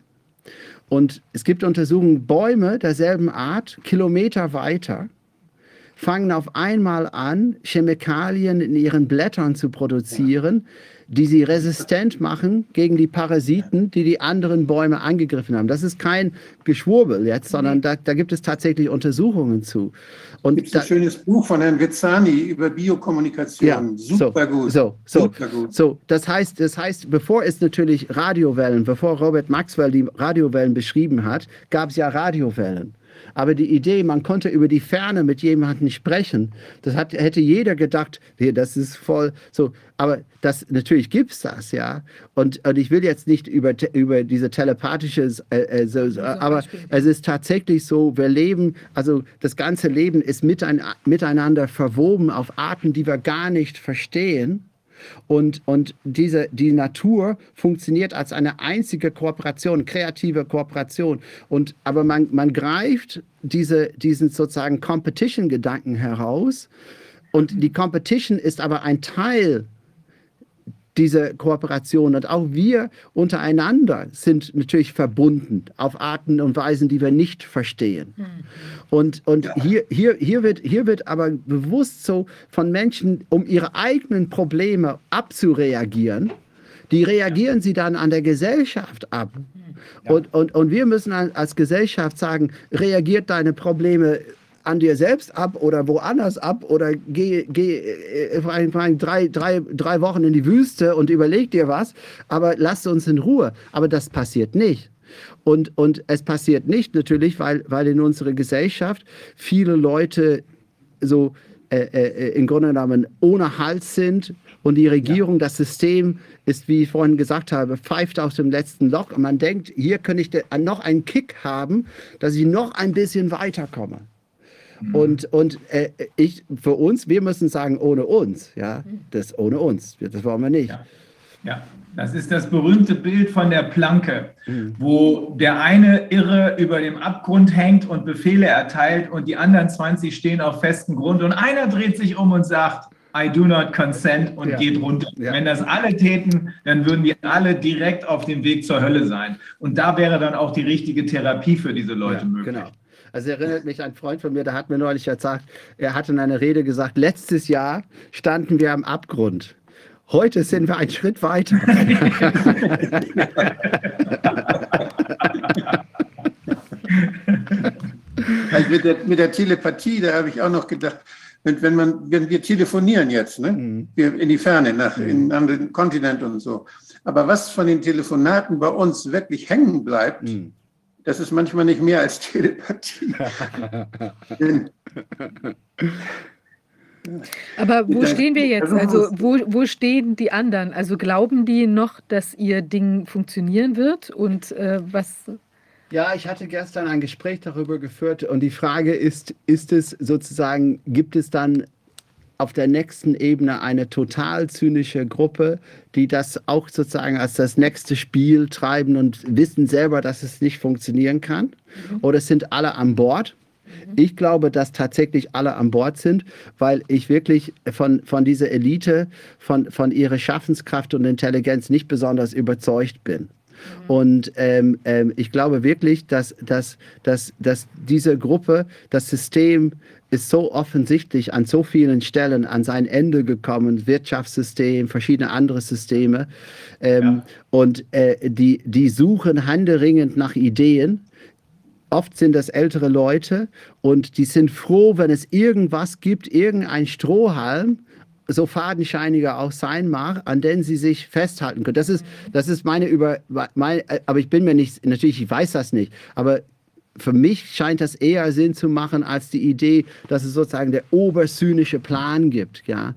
Und es gibt Untersuchungen, Bäume derselben Art, Kilometer weiter, fangen auf einmal an, Chemikalien in ihren Blättern zu produzieren, die sie resistent machen gegen die Parasiten, die anderen Bäume angegriffen haben. Das ist kein Geschwurbel jetzt, sondern da gibt es tatsächlich Untersuchungen zu. Und gibt es ein schönes Buch von Herrn Vezzani über Biokommunikation. Ja, super gut. Super gut. So, das heißt, bevor es natürlich Radiowellen, bevor Robert Maxwell die Radiowellen beschrieben hat, gab es ja Radiowellen. Aber die Idee, man konnte über die Ferne mit jemandem sprechen, hätte jeder gedacht, nee, das ist voll so. Aber natürlich gibt es das, ja. Und ich will jetzt nicht über diese telepathische, aber es ist tatsächlich so, wir leben, also das ganze Leben ist miteinander verwoben auf Arten, die wir gar nicht verstehen. Und die Natur funktioniert als eine einzige Kooperation, kreative Kooperation. Aber man greift diesen sozusagen Competition-Gedanken heraus. Und die Competition ist aber ein Teil dieser Kooperation. Und auch wir untereinander sind natürlich verbunden auf Arten und Weisen, die wir nicht verstehen. Und hier wird aber bewusst so von Menschen, um ihre eigenen Probleme abzureagieren, die reagieren sie dann an der Gesellschaft ab. Und wir müssen als Gesellschaft sagen, reagiert deine Probleme an dir selbst ab oder woanders ab oder geh 3 Wochen in die Wüste und überleg dir was, aber lass uns in Ruhe. Aber das passiert nicht. Und es passiert nicht natürlich, weil in unserer Gesellschaft viele Leute so im Grunde genommen ohne Hals sind und die Regierung, das System ist, wie ich vorhin gesagt habe, pfeift aus dem letzten Loch und man denkt, hier könnte ich noch einen Kick haben, dass ich noch ein bisschen weiterkomme. Und für uns, wir müssen sagen, ohne uns, ja, das ohne uns, das wollen wir nicht. Ja, das ist das berühmte Bild von der Planke, wo der eine Irre über dem Abgrund hängt und Befehle erteilt und die anderen 20 stehen auf festem Grund und einer dreht sich um und sagt, I do not consent und geht runter. Ja. Wenn das alle täten, dann würden die alle direkt auf dem Weg zur Hölle sein. Und da wäre dann auch die richtige Therapie für diese Leute möglich. Genau. Also erinnert mich ein Freund von mir, der hat mir neulich gesagt, er hat in einer Rede gesagt, letztes Jahr standen wir am Abgrund. Heute sind wir einen Schritt weiter. Also mit der Telepathie, da habe ich auch noch gedacht, wenn wir telefonieren jetzt, ne? Wir in die Ferne, in einen anderen Kontinent und so. Aber was von den Telefonaten bei uns wirklich hängen bleibt, das ist manchmal nicht mehr als Telepathie. Aber wo stehen wir jetzt? Also wo stehen die anderen? Also glauben die noch, dass ihr Ding funktionieren wird? Und was... Ja, ich hatte gestern ein Gespräch darüber geführt und die Frage ist es sozusagen, gibt es dann auf der nächsten Ebene eine total zynische Gruppe, die das auch sozusagen als das nächste Spiel treiben und wissen selber, dass es nicht funktionieren kann? Oder sind alle an Bord? Ich glaube, dass tatsächlich alle an Bord sind, weil ich wirklich von dieser Elite, von ihrer Schaffenskraft und Intelligenz nicht besonders überzeugt bin. Und ich glaube wirklich, dass diese Gruppe, das System ist so offensichtlich an so vielen Stellen an sein Ende gekommen, Wirtschaftssystem, verschiedene andere Systeme. Und die suchen händeringend nach Ideen. Oft sind das ältere Leute und die sind froh, wenn es irgendwas gibt, irgendein Strohhalm, so fadenscheiniger auch sein mag, an den sie sich festhalten können. Das ist aber ich bin mir nicht, natürlich, ich weiß das nicht, aber für mich scheint das eher Sinn zu machen als die Idee, dass es sozusagen der oberzynische Plan gibt, ja.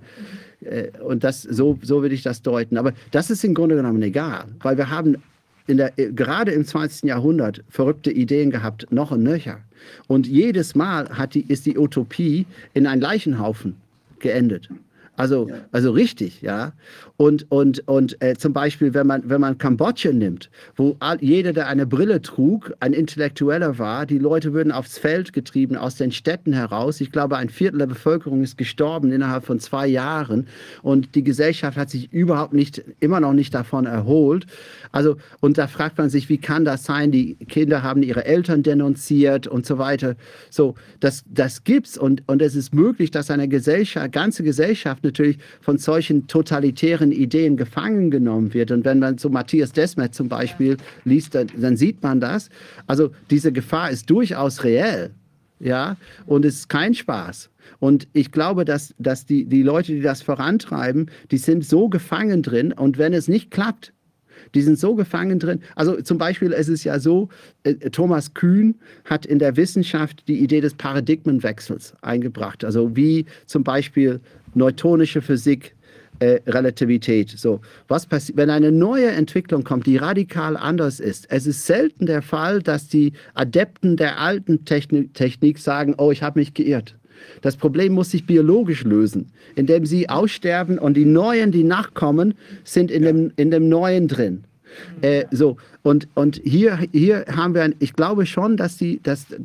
Und so würde ich das deuten. Aber das ist im Grunde genommen egal, weil wir haben gerade im 20. Jahrhundert verrückte Ideen gehabt, noch und nöcher. Und jedes Mal ist die Utopie in einen Leichenhaufen geendet. Also richtig, ja. Und zum Beispiel, wenn man Kambodscha nimmt, wo jeder, der eine Brille trug, ein Intellektueller war, die Leute würden aufs Feld getrieben, aus den Städten heraus. Ich glaube, ein Viertel der Bevölkerung ist gestorben innerhalb von 2 Jahren. Und die Gesellschaft hat sich immer noch nicht davon erholt. Also, und da fragt man sich, wie kann das sein? Die Kinder haben ihre Eltern denunziert und so weiter. So, das gibt's. Und es ist möglich, dass eine ganze Gesellschaft natürlich von solchen totalitären Ideen gefangen genommen wird. Und wenn man so Matthias Desmet zum Beispiel liest, dann sieht man das. Also diese Gefahr ist durchaus reell, ja, und es ist kein Spaß. Und ich glaube, dass die Leute, die das vorantreiben, die sind so gefangen drin. Und wenn es nicht klappt, die sind so gefangen drin. Also zum Beispiel, es ist ja so, Thomas Kuhn hat in der Wissenschaft die Idee des Paradigmenwechsels eingebracht. Also wie zum Beispiel newtonische Physik, Relativität. So, was passiert, wenn eine neue Entwicklung kommt, die radikal anders ist? Es ist selten der Fall, dass die Adepten der alten Technik sagen, oh, ich habe mich geirrt. Das Problem muss sich biologisch lösen, indem sie aussterben und die Neuen, die nachkommen, sind in dem Neuen drin. So, und hier haben wir, ich glaube schon, dass die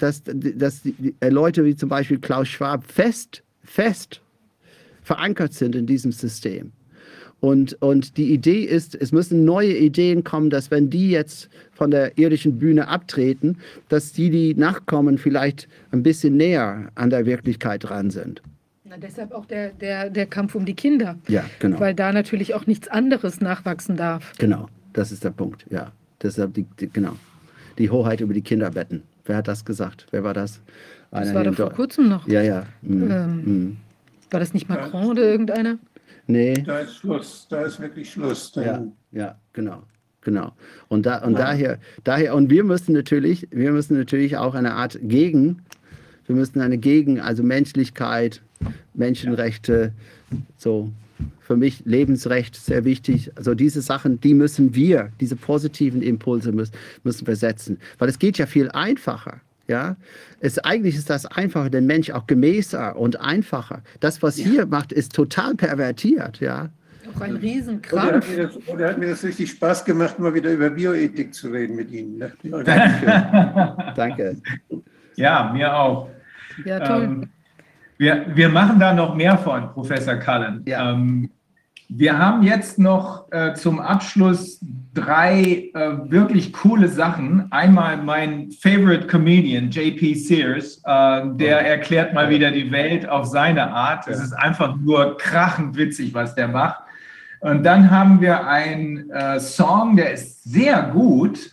Leute wie zum Beispiel Klaus Schwab fest verankert sind in diesem System. Und die Idee ist, es müssen neue Ideen kommen, dass wenn die jetzt von der irdischen Bühne abtreten, dass die nachkommen, vielleicht ein bisschen näher an der Wirklichkeit dran sind. Na, deshalb auch der Kampf um die Kinder. Ja, genau. Weil da natürlich auch nichts anderes nachwachsen darf. Genau, das ist der Punkt, ja. Deshalb die Hoheit über die Kinderbetten. Wer hat das gesagt? Wer war das? Das war doch vor kurzem noch. Ja. War das nicht Macron oder irgendeiner? Nee. Da ist Schluss, da ist wirklich Schluss. Ja, genau. Und daher, und wir müssen natürlich auch eine Art also Menschlichkeit, Menschenrechte, so, für mich Lebensrecht sehr wichtig. Also diese Sachen, diese positiven Impulse müssen wir setzen. Weil es geht ja viel einfacher. Ja, eigentlich ist das einfacher, den Mensch auch gemäßer und einfacher. Das, was hier macht, ist total pervertiert, ja. Auch ein Riesenkrampf. Oder hat mir das richtig Spaß gemacht, mal wieder über Bioethik zu reden mit Ihnen. Ne? Danke. Ja, mir auch. Ja, toll. Wir machen da noch mehr von, Professor Cullen. Ja. Wir haben jetzt noch zum Abschluss 3 wirklich coole Sachen. Einmal mein Favorite Comedian, JP Sears, der erklärt mal wieder die Welt auf seine Art. Es ist einfach nur krachend witzig, was der macht. Und dann haben wir einen Song, der ist sehr gut.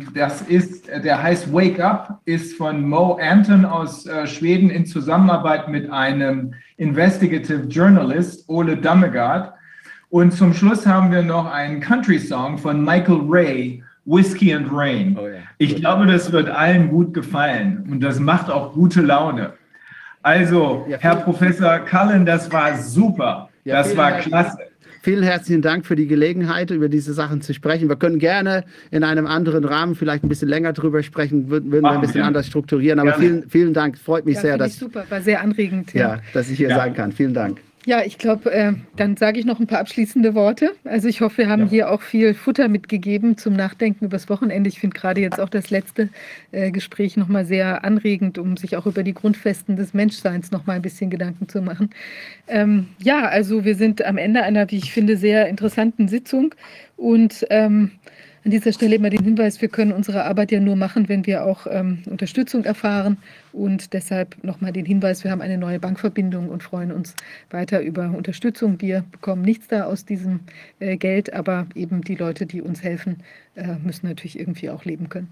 Der heißt Wake Up, ist von Mo Anton aus Schweden in Zusammenarbeit mit einem Investigative Journalist, Ole Dammegard. Und zum Schluss haben wir noch einen Country-Song von Michael Ray, Whiskey and Rain. Oh ja. Ich glaube, das wird allen gut gefallen und das macht auch gute Laune. Also, ja, Herr Professor Cullen, das war super. Ja, das war klasse. Vielen herzlichen Dank für die Gelegenheit, über diese Sachen zu sprechen. Wir können gerne in einem anderen Rahmen vielleicht ein bisschen länger drüber sprechen, würden wir ein bisschen anders strukturieren. Aber vielen Dank, freut mich sehr, dass super, war sehr anregend. Ja, dass ich hier sein kann. Vielen Dank. Ja, ich glaube, dann sage ich noch ein paar abschließende Worte. Also ich hoffe, wir haben hier auch viel Futter mitgegeben zum Nachdenken übers Wochenende. Ich finde gerade jetzt auch das letzte Gespräch nochmal sehr anregend, um sich auch über die Grundfesten des Menschseins nochmal ein bisschen Gedanken zu machen. Ja, also wir sind am Ende einer, wie ich finde, sehr interessanten Sitzung und an dieser Stelle immer den Hinweis, wir können unsere Arbeit ja nur machen, wenn wir auch Unterstützung erfahren. Und deshalb nochmal den Hinweis, wir haben eine neue Bankverbindung und freuen uns weiter über Unterstützung. Wir bekommen nichts da aus diesem Geld, aber eben die Leute, die uns helfen, müssen natürlich irgendwie auch leben können.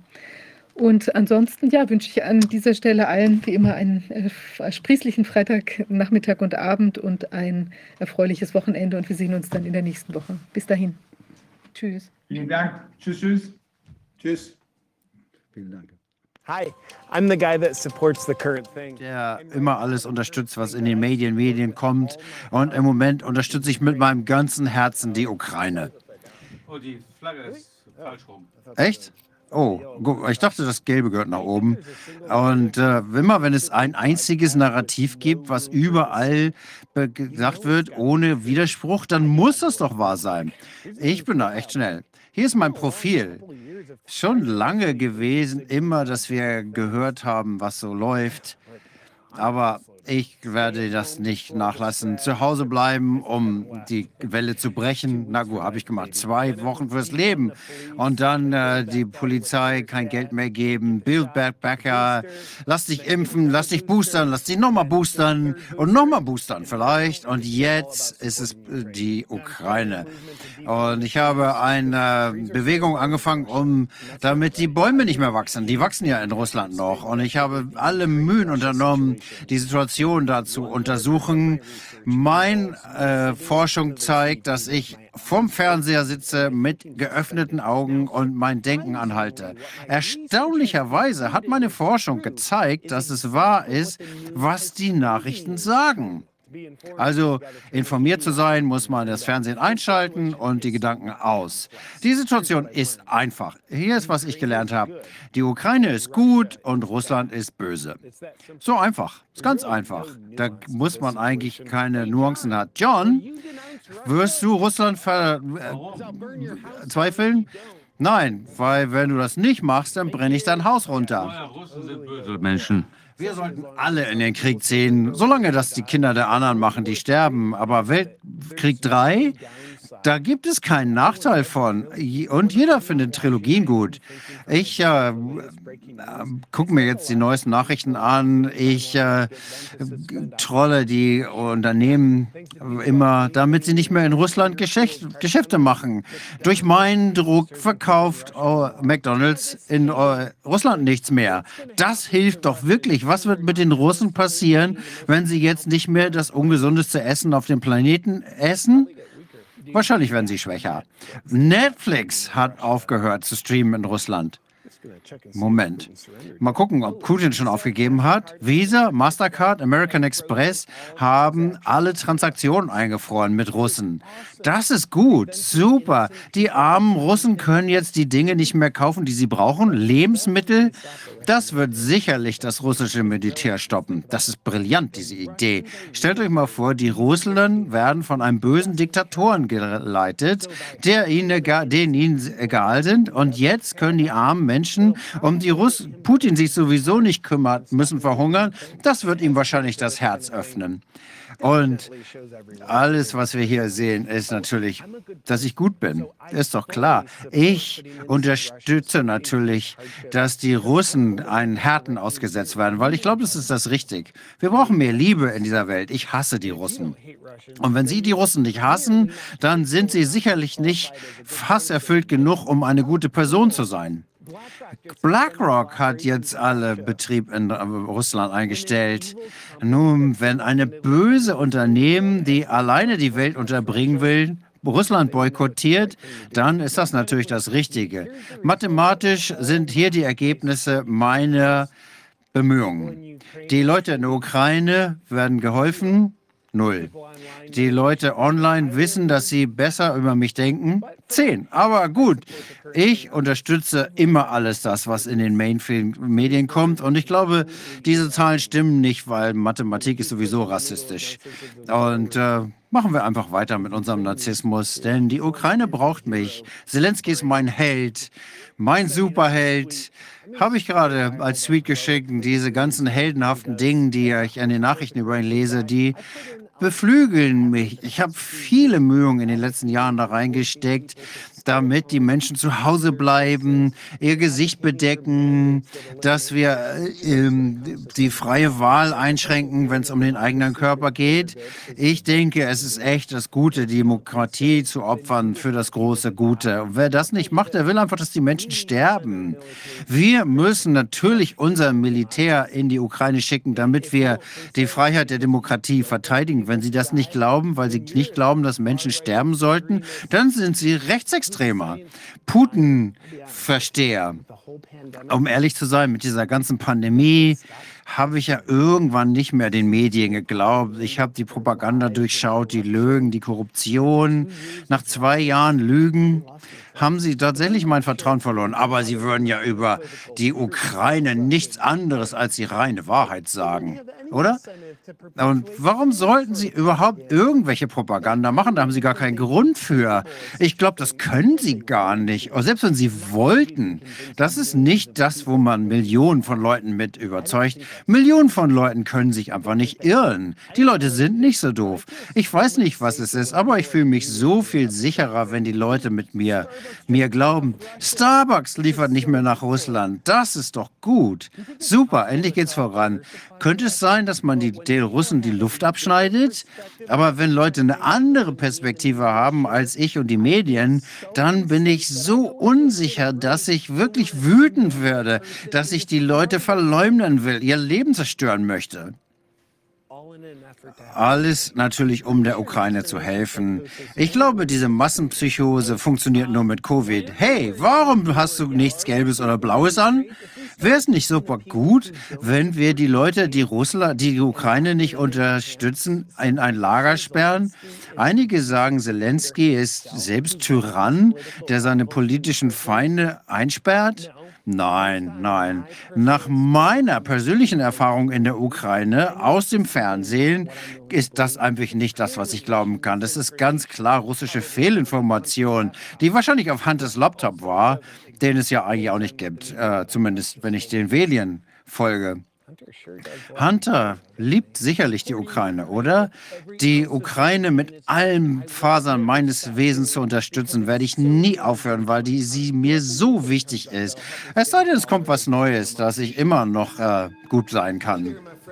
Und ansonsten ja, wünsche ich an dieser Stelle allen wie immer einen sprießlichen Freitagnachmittag und Abend und ein erfreuliches Wochenende. Und wir sehen uns dann in der nächsten Woche. Bis dahin. Tschüss. Vielen Dank. Tschüss, tschüss. Tschüss. Vielen Dank. Hi, I'm the guy that supports the current thing. Der immer alles unterstützt, was in den Medien kommt. Und im Moment unterstütze ich mit meinem ganzen Herzen die Ukraine. Oh, die Flagge ist falsch rum. Echt? Oh, ich dachte, das Gelbe gehört nach oben. Und immer, wenn es ein einziges Narrativ gibt, was überall gesagt wird, ohne Widerspruch, dann muss das doch wahr sein. Ich bin da echt schnell. Hier ist mein Profil. Schon lange gewesen, immer, dass wir gehört haben, was so läuft. Aber ich werde das nicht nachlassen. Zu Hause bleiben, um die Welle zu brechen. Na gut, habe ich gemacht. 2 Wochen fürs Leben. Und dann die Polizei kein Geld mehr geben. Build back better. Lass dich impfen, lass dich boostern, lass dich nochmal boostern und nochmal boostern vielleicht. Und jetzt ist es die Ukraine. Und ich habe eine Bewegung angefangen, damit die Bäume nicht mehr wachsen. Die wachsen ja in Russland noch. Und ich habe alle Mühen unternommen, die Situation dazu untersuchen. Meine Forschung zeigt, dass ich vorm Fernseher sitze mit geöffneten Augen und mein Denken anhalte. Erstaunlicherweise hat meine Forschung gezeigt, dass es wahr ist, was die Nachrichten sagen. Also informiert zu sein, muss man das Fernsehen einschalten und die Gedanken aus. Die Situation ist einfach. Hier ist, was ich gelernt habe. Die Ukraine ist gut und Russland ist böse. So einfach. Ist ganz einfach. Da muss man eigentlich keine Nuancen haben. John, wirst du Russland verzweifeln? Nein, weil wenn du das nicht machst, dann brenne ich dein Haus runter. Russen sind böse Menschen. Wir sollten alle in den Krieg ziehen, solange das die Kinder der anderen machen, die sterben. Aber Weltkrieg 3, da gibt es keinen Nachteil von. Und jeder findet Trilogien gut. Ich gucke mir jetzt die neuesten Nachrichten an. Ich trolle die Unternehmen immer, damit sie nicht mehr in Russland Geschäfte machen. Durch meinen Druck verkauft McDonald's in Russland nichts mehr. Das hilft doch wirklich. Was wird mit den Russen passieren, wenn sie jetzt nicht mehr das ungesundeste Essen auf dem Planeten essen? Wahrscheinlich werden sie schwächer. Netflix hat aufgehört zu streamen in Russland. Moment. Mal gucken, ob Putin schon aufgegeben hat. Visa, Mastercard, American Express haben alle Transaktionen eingefroren mit Russen. Das ist gut, super. Die armen Russen können jetzt die Dinge nicht mehr kaufen, die sie brauchen. Lebensmittel, das wird sicherlich das russische Militär stoppen. Das ist brillant, diese Idee. Stellt euch mal vor, die Russen werden von einem bösen Diktatoren geleitet, denen ihnen egal sind. Und jetzt können die armen Menschen Menschen, um die Putin sich sowieso nicht kümmert, müssen verhungern, das wird ihm wahrscheinlich das Herz öffnen. Und alles, was wir hier sehen, ist natürlich, dass ich gut bin. Ist doch klar. Ich unterstütze natürlich, dass die Russen einen Härten ausgesetzt werden, weil ich glaube, das ist das richtig. Wir brauchen mehr Liebe in dieser Welt. Ich hasse die Russen. Und wenn Sie die Russen nicht hassen, dann sind Sie sicherlich nicht hasserfüllt genug, um eine gute Person zu sein. BlackRock hat jetzt alle Betrieb in Russland eingestellt. Nun, wenn eine böse Unternehmen, die alleine die Welt unterbringen will, Russland boykottiert, dann ist das natürlich das Richtige. Mathematisch sind hier die Ergebnisse meiner Bemühungen. Die Leute in der Ukraine werden geholfen. 0. Die Leute online wissen, dass sie besser über mich denken. 10. Aber gut, ich unterstütze immer alles das, was in den Mainstream-Medien kommt. Und ich glaube, diese Zahlen stimmen nicht, weil Mathematik ist sowieso rassistisch. Und machen wir einfach weiter mit unserem Narzissmus, denn die Ukraine braucht mich. Zelensky ist mein Held, mein Superheld. Habe ich gerade als Tweet geschickt, diese ganzen heldenhaften Dinge, die ich in den Nachrichten über ihn lese, die beflügeln mich. Ich habe viele Mühen in den letzten Jahren da reingesteckt, damit die Menschen zu Hause bleiben, ihr Gesicht bedecken, dass wir die freie Wahl einschränken, wenn es um den eigenen Körper geht. Ich denke, es ist echt das Gute, die Demokratie zu opfern für das große Gute. Und wer das nicht macht, der will einfach, dass die Menschen sterben. Wir müssen natürlich unser Militär in die Ukraine schicken, damit wir die Freiheit der Demokratie verteidigen. Wenn sie das nicht glauben, weil sie nicht glauben, dass Menschen sterben sollten, dann sind sie rechtsextrem. Putin-Versteher. Um ehrlich zu sein, mit dieser ganzen Pandemie habe ich ja irgendwann nicht mehr den Medien geglaubt. Ich habe die Propaganda durchschaut, die Lügen, die Korruption. Nach 2 Jahren Lügen haben sie tatsächlich mein Vertrauen verloren. Aber sie würden ja über die Ukraine nichts anderes als die reine Wahrheit sagen, oder? Und warum sollten sie überhaupt irgendwelche Propaganda machen? Da haben sie gar keinen Grund für. Ich glaube, das können sie gar nicht. Und selbst wenn sie wollten, das ist nicht das, wo man Millionen von Leuten mit überzeugt. Millionen von Leuten können sich einfach nicht irren. Die Leute sind nicht so doof. Ich weiß nicht, was es ist, aber ich fühle mich so viel sicherer, wenn die Leute mit mir glauben. Starbucks liefert nicht mehr nach Russland. Das ist doch gut. Super, endlich geht's voran. Könnte es sein, dass man den Russen die Luft abschneidet? Aber wenn Leute eine andere Perspektive haben als ich und die Medien, dann bin ich so unsicher, dass ich wirklich wütend werde, dass ich die Leute verleumden will, ihr Leben zerstören möchte. Alles natürlich, um der Ukraine zu helfen. Ich glaube, diese Massenpsychose funktioniert nur mit Covid. Hey, warum hast du nichts Gelbes oder Blaues an? Wäre es nicht super gut, wenn wir die Leute, die Ukraine nicht unterstützen, in ein Lager sperren? Einige sagen, Zelensky ist selbst Tyrann, der seine politischen Feinde einsperrt. Nein, nein. Nach meiner persönlichen Erfahrung in der Ukraine aus dem Fernsehen ist das einfach nicht das, was ich glauben kann. Das ist ganz klar russische Fehlinformation, die wahrscheinlich auf Hunters Laptop war, den es ja eigentlich auch nicht gibt, zumindest wenn ich den Medien folge. Hunter liebt sicherlich die Ukraine, oder? Die Ukraine mit allen Fasern meines Wesens zu unterstützen, werde ich nie aufhören, weil sie mir so wichtig ist. Es sei denn, es kommt was Neues, dass ich immer noch gut sein kann.